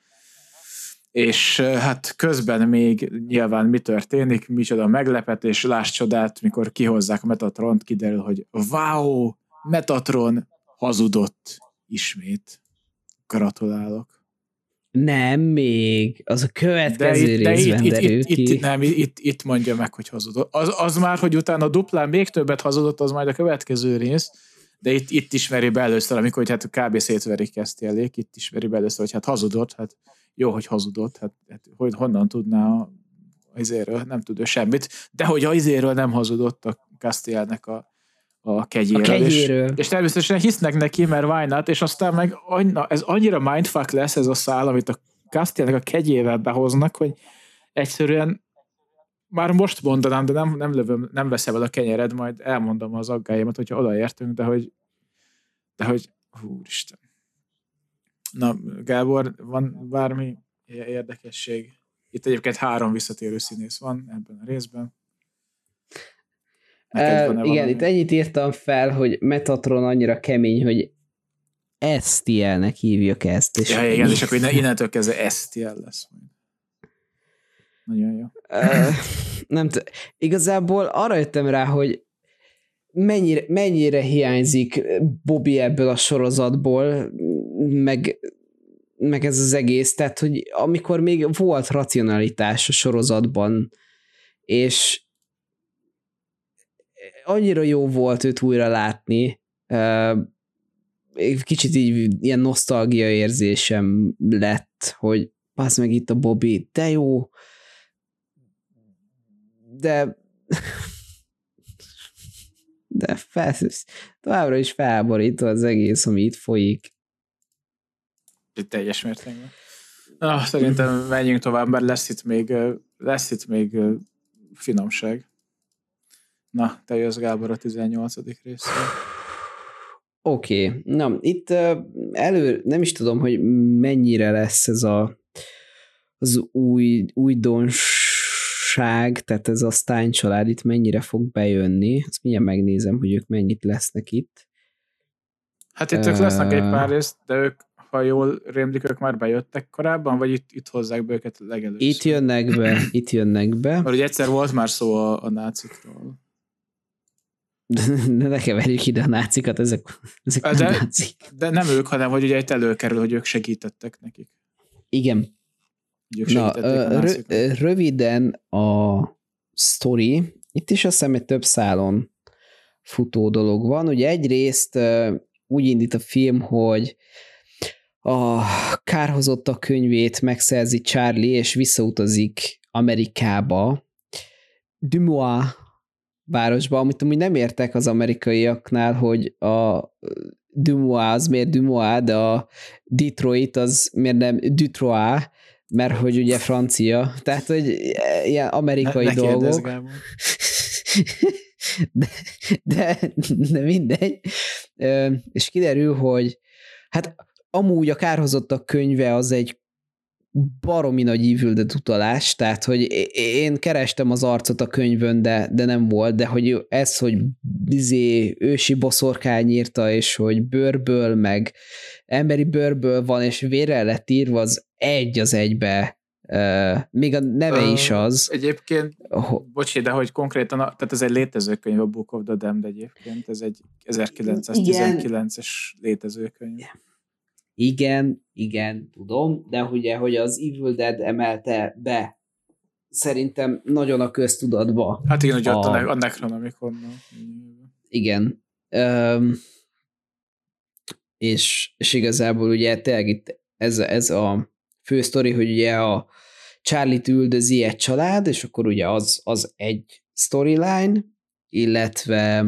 És hát közben még nyilván mi történik, micsoda meglepetés, láss csodát, mikor kihozzák a Metatront, kiderül, hogy wow, Metatron hazudott ismét. Gratulálok. Nem még, az a következő de részben itt, derül itt, ki. Itt, nem, itt, itt mondja meg, hogy hazudott. Az, az már, hogy utána duplán még többet hazudott, az majd a következő rész, De itt, itt ismeri be először, amikor hogy hát kb. Szétverik Castiellék, itt ismeri be először, hogy hát hazudott, hát jó, hogy hazudott, hát, hát hogy honnan tudná izéről, nem tud ő semmit, de hogy a izéről nem hazudott a Castielnek a, a kegyéről. A kegyéről. És, és természetesen hisznek neki, mert why not, és aztán meg na, ez annyira mindfuck lesz ez a szál, amit a Castielnek a kegyével behoznak, hogy egyszerűen már most mondanám, de nem, nem, lövöm, nem veszem el a kenyered, majd elmondom az aggályaimat, hogyha odaértünk, de hogy de hogy, húristen. Na, Gábor, van bármi érdekesség? Itt egyébként három visszatérő színész van ebben a részben. Uh, igen, valami? Itt ennyit írtam fel, hogy Metatron annyira kemény, hogy Estielnek hívjuk ezt. És ja, igen, és akkor innentől kezdve Estiel lesz. Nagyon jó. Uh, nem t- igazából arra jöttem rá, hogy mennyire, mennyire hiányzik Bobby ebből a sorozatból, meg, meg ez az egész, tehát, hogy amikor még volt racionalitás a sorozatban, és annyira jó volt őt újra látni, kicsit így ilyen nosztalgia érzésem lett, hogy passz meg itt a Bobby, de jó, de de fel, továbbra is felborító az egész, ami itt folyik. Itt teljes mértékben. Ah, szerintem menjünk tovább, mert lesz itt még, lesz itt még finomság. Na, te jössz, Gábor, a tizennyolcadik részre. Oké, okay. Na, itt elő, nem is tudom, hogy mennyire lesz ez a az új, újdonság, tehát ez a Stein család itt mennyire fog bejönni. Azt mindjárt megnézem, hogy ők mennyit lesznek itt. Hát itt uh, ők lesznek egy pár részt, de ők, ha jól rémlik, ők már bejöttek korábban, vagy itt, itt hozzák be őket legelőször? Itt jönnek be, itt jönnek be. Mert ugye egyszer volt már szó a, a nácikról. De ne keverjük ide a nácikat, ezek, ezek de, nem nácik. De nem ők, hanem hogy ugye itt előkerül, hogy ők segítettek nekik. Igen. Ők Na, rö- röviden a sztori, itt is azt hiszem egy több szálon futó dolog van. Ugye egyrészt úgy indít a film, hogy a kárhozottak könyvét megszerzi Charlie, és visszautazik Amerikába, Dumois városba, amit amúgy nem értek az amerikaiaknál, hogy a Dumois az miért Dumois, de a Detroit az miért nem Dutrois, mert hogy ugye francia, tehát hogy ilyen amerikai ne, ne dolgok. de, de, de mindegy. És kiderül, hogy hát amúgy a kárhozottak könyve az egy baromi nagy ívüldet utalás, tehát, hogy én kerestem az arcot a könyvön, de, de nem volt, de hogy ez, hogy bizé ősi boszorkány írta, és hogy bőrből, meg emberi bőrből van, és vérrel lett írva, az egy az egybe. Uh, még a neve uh, is az. Egyébként, oh. bocsi, de hogy konkrétan, tehát ez egy létező könyv, a Book of the Damned egyébként, ez egy ezerkilencszáztizenkilences létező könyv. Yeah. Igen, igen, tudom, de ugye, hogy az Evil Dead emelte be szerintem nagyon a köztudatba. Hát igen, hogy ott a, a Necronomiconban. Igen. Um, és, és igazából ugye tényleg itt ez, ez a fő sztori, hogy ugye a Charlie-t üldözi egy család, és akkor ugye az, az egy storyline, illetve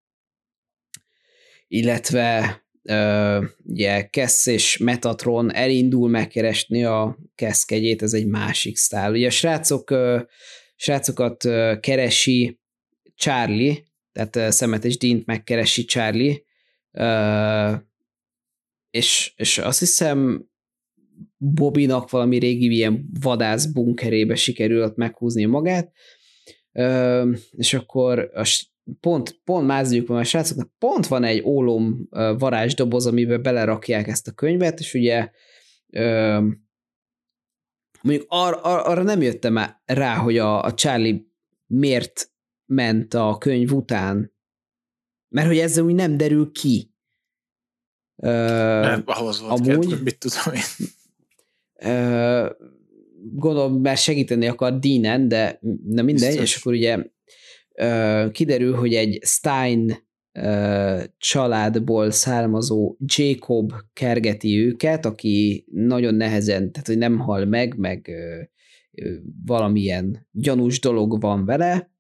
illetve Uh, ugye Cass és Metatron elindul megkeresni a Cass kegyét, ez egy másik sztál. Ugye a srácok, uh, srácokat uh, keresi Charlie, tehát uh, Sammet és Dean-t megkeresi Charlie, uh, és, és azt hiszem Bobbynak valami régi ilyen vadász bunkerébe sikerült meghúzni magát, uh, és akkor a pont, pont mázliuk van a srácoknak, pont van egy ólom varázsdoboz, amiben belerakják ezt a könyvet, és ugye ö, mondjuk ar, ar, arra nem jöttem rá, hogy a, a Charlie miért ment a könyv után, mert hogy ezzel úgy nem derül ki. Ö, mert ahhoz volt amúgy, kell, mit tudom én. Ö, gondolom, mert segíteni akar Deanen, de nem mindegy, és akkor ugye Uh, kiderül, hogy egy Stein uh, családból származó Jacob kergeti őket, aki nagyon nehezen, tehát hogy nem hal meg, meg valamilyen gyanús dolog van vele.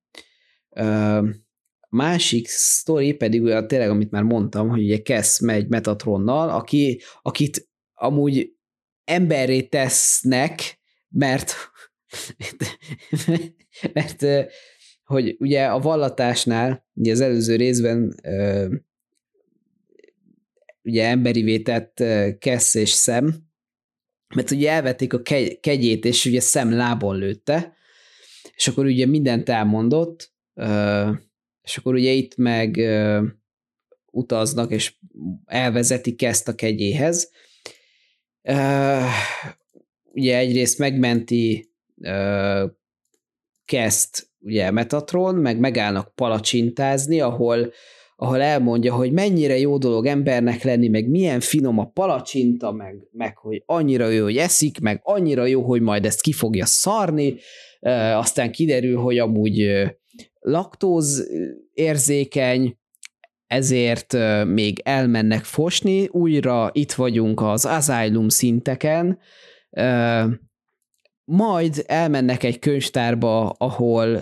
Másik sztori pedig olyan tényleg, amit már mondtam, hogy ugye Cass megy Metatronnal, aki, akit amúgy emberré tesznek, mert mert hogy ugye a vallatásnál, ugye az előző részben ugye emberivé tett Cass és Sam, mert ugye elvették a kegyét, és ugye Sam lábon lőtte, és akkor ugye mindent elmondott, és akkor ugye itt meg utaznak, és elvezetik ezt a kegyéhez. Ugye egyrészt megmenti Cass-t ugye Metatron, meg megállnak palacsintázni, ahol, ahol elmondja, hogy mennyire jó dolog embernek lenni, meg milyen finom a palacsinta, meg, meg hogy annyira jó, hogy eszik, meg annyira jó, hogy majd ezt ki fogja szarni, aztán kiderül, hogy amúgy laktóz érzékeny, ezért még elmennek fosni, újra itt vagyunk az Asylum szinteken, majd elmennek egy könyvtárba, ahol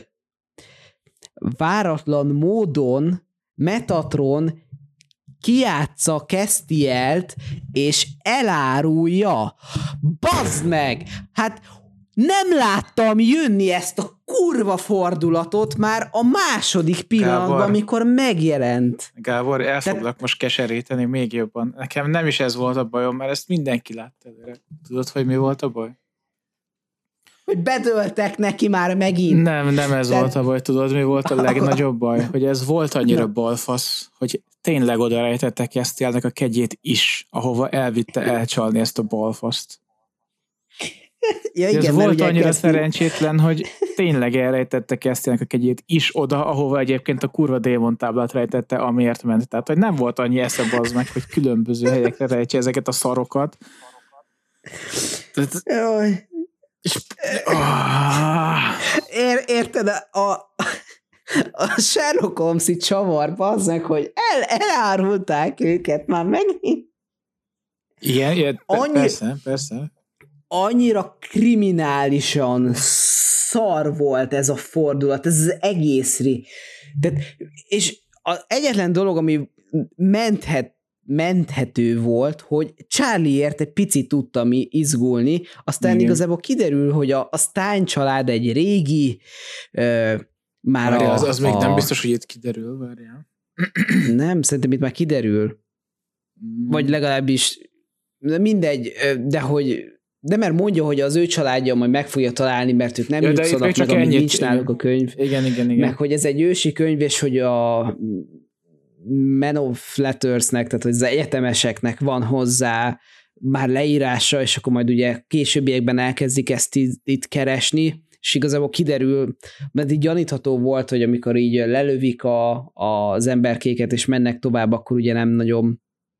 váratlan módon Metatron kijátsza Castielt, és elárulja. Bazd meg! Hát nem láttam jönni ezt a kurva fordulatot már a második pillanatban, Gábor, amikor megjelent. Gábor, el foglak Tehát... most keseríteni még jobban. Nekem nem is ez volt a bajom, mert ezt mindenki látta. Tudod, hogy mi volt a baj? Hogy bedöltek neki már megint. Nem, nem ez Tehát... volt a baj, tudod, mi volt a legnagyobb baj? Hogy ez volt annyira balfasz, hogy tényleg oda rejtettek Castielnek a kegyét is, ahova elvitte elcsalni ezt a balfaszt. Ja, igen, ez volt annyira kezd... szerencsétlen, hogy tényleg elrejtette Castielnek a kegyét is oda, ahova egyébként a kurva démontáblát rejtette, amiért ment. Tehát, hogy nem volt annyi esze bazd meg, hogy különböző helyekre rejtse ezeket a szarokat. Tehát... Jaj. És... Oh. Ér, érted, a, a Sherlock Holmes-i csavar, bazd meg, hogy el, elárulták őket már megint. Igen, igen Annyi... persze, persze. Annyira kriminálisan szar volt ez a fordulat, ez az egészri. Tehát, és az egyetlen dolog, ami menthet, menthető volt, hogy Charlieért egy picit tudtam izgulni, aztán Igen. igazából kiderül, hogy a, a Stein család egy régi ö, már Várjál, a, az, az a... még nem biztos, hogy itt kiderül, várjál. Nem, szerintem itt már kiderül. Mm. Vagy legalábbis mindegy, de hogy de mert mondja, hogy az ő családja majd meg fogja találni, mert ők nem ja, jutszanak meg, amíg nincs náluk a könyv. Igen, igen, igen. Meg hogy ez egy ősi könyv, és hogy a Man of Letters-nek, tehát hogy az egyetemeseknek van hozzá már leírása, és akkor majd ugye későbbiekben elkezdik ezt itt, itt keresni, és igazából kiderül, mert így gyanítható volt, hogy amikor így lelövik a, az emberkéket, és mennek tovább, akkor ugye nem nagyon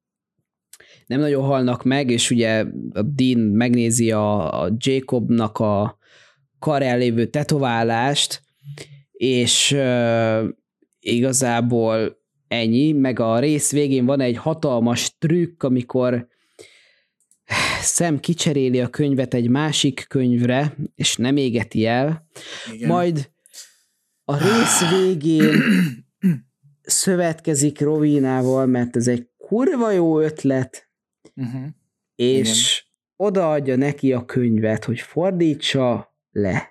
nem nagyon halnak meg, és ugye a Dean megnézi a, a Jacobnak a karján lévő tetoválást, és uh, igazából ennyi, meg a rész végén van egy hatalmas trükk, amikor Sam kicseréli a könyvet egy másik könyvre, és nem égeti el. Igen. Majd a rész végén szövetkezik Rovinával, mert ez egy kurva jó ötlet, Uh-huh. és Igen. odaadja neki a könyvet, hogy fordítsa le.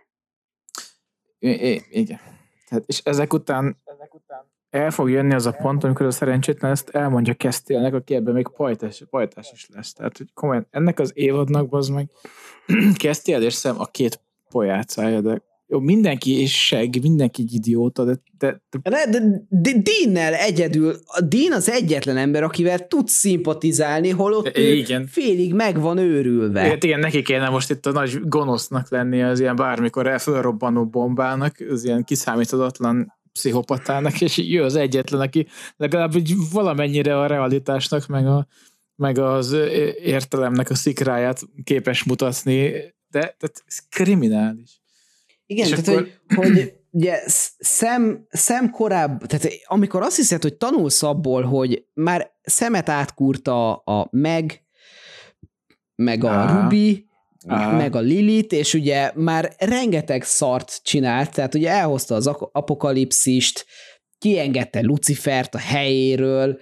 I- I- igen. Tehát, és ezek után, ezek után el fog jönni az a pont, amikor a szerencsétlen ezt elmondja Castielnek, aki ebben még pajtás, pajtás is lesz. Tehát, hogy komolyan, ennek az évadnak bazd meg Castiel és Sam a két pojácája, de jó, mindenki és seg, mindenki egy idióta, de... de, de... de, de, de Dean-nel egyedül, a Dean az egyetlen ember, akivel tud szimpatizálni, holott ő igen. félig meg van őrülve. Igen, igen, neki kéne most itt a nagy gonosznak lenni az ilyen bármikor elfölrobbanó bombának, az ilyen kiszámíthatatlan pszichopatának, és ő az egyetlen, aki legalább valamennyire a realitásnak, meg, a, meg az értelemnek a szikráját képes mutatni, de, de ez kriminális. Igen, tehát akkor... hogy, hogy ugye szem, szem korább, tehát amikor azt hiszed, hogy tanulsz abból, hogy már szemet átkúrta a Meg, meg a Aha. Ruby, Aha. meg a Lilith, és ugye már rengeteg szart csinált, tehát ugye elhozta az apokalipszist, kiengedte Lucifert a helyéről,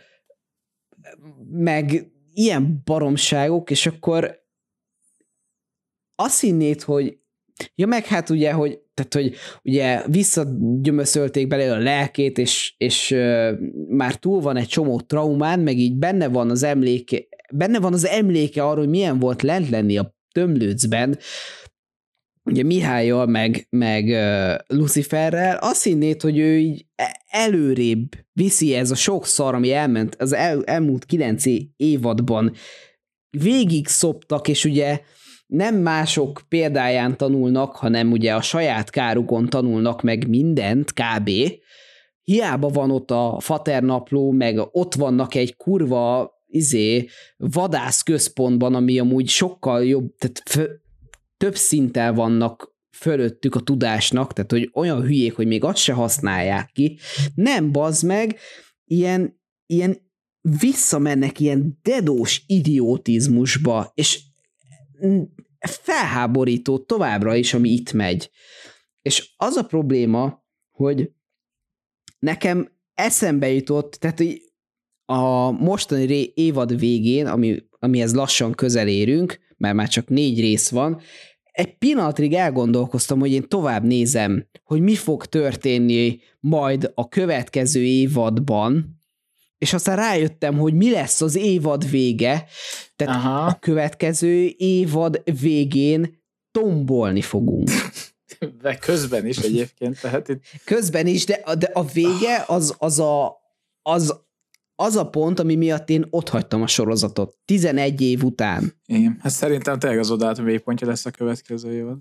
meg ilyen baromságok, és akkor azt hinnéd, hogy ja, meg hát ugye, hogy, tehát, hogy ugye visszagyömöszölték belőle a lelkét, és, és uh, már túl van egy csomó traumán, meg így benne van az emléke, benne van az emléke arról, hogy milyen volt lent lenni a tömlőcben, ugye Mihályjal, meg, meg uh, Luciferrel, azt hinnéd, hogy ő így előrébb viszi ez a sok szar, ami elment az el, elmúlt kilenc évadban, végig szoptak, és ugye nem mások példáján tanulnak, hanem ugye a saját kárukon tanulnak meg mindent, kb. Hiába van ott a faternapló, meg ott vannak egy kurva izé, vadász központban, ami amúgy sokkal jobb, tehát f- több szinten vannak fölöttük a tudásnak, tehát hogy olyan hülyék, hogy még azt se használják ki. Nem, bazd meg, ilyen, ilyen visszamennek ilyen dedós idiotizmusba, és felháborító továbbra is, ami itt megy. És az a probléma, hogy nekem eszembe jutott, tehát a mostani évad végén, ami, amihez lassan közel érünk, mert már csak négy rész van, egy pillanatig elgondolkoztam, hogy én tovább nézem, hogy mi fog történni majd a következő évadban, és aztán rájöttem, hogy mi lesz az évad vége, tehát Aha. a következő évad végén tombolni fogunk. De közben is egyébként. Tehát itt... Közben is, de, de a vége az, az, a, az, az a pont, ami miatt én otthagytam a sorozatot. tizenegy év után. Igen, hát szerintem tényleg az odált mélypontja lesz a következő évad.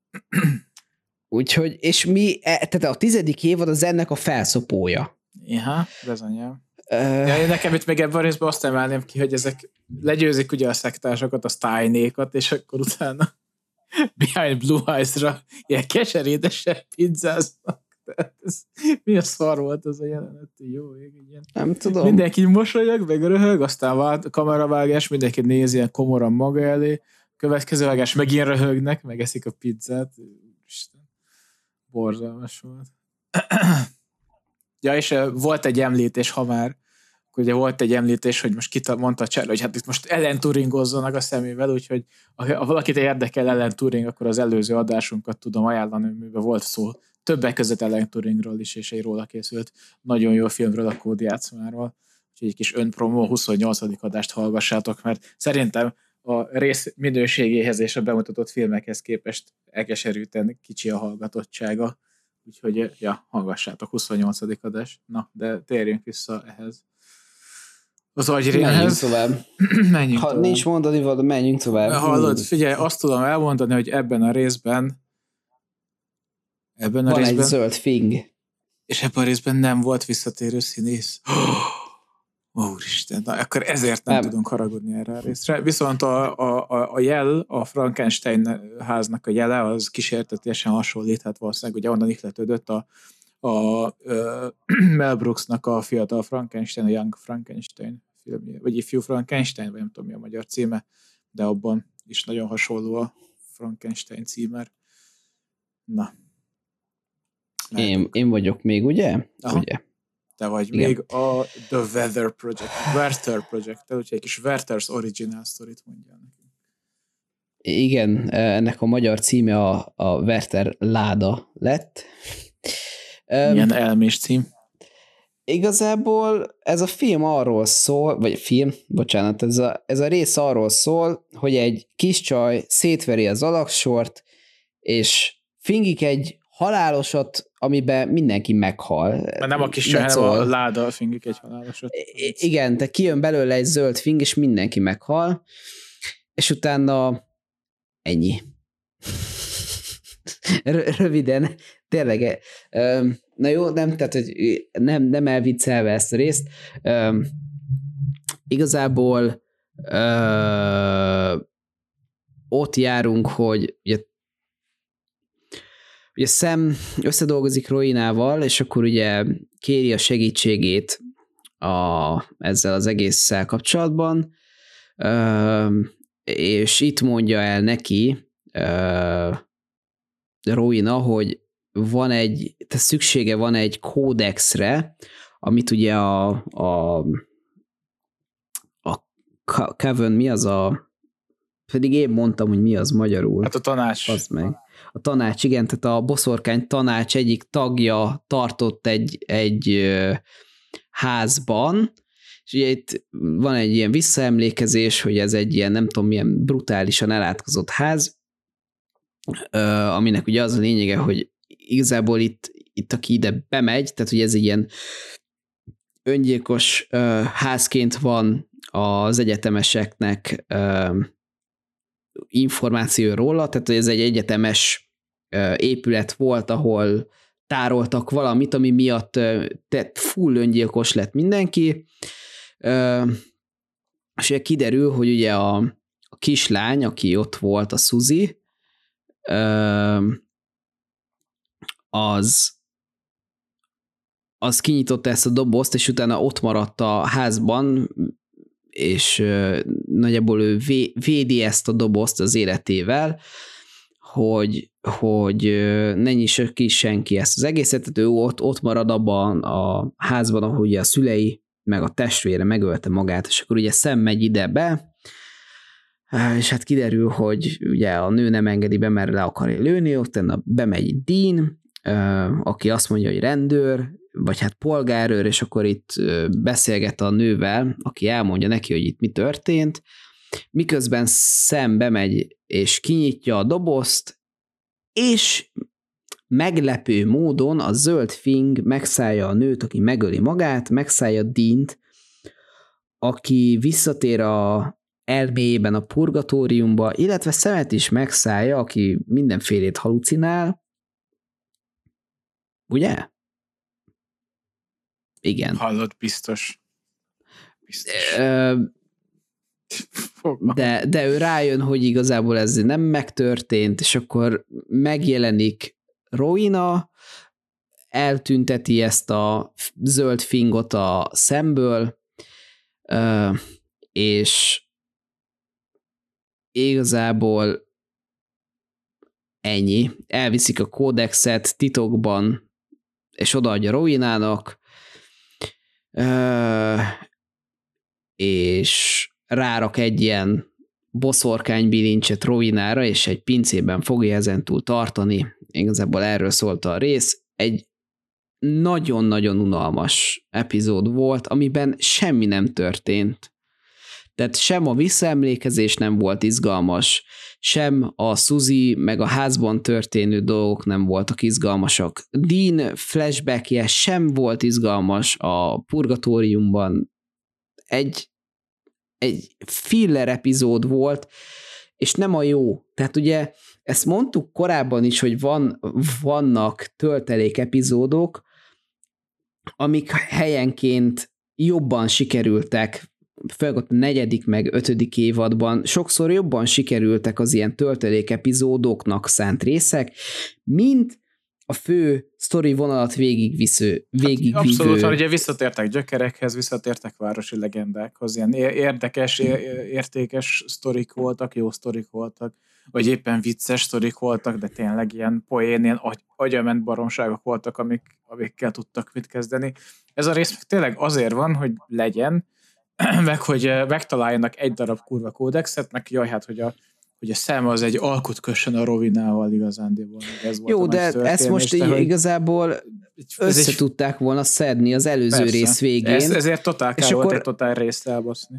Úgyhogy, és mi, tehát a tizedik évad az ennek a felszopója. Aha, bizonyám. Uh, ja, nekem itt még ebben a részben azt emelném ki, hogy ezek legyőzik ugye a szektársakat, a Steinékat, és akkor utána Behind Blue Eyes-ra ilyen keserédesen pizzáznak. Ez, mi a szar volt ez a jelenet? Jó, igen. Nem tudom. Mindenki mosolyog, meg röhög, aztán vált, kameravágás, mindenki nézi ilyen komoran maga elé, következő vágás megint röhögnek, megeszik a pizzát. Isten, borzalmas volt. Ja, és volt egy említés, ha már, ugye volt egy említés, hogy most kita mondta Csárli, hogy hát itt most Alan Turingozzanak a szemével, úgyhogy ha valakit érdekel Alan Turing, akkor az előző adásunkat tudom ajánlani, miben volt szó többek között Alan Turingról is, és egy róla készült nagyon jó filmről, a Kódjátszmáról. Úgyhogy egy kis önpromó huszonnyolcadik adást hallgassátok, mert szerintem a rész minőségéhez és a bemutatott filmekhez képest elkeserülten kicsi a hallgatottsága. Úgyhogy, ja, hallgassátok, huszonnyolcadik adás. Na, de térjünk vissza ehhez. Az agyrénhez. Menjünk tovább. menjünk ha tovább. Nincs mondani, de menjünk tovább. Hallod, figyelj, azt tudom elmondani, hogy ebben a részben ebben a van részben, egy zöld fing. És ebben a részben nem volt visszatérő színész. Ó, úristen, na, akkor ezért nem, nem tudunk haragudni erre a részre. Viszont a, a, a jel, a Frankenstein háznak a jele, az kísértetiesen hasonlít, hát valószínűleg ugye onnan ihletődött a, a, a Mel Brooksnak a Fiatal Frankenstein, a Young Frankenstein filmje, vagy Ifjú Frankenstein, vagy nem tudom mi a magyar címe, de abban is nagyon hasonló a Frankenstein címer. Na. Én, én vagyok még, ugye? Aha. Ugye? Te vagy igen. Még a The Weather Project, Werther Project, úgyhogy egy kis Werther's Original Story-t mondjál nekünk. Igen, ennek a magyar címe a, a Werther láda lett. Milyen um, elmés cím. Igazából ez a film arról szól, vagy film, bocsánat, ez a, ez a rész arról szól, hogy egy kis csaj szétveri az alaksort, és fingik egy halálosat, amiben mindenki meghal. Mert nem a kis csaj, hanem a láda fingik egy halálosat. I- igen, tehát kijön belőle egy zöld fing, és mindenki meghal, és utána ennyi. R- röviden, tényleg. Na jó, nem, tehát, hogy nem, nem elviccelve ezt a részt. Igazából ö, ott járunk, hogy ugye, ugye Sam összedolgozik Roinával, és akkor ugye kéri a segítségét a, ezzel az egésszel kapcsolatban, és itt mondja el neki Roina, hogy van egy, tehát szüksége van egy kódexre, amit ugye a, a, a Coven, mi az a, pedig én mondtam, hogy mi az magyarul. Hát a tanács. Az meg. A tanács, igen, tehát a boszorkány tanács egyik tagja tartott egy, egy házban, és ugye itt van egy ilyen visszaemlékezés, hogy ez egy ilyen nem tudom milyen brutálisan elátkozott ház, aminek ugye az a lényege, hogy igazából itt, itt aki ide bemegy, tehát hogy ez egy ilyen öngyilkos házként van az egyetemeseknek információ róla, tehát ez egy egyetemes épület volt, ahol tároltak valamit, ami miatt tehát full öngyilkos lett mindenki, és ugye kiderül, hogy ugye a, a kislány, aki ott volt, a Suzy, az az kinyitotta ezt a dobozt, és utána ott maradt a házban, és nagyjából ő védi ezt a dobozt az életével, hogy, hogy ne nyissa ki senki ezt az egészet, tehát ő ott, ott marad abban a házban, ahol ugye a szülei, meg a testvére megölte magát, és akkor ugye Sam megy ide be, és hát kiderül, hogy ugye a nő nem engedi be, mert le akarja lőni, utána bemegy Dean, aki azt mondja, hogy rendőr, vagy hát polgárőr, és akkor itt beszélget a nővel, aki elmondja neki, hogy itt mi történt, miközben Sam bemegy és kinyitja a dobozt, és meglepő módon a zöld fing megszállja a nőt, aki megöli magát, megszállja Deant, aki visszatér a elméjében a purgatóriumba, illetve Samet is megszállja, aki mindenfélét halucinál. Ugye? Igen. Hallott, biztos. biztos. De, de ő rájön, hogy igazából ez nem megtörtént, és akkor megjelenik Roina, eltünteti ezt a zöld fingot a szemből, és igazából ennyi. Elviszik a kódexet titokban, és odaadja Roinának, és rárak egy ilyen boszorkány bilincset Roinára, és egy pincében fogja ezentúl tartani. Igazából erről szólt a rész. Egy nagyon-nagyon unalmas epizód volt, amiben semmi nem történt. Tehát sem a visszaemlékezés nem volt izgalmas, sem a Suzy meg a házban történő dolgok nem voltak izgalmasak. Dean flashbackje sem volt izgalmas a purgatóriumban. Egy, egy filler epizód volt, és nem a jó. Tehát ugye ezt mondtuk korábban is, hogy van, vannak töltelék epizódok, amik helyenként jobban sikerültek, főleg a negyedik meg ötödik évadban sokszor jobban sikerültek az ilyen töltelék epizódoknak szánt részek, mint a fő sztori vonalat végigvisző, végigvívő. Hát abszolút, ugye visszatértek gyökerekhez, visszatértek városi legendákhoz, ilyen érdekes, értékes sztorik voltak, jó sztorik voltak, vagy éppen vicces sztorik voltak, de tényleg ilyen poén, ilyen agy, agyament baromságok voltak, amik, amikkel tudtak mit kezdeni. Ez a rész tényleg azért van, hogy legyen, meg hogy megtaláljanak egy darab kurva kódexet, meg jaj, hát, hogy a, hogy a Sam az egy alkut kössön a Rovinával igazándiból. Ez volt jó, de ezt most de, igazából össze egy... tudták volna szedni az előző persze. rész végén. Ez, ezért totál kár volt akkor... egy totál részt elbaszni.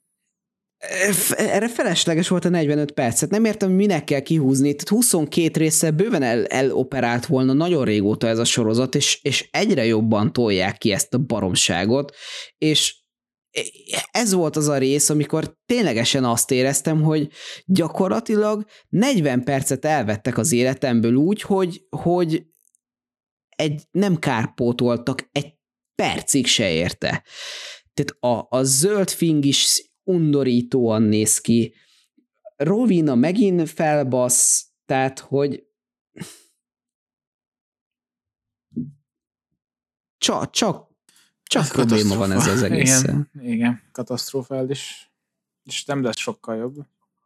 Erre felesleges volt a negyvenöt percet. Nem értem, hogy minek kell kihúzni. Tehát huszonkét résszel bőven el, eloperált volna nagyon régóta ez a sorozat, és, és egyre jobban tolják ki ezt a baromságot, és ez volt az a rész, amikor ténylegesen azt éreztem, hogy gyakorlatilag negyven percet elvettek az életemből úgy, hogy, hogy egy, nem kárpótoltak, egy percig se érte. Tehát a, a zöld fing is undorítóan néz ki. Rowena megint felbasz, tehát hogy csak, csak, csak probléma van ez az egészen. Igen, igen, katasztrofális. És nem lesz sokkal jobb.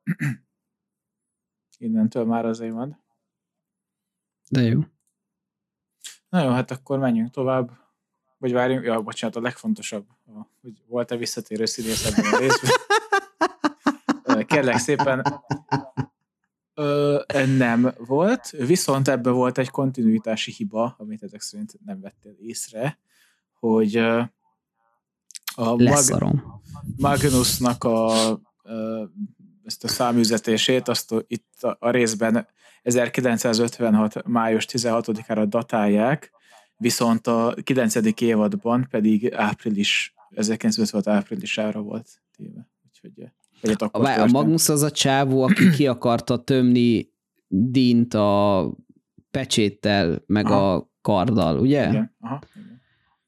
Innentől már az évad. De jó. Na jó, hát akkor menjünk tovább. Vagy várjunk, ja, bocsánat, a legfontosabb, hogy volt-e visszatérő színész ebben a részben. Kérlek szépen, ö, nem volt, viszont ebben volt egy kontinuitási hiba, amit ezek szerint nem vettél észre, hogy a Mag- Magnusnak a, a, ezt a számüzetését, azt a, itt a, a részben ezerkilencszázötvenhat. május tizenhatodikára datálják, viszont a kilencedik évadban pedig április, ezerkilencszázötvenhat áprilisára volt téve. Úgyhogy a, a Magnus az a csávó, aki ki akarta tömni Dint a pecséttel, meg aha. a karddal, ugye? Igen. Aha. Igen.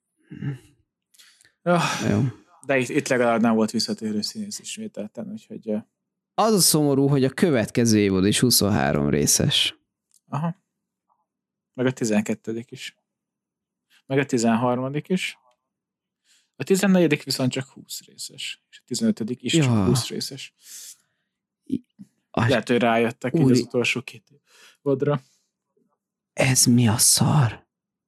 Oh, de itt, itt legalább nem volt visszatérő színész ismételten, úgyhogy... Az a szomorú, hogy a következő évad is huszonhárom részes. Aha. Meg a tizenkettedik is. Meg a tizenharmadik is. A tizennegyedik viszont csak húsz részes. És a tizenötödik is ja. csak húsz részes. A... Lehet, hogy rájöttek így az utolsó két évadra. Ez mi a szar?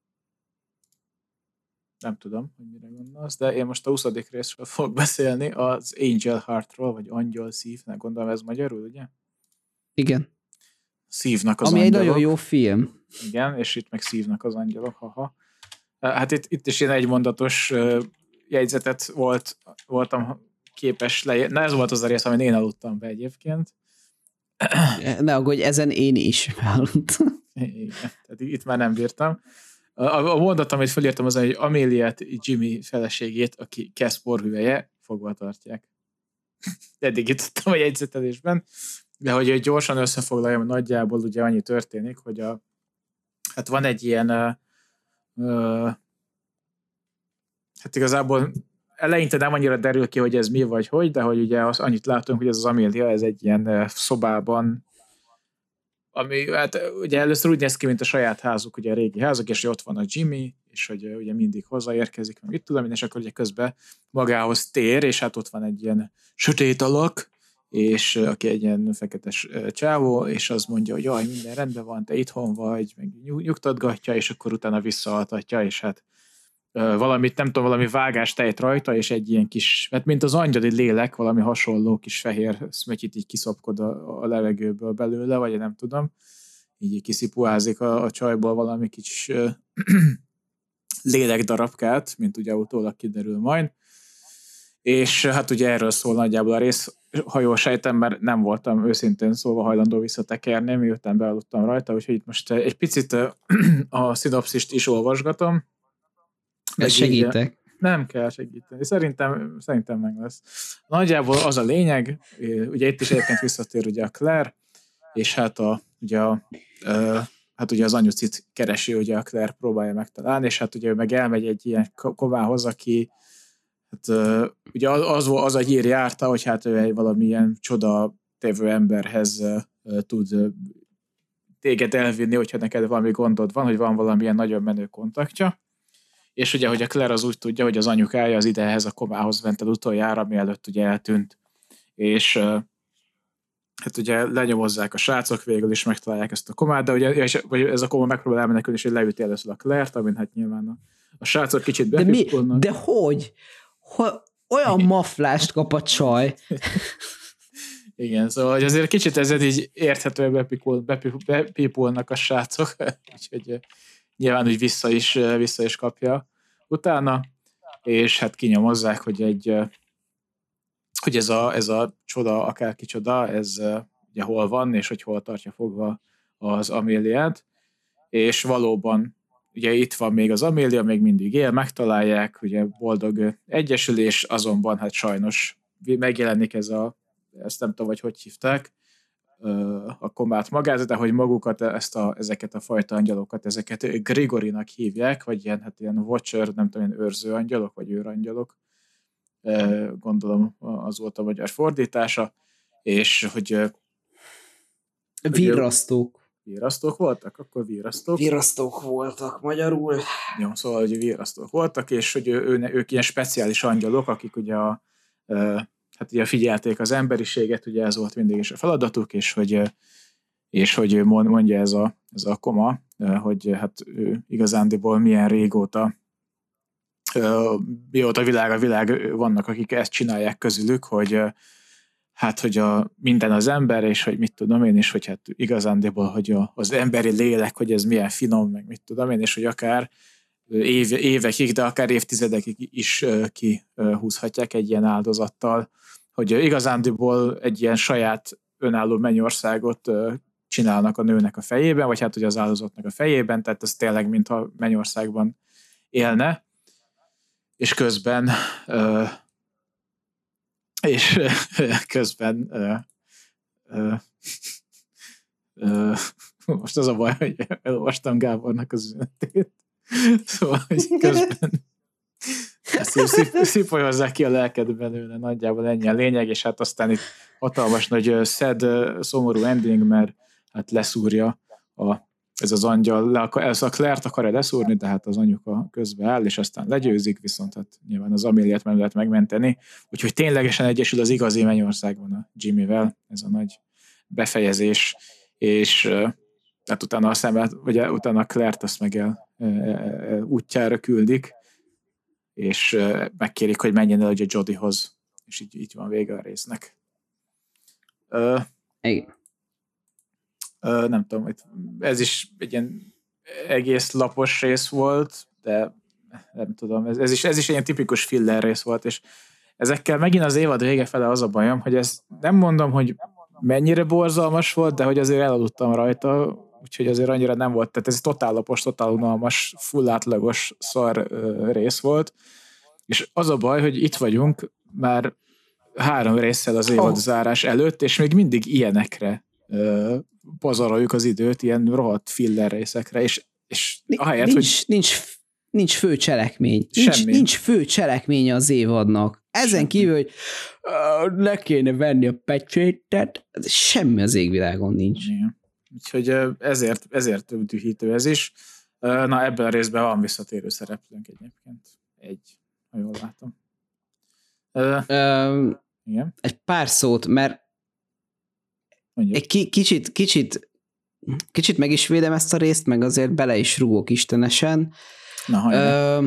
Nem tudom, hogy mire gondolsz, de én most a huszadik részről fogok beszélni, az Angel Heartról, vagy Angyal Szívnek, gondolom ez magyarul, ugye? Igen. Szívnak az Ami angyalok. egy nagyon jó film. Igen, és itt meg szívnak az angyalok, haha. Hát itt, itt is én egy mondatos jegyzetet volt, voltam képes leírni. Na ez volt az a rész, amin én aludtam be egyébként. Ne aggódj, ezen én is aludtam. Igen, tehát itt már nem bírtam. A, a mondat, amit felírtam, az, hogy Améliát, Jimmy feleségét, aki Cass porhüvelye, fogva tartják. Eddig jutottam a jegyzetelésben, de hogy gyorsan összefoglaljam, nagyjából ugye annyi történik, hogy a, hát van egy ilyen uh, uh, hát igazából eleinte nem annyira derül ki, hogy ez mi vagy hogy, de hogy ugye az, annyit látunk, hogy ez az Amélia, ez egy ilyen uh, szobában, ami hát ugye először úgy néz ki, mint a saját házuk, ugye a régi házak, és ott van a Jimmy, és hogy ugye mindig hozzáérkezik, meg itt tudom, és akkor ugye közben magához tér, és hát ott van egy ilyen sötét alak, és aki egy ilyen feketes csávó, és az mondja, hogy jaj, minden rendben van, te itthon vagy, meg nyugtatgatja, és akkor utána visszaaltatja, és hát valamit, nem tudom, valami vágás tejt rajta, és egy ilyen kis, mert mint az angyali lélek, valami hasonló kis fehér szmötyit így kiszopkod a, a levegőből belőle, vagy nem tudom, így kiszipuázik a, a csajból valami kis lélekdarabkát, mint ugye utólag kiderül majd. És hát ugye erről szól nagyjából a rész, ha jól sejtem, mert nem voltam őszintén szólva hajlandó visszatekerni, miután bealudtam rajta, úgyhogy itt most egy picit a szinopszist is olvasgatom. Meg segítek. Így, nem kell segíteni. Szerintem, szerintem meg lesz. Nagyjából az a lényeg, ugye itt is egyébként visszatér ugye a Claire, és hát, a, ugye, a, hát ugye az anyucit keresi, ugye a Claire próbálja megtalálni, és hát ugye ő meg elmegy egy ilyen kovához, aki hát, ugye az, az a hír járta, hogy hát ő egy valamilyen csoda tévő emberhez tud téged elvinni, hogyha neked valami gondod van, hogy van valamilyen nagyon menő kontaktja. És ugye, hogy a Claire az úgy tudja, hogy az anyukája az idehez a komához ment el utoljára, mielőtt ugye eltűnt. És hát ugye lenyomozzák a srácok, végül is megtalálják ezt a komát, de ugye ez a koma megpróbál elmenekülni, és leüti először a Claire-t, amin hát nyilván a, a srácok kicsit bepipulnak. De, de hogy? Ho- olyan maflást kap a csaj. Igen, szóval hogy azért kicsit ezzel így érthetően bepipul, bepipulnak a srácok, úgyhogy nyilván úgy vissza is, vissza is kapja utána, és hát kinyomozzák, hogy egy hogy ez a, ez a csoda, akárki csoda, ez ugye hol van, és hogy hol tartja fogva az Améliát, és valóban ugye itt van még az Amélia, még mindig él, megtalálják, ugye boldog egyesülés, azonban hát sajnos megjelenik ez a, ezt nem tudom, hogy hogy hívták, a komát magát, de hogy magukat, ezt a, ezeket a fajta angyalokat, ezeket Grigorinak hívják, vagy ilyen, hát ilyen watcher, nem tudom, ilyen őrző angyalok, vagy őrangyalok, gondolom az volt a magyar fordítása, és hogy virrasztók. Virasztók voltak? Akkor virasztók. Virasztók voltak magyarul. Jó, szóval, hogy virasztók voltak, és hogy ő, ő, ők ilyen speciális angyalok, akik ugye a, hát ugye figyelték az emberiséget, ugye ez volt mindig is a feladatuk, és hogy, és hogy mondja ez a, ez a koma, hogy hát ő igazándiból milyen régóta mióta világ a világ vannak, akik ezt csinálják közülük, hogy hát, hogy a, minden az ember, és hogy mit tudom én, és hogy hát igazándiból, hogy a, az emberi lélek, hogy ez milyen finom, meg mit tudom én, és hogy akár év, évekig, de akár évtizedekig is kihúzhatják egy ilyen áldozattal, hogy igazándiból egy ilyen saját önálló mennyországot csinálnak a nőnek a fejében, vagy hát, hogy az áldozatnak a fejében, tehát ez tényleg, mintha mennyországban élne, és közben uh, és uh, közben uh, uh, uh, most az a baj, hogy elolvastam Gábornak az üzenetét, szóval, hogy közben ezt szipolyozzák ki a lelked belőle, nagyjából ennyi a lényeg, és hát aztán itt hatalmas nagy szed, szomorú ending, mert hát leszúrja a ez az angyal, le akar, ez a Claire-t akarja leszúrni, de hát az anyuka közbe áll, és aztán legyőzik, viszont hát nyilván az Ameliát nem lehet megmenteni, úgyhogy ténylegesen egyesül az igazi mennyországban a Jimmyvel, ez a nagy befejezés, és hát utána a szemet, vagy utána a Claire-t azt meg el e, e, útjára küldik, és e, megkérik, hogy menjen el ugye Jodiehoz, és így, így van vége a résznek. Uh, Igen. Uh, nem tudom, ez is egy ilyen egész lapos rész volt, de nem tudom, ez, ez, is, ez is egy ilyen tipikus filler rész volt, és ezekkel megint az évad vége fele az a bajom, hogy ez nem mondom, hogy mennyire borzalmas volt, de hogy azért elaludtam rajta, úgyhogy azért annyira nem volt, tehát ez totál lapos, totál unalmas, full átlagos szar uh, rész volt, és az a baj, hogy itt vagyunk már három résszel az évad zárás előtt, és még mindig ilyenekre uh, pazaroljuk az időt, ilyen rohadt filler részekre, és, és ahelyett, nincs, hogy... Nincs, nincs fő cselekmény. Nincs, nincs fő cselekmény az évadnak. Ezen semmi. Kívül, hogy uh, le kéne venni a pecsétet, semmi az égvilágon nincs. Igen. Úgyhogy ezért, ezért dühítő ez is. Na, ebben a részben van visszatérő szereplőnk egyébként. Egy, ha jól látom. Uh, igen. Egy pár szót, mert Mondjuk. Egy ki, kicsit, kicsit, kicsit meg is védem ezt a részt, meg azért bele is rúgok istenesen. Na, Ö,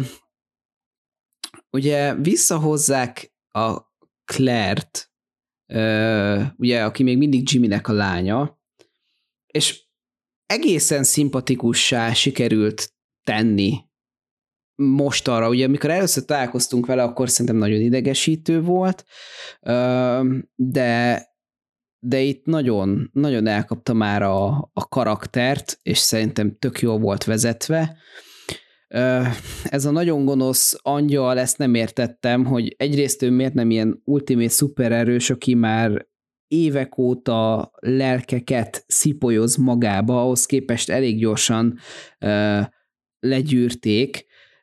ugye visszahozzák a Claire-t, ö, ugye, aki még mindig Jimmynek a lánya, és egészen szimpatikussá sikerült tenni most arra, ugye amikor először találkoztunk vele, akkor szerintem nagyon idegesítő volt, ö, de de itt nagyon, nagyon elkapta már a, a karaktert, és szerintem tök jól volt vezetve. Ez a nagyon gonosz angyal, ezt nem értettem, hogy egyrészt ő miért nem ilyen ultimate szupererős, aki már évek óta lelkeket szipolyoz magába, ahhoz képest elég gyorsan uh, legyűrték.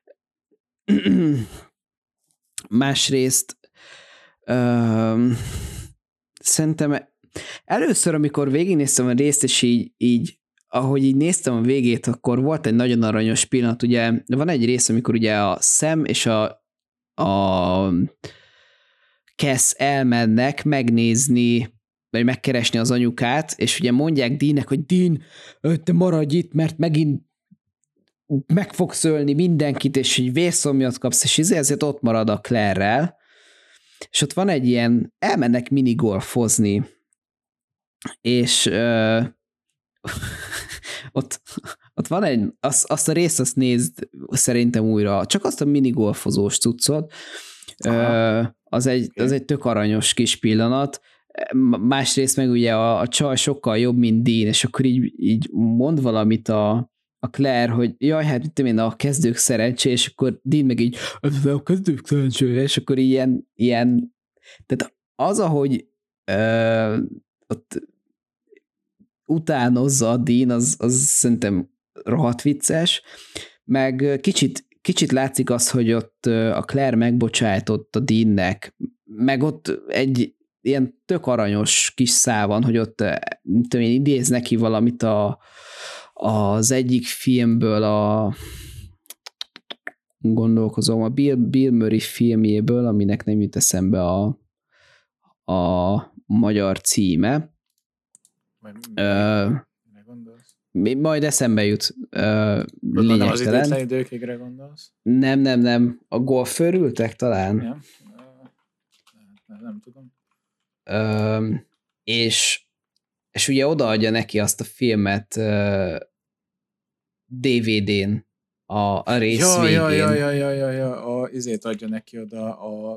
Másrészt uh, szerintem először, amikor végignéztem a részt, és így, így, ahogy így néztem a végét, akkor volt egy nagyon aranyos pillanat, ugye van egy rész, amikor ugye a Sam és a, a Cass elmennek megnézni, vagy megkeresni az anyukát, és ugye mondják Deannek, hogy Dean, te maradj itt, mert megint meg fogsz ölni mindenkit, és így vérszomjat kapsz, és ezért ott marad a Claire-rel, és ott van egy ilyen, elmennek minigolfozni, és ö, ott, ott van egy, az, azt a részt azt nézd szerintem újra, csak azt a minigolfozós cuccot, ö, az, egy, az egy tök aranyos kis pillanat, másrészt meg ugye a, a csaj sokkal jobb, mint Dean, és akkor így, így mond valamit a, a Claire, hogy jaj, hát mit tudom én, a kezdők szerencsé, és akkor Dean meg így, a kezdők szerencsé, és akkor ilyen, ilyen tehát az, ahogy ö, ott utánozza a Dean, az, az szerintem rohadt vicces, meg kicsit, kicsit látszik az, hogy ott a Claire megbocsájtott a Deannek, meg ott egy ilyen tök aranyos kis szál van, hogy ott tudom én, idéz neki valamit a, az egyik filmből, a gondolkozom, a Bill, Bill Murray filmjéből, aminek nem jut eszembe a, a magyar címe. Ö, majd eszembe jut. Ö, nem az időtlen időkigre gondolsz? Nem, nem, nem. A golfőr ültek talán? Nem, nem, nem tudom. Ö, és, és ugye odaadja neki azt a filmet ö, dé vé dén a, a rész ja, végén. Ja, ja, ja, ja, ja, ja. A, izét adja neki oda a...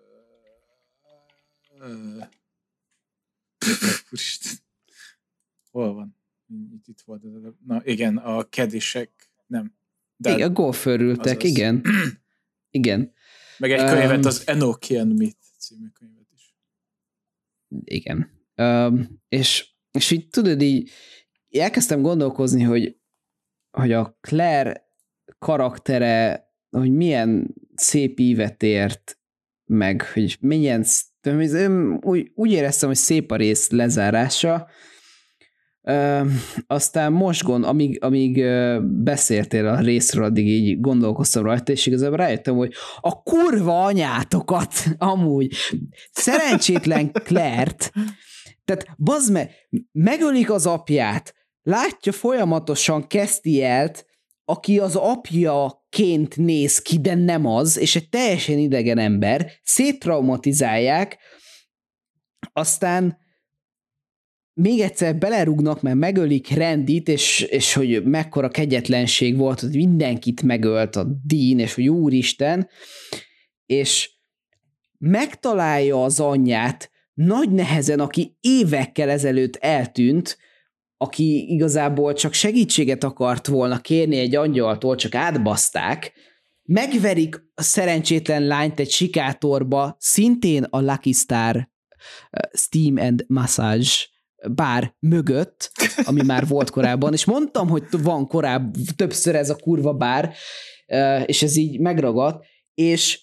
Úristen. Hol van? Itt, itt volt. Na igen, a Kedisek, nem. De igen, a golfőr ültek, azaz. igen. Igen. Meg egy könyvet, um, az Enochian Myth című könyvet is. Igen. Um, és, és így tudod, így elkezdtem gondolkozni, hogy, hogy a Claire karaktere, hogy milyen szép ívet ért, meg hogy milyen, úgy, úgy éreztem, hogy szép a rész lezárása. Ö, aztán most gond, amíg, amíg beszéltél a részről, addig így gondolkoztam rajta, és igazából rájöttem, hogy a kurva anyátokat amúgy szerencsétlen Claire-t, tehát bazd meg, megölik az apját, látja folyamatosan Castielt, aki az apjaként néz ki, de nem az, és egy teljesen idegen ember, széttraumatizálják, aztán még egyszer belerúgnak, mert megölik Randit, és, és hogy mekkora kegyetlenség volt, hogy mindenkit megölt a Dean, és hogy úristen, és megtalálja az anyját nagy nehezen, aki évekkel ezelőtt eltűnt, aki igazából csak segítséget akart volna kérni egy angyaltól, csak átbaszták, megverik a szerencsétlen lányt egy sikátorba, szintén a Lucky Star uh, Steam and Massage bár mögött, ami már volt korábban, és mondtam, hogy van korábban többször ez a kurva bár, uh, és ez így megragadt, és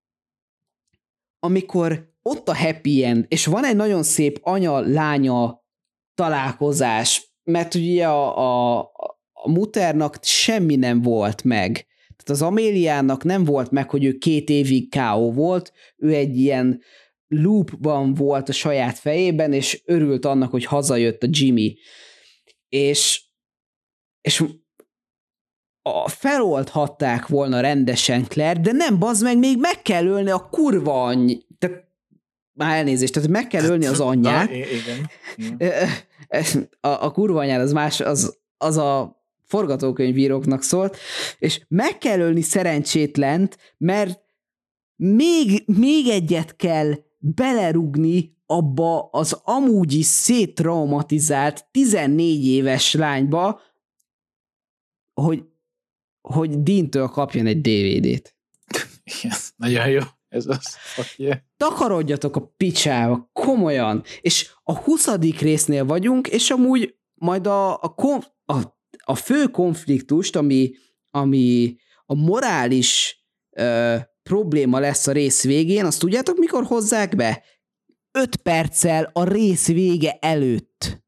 amikor ott a happy end, és van egy nagyon szép anya-lánya találkozás, mert ugye a, a, a Mutternak semmi nem volt meg. Tehát az Améliának nem volt meg, hogy ő két évig ká ó volt, ő egy ilyen loopban volt a saját fejében, és örült annak, hogy hazajött a Jimmy. És, és a, feloldhatták volna rendesen Claire, de nem, bazd meg, még meg kell ölni a kurva anyj. Tehát már elnézést, tehát meg kell ölni az anyját. Na, igen. A, a kurva anyád az más, az, az a forgatókönyvíróknak szólt, és meg kell ölni szerencsétlent, mert még, még egyet kell belerugni abba az amúgy is széttraumatizált tizennégy éves lányba, hogy, hogy Dean-től kapjon egy dé vé dét. Igen, nagyon jó. Ez az. Yeah. Takarodjatok a picsába, komolyan. És a huszadik résznél vagyunk, és amúgy majd a, a, konf, a, a fő konfliktust, ami, ami a morális ö, probléma lesz a rész végén, azt tudjátok, mikor hozzák be? Öt perccel a rész vége előtt.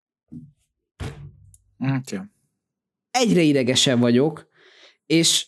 Okay. Egyre idegesebb vagyok, és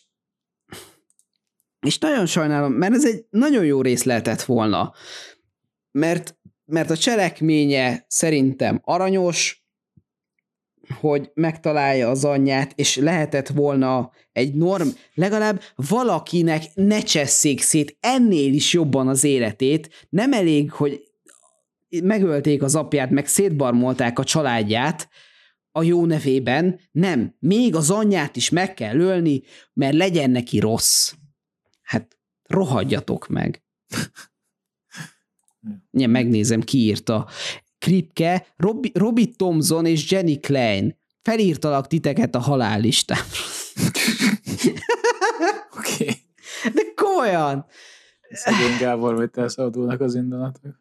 És nagyon sajnálom, mert ez egy nagyon jó rész lehetett volna. Mert, mert a cselekménye szerintem aranyos, hogy megtalálja az anyját, és lehetett volna egy norm, legalább valakinek ne csesszék szét ennél is jobban az életét. Nem elég, hogy megölték az apját, meg szétbarmolták a családját a jó nevében. Nem, még az anyját is meg kell ölni, mert legyen neki rossz. Hát rohadjatok meg. Ja, megnézem, ki írta. Kripke, Robbie, Robbie Thompson és Jenny Klein. Felírtalak titeket a halállistámra. Oké. Okay. De komolyan. Szegény Gábor, hogy elszabadulnak az indulatok.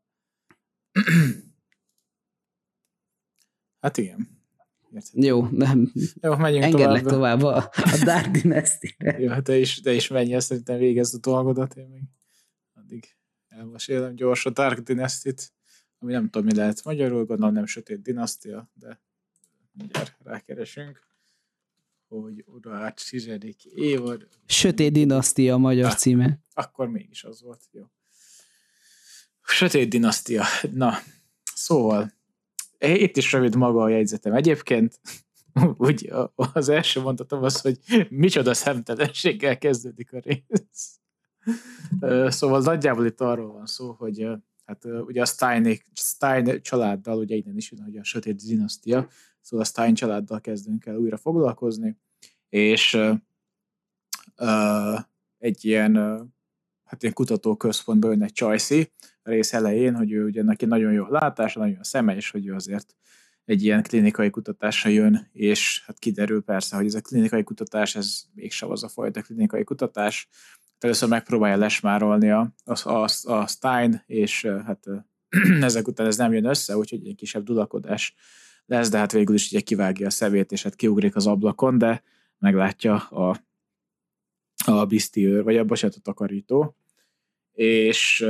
Hát igen. Érted? Jó, nem. Jó, menjünk Engedlek tovább. tovább a, a Dark Dynasty-re. Jó, te is, te is menj, ezt szerintem végezd a dolgodat, én még addig elmesélem gyors a Dark Dynasty-t, ami nem tudom, mi lehet magyarul, gondolom nem Sötét Dinasztia, de mindjárt rákeresünk, hogy oda át tizedik évad. Sötét Dinasztia a magyar ah, címe. Akkor mégis az volt, jó. Sötét Dinasztia. Na, szóval itt is rövid maga a jegyzetem. Egyébként úgy az első mondatom az, hogy micsoda szemtelenséggel kezdődik a rész. Szóval nagyjából itt arról van szó, hogy hát ugye a Stein, Stein családdal, ugye innen is jön, hogy a Sötét Dinasztia, szóval a Stein családdal kezdünk el újra foglalkozni, és uh, uh, egy ilyen, uh, hát ilyen kutatóközpontban jön egy csajszi a rész elején, hogy ő ugye neki nagyon jó a látása, nagyon jó a szeme, és hogy ő azért egy ilyen klinikai kutatásra jön, és hát kiderül persze, hogy ez a klinikai kutatás, ez mégsem az a fajta klinikai kutatás. Először megpróbálja lesmárolni a, a, a, a Stein, és hát ezek után ez nem jön össze, úgyhogy egy kisebb dulakodás lesz, de hát végül is ugye kivágja a szemét, és hát kiugrik az ablakon, de meglátja a, a bisztiőr, vagy a, bocsánat, a takarító. És,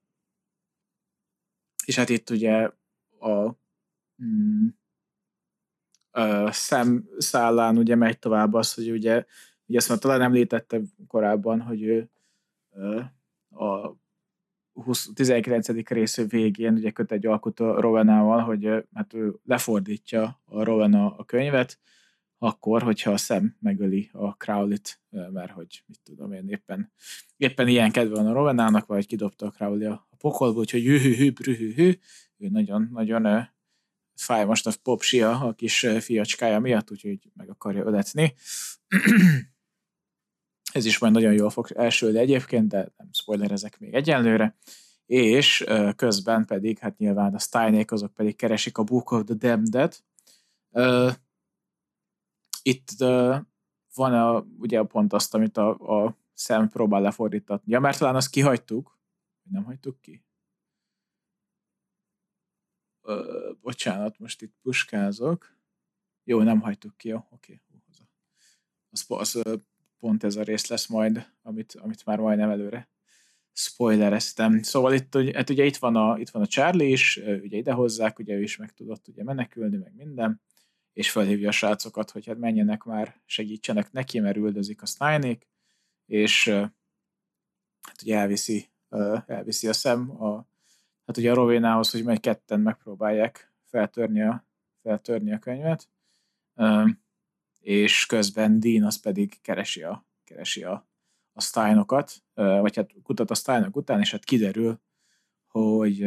és hát itt ugye a Mm. Uh, szemszállán ugye megy tovább az, hogy ugye, ugye ezt már talán említette korábban, hogy ő uh, a tizenkilencedik rész végén ugye köt egy alkut a Rowenával, hogy uh, hát ő lefordítja a Rowena a könyvet, akkor, hogyha a szem megöli a Crowley-t, uh, mert hogy mit tudom én, éppen, éppen ilyen kedve van a Rowenának, vagy kidobta a Crowley a, a pokolba, úgyhogy hű-hű-hű, hű-hű-hű, ő nagyon, nagyon uh, fáj most a popsia a kis fiacskája miatt, úgyhogy meg akarja öletni. Ez is majd nagyon jól fog elsülni egyébként, de nem spoilerezek még egyenlőre. És közben pedig, hát nyilván a Steinék azok pedig keresik a Book of the Damned-et. Itt van a, ugye pont azt, amit a, a szem próbál lefordítatni. Ja, mert talán azt kihagytuk. Nem hagytuk ki? Uh, bocsánat, most itt puskázok. Jó, nem hagytuk ki, jó, oké. Okay. Az, az, az pont ez a rész lesz majd, amit, amit már majdnem előre spoilereztem. Szóval itt, hát ugye itt van a, itt van a Charlie is, ugye ide hozzák, ugye ő is meg tudott ugye menekülni, meg minden, és felhívja a srácokat, hogy hát menjenek már, segítsenek neki, mert üldözik a Steinék, és hát ugye elviszi, elviszi a szem a hát ugye a Rowenához, hogy megy ketten megpróbálják feltörni a, feltörni a könyvet, és közben Dean az pedig keresi a, keresi a, a Steinokat, vagy hát kutat a Steinok után, és hát kiderül, hogy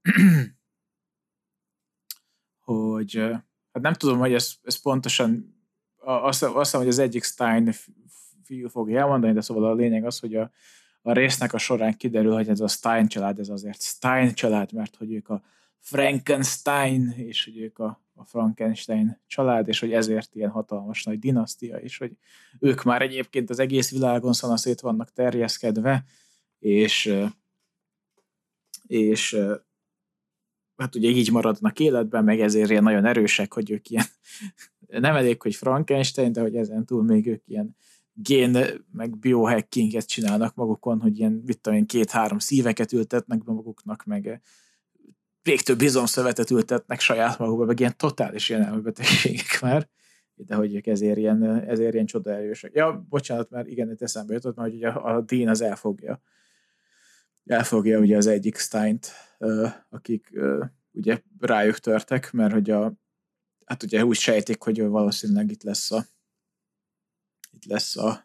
hogy hát nem tudom, hogy ez, ez pontosan azt, azt hiszem, hogy az egyik Stein fiú fogja elmondani, de szóval a lényeg az, hogy a a résznek a során kiderül, hogy ez a Stein család, ez azért Stein család, mert hogy ők a Frankenstein, és hogy ők a, a Frankenstein család, és hogy ezért ilyen hatalmas nagy dinasztia, és hogy ők már egyébként az egész világon szanaszét vannak terjeszkedve, és, és hát ugye így maradnak életben, meg ezért ilyen nagyon erősek, hogy ők ilyen, nem elég, hogy Frankenstein, de hogy ezen túl még ők ilyen gén, meg biohackinget csinálnak magukon, hogy ilyen, mit tudom én, két-három szíveket ültetnek be maguknak, meg még több izomszövetet ültetnek saját magukba, meg ilyen totális ilyen elmebetegségek már, de hogy ők ezért ilyen, ezért ilyen csodaerősek. Ja, bocsánat, mert igen, itt eszembe jutott, mert ugye a, a Dean az elfogja. Elfogja ugye az egyik Steint, akik ugye rájuk törtek, mert hogy a, hát ugye úgy sejtik, hogy valószínűleg itt lesz a itt lesz a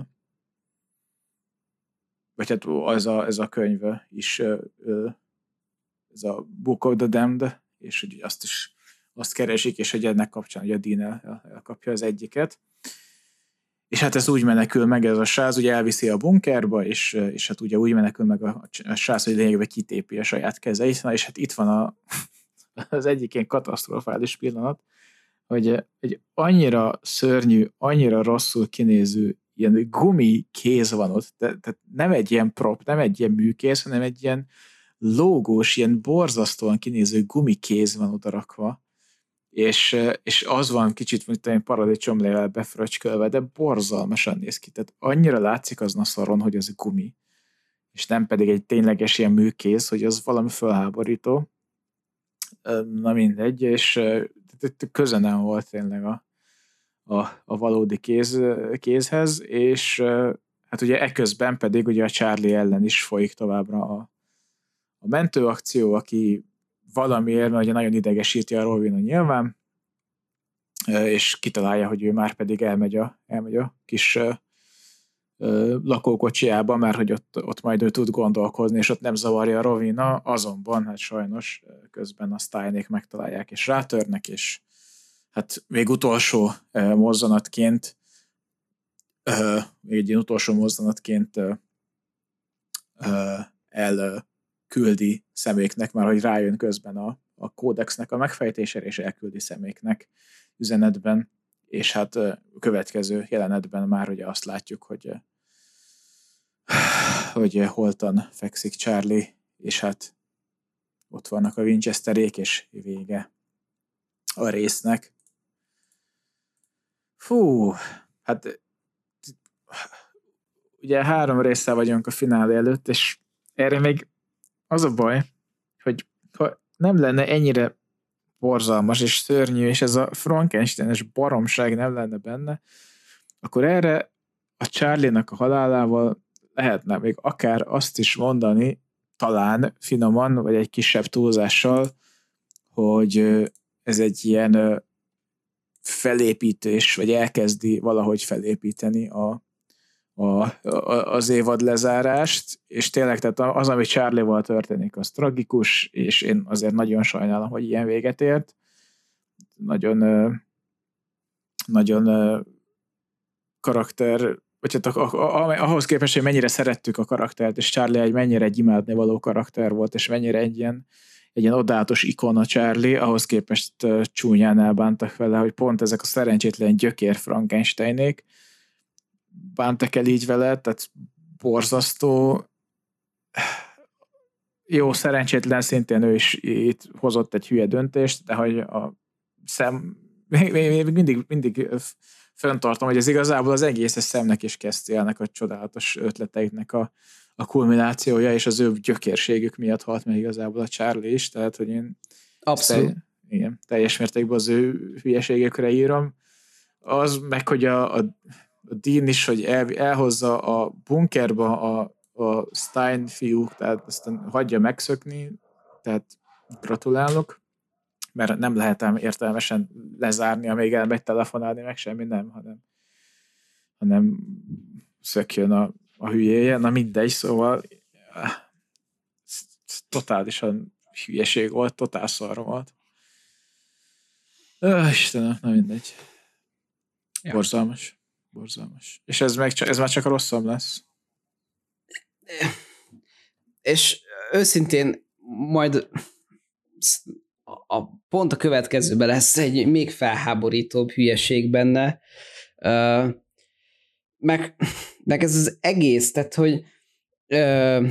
vagy hát az a, ez a könyv is, ez a Book of the Damned, és hogy azt is azt keresik, és hogy ennek kapcsán hogy a Dean el, elkapja az egyiket. És hát ez úgy menekül meg ez a srác, ugye elviszi a bunkerba, és, és hát ugye úgy menekül meg a, a srác, hogy lényegében kitépi a saját kezeit, és hát itt van a, az egyik ilyen katasztrofális pillanat, hogy egy annyira szörnyű, annyira rosszul kinéző ilyen gumi kéz van ott, tehát nem egy ilyen prop, nem egy ilyen műkész, hanem egy ilyen lógós, ilyen borzasztóan kinéző gumi kéz van oda rakva, és, és az van kicsit, mint egy paradicsomlével befröcskölve, de borzalmasan néz ki, tehát annyira látszik azon a szaron, hogy az gumi, és nem pedig egy tényleges ilyen műkész, hogy az valami felháborító. Na mindegy, és köze nem volt tényleg a, a, a valódi kéz, kézhez, és hát ugye eközben pedig ugye a Charlie ellen is folyik továbbra a, a mentőakció, aki valamiért, mert ugye nagyon idegesíti a Rowena nyilván, és kitalálja, hogy ő már pedig elmegy a, elmegy a kis lakókocsiába, mert hogy ott, ott majd ő tud gondolkozni, és ott nem zavarja a Rowena, azonban hát sajnos közben a Steinék megtalálják, és rátörnek, és hát még utolsó mozzanatként még egy ilyen utolsó mozzanatként elküldi szeméknek, már hogy rájön közben a, a kódexnek a megfejtésére, és elküldi szeméknek üzenetben, és hát a következő jelenetben már ugye azt látjuk, hogy hogy holtan fekszik Charlie, és hát ott vannak a Winchesterék, és vége a résznek. Fú, hát ugye három résszel vagyunk a finálé előtt, és erre még az a baj, hogy ha nem lenne ennyire borzalmas és szörnyű, és ez a Frankenstein-es baromság nem lenne benne, akkor erre a Charlie-nak a halálával lehetne még akár azt is mondani, talán finoman, vagy egy kisebb túlzással, hogy ez egy ilyen felépítés, vagy elkezdi valahogy felépíteni a, a, a, az évad lezárást, és tényleg tehát az, ami Charlie-val történik, az tragikus, és én azért nagyon sajnálom, hogy ilyen véget ért. Nagyon nagyon karakter, vagy hát a, a, a, ahhoz képest, hogy mennyire szerettük a karaktert, és Charlie egy mennyire egy imádnivaló karakter volt, és mennyire egy ilyen, egy ilyen odátos ikona Charlie, ahhoz képest uh, csúnyán elbántak vele, hogy pont ezek a szerencsétlen gyökér Frankensteinék bántak el így vele, tehát borzasztó. Jó, szerencsétlen szintén ő is itt hozott egy hülye döntést, de hogy a szem még, még mindig, mindig fenntartom, hogy ez igazából az egész a Samnek és Castielnek a csodálatos ötleteiknek a, a kulminációja, és az ő gyökérségük miatt halt meg igazából a Charlie is, tehát hogy én abszolút. Te, igen, teljes mértékben az ő hülyeségekre írom. Az meg, hogy a, a, a Dean is, hogy el, elhozza a bunkerba a, a Stein fiúk, tehát aztán hagyja megszökni, tehát gratulálok, mert nem lehet értelmesen lezárni, amíg elmegy telefonálni, meg semmi nem, hanem, hanem szökjön a, a hülyéje. Na mindegy, szóval totálisan hülyeség volt, totál szar volt. Öh, Istenem, na mindegy. Ja. Borzalmas. Borzalmas. És ez, meg, ez már csak a rosszabb lesz. És őszintén majd a, pont a következőben lesz egy még felháborítóbb hülyeség benne, uh, meg, meg ez az egész, tehát, hogy uh,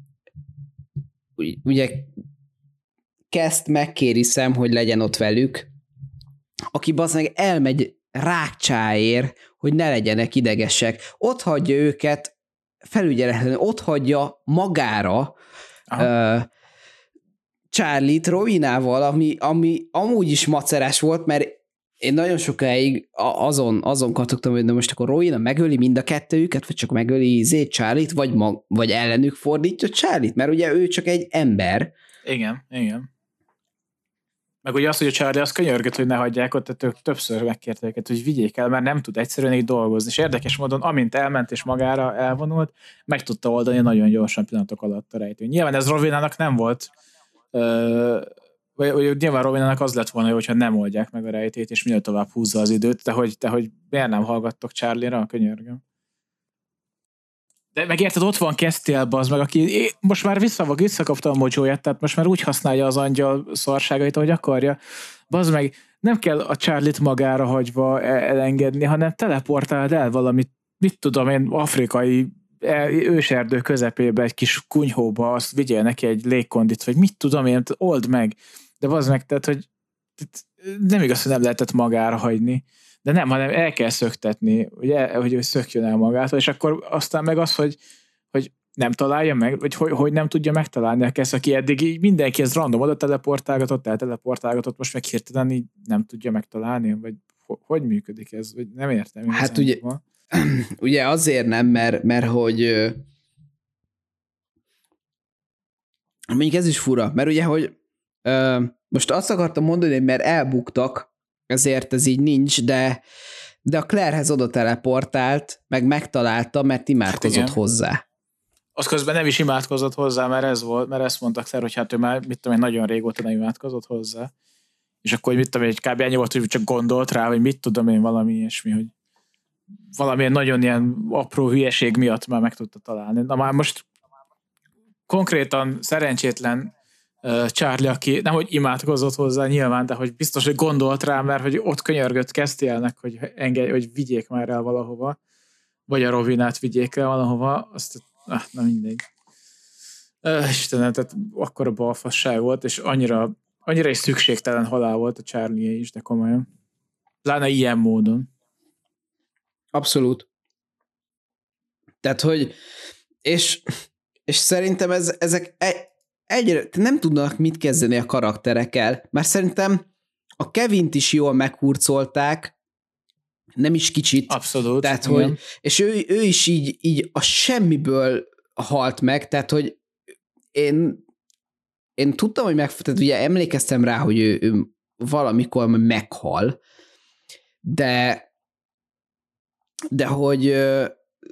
ugye kezd megkéri Sam, hogy legyen ott velük, aki bazdmeg elmegy rákcsáért, hogy ne legyenek idegesek. Ott hagyja őket felügyeletlenül, ott hagyja magára uh, Charlie-t Rowenával, ami, ami amúgy is macerás volt, mert én nagyon sokáig azon, azon kattogtam, hogy de most akkor Rowena megöli mind a kettőjüket, vagy csak megöli Zét Charlie-t, vagy, mag, vagy ellenük fordítja Charlie-t, mert ugye ő csak egy ember. Igen, igen. Meg ugye az, hogy a Charlie az könyörgött, hogy ne hagyják ott, tehát ők többször megkérték őket, hogy vigyék el, mert nem tud egyszerűen így dolgozni. És érdekes módon, amint elment és magára elvonult, meg tudta oldani nagyon gyorsan pillanatok alatt a rejtő. Nyilván ez Rowenának nem volt, uh, vagy, vagy nyilván Rowenának az lett volna, hogyha nem oldják meg a rejtét, és minél tovább húzza az időt, de hogy, de hogy miért nem hallgattok Charlie-ra, könyörgöm. De megérted, ott van Castiel, az meg, aki most már vissza, visszakapta a mojóját, tehát most már úgy használja az angyal szarságait, ahogy akarja. Bazd meg, nem kell a Charlie-t magára hagyva elengedni, hanem teleportáld el valamit, mit tudom én, afrikai őserdő közepébe, egy kis kunyhóba, azt vigyél neki egy légkondit, vagy mit tudom én, old meg. De bazd meg, tehát, hogy nem igaz, hogy nem lehetett magára hagyni. De nem, hanem el kell szöktetni, ugye, hogy ő szökjön el magától, és akkor aztán meg az, hogy, hogy nem találja meg, vagy hogy, hogy nem tudja megtalálni ezt, aki eddig így mindenki ez random oda teleportálgatott, elteleportálgatott, most meg hirtelen így nem tudja megtalálni, vagy hogy, hogy működik ez, vagy nem értem. Hát ugye, ugye azért nem, mert, mert hogy mondjuk ez is fura, mert ugye, hogy ö, most azt akartam mondani, hogy mert elbuktak, ezért ez így nincs, de, de a Clairehez oda teleportált, meg megtalálta, mert imádkozott hát hozzá. Az közben nem is imádkozott hozzá, mert ez volt, mert ezt mondtak Claire, hogy hát ő már, mit tudom én, nagyon régóta nem imádkozott hozzá. És akkor, mit tudom én, kb. Ennyi volt, hogy csak gondolt rá, hogy mit tudom én, valami ilyesmi, hogy valamilyen nagyon ilyen apró hülyeség miatt már meg tudta találni. Na már most konkrétan szerencsétlen uh, Charlie, aki nem, hogy imádkozott hozzá nyilván, de hogy biztos, hogy gondolt rá, mert hogy ott könyörgött Castielnek, hogy engedj, hogy vigyék már el valahova, vagy a Rovinát vigyék el valahova, azt, ah, na mindegy. Uh, Istenem, tehát akkora balfasság volt, és annyira, annyira is szükségtelen halál volt a Charlie is, de komolyan. Pláne ilyen módon. Abszolút. Tehát, hogy és, és szerintem ez, ezek egyre nem tudnak mit kezdeni a karakterekkel, mert szerintem a Kevint is jól meghurcolták, nem is kicsit. Abszolút. Tehát, hogy, és ő, ő is így, így a semmiből halt meg, tehát, hogy én, én tudtam, hogy meg, tehát ugye emlékeztem rá, hogy ő, ő valamikor meghal, de de hogy ö,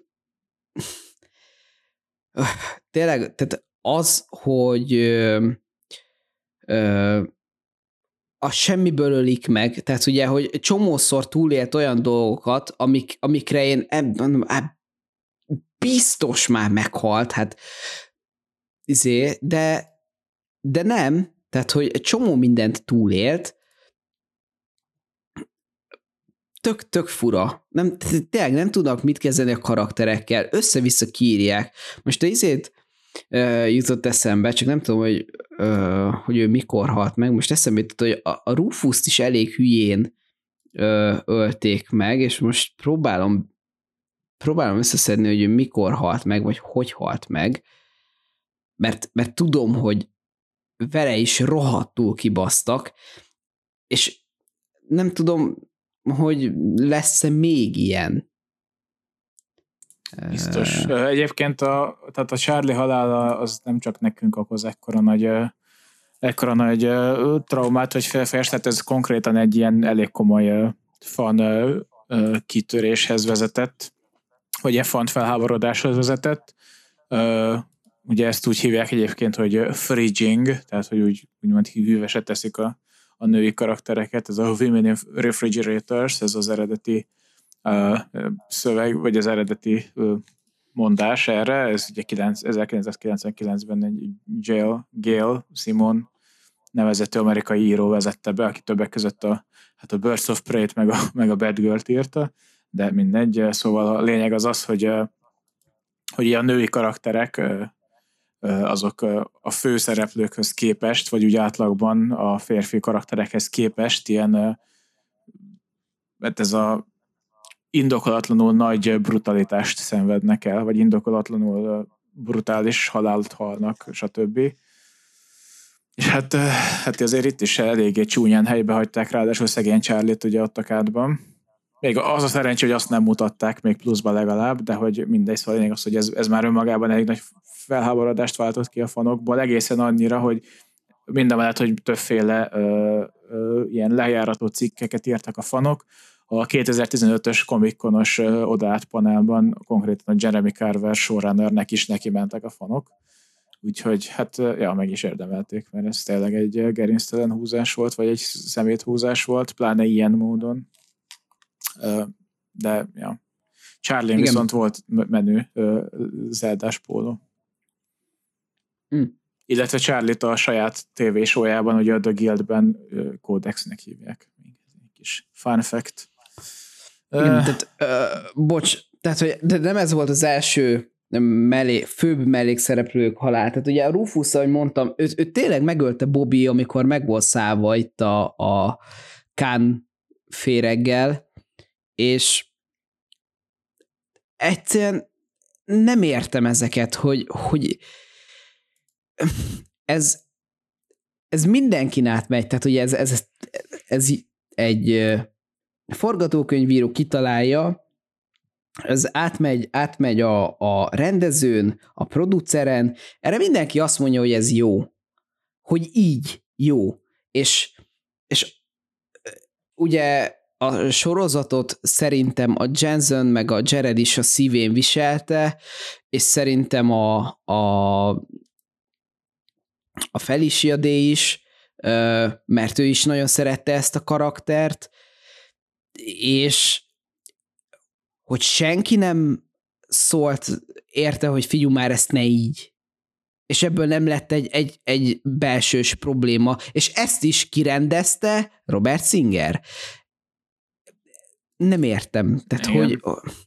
tényleg, tehát az, hogy ö, ö, a semmiből ölik meg, tehát ugye, hogy csomószor túlélt olyan dolgokat, amik, amikre én ebben, eb, biztos már meghalt, hát izé, de, de nem, tehát, hogy egy csomó mindent túlélt, tök, tök fura. Nem, tényleg nem tudnak mit kezdeni a karakterekkel, össze-vissza kiírják. Most a izét uh, jutott eszembe, csak nem tudom, hogy, uh, hogy ő mikor halt meg. Most eszembe jutott, hogy a, a Rufust is elég hülyén uh, ölték meg, és most próbálom próbálom összeszedni, hogy ő mikor halt meg, vagy hogy halt meg, mert, mert tudom, hogy vele is rohadtul kibasztak, és nem tudom, hogy lesz-e még ilyen. Biztos. Egyébként a, tehát a Charlie halála az nem csak nekünk okoz ekkora nagy, ekkora nagy traumát, vagy felfejest, tehát ez konkrétan egy ilyen elég komoly fan kitöréshez vezetett, vagy ilyen fan felháborodáshoz vezetett. Ugye ezt úgy hívják egyébként, hogy fridging, tehát hogy úgy, úgymond hűvöset teszik a a női karaktereket, ez a Women in Refrigerators, ez az eredeti uh, szöveg, vagy az eredeti uh, mondás erre, ez ugye ezerkilencszázkilencvenkilencben egy Gail, Gail Simon nevezető amerikai író vezette be, aki többek között a, hát a Birds of Prey-t meg a, meg a Bad Girl-t írta, de mindegy, szóval a lényeg az az, hogy, hogy a női karakterek azok a főszereplőkhöz képest, vagy úgy átlagban a férfi karakterekhez képest ilyen, mert ez a indokolatlanul nagy brutalitást szenvednek el, vagy indokolatlanul brutális halált halnak, stb. És hát, hát azért itt is eléggé csúnyán helybe hagyták, ráadásul szegény Charlie-t ugye ott a kádban. Még az a szerencsé, hogy azt nem mutatták még pluszba legalább, de hogy mindegy, szóval lényeg az, hogy ez, ez már önmagában elég nagy felháborodást váltott ki a fanokból, egészen annyira, hogy mindemellett, hogy többféle ö, ö, ilyen lejárató cikkeket írtak a fanok. A kétezer-tizenötös Comic-Conos odaát panelban konkrétan a Jeremy Carver showrunnernek is neki mentek a fanok. Úgyhogy hát, ja, meg is érdemelték, mert ez tényleg egy gerinctelen húzás volt, vagy egy szeméthúzás volt, pláne ilyen módon. De, ja. Charlie viszont volt menő Zeldás póló. Mm. Illetve Charlie-t a saját tévésójában, ugye a The Guildben Codexnek hívják. Egy kis fun fact. Igen, uh, tehát, uh, bocs, tehát, hogy de nem ez volt az első mellé, főbb mellékszereplők halál. Tehát ugye a Rufus, ahogy mondtam, ő, ő tényleg megölte Bobby, amikor meg volt szállva itt a, a Khan féreggel, és egyszerűen nem értem ezeket, hogy, hogy ez, ez mindenkin átmegy, tehát hogy ez, ez, ez egy forgatókönyvíró kitalálja, ez átmegy, átmegy a, a rendezőn, a produceren, erre mindenki azt mondja, hogy ez jó. Hogy így jó. És, és ugye a sorozatot szerintem a Jensen meg a Jared is a szívén viselte, és szerintem a, a, a Felicia Day is, mert ő is nagyon szerette ezt a karaktert, és hogy senki nem szólt érte, hogy figyelj már, ezt ne így. És ebből nem lett egy, egy, egy belsős probléma, és ezt is kirendezte Robert Singer. Nem értem. Tehát, igen. Hogy...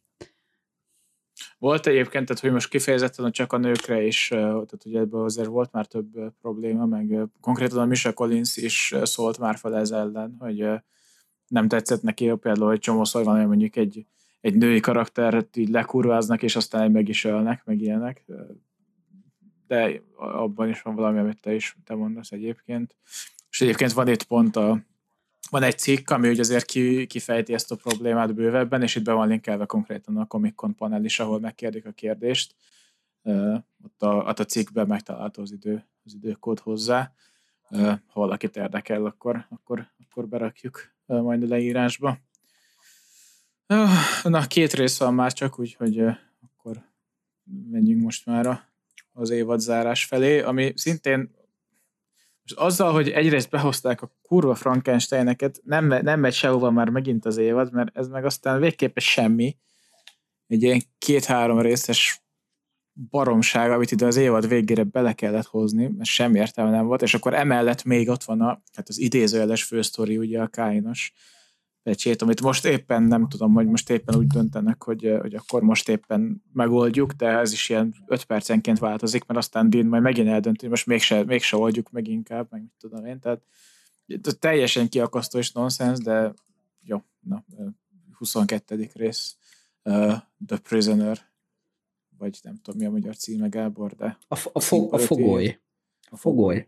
Volt egyébként, tehát, hogy most kifejezetten csak a nőkre is, tehát ugye ebből azért volt már több probléma, meg konkrétan a Misha Collins is szólt már fel ez ellen, hogy nem tetszett neki például, hogy csomószor van, hogy mondjuk egy, egy női karaktert így lekurváznak, és aztán meg is ölnek, meg ilyenek. De abban is van valami, amit te is te mondasz egyébként. És egyébként van itt pont a van egy cikk, ami ugye azért ki, kifejti ezt a problémát bővebben, és itt be van linkelve konkrétan a Comic-Con panel is, ahol megkérdik a kérdést. Uh, ott, a, ott a cikkben megtalálható az, idő, az időkód hozzá. Uh, ha valakit érdekel, akkor, akkor, akkor berakjuk uh, majd a leírásba. Uh, na, két rész van már csak, úgyhogy uh, akkor menjünk most már a, az évad zárás felé, ami szintén most azzal, hogy egyrészt behozták a kurva Frankensteineket, nem, nem megy sehova már megint az évad, mert ez meg aztán végképpen semmi. Egy ilyen két-három részes baromság, amit ide az évad végére bele kellett hozni, mert semmi értelme nem volt, és akkor emellett még ott van a, hát az idézőjeles fősztori, ugye a Kainos pecsét, amit most éppen nem tudom, hogy most éppen úgy döntenek, hogy, hogy akkor most éppen megoldjuk, de ez is ilyen öt percenként változik, mert aztán Dean majd megint eldönti, most mégse, mégse oldjuk meg inkább, meg mit tudom én, tehát teljesen kiakasztó és nonsens, de jó, na, huszonkettedik rész, uh, The Prisoner, vagy nem tudom mi a magyar címe, Gábor, de... A, a, fo- a fogoly. A fogoly.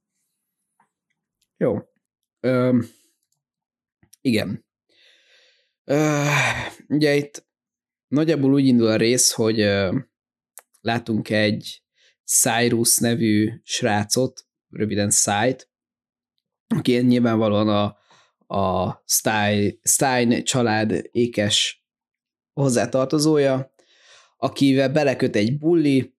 Jó. Um, igen. Uh, ugye itt nagyjából úgy indul a rész, hogy uh, látunk egy Cyrus nevű srácot, röviden Cyt, aki nyilvánvalóan a, a Stein, Stein család ékes hozzátartozója, akivel beleköt egy bulli,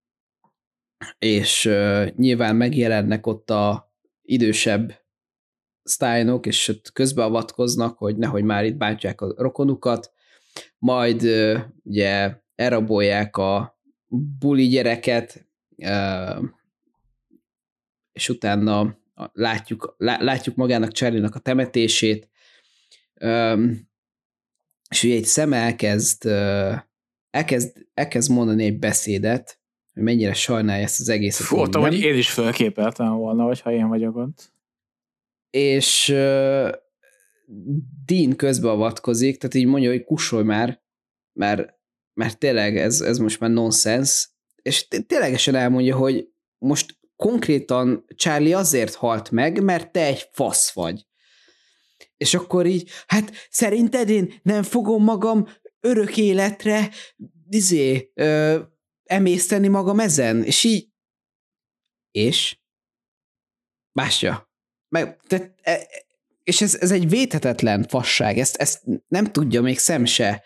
és uh, nyilván megjelennek ott a idősebb Steinok, és ott közbeavatkoznak, hogy nehogy már itt bántják a rokonukat, majd uh, ugye elrabolják a bully gyereket, uh, és utána látjuk, lá, látjuk magának Charlie-nak a temetését, um, és ugye egy szeme elkezd, uh, elkezd, elkezd mondani egy beszédet, hogy mennyire sajnálja ezt az egészet. Fú, hogy én is fölképeltem volna, hogyha én vagyok ott. És uh, Dean közbeavatkozik, tehát így mondja, hogy kussolj már, mert, mert tényleg ez, ez most már nonsens, és ténylegesen elmondja, hogy most konkrétan Charlie azért halt meg, mert te egy fasz vagy. És akkor így, hát szerinted én nem fogom magam örök életre izé, ö, emészteni magam ezen? És így, és? Másja. Meg, te, és ez, ez egy védhetetlen fasság, ezt, ezt nem tudja még szem se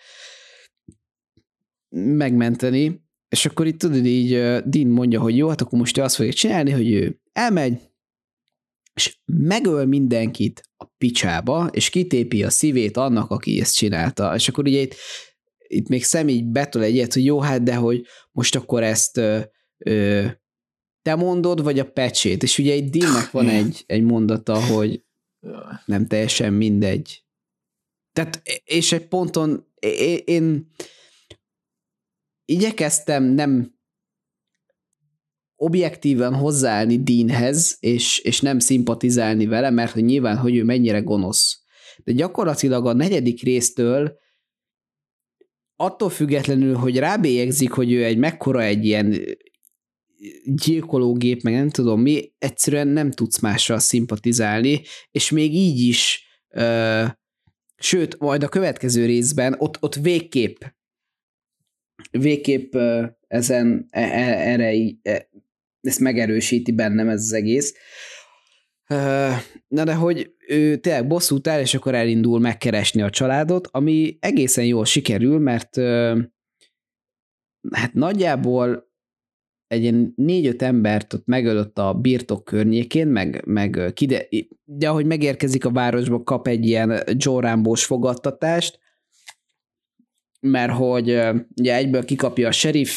megmenteni, és akkor itt tudod így Dean mondja, hogy jó, hát akkor most ő azt fogja csinálni, hogy ő elmegy, és megöl mindenkit a picsába, és kitépi a szívét annak, aki ezt csinálta. És akkor ugye itt, itt még Sam így betol egy ilyet, hogy jó, hát de hogy most akkor ezt ö, ö, te mondod, vagy a pecsét. És ugye itt Deannek van egy, egy mondata, hogy nem teljesen mindegy. Tehát, és egy ponton én, én igyekeztem nem objektíven hozzáállni Deanhez, és, és nem szimpatizálni vele, mert hogy nyilván, hogy ő mennyire gonosz. De gyakorlatilag a negyedik résztől attól függetlenül, hogy rábélyegzik, hogy ő egy mekkora egy ilyen gyilkológép, meg nem tudom mi, egyszerűen nem tudsz mással szimpatizálni, és még így is, ö, sőt, majd a következő részben ott, ott végképp végképp ö, ezen e, e, erre e, ezt megerősíti bennem ez az egész. Ö, na de hogy ő tényleg bosszút áll, és akkor elindul megkeresni a családot, ami egészen jól sikerül, mert ö, hát nagyjából egy ilyen négy-öt embert ott megölött a birtok környékén, meg, meg kide, de ahogy megérkezik a városba, kap egy ilyen Joe Rambo-s fogadtatást, mert hogy ugye egyből kikapja a sheriff,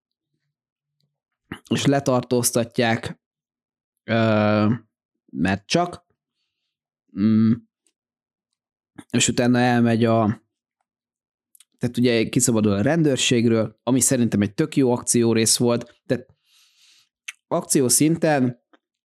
és letartóztatják, mert csak, és utána elmegy a tehát ugye kiszabadul a rendőrségről, ami szerintem egy tök jó akciórész volt, tehát akció szinten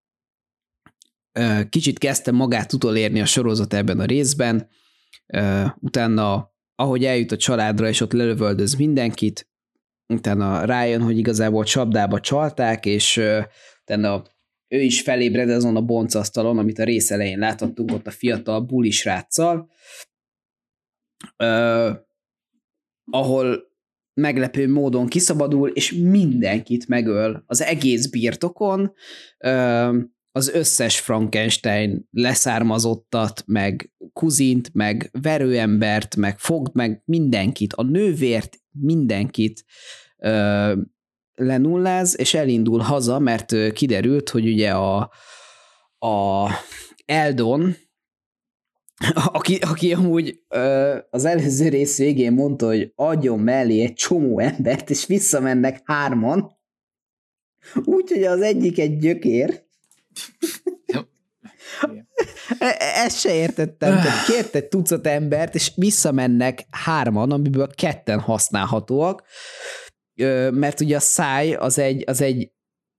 kicsit kezdtem magát utolérni a sorozat ebben a részben, utána ahogy eljut a családra, és ott lelövöldöz mindenkit, utána rájön, hogy igazából csapdába csalták, és utána ő is felébred azon a boncasztalon, amit a rész elején láthattunk, ott a fiatal bulis ráccal, ahol meglepő módon kiszabadul, és mindenkit megöl az egész birtokon, az összes Frankenstein leszármazottat, meg kuzint, meg verőembert, meg fogd, meg mindenkit, a nővért, mindenkit lenulláz, és elindul haza, mert kiderült, hogy ugye a, a Eldon, Aki, aki amúgy ö, az előző rész végén mondta, hogy adjon mellé egy csomó embert, és visszamennek hárman, úgyhogy az egyik egy gyökér. Ezt se értettem, tehát kért egy tucat embert, és visszamennek hárman, amiből ketten használhatóak, ö, mert ugye a száj az egy, az egy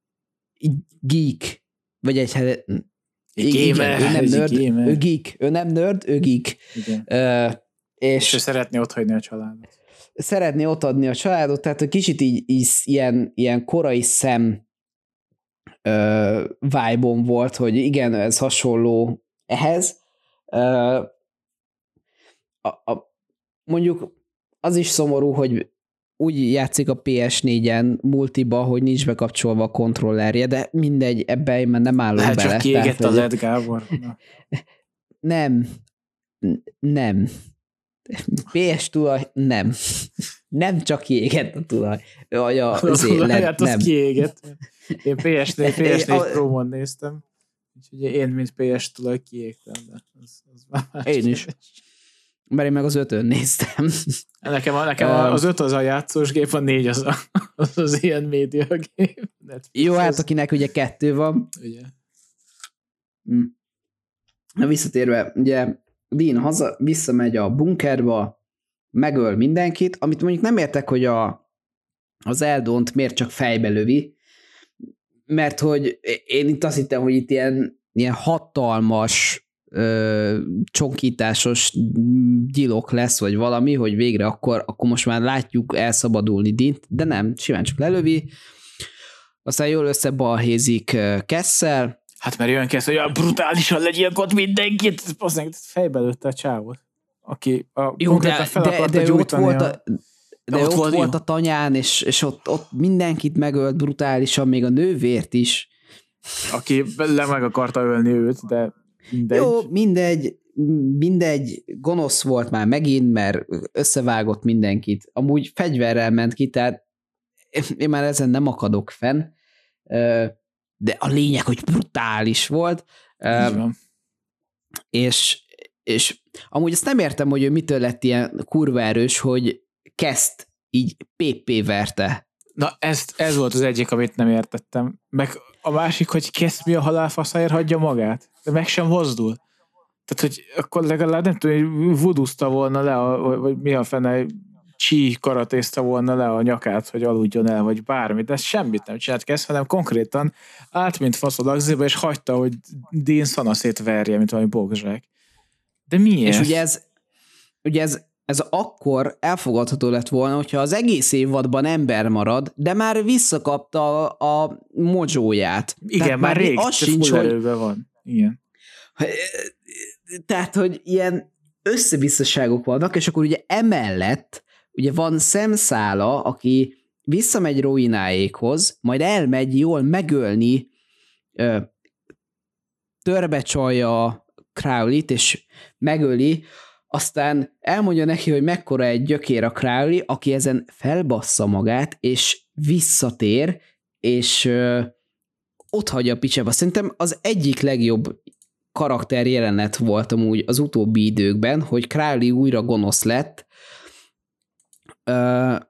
geek, vagy egy Igen, gamer, ő nem nerd, ő geek, ő nem nerd, ő geek. Uh, és, és ő szeretné otthagyni a családot. Szeretné ottadni a családot, tehát kicsit így, így ilyen, ilyen korai szem uh, vibe-on volt, hogy igen, ez hasonló ehhez. Uh, a, a, mondjuk az is szomorú, hogy úgy játszik a pé es négyen multiba, hogy nincs bekapcsolva a kontrollerje, de mindegy, ebben én már nem állok Lehet bele. Lehet csak kiégett a led, Gábor. Na. Nem. Nem. pé es tulaj, nem. Nem csak kiégett a tulaj. Vagy a, a tulaját az nem. kiégett. Én pé es négy Pro-on néztem. Úgyhogy én, mint pé es tulaj kiégtem, de az, az már más. Én is. Mert én meg az ötön néztem. Nekem, nekem um, az öt az a játszósgép, a négy az a, az, az ilyen médiagép. Jó, hát akinek ugye kettő van. Ugye. Na visszatérve, ugye Dean haza, visszamegy a bunkerba, megöl mindenkit, amit mondjuk nem értek, hogy a, az Eldont miért csak fejbe lövi, mert hogy én itt azt hittem, hogy itt ilyen, ilyen hatalmas Ö, csonkításos gyilok lesz, vagy valami, hogy végre akkor, akkor most már látjuk elszabadulni Dint, de nem, simán csak lelövi, aztán jól összebalhézik Kessel. Hát mert jön Kess, hogy a brutálisan legyilkolt mindenkit, fejbe lőtte a csávot, aki a jó, de, fel de, de, de ott volt a, a de, de ott, ott volt a tanyán, és, és ott, ott mindenkit megölt brutálisan, még a nővért is. Aki le meg akarta ölni őt, de mindegy. Jó, mindegy, mindegy, gonosz volt már megint, mert összevágott mindenkit. Amúgy fegyverrel ment ki, tehát én már ezen nem akadok fenn, de a lényeg, hogy brutális volt. És, és amúgy ezt nem értem, hogy ő mitől lett ilyen kurva erős, hogy Keszt így pé pé verte. Na, ezt, ez volt az egyik, amit nem értettem. Meg a másik, hogy Keszt mi a halálfaszáért hagyja magát, de meg sem mozdul. Tehát, hogy akkor legalább nem tudom, hogy vuduzta volna le, a, vagy mi a fene, csí karatézta volna le a nyakát, hogy aludjon el, vagy bármit, de semmit nem csinált Keszt, hanem konkrétan állt, mint fasz a lagziba, és hagyta, hogy Dean szanaszét verje, mint valami bogzsák. De miért? És ugye ez, ugye ez ez akkor elfogadható lett volna, hogyha az egész évadban ember marad, de már visszakapta a, a mojóját. Igen, tehát már rég, az sincs, hogy... van. Igen. Tehát, hogy ilyen összebiztosságok vannak, és akkor ugye emellett ugye van Sam Szála, aki visszamegy Rowináékhoz, majd elmegy jól megölni, ö, törbecsalja Crowley-t, és megöli, aztán elmondja neki, hogy mekkora egy gyökér a Crowley, aki ezen felbassza magát, és visszatér, és ö, ott hagyja a picsába. Szerintem az egyik legjobb karakter jelenet volt amúgy az utóbbi időkben, hogy Crowley újra gonosz lett, ö,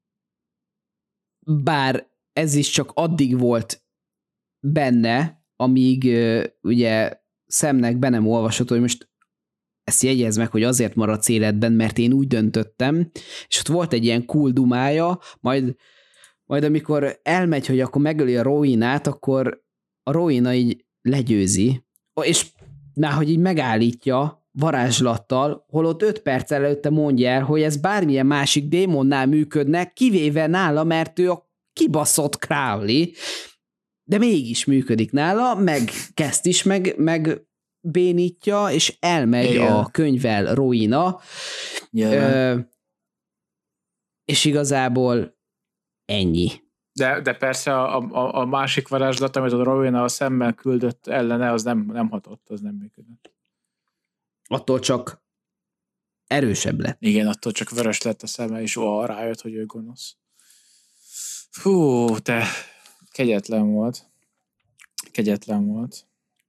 bár ez is csak addig volt benne, amíg ö, ugye Samnek be nem olvasott, hogy most ezt jegyez meg, hogy azért maradsz életben, mert én úgy döntöttem, és ott volt egy ilyen cool dumája, majd, majd amikor elmegy, hogy akkor megöli a Rowena-t, akkor a Rowena így legyőzi, és már hogy így megállítja varázslattal, holott öt perc előtte mondja el, hogy ez bármilyen másik démonnál működnek, kivéve nála, mert ő a kibaszott Crowley, de mégis működik nála, meg kezd is, meg, meg bénítja, és elmegy igen. a könyvvel Rowena, ö, és igazából ennyi. De, de persze a, a, a másik varázslat, amit a Rowena a szemben küldött ellene, az nem, nem hatott, az nem működött. Attól csak erősebb lett. Igen, attól csak vörös lett a szeme, és ó, rájött, hogy ő gonosz. Hú, te kegyetlen volt. Kegyetlen volt.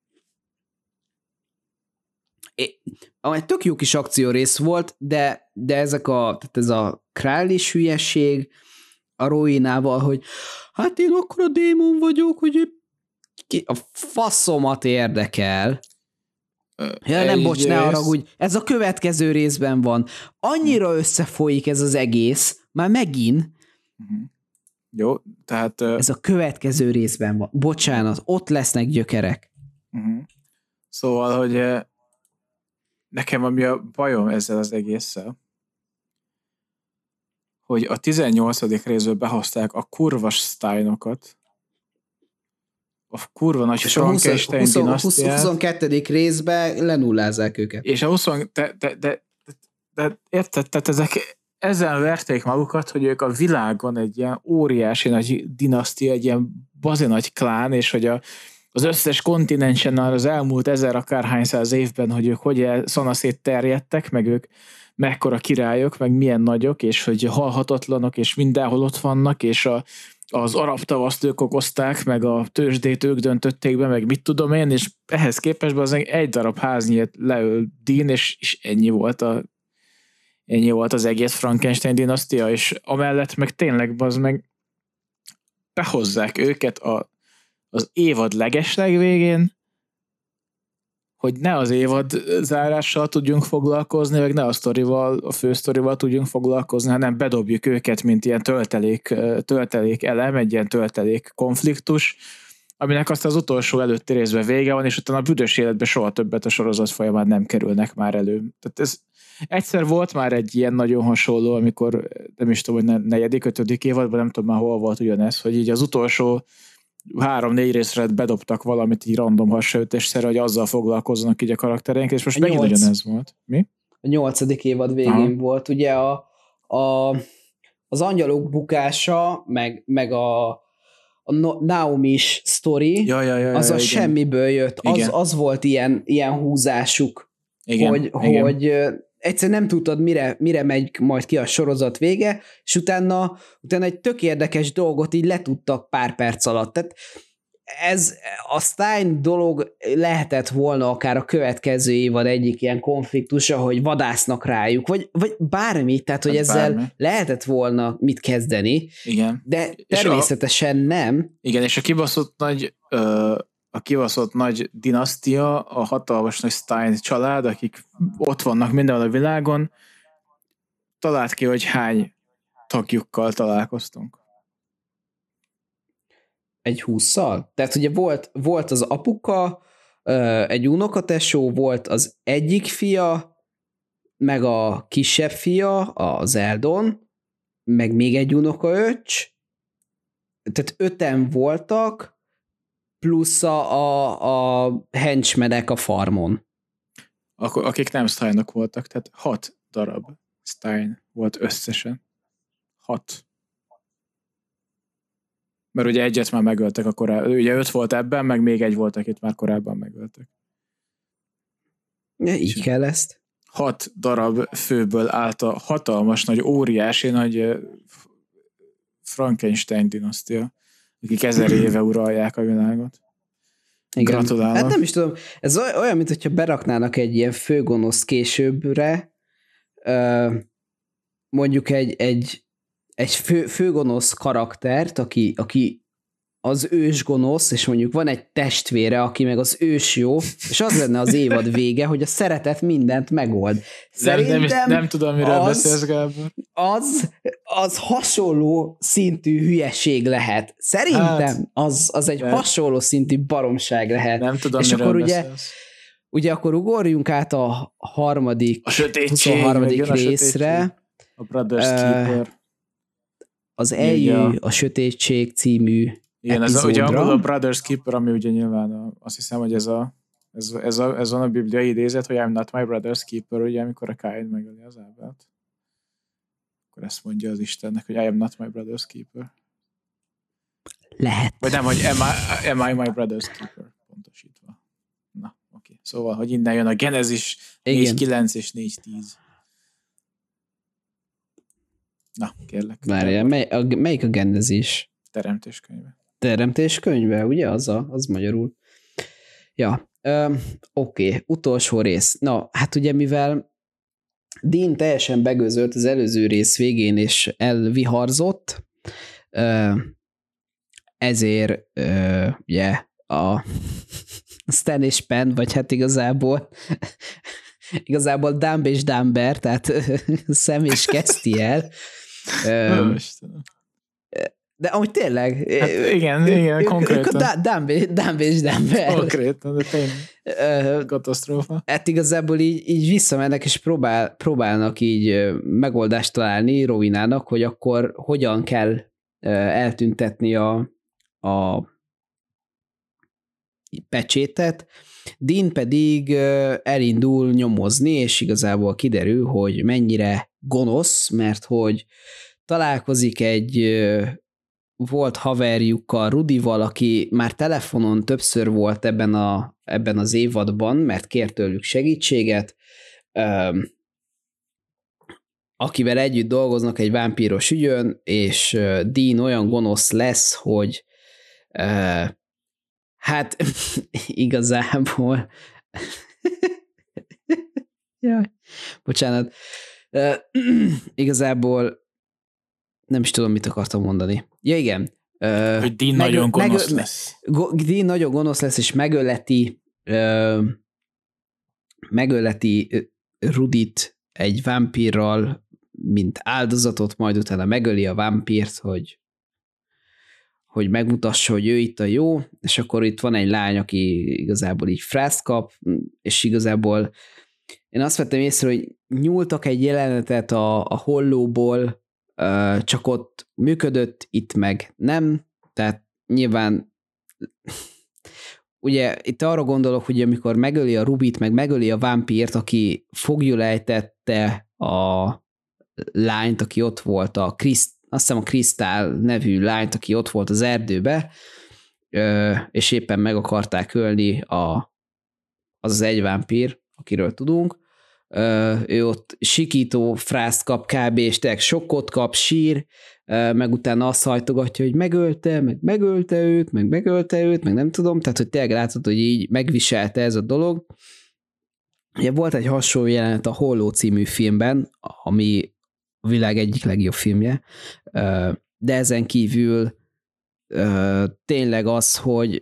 É, egy tök jó kis akciórész volt, de, de ezek a, tehát ez a Crowley-s hülyesség a Rowenával, hogy hát én akkor a démon vagyok, hogy ki, a faszomat érdekel. Ja, nem, bocs, ne haragudj, ez a következő részben van. Annyira összefolyik ez az egész, már megint. Uh-huh. Jó, tehát... Uh... Ez a következő részben van. Bocsánat, ott lesznek gyökerek. Uh-huh. Szóval, hogy uh, nekem ami a bajom ezzel az egésszel, hogy a tizennyolcadik részből behozták a kurva Steinokat, a kurva nagy Frankenstein dinasztiát. A huszonkettedik részben lenullázzák őket. És a húsz de, de, de, de, de érted, tehát ezek ezen verték magukat, hogy ők a világon egy ilyen óriási nagy dinasztia, egy ilyen bazi nagy klán, és hogy a, az összes kontinensen az elmúlt ezer akárhány száz évben, hogy ők hogy szanaszét terjedtek, meg ők mekkora királyok, meg milyen nagyok, és hogy halhatatlanok, és mindenhol ott vannak, és a az arab tavaszt ők okozták, meg a tőzsdét ők döntötték be, meg mit tudom én, és ehhez képest az egy darab háznyit leöl Dean, és, és ennyi volt a ennyi volt az egész Frankenstein dinasztia, és amellett meg tényleg az meg behozzák őket a, az évad legesleg végén, hogy ne az évad zárással tudjunk foglalkozni, meg ne a sztorival, a fősztorival tudjunk foglalkozni, hanem bedobjuk őket, mint ilyen töltelék, töltelék elem, egy ilyen töltelék konfliktus, aminek aztán az utolsó előtti részben vége van, és utána a büdös életben soha többet a sorozat folyamán nem kerülnek már elő. Tehát ez egyszer volt már egy ilyen nagyon hasonló, amikor nem is tudom, hogy negyedik, ötödik évadban, nem tudom már hol volt ugyanez, hogy így az utolsó három-négy részre bedobtak valamit így random hasonlítésszerre, hogy azzal foglalkozzanak így a karaktereink, és most a megint ugyanez volt. Mi? A nyolcadik évad végén Aha. volt, ugye a, a, az angyalok bukása, meg, meg a, a Naomi-s sztori, ja, ja, ja, az ja, a igen. semmiből jött. Az, az volt ilyen, ilyen húzásuk, igen, hogy, igen. hogy egyszer nem tudtad, mire, mire megy majd ki a sorozat vége, és utána, utána egy tök érdekes dolgot így letudtak pár perc alatt. Tehát ez a Stein dolog lehetett volna akár a következő évad egyik ilyen konfliktusa, hogy vadásznak rájuk, vagy, vagy bármi, tehát hogy ez ezzel bármi. Lehetett volna mit kezdeni, igen. De természetesen a, nem. Igen, és a kibaszott nagy ö, a kibaszott nagy dinasztia, a hatalmas nagy Stein család, akik ott vannak mindenhol a világon, talált ki, hogy hány tagjukkal találkoztunk. Egy hússzal? Tehát ugye volt, volt az apuka, egy unokatesó, volt az egyik fia, meg a kisebb fia, az Eldon, meg még egy unokaöcs, tehát öten voltak, plusz a, a, a henchmenek a farmon. Akkor, akik nem Steinok voltak, tehát hat darab Stein volt összesen. Hat. Mert ugye egyet már megöltek a korábban. Ugye öt volt ebben, meg még egy volt, akit már korábban megöltek. Ja, így kell ezt. Hat darab főből állt a hatalmas, nagy, óriási, nagy Frankenstein dinasztia, akik ezer éve uralják a világot. Igen. Gratulálok. Hát nem is tudom, ez olyan, mint hogyha beraknának egy ilyen főgonoszt későbbre, mondjuk egy, egy, egy fő, főgonosz karaktert, aki, aki az ős gonosz, és mondjuk van egy testvére, aki meg az ős jó, és az lenne az évad vége, hogy a szeretet mindent megold. Szerintem nem, nem, nem tudom, miről az, beszélsz, Gábor. Az, az hasonló szintű hülyeség lehet. Szerintem hát, az, az egy nem. hasonló szintű baromság lehet. Nem tudom, és miről akkor ugye, beszélsz. ugye akkor ugorjunk át a harmadik, a sötétség, huszonharmadik részre. A, a Brothers uh, Keeper. Az Eljő, a sötétség című igen, ez a, ugye a Brothers Keeper, ami ugye nyilván a, azt hiszem, hogy ez a ez, ez, a, ez van a bibliai idézet, hogy I'm not my brother's keeper, ugye, amikor a Káin megöli az Ábelt. Akkor ezt mondja az Istennek, hogy I am not my brother's keeper. Lehet. Vagy nem, hogy am I, am I my brother's keeper, pontosítva. Na, oké. Okay. Szóval, hogy innen jön a Genezis négy kilenc és négy tíz. Na, kérlek. Várjál, mely, a, melyik a Genezis? Teremtéskönyve. Teremtéskönyve, ugye? Az, a, az magyarul. Ja, oké, okay. Utolsó rész. Na, hát ugye mivel Dean teljesen begőzölt az előző rész végén, és elviharzott, ö, ezért ö, ugye a Stan és Penn, vagy hát igazából igazából Dumb és Dumber, tehát Sam és Castiel. Ö, De amúgy tényleg. Hát igen, ő, igen, ő, konkrétan. Dumb és Dumber. Konkrétan, de tényleg. Katasztrófa. Hát igazából így, így visszamennek, és próbál, próbálnak így megoldást találni Rowinának, hogy akkor hogyan kell eltüntetni a, a pecsétet. Dean pedig elindul nyomozni, és igazából kiderül, hogy mennyire gonosz, mert hogy találkozik egy volt haverjukkal, Rudival, aki már telefonon többször volt ebben, a, ebben az évadban, mert kért tőlük segítséget, akivel együtt dolgoznak egy vámpíros ügyön, és Dean olyan gonosz lesz, hogy hát igazából jaj, bocsánat, igazából nem is tudom, mit akartam mondani. Ja, igen. Uh, hogy Dean megöl, nagyon gonosz megöl, lesz. Dean nagyon gonosz lesz, és megöleti uh, megöleti Rudit egy vámpírral, mint áldozatot, majd utána megöli a vámpírt, hogy hogy megmutassa, hogy ő itt a jó, és akkor itt van egy lány, aki igazából így frászt kap, és igazából én azt vettem észre, hogy nyúltak egy jelenetet a, a hollóból, csak ott működött, itt meg nem, tehát nyilván ugye itt arra gondolok, hogy amikor megöli a Rubit, meg megöli a vámpírt, aki foglyul ejtette a lányt, aki ott volt, a Kriszt, azt hiszem a Krisztál nevű lányt, aki ott volt az erdőbe, és éppen meg akarták ölni a, az az egy vámpír, akiről tudunk, ő ott sikító frászt kap kb. És tényleg sokkot kap, sír, meg utána azt hajtogatja, hogy megölte, meg megölte őt, meg megölte őt, meg nem tudom, tehát hogy tényleg látod, hogy így megviselte ez a dolog. Ugye volt egy hasonló jelenet a Holló című filmben, ami a világ egyik legjobb filmje, de ezen kívül tényleg az, hogy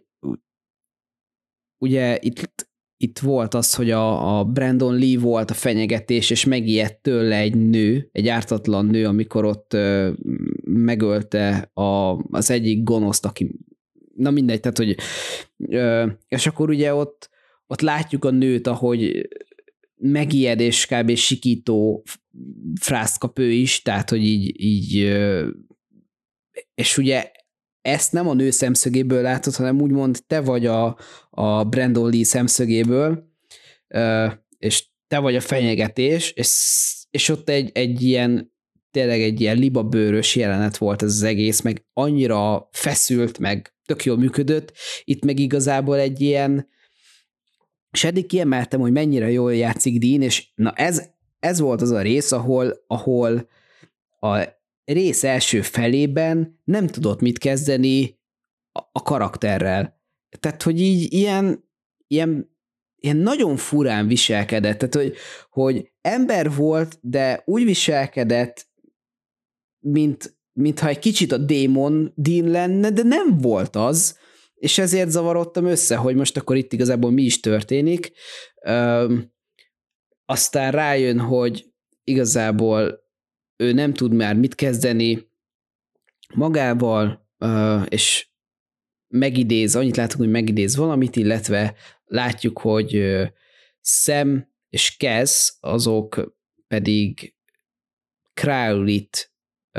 ugye itt Itt volt az, hogy a, a Brandon Lee volt a fenyegetés, és megijedt tőle egy nő, egy ártatlan nő, amikor ott ö, megölte a, az egyik gonoszt, aki, na mindegy, tehát, hogy ö, és akkor ugye ott, ott látjuk a nőt, ahogy megijed és kb. Sikító frászt kap ő is, tehát, hogy így, így és ugye ezt nem a nő szemszögéből látod, hanem úgymond te vagy a, a Brandon Lee szemszögéből, és te vagy a fenyegetés, és, és ott egy, egy ilyen, tényleg egy ilyen libabőrös jelenet volt ez az egész, meg annyira feszült, meg tök jól működött, itt meg igazából egy ilyen, és eddig kiemeltem, hogy mennyire jól játszik Dean, és na ez, ez volt az a rész, ahol, ahol a rész első felében nem tudott mit kezdeni a, a karakterrel. Tehát, hogy így ilyen, ilyen, ilyen nagyon furán viselkedett, tehát, hogy, hogy ember volt, de úgy viselkedett, mint, mintha egy kicsit a démon Dean lenne, de nem volt az, és ezért zavarodtam össze, hogy most akkor itt igazából mi is történik. Üm, aztán rájön, hogy igazából ő nem tud már mit kezdeni magával, és megidéz, annyit látunk, hogy megidéz valamit, illetve látjuk, hogy Sam és Cass azok pedig Crowley-t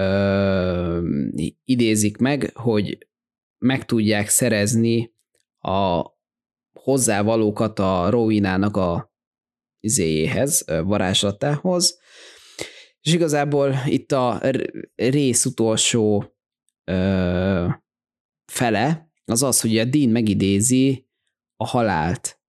idézik meg, hogy meg tudják szerezni a hozzávalókat a Rowenának a izéjéhez, varázslatához, és igazából itt a rész utolsó ö, fele az az, hogy a Dean megidézi a halált.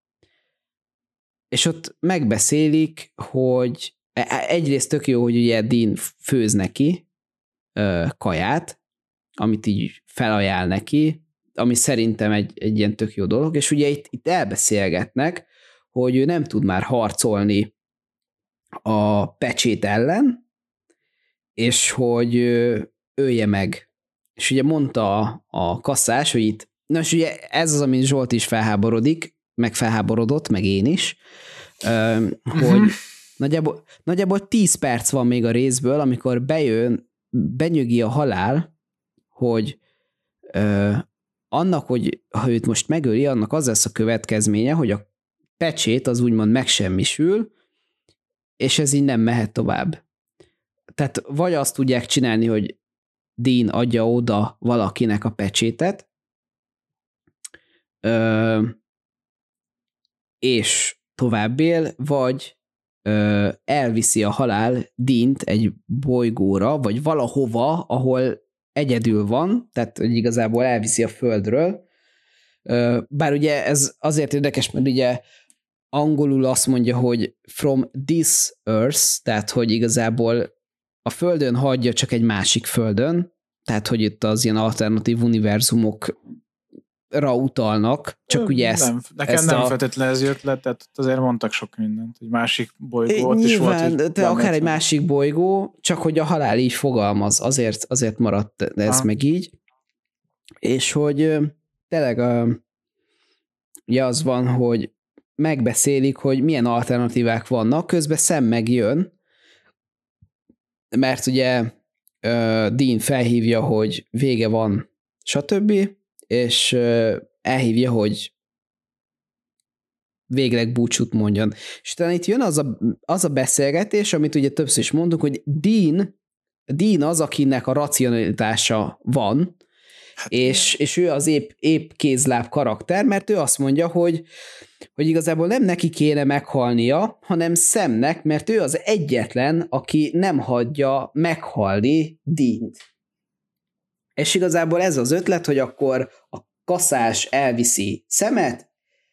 És ott megbeszélik, hogy egyrészt tök jó, hogy ugye Dean főz neki ö, kaját, amit így felajánl neki, ami szerintem egy, egy ilyen tök jó dolog, és ugye itt, itt elbeszélgetnek, hogy ő nem tud már harcolni a pecsét ellen, és hogy ölje meg. És ugye mondta a, a kasszás, hogy itt, na és ugye ez az, amin Zsolt is felháborodik, meg felháborodott, meg én is, hogy nagyjából, nagyjából tíz perc van még a részből, amikor bejön, benyögi a halál, hogy ö, annak, hogy ha őt most megöli, annak az lesz a következménye, hogy a pecsét az úgymond megsemmisül, és ez így nem mehet tovább. Tehát vagy azt tudják csinálni, hogy Dean adja oda valakinek a pecsétet, ö, és tovább él, vagy ö, elviszi a halál Deant egy bolygóra, vagy valahova, ahol egyedül van, tehát hogy igazából elviszi a földről. Ö, bár ugye ez azért érdekes, mert ugye angolul azt mondja, hogy from this earth, tehát hogy igazából a földön hagyja csak egy másik földön, tehát hogy itt az ilyen alternatív univerzumokra utalnak, csak Ö, ugye ezt... Nem, nekem ezt nem a... feltétlenül ez jött le, tehát azért mondtak sok mindent, hogy másik bolygót is volt. Nyilván, de akár egy másik bolygó, csak hogy a halál így fogalmaz, azért, azért maradt ez ha. meg így, és hogy tényleg a, ugye az van, hogy megbeszélik, hogy milyen alternatívák vannak, közben Sam megjön, mert ugye uh, Dean felhívja, hogy vége van, stb., és uh, elhívja, hogy végleg búcsút mondjon. És talán itt jön az a, az a beszélgetés, amit ugye többször is mondunk, hogy Dean, Dean az, akinek a racionalitása van, hát és, és ő az épp, épp kézláb karakter, mert ő azt mondja, hogy hogy igazából nem neki kéne meghalnia, hanem Samnek, mert ő az egyetlen, aki nem hagyja meghalni Deant. És igazából ez az ötlet, hogy akkor a kaszás elviszi Samet,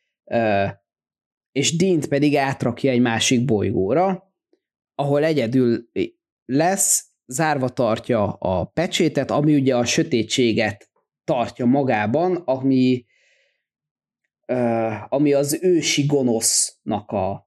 és Deant pedig átrakja egy másik bolygóra, ahol egyedül lesz, zárva tartja a pecsétet, ami ugye a sötétséget tartja magában, ami Uh, ami az ősi gonosznak a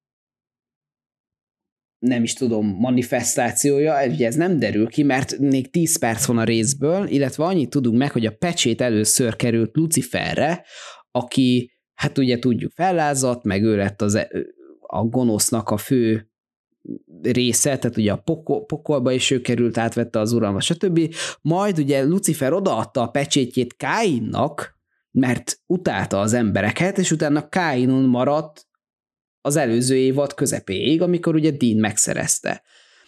nem is tudom, manifestációja, ugye ez nem derül ki, mert még tíz perc van a részből, illetve annyit tudunk meg, hogy a pecsét először került Luciferre, aki, hát ugye tudjuk, fellázadt, meg ő lett az, a gonosznak a fő része, tehát ugye a pokol, pokolba is ő került, átvette az uralmat, stb. Majd ugye Lucifer odaadta a pecsétjét Káinnak, mert utálta az embereket, és utána Káinon maradt az előző évad közepéig, amikor ugye Dean megszerezte.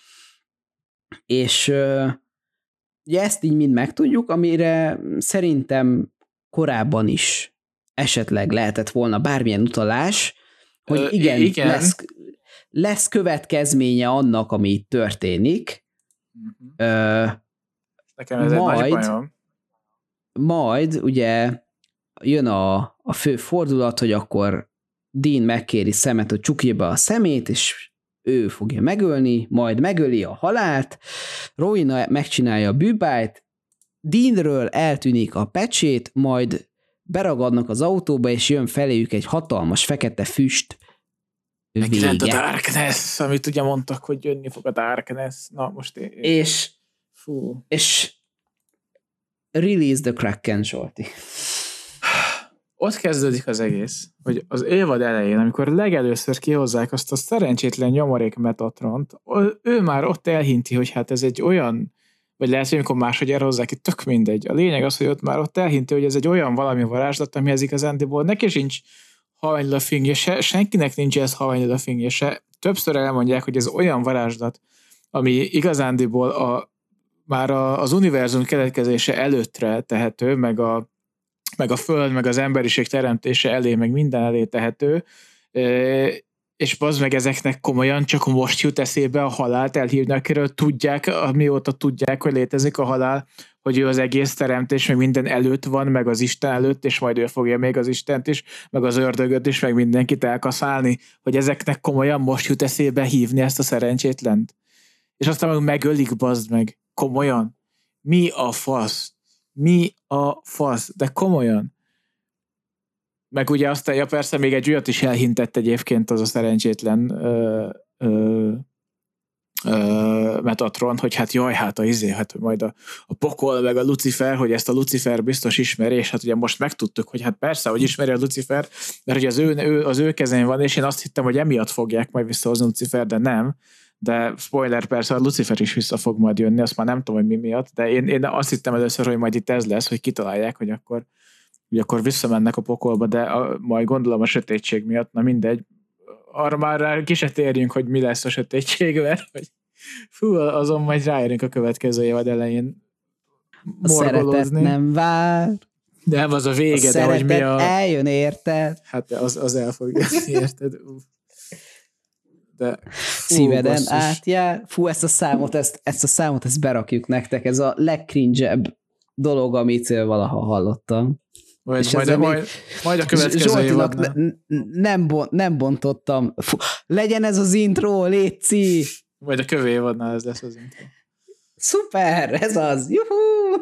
És ugye ezt így mind megtudjuk, amire szerintem korábban is esetleg lehetett volna bármilyen utalás, hogy Ö, igen, igen. Lesz, lesz következménye annak, ami itt történik. Uh-huh. Ö, Nekem ez majd, egy nagy bajom. Majd ugye jön a, a fő fordulat, hogy akkor Dean megkéri Samet, hogy csukja be a szemét, és ő fogja megölni, majd megöli a halált, Rowena megcsinálja a bűbájt, Deanről eltűnik a pecsét, majd beragadnak az autóba, és jön feléjük egy hatalmas fekete füst vége. Megjelent a Darkness, amit ugye mondtak, hogy jönni fog a Darkness. Na, most én... És, Fú. és release the Kraken, Zsolti. Ott kezdődik az egész, hogy az évad elején, amikor legelőször kihozzák azt a szerencsétlen nyomorék Metatront, ő már ott elhinti, hogy hát ez egy olyan, vagy lehet, hogy amikor másodjára hozzák, itt tök mindegy. A lényeg az, hogy ott már ott elhinti, hogy ez egy olyan valami varázslat, amihez igazándiból neki sincs haványlöfingje se, senkinek nincs ez haványlöfingje se. Többször elmondják, hogy ez olyan varázslat, ami igazándiból a, már a, az univerzum keletkezése előttre tehető, meg a meg a föld, meg az emberiség teremtése elé, meg minden elé tehető, és bazd meg ezeknek komolyan csak most jut eszébe a halált elhívni, akiről tudják, mióta tudják, hogy létezik a halál, hogy ő az egész teremtés, meg minden előtt van, meg az Isten előtt, és majd ő fogja még az Istent is, meg az ördögöt is, meg mindenkit elkaszálni, hogy ezeknek komolyan most jut eszébe hívni ezt a szerencsétlent. És aztán meg megölik, bazd meg. Komolyan. Mi a fasz? Mi a fasz? De komolyan. Meg ugye aztán, ja persze még egy olyat is elhintett egyébként az a szerencsétlen ö, ö, ö, Metatron, hogy hát jaj, hát a izé, hát majd a, a pokol, meg a Lucifer, hogy ezt a Lucifer biztos ismeri, és hát ugye most megtudtuk, hogy hát persze, hogy ismeri a Lucifer, mert hogy az ő, ő, az ő kezén van, és én azt hittem, hogy emiatt fogják majd visszahozni Lucifer, de nem. De spoiler, persze a Lucifer is vissza fog majd jönni, azt már nem tudom, hogy mi miatt, de én, én azt hittem először, hogy majd itt ez lesz, hogy kitalálják, hogy akkor, hogy akkor visszamennek a pokolba, de a, majd gondolom a sötétség miatt, na mindegy, arra már rá ki se térjünk, hogy mi lesz a sötétség, mert hogy fú, azon majd ráérünk a következő évad elején morgolózni. A szeretet nem vár. De nem az a vége, a de hogy mi a... eljön, érted? Hát az, az el fog jönni, érted? Uf. De, fú, szíveden basszus. átjár. Fú, ezt a számot, ezt, ezt a számot, ezt berakjuk nektek. Ez a legcringe-ebb dolog, amit valaha hallottam. Majd, és majd, majd, majd a következő évadnál. Ne, nem, bon, nem bontottam. Fú, legyen ez az intro, létszi! Majd a kövé évadnál ez lesz az intro. Szuper, ez az, juhú!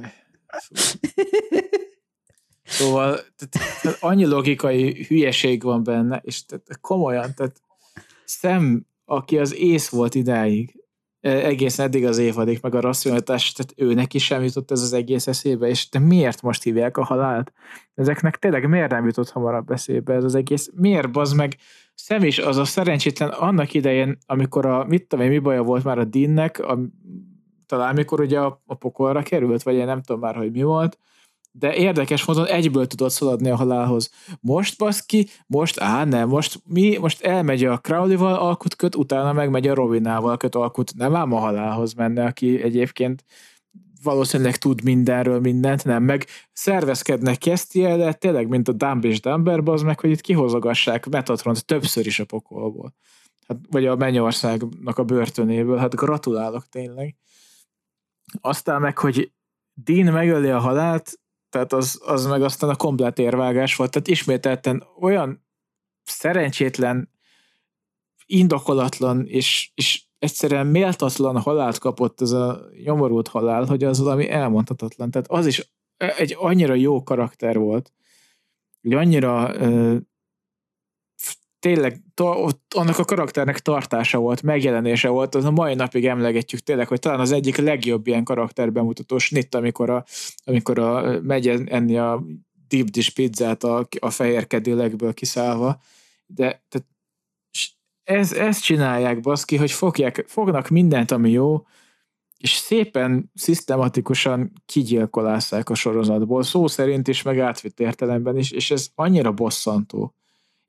Szóval tehát, tehát annyi logikai hülyeség van benne, és tehát, komolyan, tehát Sam, aki az ész volt idáig, egészen eddig az évadig, meg a racionalitás, tehát őnek is sem jutott ez az egész eszébe, és de miért most hívják a halált? Ezeknek tényleg miért nem jutott hamarabb eszébe ez az egész? Miért, bazd meg? Sam is az a szerencsétlen annak idején, amikor a, mit tudom én, mi baja volt már a Deannek, a, talán mikor ugye a, a pokolra került, vagy én nem tudom már, hogy mi volt, de érdekes módon egyből tudott szaladni a halálhoz. Most baszki, most á, nem, most mi, most elmegy a Crowley-val alkut köt, utána meg megy a Rovinával köt alkut. Nem ám a halálhoz menne, aki egyébként valószínűleg tud mindenről mindent, nem, meg szervezkednek Castiel, de tényleg, mint a Dumb és Dumber, az meg, hogy itt kihozogassák Metatront többször is a pokolból. Hát, vagy a Mennyországnak a börtönéből. Hát gratulálok tényleg. Aztán meg, hogy Dean megöli a halált, tehát az, az meg aztán a komplett érvágás volt. Tehát ismételten olyan szerencsétlen, indokolatlan és, és egyszerűen méltatlan halált kapott ez a nyomorult halál, hogy az valami elmondhatatlan. Tehát az is egy annyira jó karakter volt, hogy annyira ö, tényleg ta, annak a karakternek tartása volt, megjelenése volt, az a mai napig emlegetjük tényleg, hogy talán az egyik legjobb ilyen karakterbemutató snitt, amikor a, amikor a megy enni a deep dish pizzát a, a fehér kedélekből kiszállva, de tehát ez, ezt csinálják, baszki, hogy fogják, fognak mindent, ami jó, és szépen, szisztematikusan kigyilkolásszák a sorozatból, szó szerint is, meg átvitt értelemben is, és ez annyira bosszantó.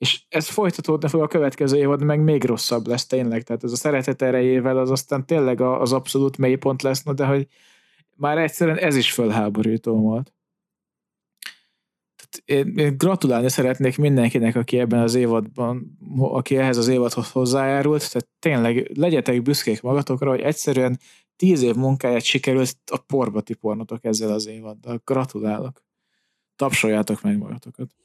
És ez folytatódni fog a következő évad, meg még rosszabb lesz tényleg, tehát ez a szeretet erejével az aztán tényleg az abszolút mélypont lesz, de hogy már egyszerűen ez is fölháborító volt. Tehát én, én gratulálni szeretnék mindenkinek, aki ebben az évadban, aki ehhez az évadhoz hozzájárult, tehát tényleg legyetek büszkék magatokra, hogy egyszerűen tíz év munkáját sikerült a porba tipornotok ezzel az évaddal. Gratulálok. Tapsoljátok meg magatokat.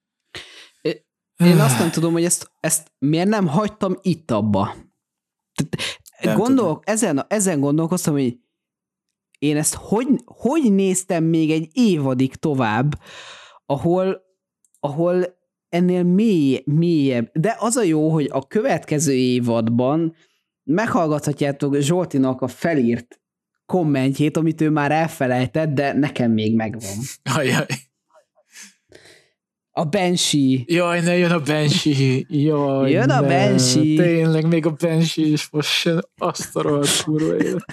Én azt nem tudom, hogy ezt, ezt miért nem hagytam itt abba. Gondol, ezen, ezen gondolkoztam, hogy én ezt hogy, hogy néztem még egy évadig tovább, ahol, ahol ennél mély, mélyebb. De az a jó, hogy a következő évadban meghallgathatjátok Zsoltinak a felírt kommentjét, amit ő már elfelejtett, de nekem még megvan. Ajaj. A Banshee. Jaj, ne jön a Banshee. Jaj, jön a ne. Banshee. Tényleg, még a Banshee is most jön. Azt a rohadt kurva élet.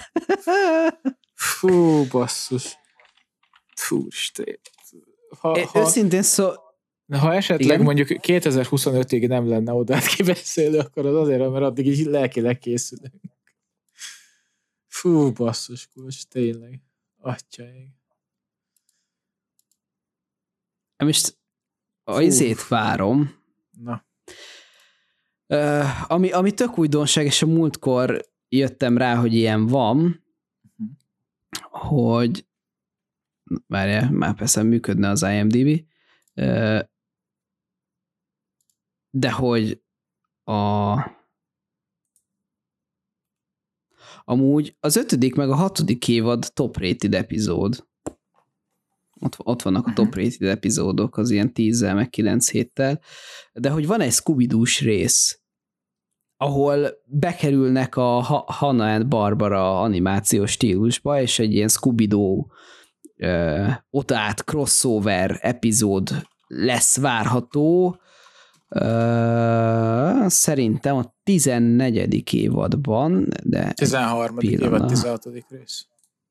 Fú, basszus. Fú, Isten. Ha, é, ha, őszintén szó... Ha esetleg igen? mondjuk kétezer-huszonötig nem lenne odát kibeszélő, akkor az azért, mert addig így lelkileg készülünk. Fú, basszus, kulcs, tényleg. Atyaig. Most a izét várom. Na. Uh, ami, ami tök újdonság, és a múltkor jöttem rá, hogy ilyen van, uh-huh. hogy várjál, már persze működne az IMDb, uh, de hogy a amúgy az ötödik meg a hatodik évad top rated epizód. Ott, ott vannak a top rated epizódok, az ilyen tízzel, meg kilenc héttel, de hogy van egy Scooby-Doo-s rész, ahol bekerülnek a Hanna and Barbara animációs stílusba, és egy ilyen Scooby-Doo uh, ott át crossover epizód lesz várható, uh, szerintem a tizennegyedik évadban, de tizenharmadik évad, tizenhatodik rész.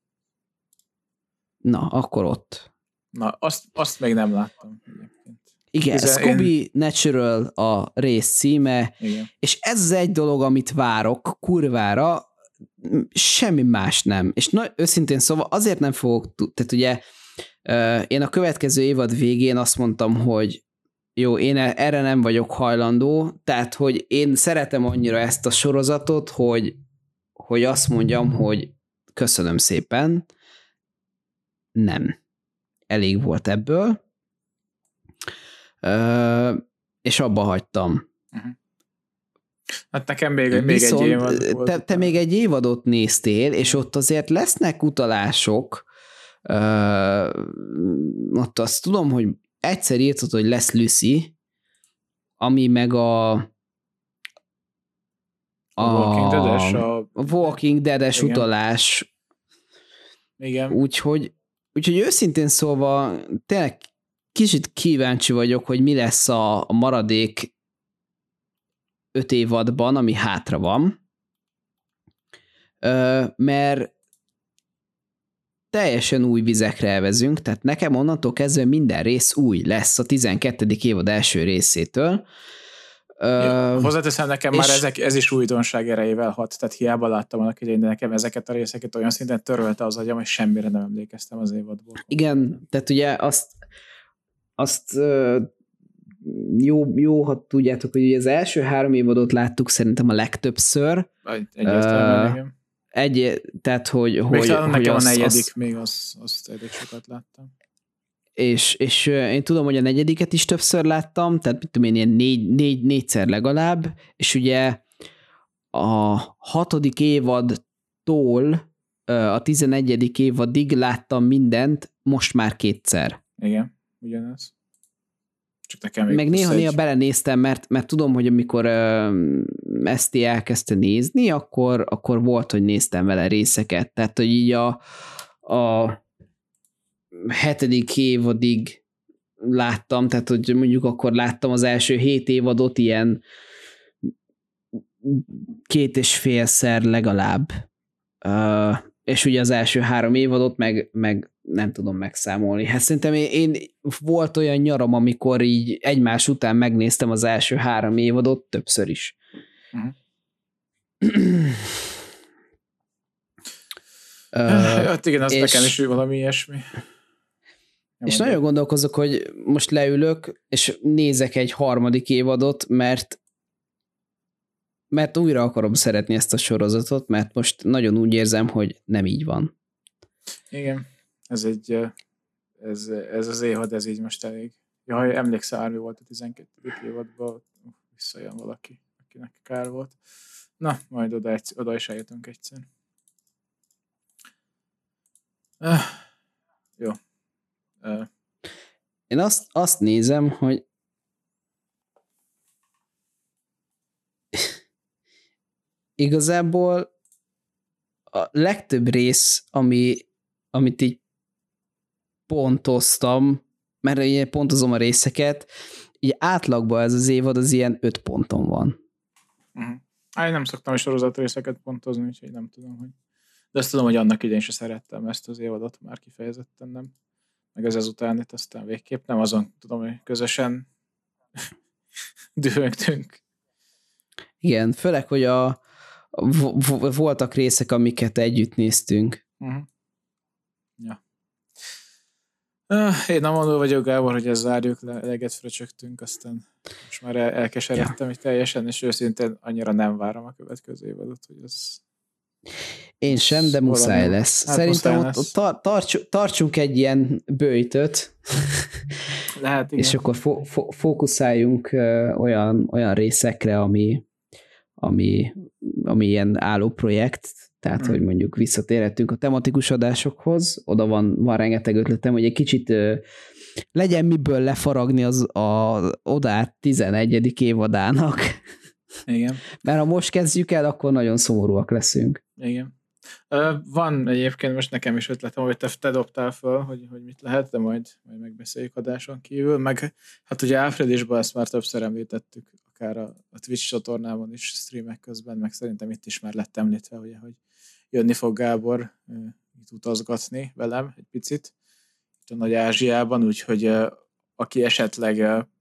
Na, akkor ott. Na, azt, azt még nem láttam. Igen, Tizen, Scooby én... Natural a rész címe, igen. És ez az egy dolog, amit várok kurvára, semmi más nem. És na, őszintén szóval azért nem fogok, tehát ugye én a következő évad végén azt mondtam, hogy jó, én erre nem vagyok hajlandó, tehát hogy én szeretem annyira ezt a sorozatot, hogy, hogy azt mondjam, hogy köszönöm szépen, nem. Elég volt ebből, Ö, és abba hagytam. Uh-huh. Hát nekem még, még egy évad volt. Te, te még egy évadot néztél, és ott azért lesznek utalások. Ö, ott azt tudom, hogy egyszer írtad, hogy lesz Lucy, ami meg a a, a Walking Dead-es, a, a Walking Dead-es igen. utalás. Igen. Úgyhogy Úgyhogy őszintén szólva tényleg kicsit kíváncsi vagyok, hogy mi lesz a, a maradék öt évadban, ami hátra van. Ö, mert teljesen új vizekre elvezünk, tehát nekem onnantól kezdve minden rész új lesz a tizenkettedik évad első részétől. Ja, hozzáteszem, nekem már ezek, ez is újdonság erejével hat, tehát hiába láttam annak idején, de nekem ezeket a részeket olyan szinten törölte az agyam, hogy semmire nem emlékeztem az évadból. Igen, tehát ugye azt, azt jó, jó, ha tudjátok, hogy az első három évadot láttuk szerintem a legtöbbször. Egyértelműen, uh, igen. Egy, tehát, hogy... Még hogy, talán nekem hogy a negyedik, az, még azt, azt elég sokat láttam. És, és én tudom, hogy a negyediket is többször láttam, tehát mit tudom én, ilyen négy, négy, négyszer legalább, és ugye a hatodik évadtól a tizenegyedik évadig láttam mindent, most már kétszer. Igen, ugyanaz. Csak nekem még meg néha-néha egy... belenéztem, mert, mert tudom, hogy amikor uh, Eszti elkezdte nézni, akkor, akkor volt, hogy néztem vele részeket. Tehát, hogy így a, a hetedik évadig láttam, tehát, hogy mondjuk akkor láttam az első hét évadot ilyen két és félszer legalább. Uh, és ugye az első három évadot meg, meg nem tudom megszámolni. Hát szerintem én, én volt olyan nyaram, amikor így egymás után megnéztem az első három évadot többször is. Uh-huh. uh, hát igen, az és, nekem is valami ilyesmi. Nem és nagyon gondolkozok, hogy most leülök, és nézek egy harmadik évadot, mert mert újra akarom szeretni ezt a sorozatot, mert most nagyon úgy érzem, hogy nem így van. Igen, ez egy ez, ez az évad, ez így most elég. Ja, ha emlékszel, mi volt a tizenkettedik évadban, visszajön valaki, akinek kár volt. Na, majd oda, egy, oda is eljutunk egyszer. Uh, jó. Uh. Én azt, azt nézem, hogy igazából a legtöbb rész, ami, amit így pontoztam, mert én pontozom a részeket, így átlagban ez az évad az ilyen öt ponton van. Uh-huh. Á, én nem szoktam a sorozat részeket pontozni, úgyhogy nem tudom, hogy... De azt tudom, hogy annak idején se szerettem ezt az évadot, már kifejezetten nem. Meg ez ezután itt aztán végképp nem, azon tudom, hogy közösen dühöngtünk. Igen, főleg, hogy a voltak részek, amiket együtt néztünk. Uh-huh. Ja. Én nem mondó vagyok, Gábor, hogy ezt zárjuk le, eleget fröcsögtünk, aztán most már el, elkeseredtem ja. teljesen, és őszintén annyira nem várom a következő évadot, hogy ez... Én sem, de muszáj valami, lesz. Hát Szerintem ott, ott tar- tartsunk, tartsunk egy ilyen böjtöt, Lehet, és akkor fo- fo- fókuszáljunk olyan, olyan részekre, ami, ami, ami ilyen álló projekt, tehát, hmm. hogy mondjuk visszatérhetünk a tematikus adásokhoz, oda van, van rengeteg ötletem, hogy egy kicsit ö, legyen miből lefaragni az a Odát tizenegyedik évadának. Igen. Mert ha most kezdjük el, akkor nagyon szomorúak leszünk. Igen. Van egyébként most nekem is ötletem, hogy te, te dobtál föl, hogy, hogy mit lehet, de majd, majd megbeszéljük adáson kívül. Meg hát ugye áprilisban ezt már többször említettük, akár a, a Twitch csatornában is, streamek közben, meg szerintem itt is már lett említve, ugye, hogy jönni fog Gábor itt utazgatni velem egy picit itt a Nagy-Ázsiában, úgyhogy aki esetleg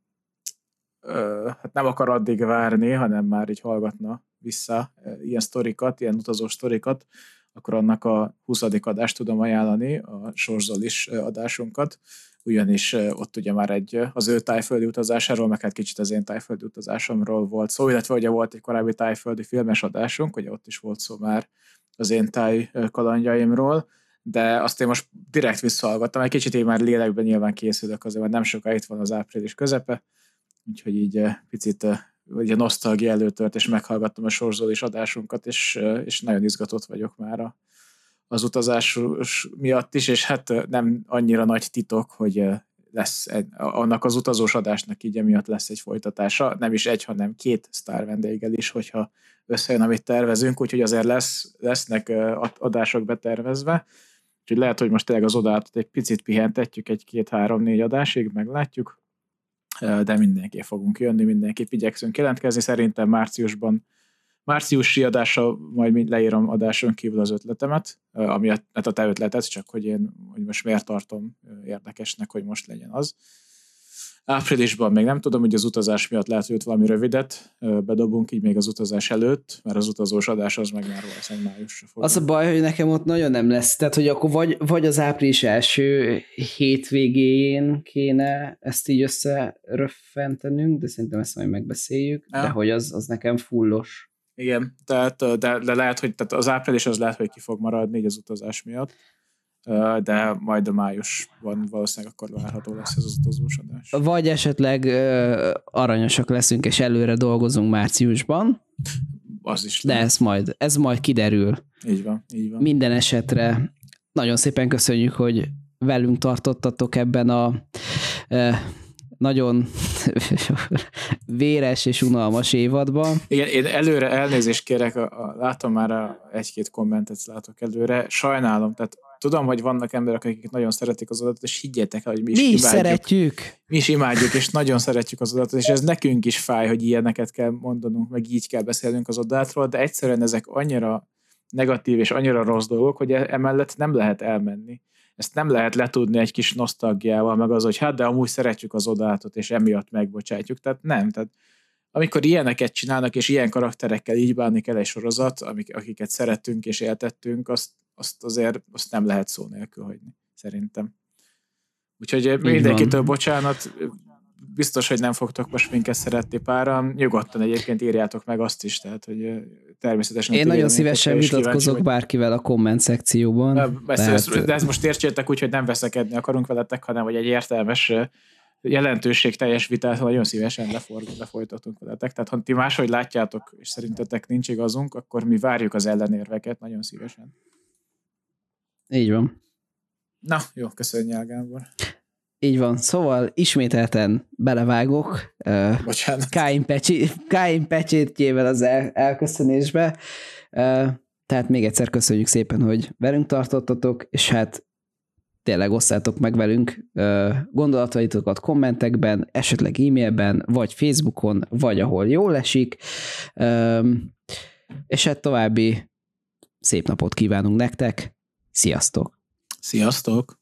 hát nem akar addig várni, hanem már így hallgatna vissza ilyen sztorikat, ilyen utazó sztorikat, akkor annak a huszadik adást tudom ajánlani, a Sorzolis adásunkat, ugyanis ott ugye már egy az ő tájföldi utazásáról, meg hát kicsit az én tájföldi utazásomról volt szó, illetve ugye volt egy korábbi tájföldi filmes adásunk, ugye ott is volt szó már az én táj kalandjaimról, de azt én most direkt visszahallgattam, egy kicsit én már lélekben nyilván készülök azért, mert nem soká itt van az április közepe, úgyhogy így picit ugye nosztalgia előtört, és meghallgattam a Sorzolis adásunkat, és, és nagyon izgatott vagyok már a, az utazás miatt is, és hát nem annyira nagy titok, hogy lesz egy, annak az utazós adásnak így emiatt lesz egy folytatása, nem is egy, hanem két sztár vendéggel is, hogyha összejön, amit tervezünk, úgyhogy azért lesz, lesznek adások betervezve, úgyhogy lehet, hogy most tényleg az Odát egy picit pihentetjük egy két-három-négy adásig, meglátjuk, de mindenképp fogunk jönni, mindenképp igyekszünk jelentkezni. Szerintem márciusban, márciusi adással majd leírom adáson kívül az ötletemet, ami a, hát a te ötletet, csak hogy én hogy most miért tartom érdekesnek, hogy most legyen az. Áprilisban még nem tudom, hogy az utazás miatt lehet, hogy ott valami rövidet bedobunk így még az utazás előtt, mert az utazós adás az meg már valószínűleg májusra fog. Az a baj, hogy nekem ott nagyon nem lesz. Tehát, hogy akkor vagy, vagy az április első hétvégén kéne ezt így összeröffentenünk, de szerintem ezt majd megbeszéljük, ja. De hogy az, az nekem fullos. Igen, tehát, de, de lehet, hogy tehát az április az lehet, hogy ki fog maradni így az utazás miatt, de majd a májusban valószínűleg akkor várható lesz ez az utazós adás. Vagy esetleg uh, aranyosak leszünk, és előre dolgozunk márciusban. Az is. De ez majd, ez majd kiderül. Így van, így van. Minden esetre nagyon szépen köszönjük, hogy velünk tartottatok ebben a uh, nagyon véres és unalmas évadban. Igen, én előre elnézést kérek, a, a, látom már a, egy-két kommentet látok előre. Sajnálom, tehát tudom, hogy vannak emberek, akik nagyon szeretik az adatot, és higgyetek el, hogy mi is, mi is imádjuk. szeretjük. Mi is imádjuk, és nagyon szeretjük az adatot, és ez nekünk is fáj, hogy ilyeneket kell mondanunk, meg így kell beszélnünk az adatról, de egyszerűen ezek annyira negatív és annyira rossz dolgok, hogy emellett nem lehet elmenni. Ezt nem lehet letudni egy kis nosztalgiával, meg az, hogy hát, de amúgy szeretjük az odaátot, és emiatt megbocsátjuk. Tehát nem. Tehát amikor ilyeneket csinálnak, és ilyen karakterekkel így bánni kell egy sorozat, amik, akiket szeretünk és éltettünk, azt, azt azért azt nem lehet szó nélkül hagyni, szerintem. Úgyhogy így mindenkitől van. Bocsánat, biztos, hogy nem fogtok most minket szeretni páran. Nyugodtan egyébként írjátok meg azt is, tehát, hogy természetesen... Én nagyon szívesen vitatkozok kíváncsi, bárkivel a komment szekcióban. De, tehát... ezt, de ezt most értsétek úgy, hogy nem veszekedni akarunk veletek, hanem hogy egy értelmes, jelentőségteljes vitát nagyon szívesen lefor, lefolytatunk veletek. Tehát ha ti máshogy látjátok, és szerintetek nincs igazunk, akkor mi várjuk az ellenérveket nagyon szívesen. Így van. Na, jó, köszönjük, Gábor. Így van, szóval ismételten belevágok Káin pecsétjével az el, elköszönésbe. Tehát még egyszer köszönjük szépen, hogy velünk tartottatok, és hát tényleg osszátok meg velünk gondolataitokat kommentekben, esetleg e-mailben, vagy Facebookon, vagy ahol jól esik. És hát további szép napot kívánunk nektek. Sziasztok! Sziasztok!